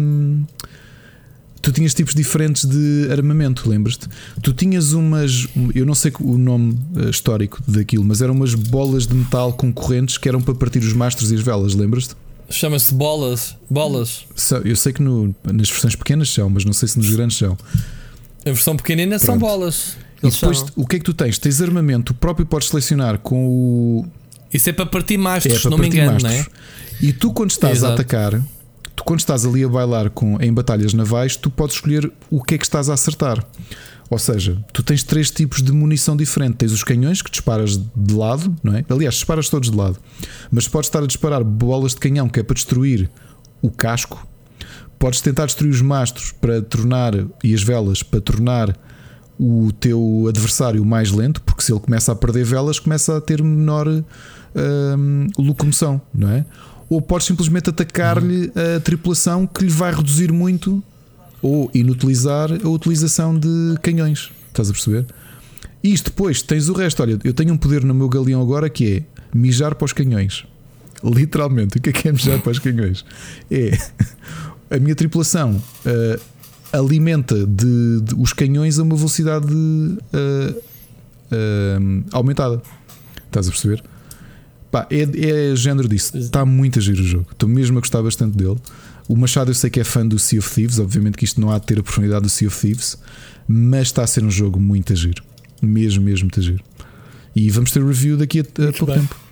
Tu tinhas tipos diferentes de armamento, lembras-te? Tu tinhas umas, eu não sei o nome histórico daquilo, mas eram umas bolas de metal com correntes que eram para partir os mastros e as velas, lembras-te? Chama-se bolas. Bolas. Eu sei que no, nas versões pequenas são, mas não sei se nos grandes são. A versão pequenina são bolas. E depois chamam. O que é que tu tens? Tens armamento, tu próprio podes selecionar com o. Isso é para partir mastros, é para não me engano, mastros. Não é? E tu, quando estás Exato. a atacar, tu, quando estás ali a bailar com, em batalhas navais, tu podes escolher o que é que estás a acertar. Ou seja, tu tens três tipos de munição diferente. Tens os canhões que disparas de lado, não é? Aliás, disparas todos de lado, mas podes estar a disparar bolas de canhão que é para destruir o casco. Podes tentar destruir os mastros para tornar, e as velas para tornar o teu adversário mais lento, porque se ele começa a perder velas, começa a ter menor hum, locomoção, não é? Ou podes simplesmente atacar-lhe a tripulação, que lhe vai reduzir muito ou inutilizar a utilização de canhões. Estás a perceber? E isto depois tens o resto. Olha, eu tenho um poder no meu galeão agora que é mijar para os canhões. Literalmente, o que é que é mijar para os canhões? É a minha tripulação uh, alimenta de, de, os canhões a uma velocidade uh, uh, aumentada. Estás a perceber? Pá, é, é género disso. Está muito a giro o jogo. Estou mesmo a gostar bastante dele. O Machado eu sei que é fã do Sea of Thieves. Obviamente que isto não há de ter a profundidade do Sea of Thieves, mas está a ser um jogo muito a giro. Mesmo, mesmo muito a giro. E vamos ter review daqui a, a pouco bem. tempo.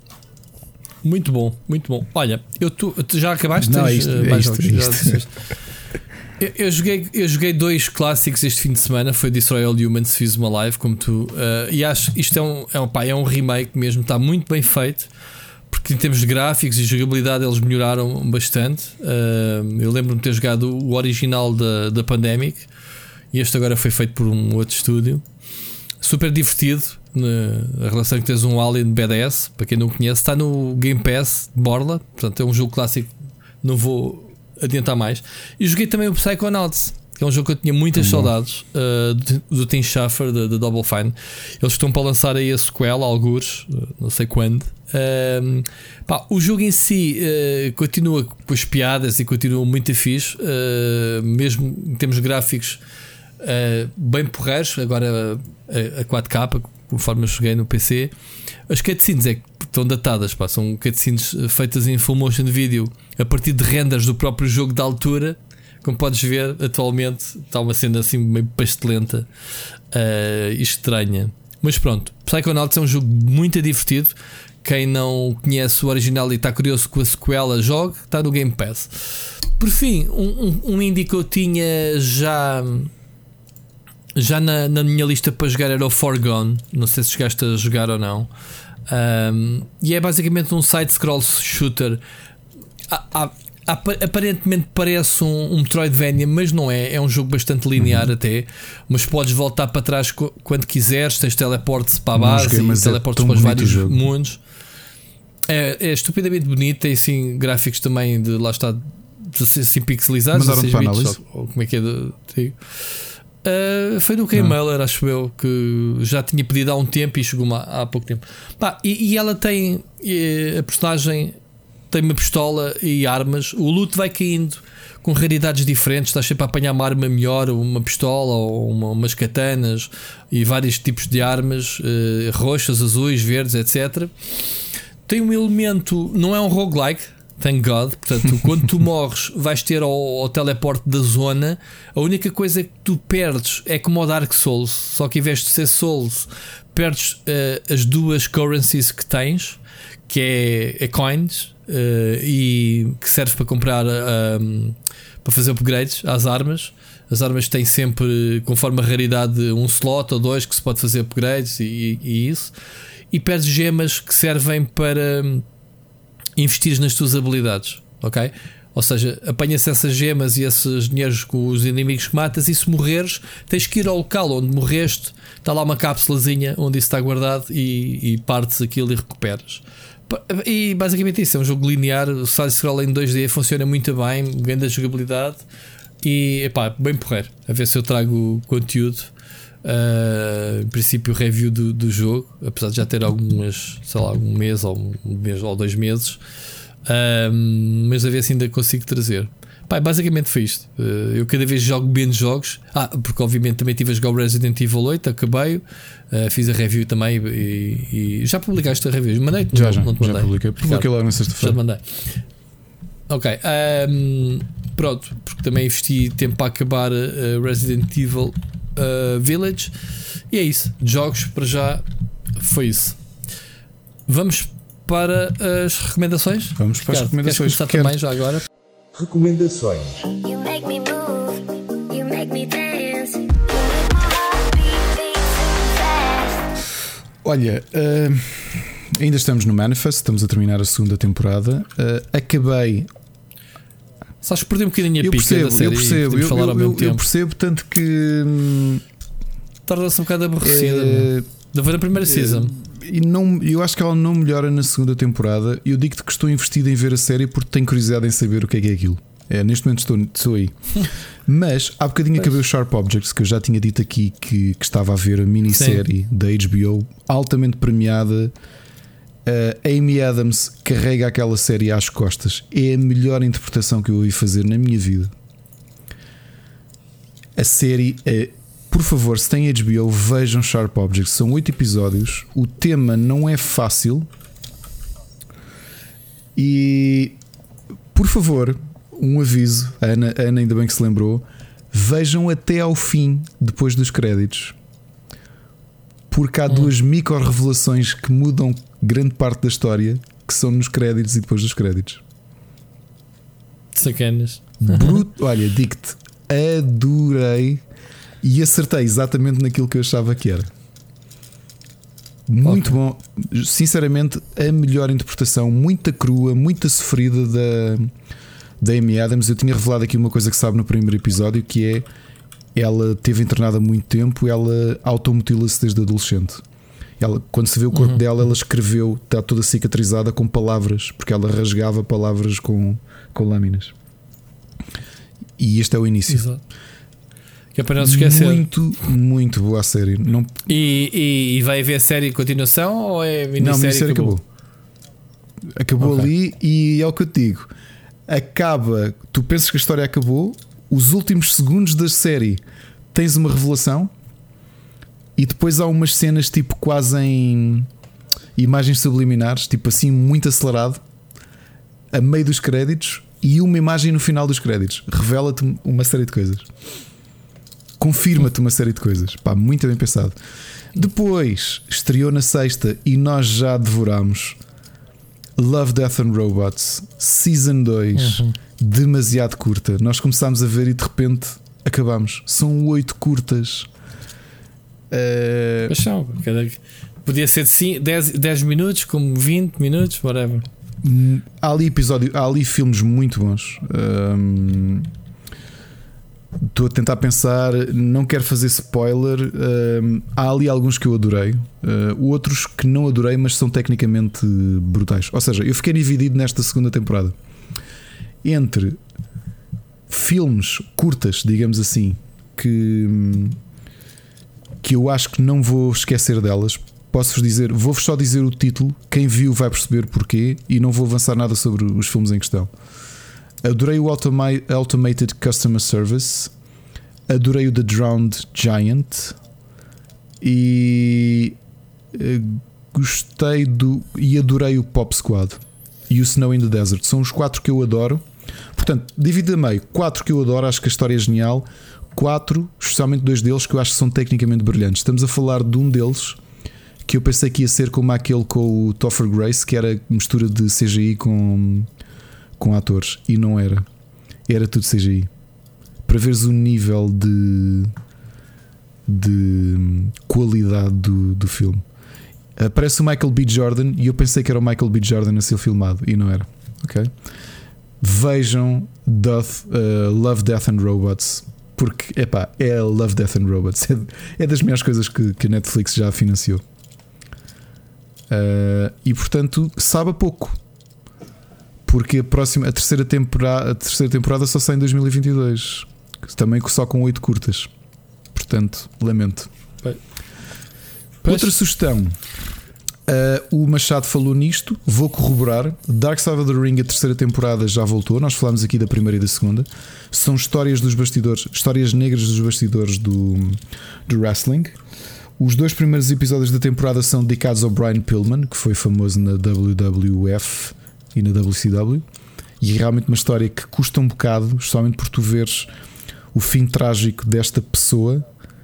Muito bom, muito bom. Olha, eu tu, tu já acabaste? Não, tens, é isto, uh, é mais isto, jogos, é isto. Eu, eu, joguei, eu joguei dois clássicos este fim de semana. Foi Destroy All Humans, fiz uma live como tu, uh, e acho isto é um, é, um, pá, é um remake mesmo, está muito bem feito, porque porque em termos de gráficos e jogabilidade eles melhoraram bastante. Uh, eu lembro-me de ter jogado o original da, da Pandemic e este agora foi feito por um outro estúdio. Super divertido. A relação que tens um Alien B D S, para quem não conhece, está no Game Pass de Borla. Portanto, é um jogo clássico, não vou adiantar mais. E joguei também o Psychonauts, que é um jogo que eu tinha muitas uhum. saudades uh, do, do Tim Schafer, da Double Fine. Eles estão para lançar aí a sequela, algures, não sei quando. Uh, pá, o jogo em si uh, continua com as piadas e continua muito fixe, uh, mesmo em termos gráficos, uh, bem porreiros. Agora a, a quatro K, conforme eu cheguei no P C. As cutscenes é que estão datadas, pá, são cutscenes feitas em full motion video a partir de renders do próprio jogo da altura. Como podes ver, atualmente está uma cena assim meio pastelenta uh, e estranha. Mas pronto, Psychonauts é um jogo muito divertido. Quem não conhece o original e está curioso com a sequela, jogue, está no Game Pass. Por fim, um, um, um indie que eu tinha já Já na, na minha lista para jogar era o Forgone. Não sei se chegaste a jogar ou não. Um, e é basicamente um side-scroll shooter. há, há, Aparentemente parece um, um Metroidvania, mas não é. É um jogo bastante linear, uhum. até. Mas podes voltar para trás quando quiseres. Tens teleportes para a base joguei, e teleportes é para os vários jogo. mundos. É, é estupidamente bonito. Tem sim gráficos também de lá está assim pixelizados. Mandaram para análise. Ou, ou como é que é de, de, Uh, foi no K-Mailer, acho eu, que já tinha pedido há um tempo e chegou há, há pouco tempo. Pá, e, e ela tem e, a personagem tem uma pistola e armas. O loot vai caindo com raridades diferentes. Estás sempre a apanhar uma arma melhor, uma pistola ou uma, umas katanas e vários tipos de armas, uh, roxas, azuis, verdes, etcétera. Tem um elemento, não é um roguelike, thank God. Portanto, quando tu morres, vais ter ao, ao teleporte da zona. A única coisa que tu perdes é como o Dark Souls, só que em vez de ser Souls, perdes uh, as duas currencies que tens, que é, é coins, uh, e que serve para comprar, uh, para fazer upgrades às armas. As armas têm sempre, conforme a raridade, um slot ou dois que se pode fazer upgrades e, e isso. E perdes gemas que servem para investir nas tuas habilidades, ok? Ou seja, apanha-se essas gemas e esses dinheiros com os inimigos que matas, e se morreres, tens que ir ao local onde morreste. Está lá uma cápsulazinha onde isso está guardado e, e partes aquilo e recuperas. E basicamente isso, é um jogo linear. O side-scroll em dois D funciona muito bem, grande jogabilidade e, epá, bem porreiro. A ver se eu trago conteúdo. Uh, em princípio, review do, do jogo, apesar de já ter algumas, sei lá, um mês ou um mês ou dois meses, uh, mas a ver se ainda consigo trazer. Pá, basicamente foi isto. Uh, eu cada vez jogo menos jogos. Ah, porque obviamente também estive a jogar o Resident Evil oito, acabei, uh, fiz a review também e, e já publicaste a review. Mandei? Já, não, já, não te mandei. já publiquei. Publiquei logo na sexta-feira. Já mandei. Ok, um, pronto, porque também investi tempo para acabar uh, Resident Evil Uh, Village. E é isso. Jogos para já foi isso. Vamos para as recomendações. Vamos para as Ricardo, recomendações. Queres começar também já agora? Recomendações. You make me move, you make me dance. Olha, uh, ainda estamos no Manifest, estamos a terminar a segunda temporada. Uh, acabei. Sabes que perdi um bocadinho a eu pica percebo, da série. Eu percebo, eu, falar eu, ao mesmo eu, tempo. eu percebo, tanto que hum, torna-se um bocado aborrecida. É, da ver a primeira season. E não, eu acho que ela não melhora na segunda temporada. Eu digo-te que estou investido em ver a série porque tenho curiosidade em saber o que é que é aquilo. É, neste momento estou, estou aí. Mas há bocadinho acabei o Sharp Objects, que eu já tinha dito aqui que, que estava a ver a minissérie da H B O, altamente premiada. Uh, Amy Adams carrega aquela série às costas. É a melhor interpretação que eu ouvi fazer na minha vida. A série é, por favor, se tem H B O, vejam Sharp Objects. São oito episódios. O tema não é fácil. E por favor, um aviso, a Ana, a Ana ainda bem que se lembrou, vejam até ao fim, depois dos créditos, porque há hum. duas micro revelações que mudam grande parte da história, que são nos créditos e depois dos créditos. Sacanas. Bruto. Olha, digo-te, adorei e acertei exatamente naquilo que eu achava que era. Muito okay. bom. Sinceramente, a melhor interpretação, muita crua, muita sofrida da, da Amy Adams. Eu tinha revelado aqui uma coisa que sabe no primeiro episódio, que é ela teve internada há muito tempo, ela automutila-se desde adolescente. Ela, quando se vê o corpo uhum. dela, ela escreveu, está toda cicatrizada com palavras, porque ela rasgava palavras com, com lâminas. E este é o início. Exato. Que é para não se esquecer. Muito, muito boa a série. Não... E, e, e vai haver série de continuação ou é minissérie? Não, a minissérie acabou. Acabou, acabou okay. ali e é o que eu te digo. Acaba, tu pensas que a história acabou, os últimos segundos da série tens uma revelação e depois há umas cenas tipo quase em imagens subliminares, tipo assim, muito acelerado, a meio dos créditos, e uma imagem no final dos créditos. Revela-te uma série de coisas. Confirma-te uma série de coisas. Pá, muito bem pensado. Depois estreou na sexta e nós já devorámos Love, Death and Robots Season dois. Uhum. Demasiado curta. Nós começámos a ver e de repente acabamos. São oito curtas. Uh... Mas são, podia ser de dez minutos, como vinte minutos, whatever. Há ali episódio, há ali filmes muito bons. Um... Estou a tentar pensar, não quero fazer spoiler. Uh, há ali alguns que eu adorei, uh, outros que não adorei, mas são tecnicamente brutais. Ou seja, eu fiquei dividido nesta segunda temporada entre filmes curtas, digamos assim, que, que eu acho que não vou esquecer delas. Posso-vos dizer, vou-vos só dizer o título, quem viu vai perceber porquê, e não vou avançar nada sobre os filmes em questão. Adorei o Automa- Automated Customer Service, adorei o The Drowned Giant e uh, gostei do e adorei o Pop Squad e o Snow in the Desert. São os quatro que eu adoro. Portanto, divido a meio. Quatro que eu adoro, acho que a história é genial. Quatro, especialmente dois deles que eu acho que são tecnicamente brilhantes. Estamos a falar de um deles que eu pensei que ia ser como aquele com o Topher Grace, que era mistura de C G I com com atores, e não era. Era tudo C G I. Para veres o nível de de qualidade do, do filme. Aparece o Michael B. Jordan e eu pensei que era o Michael B. Jordan a ser filmado e não era. Ok? Vejam Death, uh, Love, Death and Robots, porque epá, é Love, Death and Robots. É, é das melhores coisas que, que a Netflix já financiou. Uh, e portanto sabe a pouco, porque a próxima, a terceira temporada, a terceira temporada só sai em dois mil e vinte e dois, também só com oito curtas. Portanto, lamento. Pois. Outra sugestão, uh, o Machado falou nisto, vou corroborar. Dark Side of the Ring, a terceira temporada já voltou. Nós falámos aqui da primeira e da segunda. São histórias dos bastidores, histórias negras dos bastidores do, do wrestling. Os dois primeiros episódios da temporada são dedicados ao Brian Pillman, que foi famoso na W W F e na W C W, e é realmente uma história que custa um bocado, especialmente por tu veres o fim trágico desta pessoa,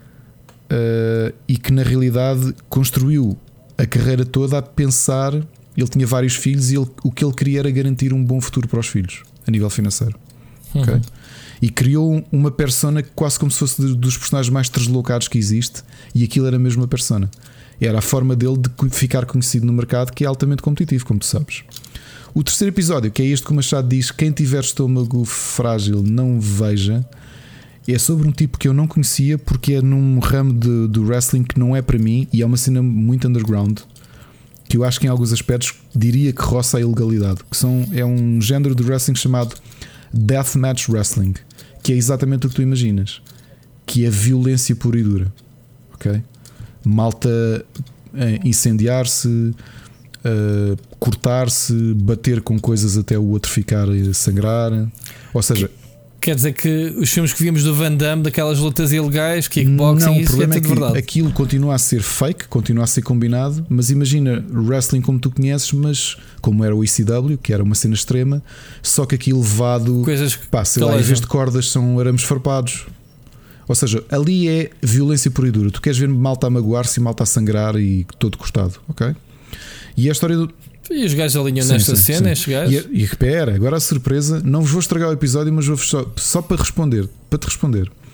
uh, e que na realidade construiu a carreira toda a pensar. Ele tinha vários filhos e ele, o que ele queria era garantir um bom futuro para os filhos a nível financeiro. Uhum. Okay? E criou uma persona quase como se fosse dos personagens mais deslocados que existe, e aquilo era mesmo a persona. Era a forma dele de ficar conhecido no mercado, que é altamente competitivo, como tu sabes. O terceiro episódio, que é este que o Machado diz: quem tiver estômago frágil não veja, é sobre um tipo que eu não conhecia, porque é num ramo de, do wrestling que não é para mim, e é uma cena muito underground, que eu acho que em alguns aspectos diria que roça a ilegalidade, que são, é um género de wrestling chamado Deathmatch Wrestling, que é exatamente o que tu imaginas, que é violência pura e dura. Ok? Malta uh, incendiar-se, uh, cortar-se, bater com coisas até o outro ficar a sangrar. Ou seja, quer dizer que os filmes que vimos do Van Damme, daquelas lutas ilegais, kickboxing, não, o isso problema é é tudo que verdade. Aquilo continua a ser fake, continua a ser combinado, mas imagina wrestling como tu conheces, mas como era o E C W, que era uma cena extrema, só que aquilo levado, coisas pá, sei lá, em vez de cordas são arames farpados. Ou seja, ali é violência pura e dura. Tu queres ver malta a magoar-se e malta a sangrar e todo cortado, ok? E a história do... E os gajos alinham sim, nesta sim, cena, sim. Estes gajos. E, e repara, agora a surpresa, não vos vou estragar o episódio, mas vou só, só para responder, para te responder.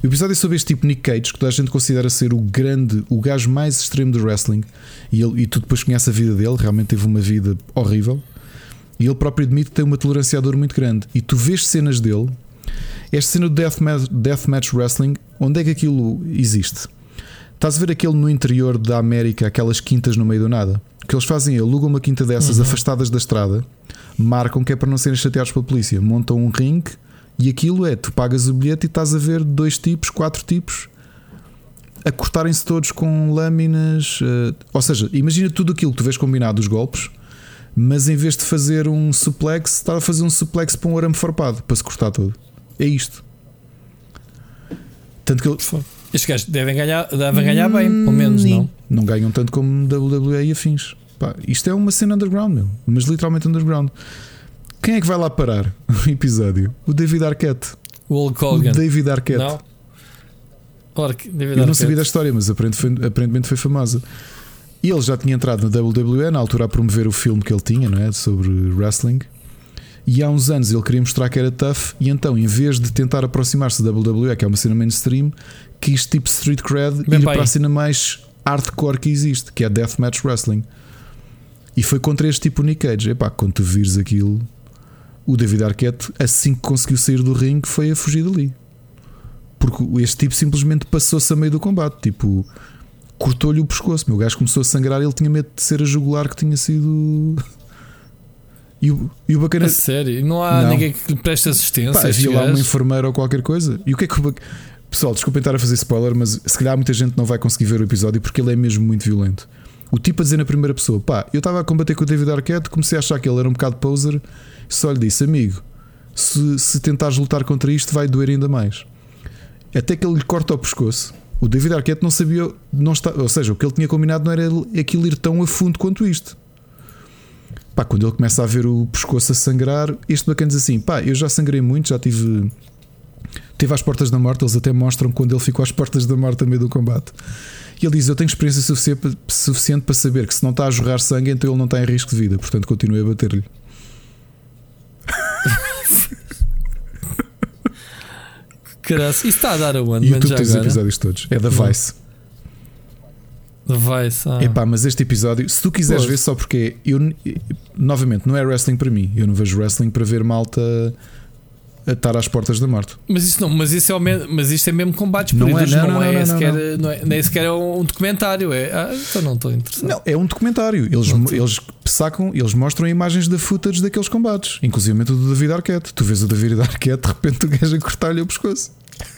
O episódio é sobre este tipo Nick Cage, que toda a gente considera ser o grande, o gajo mais extremo do wrestling, e, ele, e tu depois conheces a vida dele, realmente teve uma vida horrível, e ele próprio admite que tem uma tolerância à dor muito grande. E tu vês cenas dele, esta cena do Deathmatch, Deathmatch Wrestling, onde é que aquilo existe? Estás a ver aquele no interior da América, aquelas quintas no meio do nada? O que eles fazem é alugam uma quinta dessas uhum. afastadas da estrada, marcam que é para não serem chateados pela polícia, montam um ringue e aquilo é, tu pagas o bilhete e estás a ver dois tipos, quatro tipos a cortarem-se todos com lâminas, uh, ou seja, imagina tudo aquilo que tu vês combinado, os golpes, mas em vez de fazer um suplex, está a fazer um suplex para um arame farpado para se cortar todo. É isto. Tanto que ele... Estes gajos devem ganhar, devem ganhar bem, pelo menos, não? Não ganham tanto como W W E e afins. Pá, isto é uma cena underground, meu, mas literalmente underground. Quem é que vai lá parar o episódio? O David Arquette. O Hulk Hogan. O David Arquette. Não? Claro que David Eu não Arquette. sabia da história, mas aparentemente foi, aparentemente foi famosa. E ele já tinha entrado na W W E na altura a promover o filme que ele tinha, não é? Sobre wrestling. E há uns anos ele queria mostrar que era tough, e então, em vez de tentar aproximar-se da W W E, que é uma cena mainstream, quis tipo street cred Bem ir pai. para a cena mais hardcore que existe, que é Deathmatch Wrestling. E foi contra este tipo Nick Cage. Epá, quando tu vires aquilo, o David Arquette, assim que conseguiu sair do ringue, foi a fugir dali. Porque este tipo simplesmente passou-se a meio do combate. Tipo, cortou-lhe o pescoço. Meu gajo começou a sangrar, ele tinha medo de ser a jugular que tinha sido. E o, e o bacana. A sério? Não há Não. ninguém que lhe preste assistência? Pá, havia lá gajos? uma enfermeira ou qualquer coisa. E o que é que o bac... Pessoal, desculpem estar a fazer spoiler, mas se calhar muita gente não vai conseguir ver o episódio porque ele é mesmo muito violento. O tipo a dizer na primeira pessoa: pá, eu estava a combater com o David Arquette, comecei a achar que ele era um bocado poser, só lhe disse: amigo, se, se tentares lutar contra isto vai doer ainda mais. Até que ele lhe corta o pescoço. O David Arquette não sabia, não está, ou seja, o que ele tinha combinado não era aquilo ir tão a fundo quanto isto. Pá, quando ele começa a ver o pescoço a sangrar, este bacana diz assim: pá, eu já sangrei muito, já tive Teve às portas da morte. Eles até mostram quando ele ficou às portas da morte a meio do combate. E ele diz: eu tenho experiência suficiente, suficiente para saber que se não está a jorrar sangue, então ele não está em risco de vida. Portanto, continue a bater-lhe. Caralho, isso está a dar a one. E tu tens os episódios todos. É da Vice. Da Vice. Ah. Epá, mas este episódio, se tu quiseres Pô. ver, só porque eu, novamente, não é wrestling para mim. Eu não vejo wrestling para ver malta a estar às portas da morte. Mas isso não, mas isso é, o me, mas isto é mesmo combates Não perdidos, é, não, não, não, é, não, não, sequer, não. não é, nem sequer é um documentário. É, ah, então não estou interessado. Não, é um documentário. Eles, eles sacam, eles mostram imagens da footage daqueles combates, inclusive o do David Arquette. Tu vês o David Arquette, de repente o gajo a cortar-lhe o pescoço.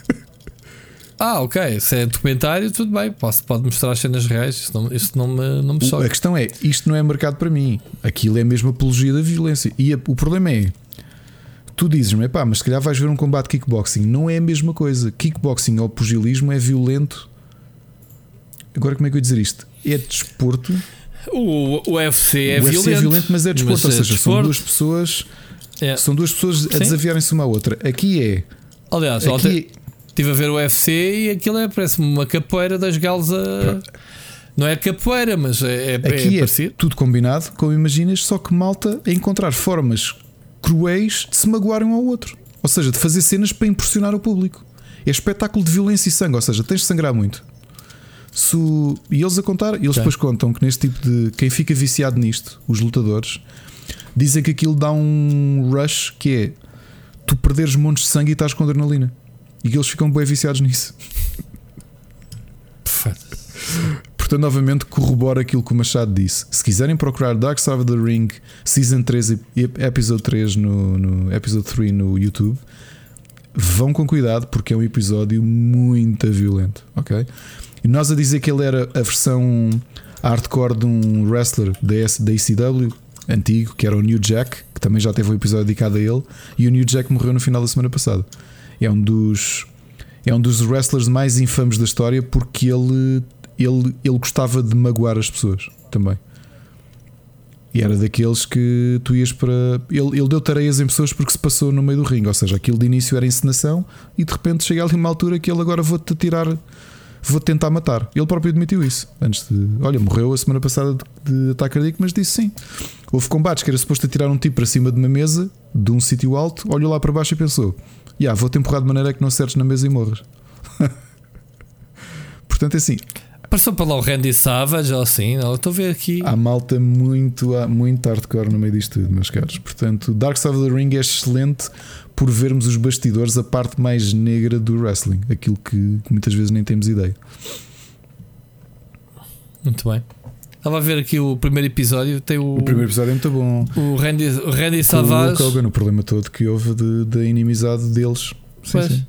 Ah, ok. Se é documentário, tudo bem. Posso, pode mostrar as cenas reais. Isso não, isso não me, não me choca. A questão é: isto não é mercado para mim. Aquilo é mesmo apologia da violência. E a, o problema é: tu dizes-me, pá, mas se calhar vais ver um combate de kickboxing. Não é a mesma coisa. Kickboxing ou pugilismo é violento. Agora, como é que eu ia dizer isto? É desporto. O, o U F C é o U F C violento. é violento, mas é desporto. Mas ou é seja, desporto. são duas pessoas. É. São duas pessoas a Sim. desafiarem-se uma à outra. Aqui é. Aliás, aqui ontem estive a ver o U F C e aquilo é, parece-me uma capoeira das galos a. Não é capoeira, mas é, é, Aqui é é parecido. tudo combinado, como imaginas, só que malta a encontrar formas cruéis de se magoarem um ao outro. Ou seja, de fazer cenas para impressionar o público. É espetáculo de violência e sangue. Ou seja, tens de sangrar muito. Se o... E eles a contar, eles Okay. depois contam que neste tipo de. Quem fica viciado nisto, os lutadores, dizem que aquilo dá um rush que é tu perderes montes de sangue e estás com adrenalina. E que eles ficam bem viciados nisso. Perfeito. Portanto, novamente corrobora aquilo que o Machado disse. Se quiserem procurar Dark Side of the Ring Season três e Episode três no, no Episode três no YouTube, vão com cuidado porque é um episódio muito violento, ok? E nós a dizer que ele era a versão hardcore de um wrestler da A C W antigo, que era o New Jack, que também já teve um episódio dedicado a ele, e o New Jack morreu no final da semana passada. É um dos é um dos wrestlers mais infames da história porque ele Ele, ele gostava de magoar as pessoas também. E era daqueles que tu ias para. Ele, ele deu tareias em pessoas porque se passou no meio do ringue. Ou seja, aquilo de início era encenação e de repente chega ali uma altura que ele agora vou-te atirar, vou-te tentar matar. Ele próprio admitiu isso. Antes de. Olha, morreu a semana passada de, de ataque cardíaco, mas disse sim. Houve combates que era suposto atirar um tipo para cima de uma mesa, de um sítio alto, olhou lá para baixo e pensou: yeah, vou-te empurrar de maneira que não acertes na mesa e morras. Portanto, é assim. Passou para lá o Randy Savage, ou assim, não? Estou a ver aqui. Há malta muito, há muito hardcore no meio disto tudo, meus caros. Portanto, Dark Side of the Ring é excelente por vermos os bastidores, a parte mais negra do wrestling, aquilo que muitas vezes nem temos ideia. Muito bem. Estava a ver aqui o primeiro episódio. Tem o, o primeiro episódio é muito bom. O Randy, o Randy Savage. O Hogan, o problema todo que houve de, da inimizade deles. Sim, sim.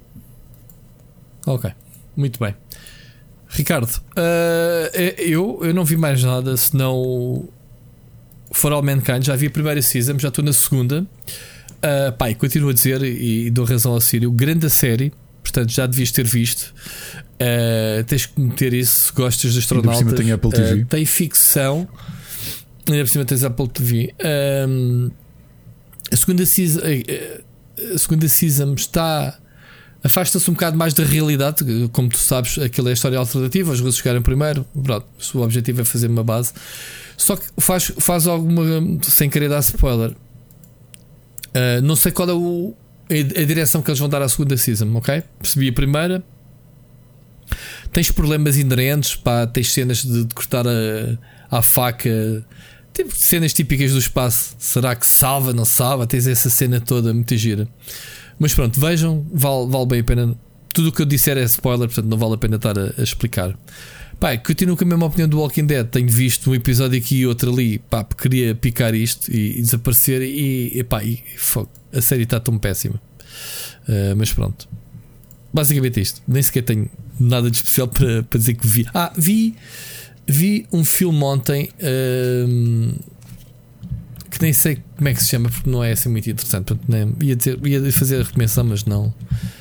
Ok, muito bem. Ricardo, uh, eu, eu não vi mais nada senão For All Mankind. Já vi a primeira season, já estou na segunda. Uh, pá, e continuo a dizer, e, e dou razão ao Sírio, grande a série. Portanto, já devias ter visto. Uh, tens que meter isso se gostas de astronautas. Ainda por cima tem Apple T V. Uh, tem ficção. Ainda por cima tens Apple T V. Um, a segunda season, a segunda season está. Afasta-se um bocado mais da realidade. Como tu sabes, aquilo é a história alternativa. Os russos chegaram primeiro. Pronto, o objetivo é fazer uma base. Só que faz, faz alguma. Sem querer dar spoiler. Uh, não sei qual é o, a, a direção que eles vão dar à segunda season. Ok? Percebi a primeira. Tens problemas inerentes. Pá, tens cenas de, de cortar a, a faca. Tipo cenas típicas do espaço. Será que salva? Não salva? Tens essa cena toda muito gira. Mas pronto, vejam, vale, vale bem a pena. Tudo o que eu disser é spoiler, portanto não vale a pena estar a, a explicar. Pá, continuo com a mesma opinião do Walking Dead. Tenho visto um episódio aqui e outro ali. Pá, queria picar isto e, e desaparecer. E, e pá, e, fogo, a série está tão péssima. Uh, mas pronto, basicamente isto. Nem sequer tenho nada de especial para, para dizer que vi. Ah, vi, vi um filme ontem. Uh, que nem sei como é que se chama, porque não é assim muito interessante. Portanto, nem, ia, dizer, ia fazer a recomendação, mas não.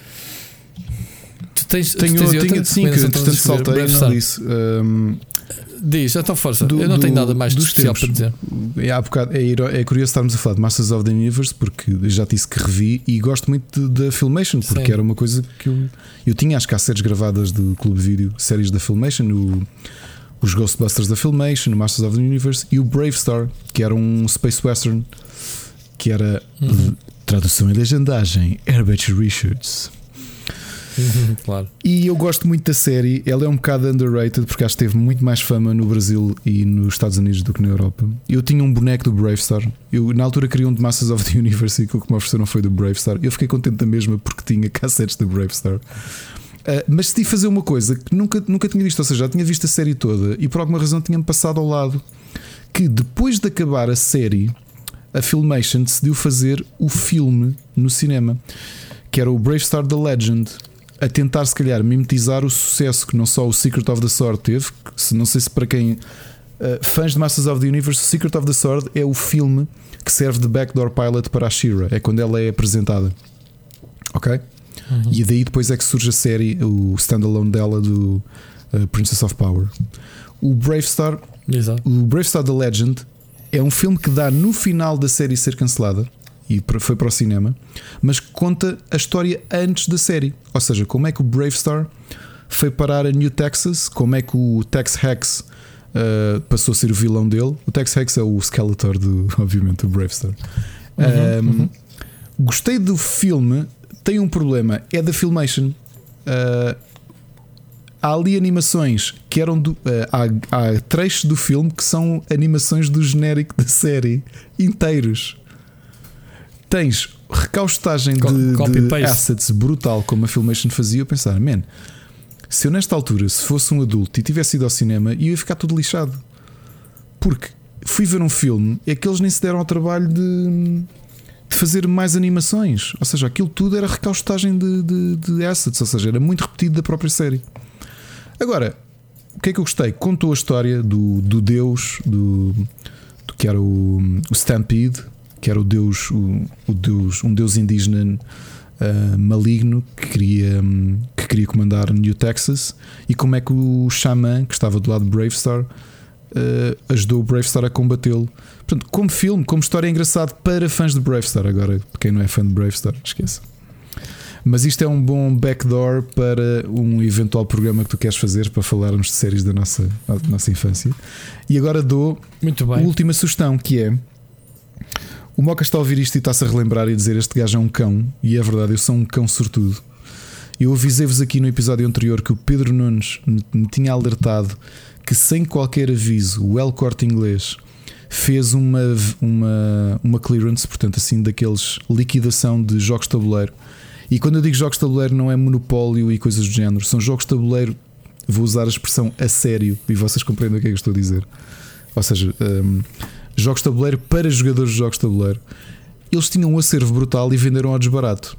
Tu tens, tenho, tu tens tenho outra? Sim, que entretanto saltei, não disse. Um, Diz, então força. Do, eu não do, tenho nada mais de especial tempos. para dizer. É, há bocado, é, é curioso estarmos a falar de Masters of the Universe, porque já disse que revi e gosto muito da Filmation, porque Sim. era uma coisa que eu, eu tinha. Acho que há séries gravadas do Clube Vídeo, séries da Filmation, o, os Ghostbusters da Filmation, o Masters of the Universe e o Brave Star, que era um Space Western, que era uhum. tradução e legendagem Herbert Richards. Uhum, claro. E eu gosto muito da série. Ela é um bocado underrated porque acho que teve muito mais fama no Brasil e nos Estados Unidos do que na Europa. Eu tinha um boneco do Brave Star. Eu na altura queria um de Masters of the Universe e o que me ofereceram foi do Brave Star. Eu fiquei contente da mesma porque tinha cassetes do Brave Star. Uh, mas decidi fazer uma coisa que nunca, nunca tinha visto, ou seja, já tinha visto a série toda e por alguma razão tinha-me passado ao lado. Que depois de acabar a série, a Filmation decidiu fazer o filme no cinema, que era o Brave Star The Legend, a tentar se calhar mimetizar o sucesso que não só o Secret of the Sword teve, que, se não sei se para quem uh, fãs de Masters of the Universe, o Secret of the Sword é o filme que serve de backdoor pilot para a She-Ra, é quando ela é apresentada, ok? Uhum. E daí depois é que surge a série, o standalone dela do uh, Princess of Power. O Brave Star, Exato. o Brave Star The Legend é um filme que dá no final da série ser cancelada e foi para o cinema, mas conta a história antes da série, ou seja, como é que o Brave Star foi parar a New Texas, como é que o Tex Hex uh, passou a ser o vilão dele. O Tex Hex é o Skeletor do, obviamente, do Brave Star. Uhum, um, uhum. Gostei do filme. Tem um problema, é da Filmation. Uh, há ali animações que eram do, uh, há, há trechos do filme que são animações do genérico da série inteiros. Tens recaustagem de, de assets brutal como a Filmation fazia. Eu pensar, man, se eu nesta altura, se fosse um adulto e tivesse ido ao cinema, ia ficar tudo lixado. Porque fui ver um filme e aqueles nem se deram ao trabalho de, de fazer mais animações. Ou seja, aquilo tudo era recaustagem de, de, de assets. Ou seja, era muito repetido da própria série. Agora, o que é que eu gostei? Contou a história do, do deus do, do que era o, o Stampede, que era o deus, o, o deus, um deus indígena uh, maligno que queria, um, que queria comandar New Texas, e como é que o xamã que estava do lado de Brave Star uh, ajudou o Brave Star a combatê-lo. Portanto, como filme, como história, é engraçado para fãs de Brave Star. Agora, quem não é fã de Brave Star, esqueça. Mas isto é um bom backdoor para um eventual programa que tu queres fazer para falarmos de séries da nossa, da nossa infância. E agora dou Muito bem. a última sugestão, que é: o Moca está a ouvir isto e está-se a relembrar e dizer este gajo é um cão. E é verdade, eu sou um cão sortudo. Eu avisei-vos aqui no episódio anterior que o Pedro Nunes me, me tinha alertado que sem qualquer aviso o El Corte Inglês fez uma, uma, uma clearance, portanto assim daqueles liquidação de jogos de tabuleiro. E quando eu digo jogos de tabuleiro não é monopólio e coisas do género, são jogos de tabuleiro, vou usar a expressão a sério e vocês compreendem o que é que eu estou a dizer. Ou seja, um, jogos de tabuleiro para jogadores de jogos de tabuleiro. Eles tinham um acervo brutal e venderam ao desbarato.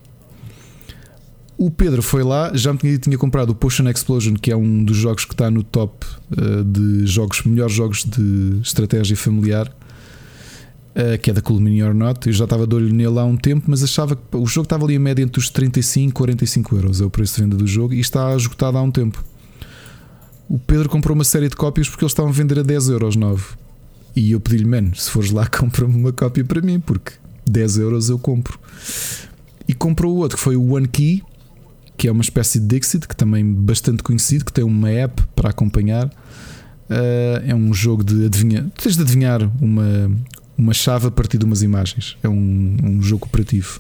O Pedro foi lá, já me tinha, tinha comprado o Potion Explosion, que é um dos jogos que está no top uh, de jogos, melhores jogos de estratégia familiar, uh, que é da Cool Mini or Not. Eu já estava de olho nele há um tempo, mas achava que o jogo estava ali em média entre os trinta e cinco e quarenta e cinco euros, é o preço de venda do jogo, e está esgotado há um tempo. O Pedro comprou uma série de cópias porque eles estavam a vender a dez euros nove. E eu pedi-lhe, mano, se fores lá, compra-me uma cópia para mim, porque dez euros eu compro. E comprou o outro, que foi o One Key, que é uma espécie de Dixit, que também é bastante conhecido, que tem uma app para acompanhar. Uh, é um jogo de adivinhar. Tu tens de adivinhar uma, uma chave a partir de umas imagens. É um, um jogo cooperativo.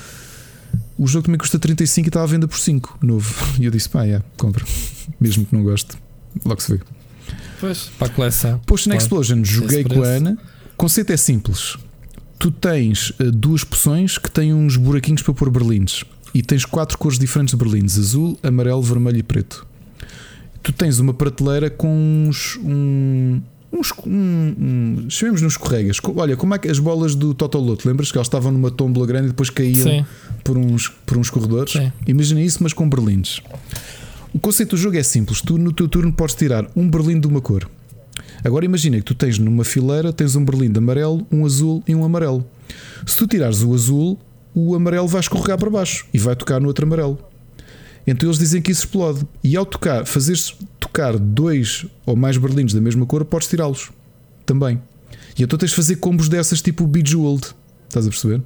O jogo também custa trinta e cinco e estava à venda por cinco, novo. E eu disse, pá, é, compra. Mesmo que não goste, logo se vê. Pois, para a coleção. Potion claro. Explosion, joguei com a Ana. O conceito é simples. Tu tens uh, duas poções que têm uns buraquinhos para pôr berlindes. E tens quatro cores diferentes de berlindes: azul, amarelo, vermelho e preto. Tu tens uma prateleira com uns, um, uns um, um, chamemos nos escorregas. Olha, como é que as bolas do Totoloto, lembras que elas estavam numa tómbola grande e depois caíam por uns, por uns corredores? Sim. Imagina isso, mas com berlindes. O conceito do jogo é simples. Tu no teu turno podes tirar um berlinde de uma cor. Agora imagina que tu tens numa fileira, tens um berlinde amarelo, um azul e um amarelo. Se tu tirares o azul, o amarelo vai escorregar para baixo e vai tocar no outro amarelo. Então eles dizem que isso explode. E ao tocar, fazeres tocar dois ou mais berlindes da mesma cor, podes tirá-los também. E então tens de fazer combos dessas tipo Bejeweled. Estás a perceber?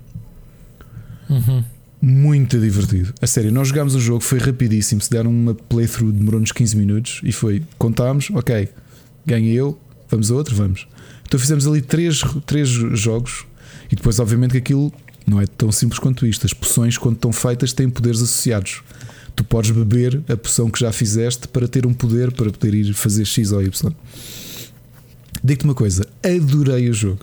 Uhum. Muito divertido. A sério, nós jogámos o jogo, foi rapidíssimo. Se deram uma playthrough, demorou-nos quinze minutos. E foi, contámos, ok, ganhei eu, vamos a outro, vamos. Então fizemos ali três, três jogos. E depois obviamente que aquilo não é tão simples quanto isto. As poções, quando estão feitas, têm poderes associados. Tu podes beber a poção que já fizeste para ter um poder, para poder ir fazer X ou Y. Digo-te uma coisa, adorei o jogo.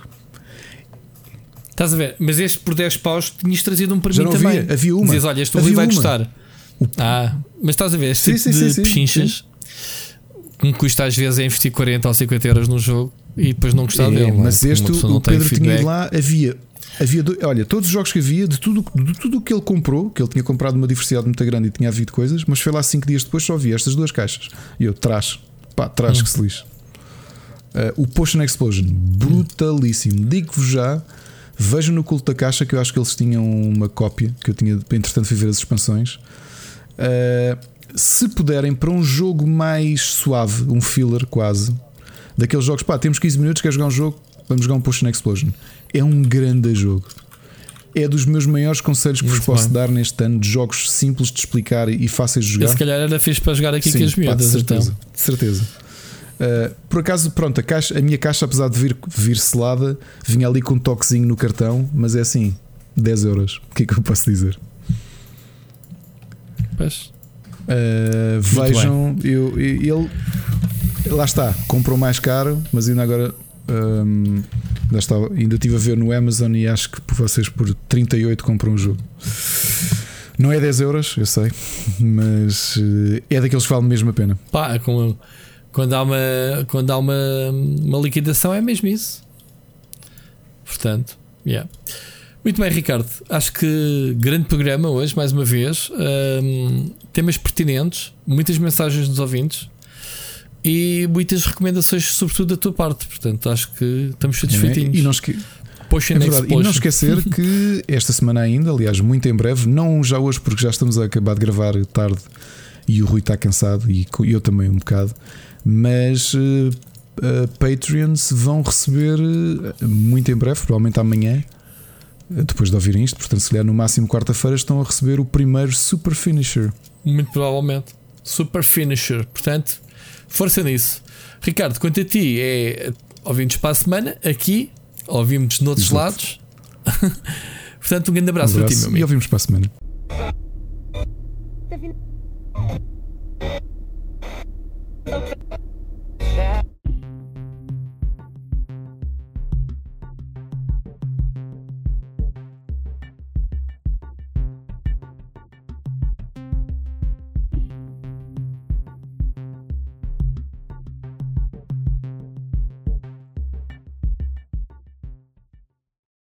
Estás a ver? Mas este por dez paus tinhas trazido um para já mim não também. Havia, havia uma. Dizes, olha, este havia vai uma. gostar. O... Ah, mas estás a ver? Este sim, tipo sim, de sim, pechinchas que me custa às vezes é investir quarenta ou cinquenta euros num jogo e depois não gostar é, dele. Mas é? este, o Pedro tinha ido lá, havia. Havia, olha, todos os jogos que havia, de tudo de tudo o que ele comprou, que ele tinha comprado uma diversidade muito grande e tinha havido coisas, mas foi lá cinco dias depois só havia estas duas caixas. E eu, traz, pá, traz hum. que se lixe. Uh, o Potion Explosion, brutalíssimo. Digo-vos já, vejam no culto da caixa que eu acho que eles tinham uma cópia que eu tinha, entretanto, fui ver as expansões. Uh, se puderem, para um jogo mais suave, um filler quase, daqueles jogos, pá, temos quinze minutos, quer jogar um jogo, vamos jogar um Potion Explosion. É um grande jogo. É dos meus maiores conselhos que vos posso dar neste ano, de jogos simples de explicar e fáceis de jogar. Eu, se calhar era fixe para jogar aqui Sim, com as miúdas. De certeza, então. de certeza. Uh, por acaso, pronto, a, caixa, a minha caixa, apesar de vir, vir selada, vinha ali com um toquezinho no cartão, mas é assim, dez euros. O que é que eu posso dizer? Pois. Uh, vejam, eu, eu, ele lá está, comprou mais caro, mas ainda agora. Um, ainda, estava, ainda estive a ver no Amazon e acho que vocês por trinta e oito compram o jogo. Não é dez euros, eu sei, mas é daqueles que valem mesmo a pena. Pá, com, quando há, uma, quando há uma, uma liquidação é mesmo isso. Portanto, yeah. Muito bem, Ricardo. Acho que grande programa hoje, mais uma vez. Um, temas pertinentes, muitas mensagens dos ouvintes. E muitas recomendações, sobretudo da tua parte. Portanto, acho que estamos satisfeitinhos. É, e, não esque... Poxa, é verdade. E não esquecer que esta semana ainda, aliás, muito em breve, não já hoje, porque já estamos a acabar de gravar tarde e o Rui está cansado e eu também um bocado, mas uh, uh, Patreons vão receber uh, muito em breve, provavelmente amanhã, uh, depois de ouvirem isto. Portanto, se calhar no máximo quarta-feira estão a receber o primeiro Super Finisher. Muito provavelmente Super Finisher. Portanto, força nisso. Ricardo, quanto a ti, é ouvimos para a semana aqui, ouvimos noutros Exato. lados. Portanto, um grande abraço, um abraço para ti, meu amigo. E ouvimos para a semana. Open.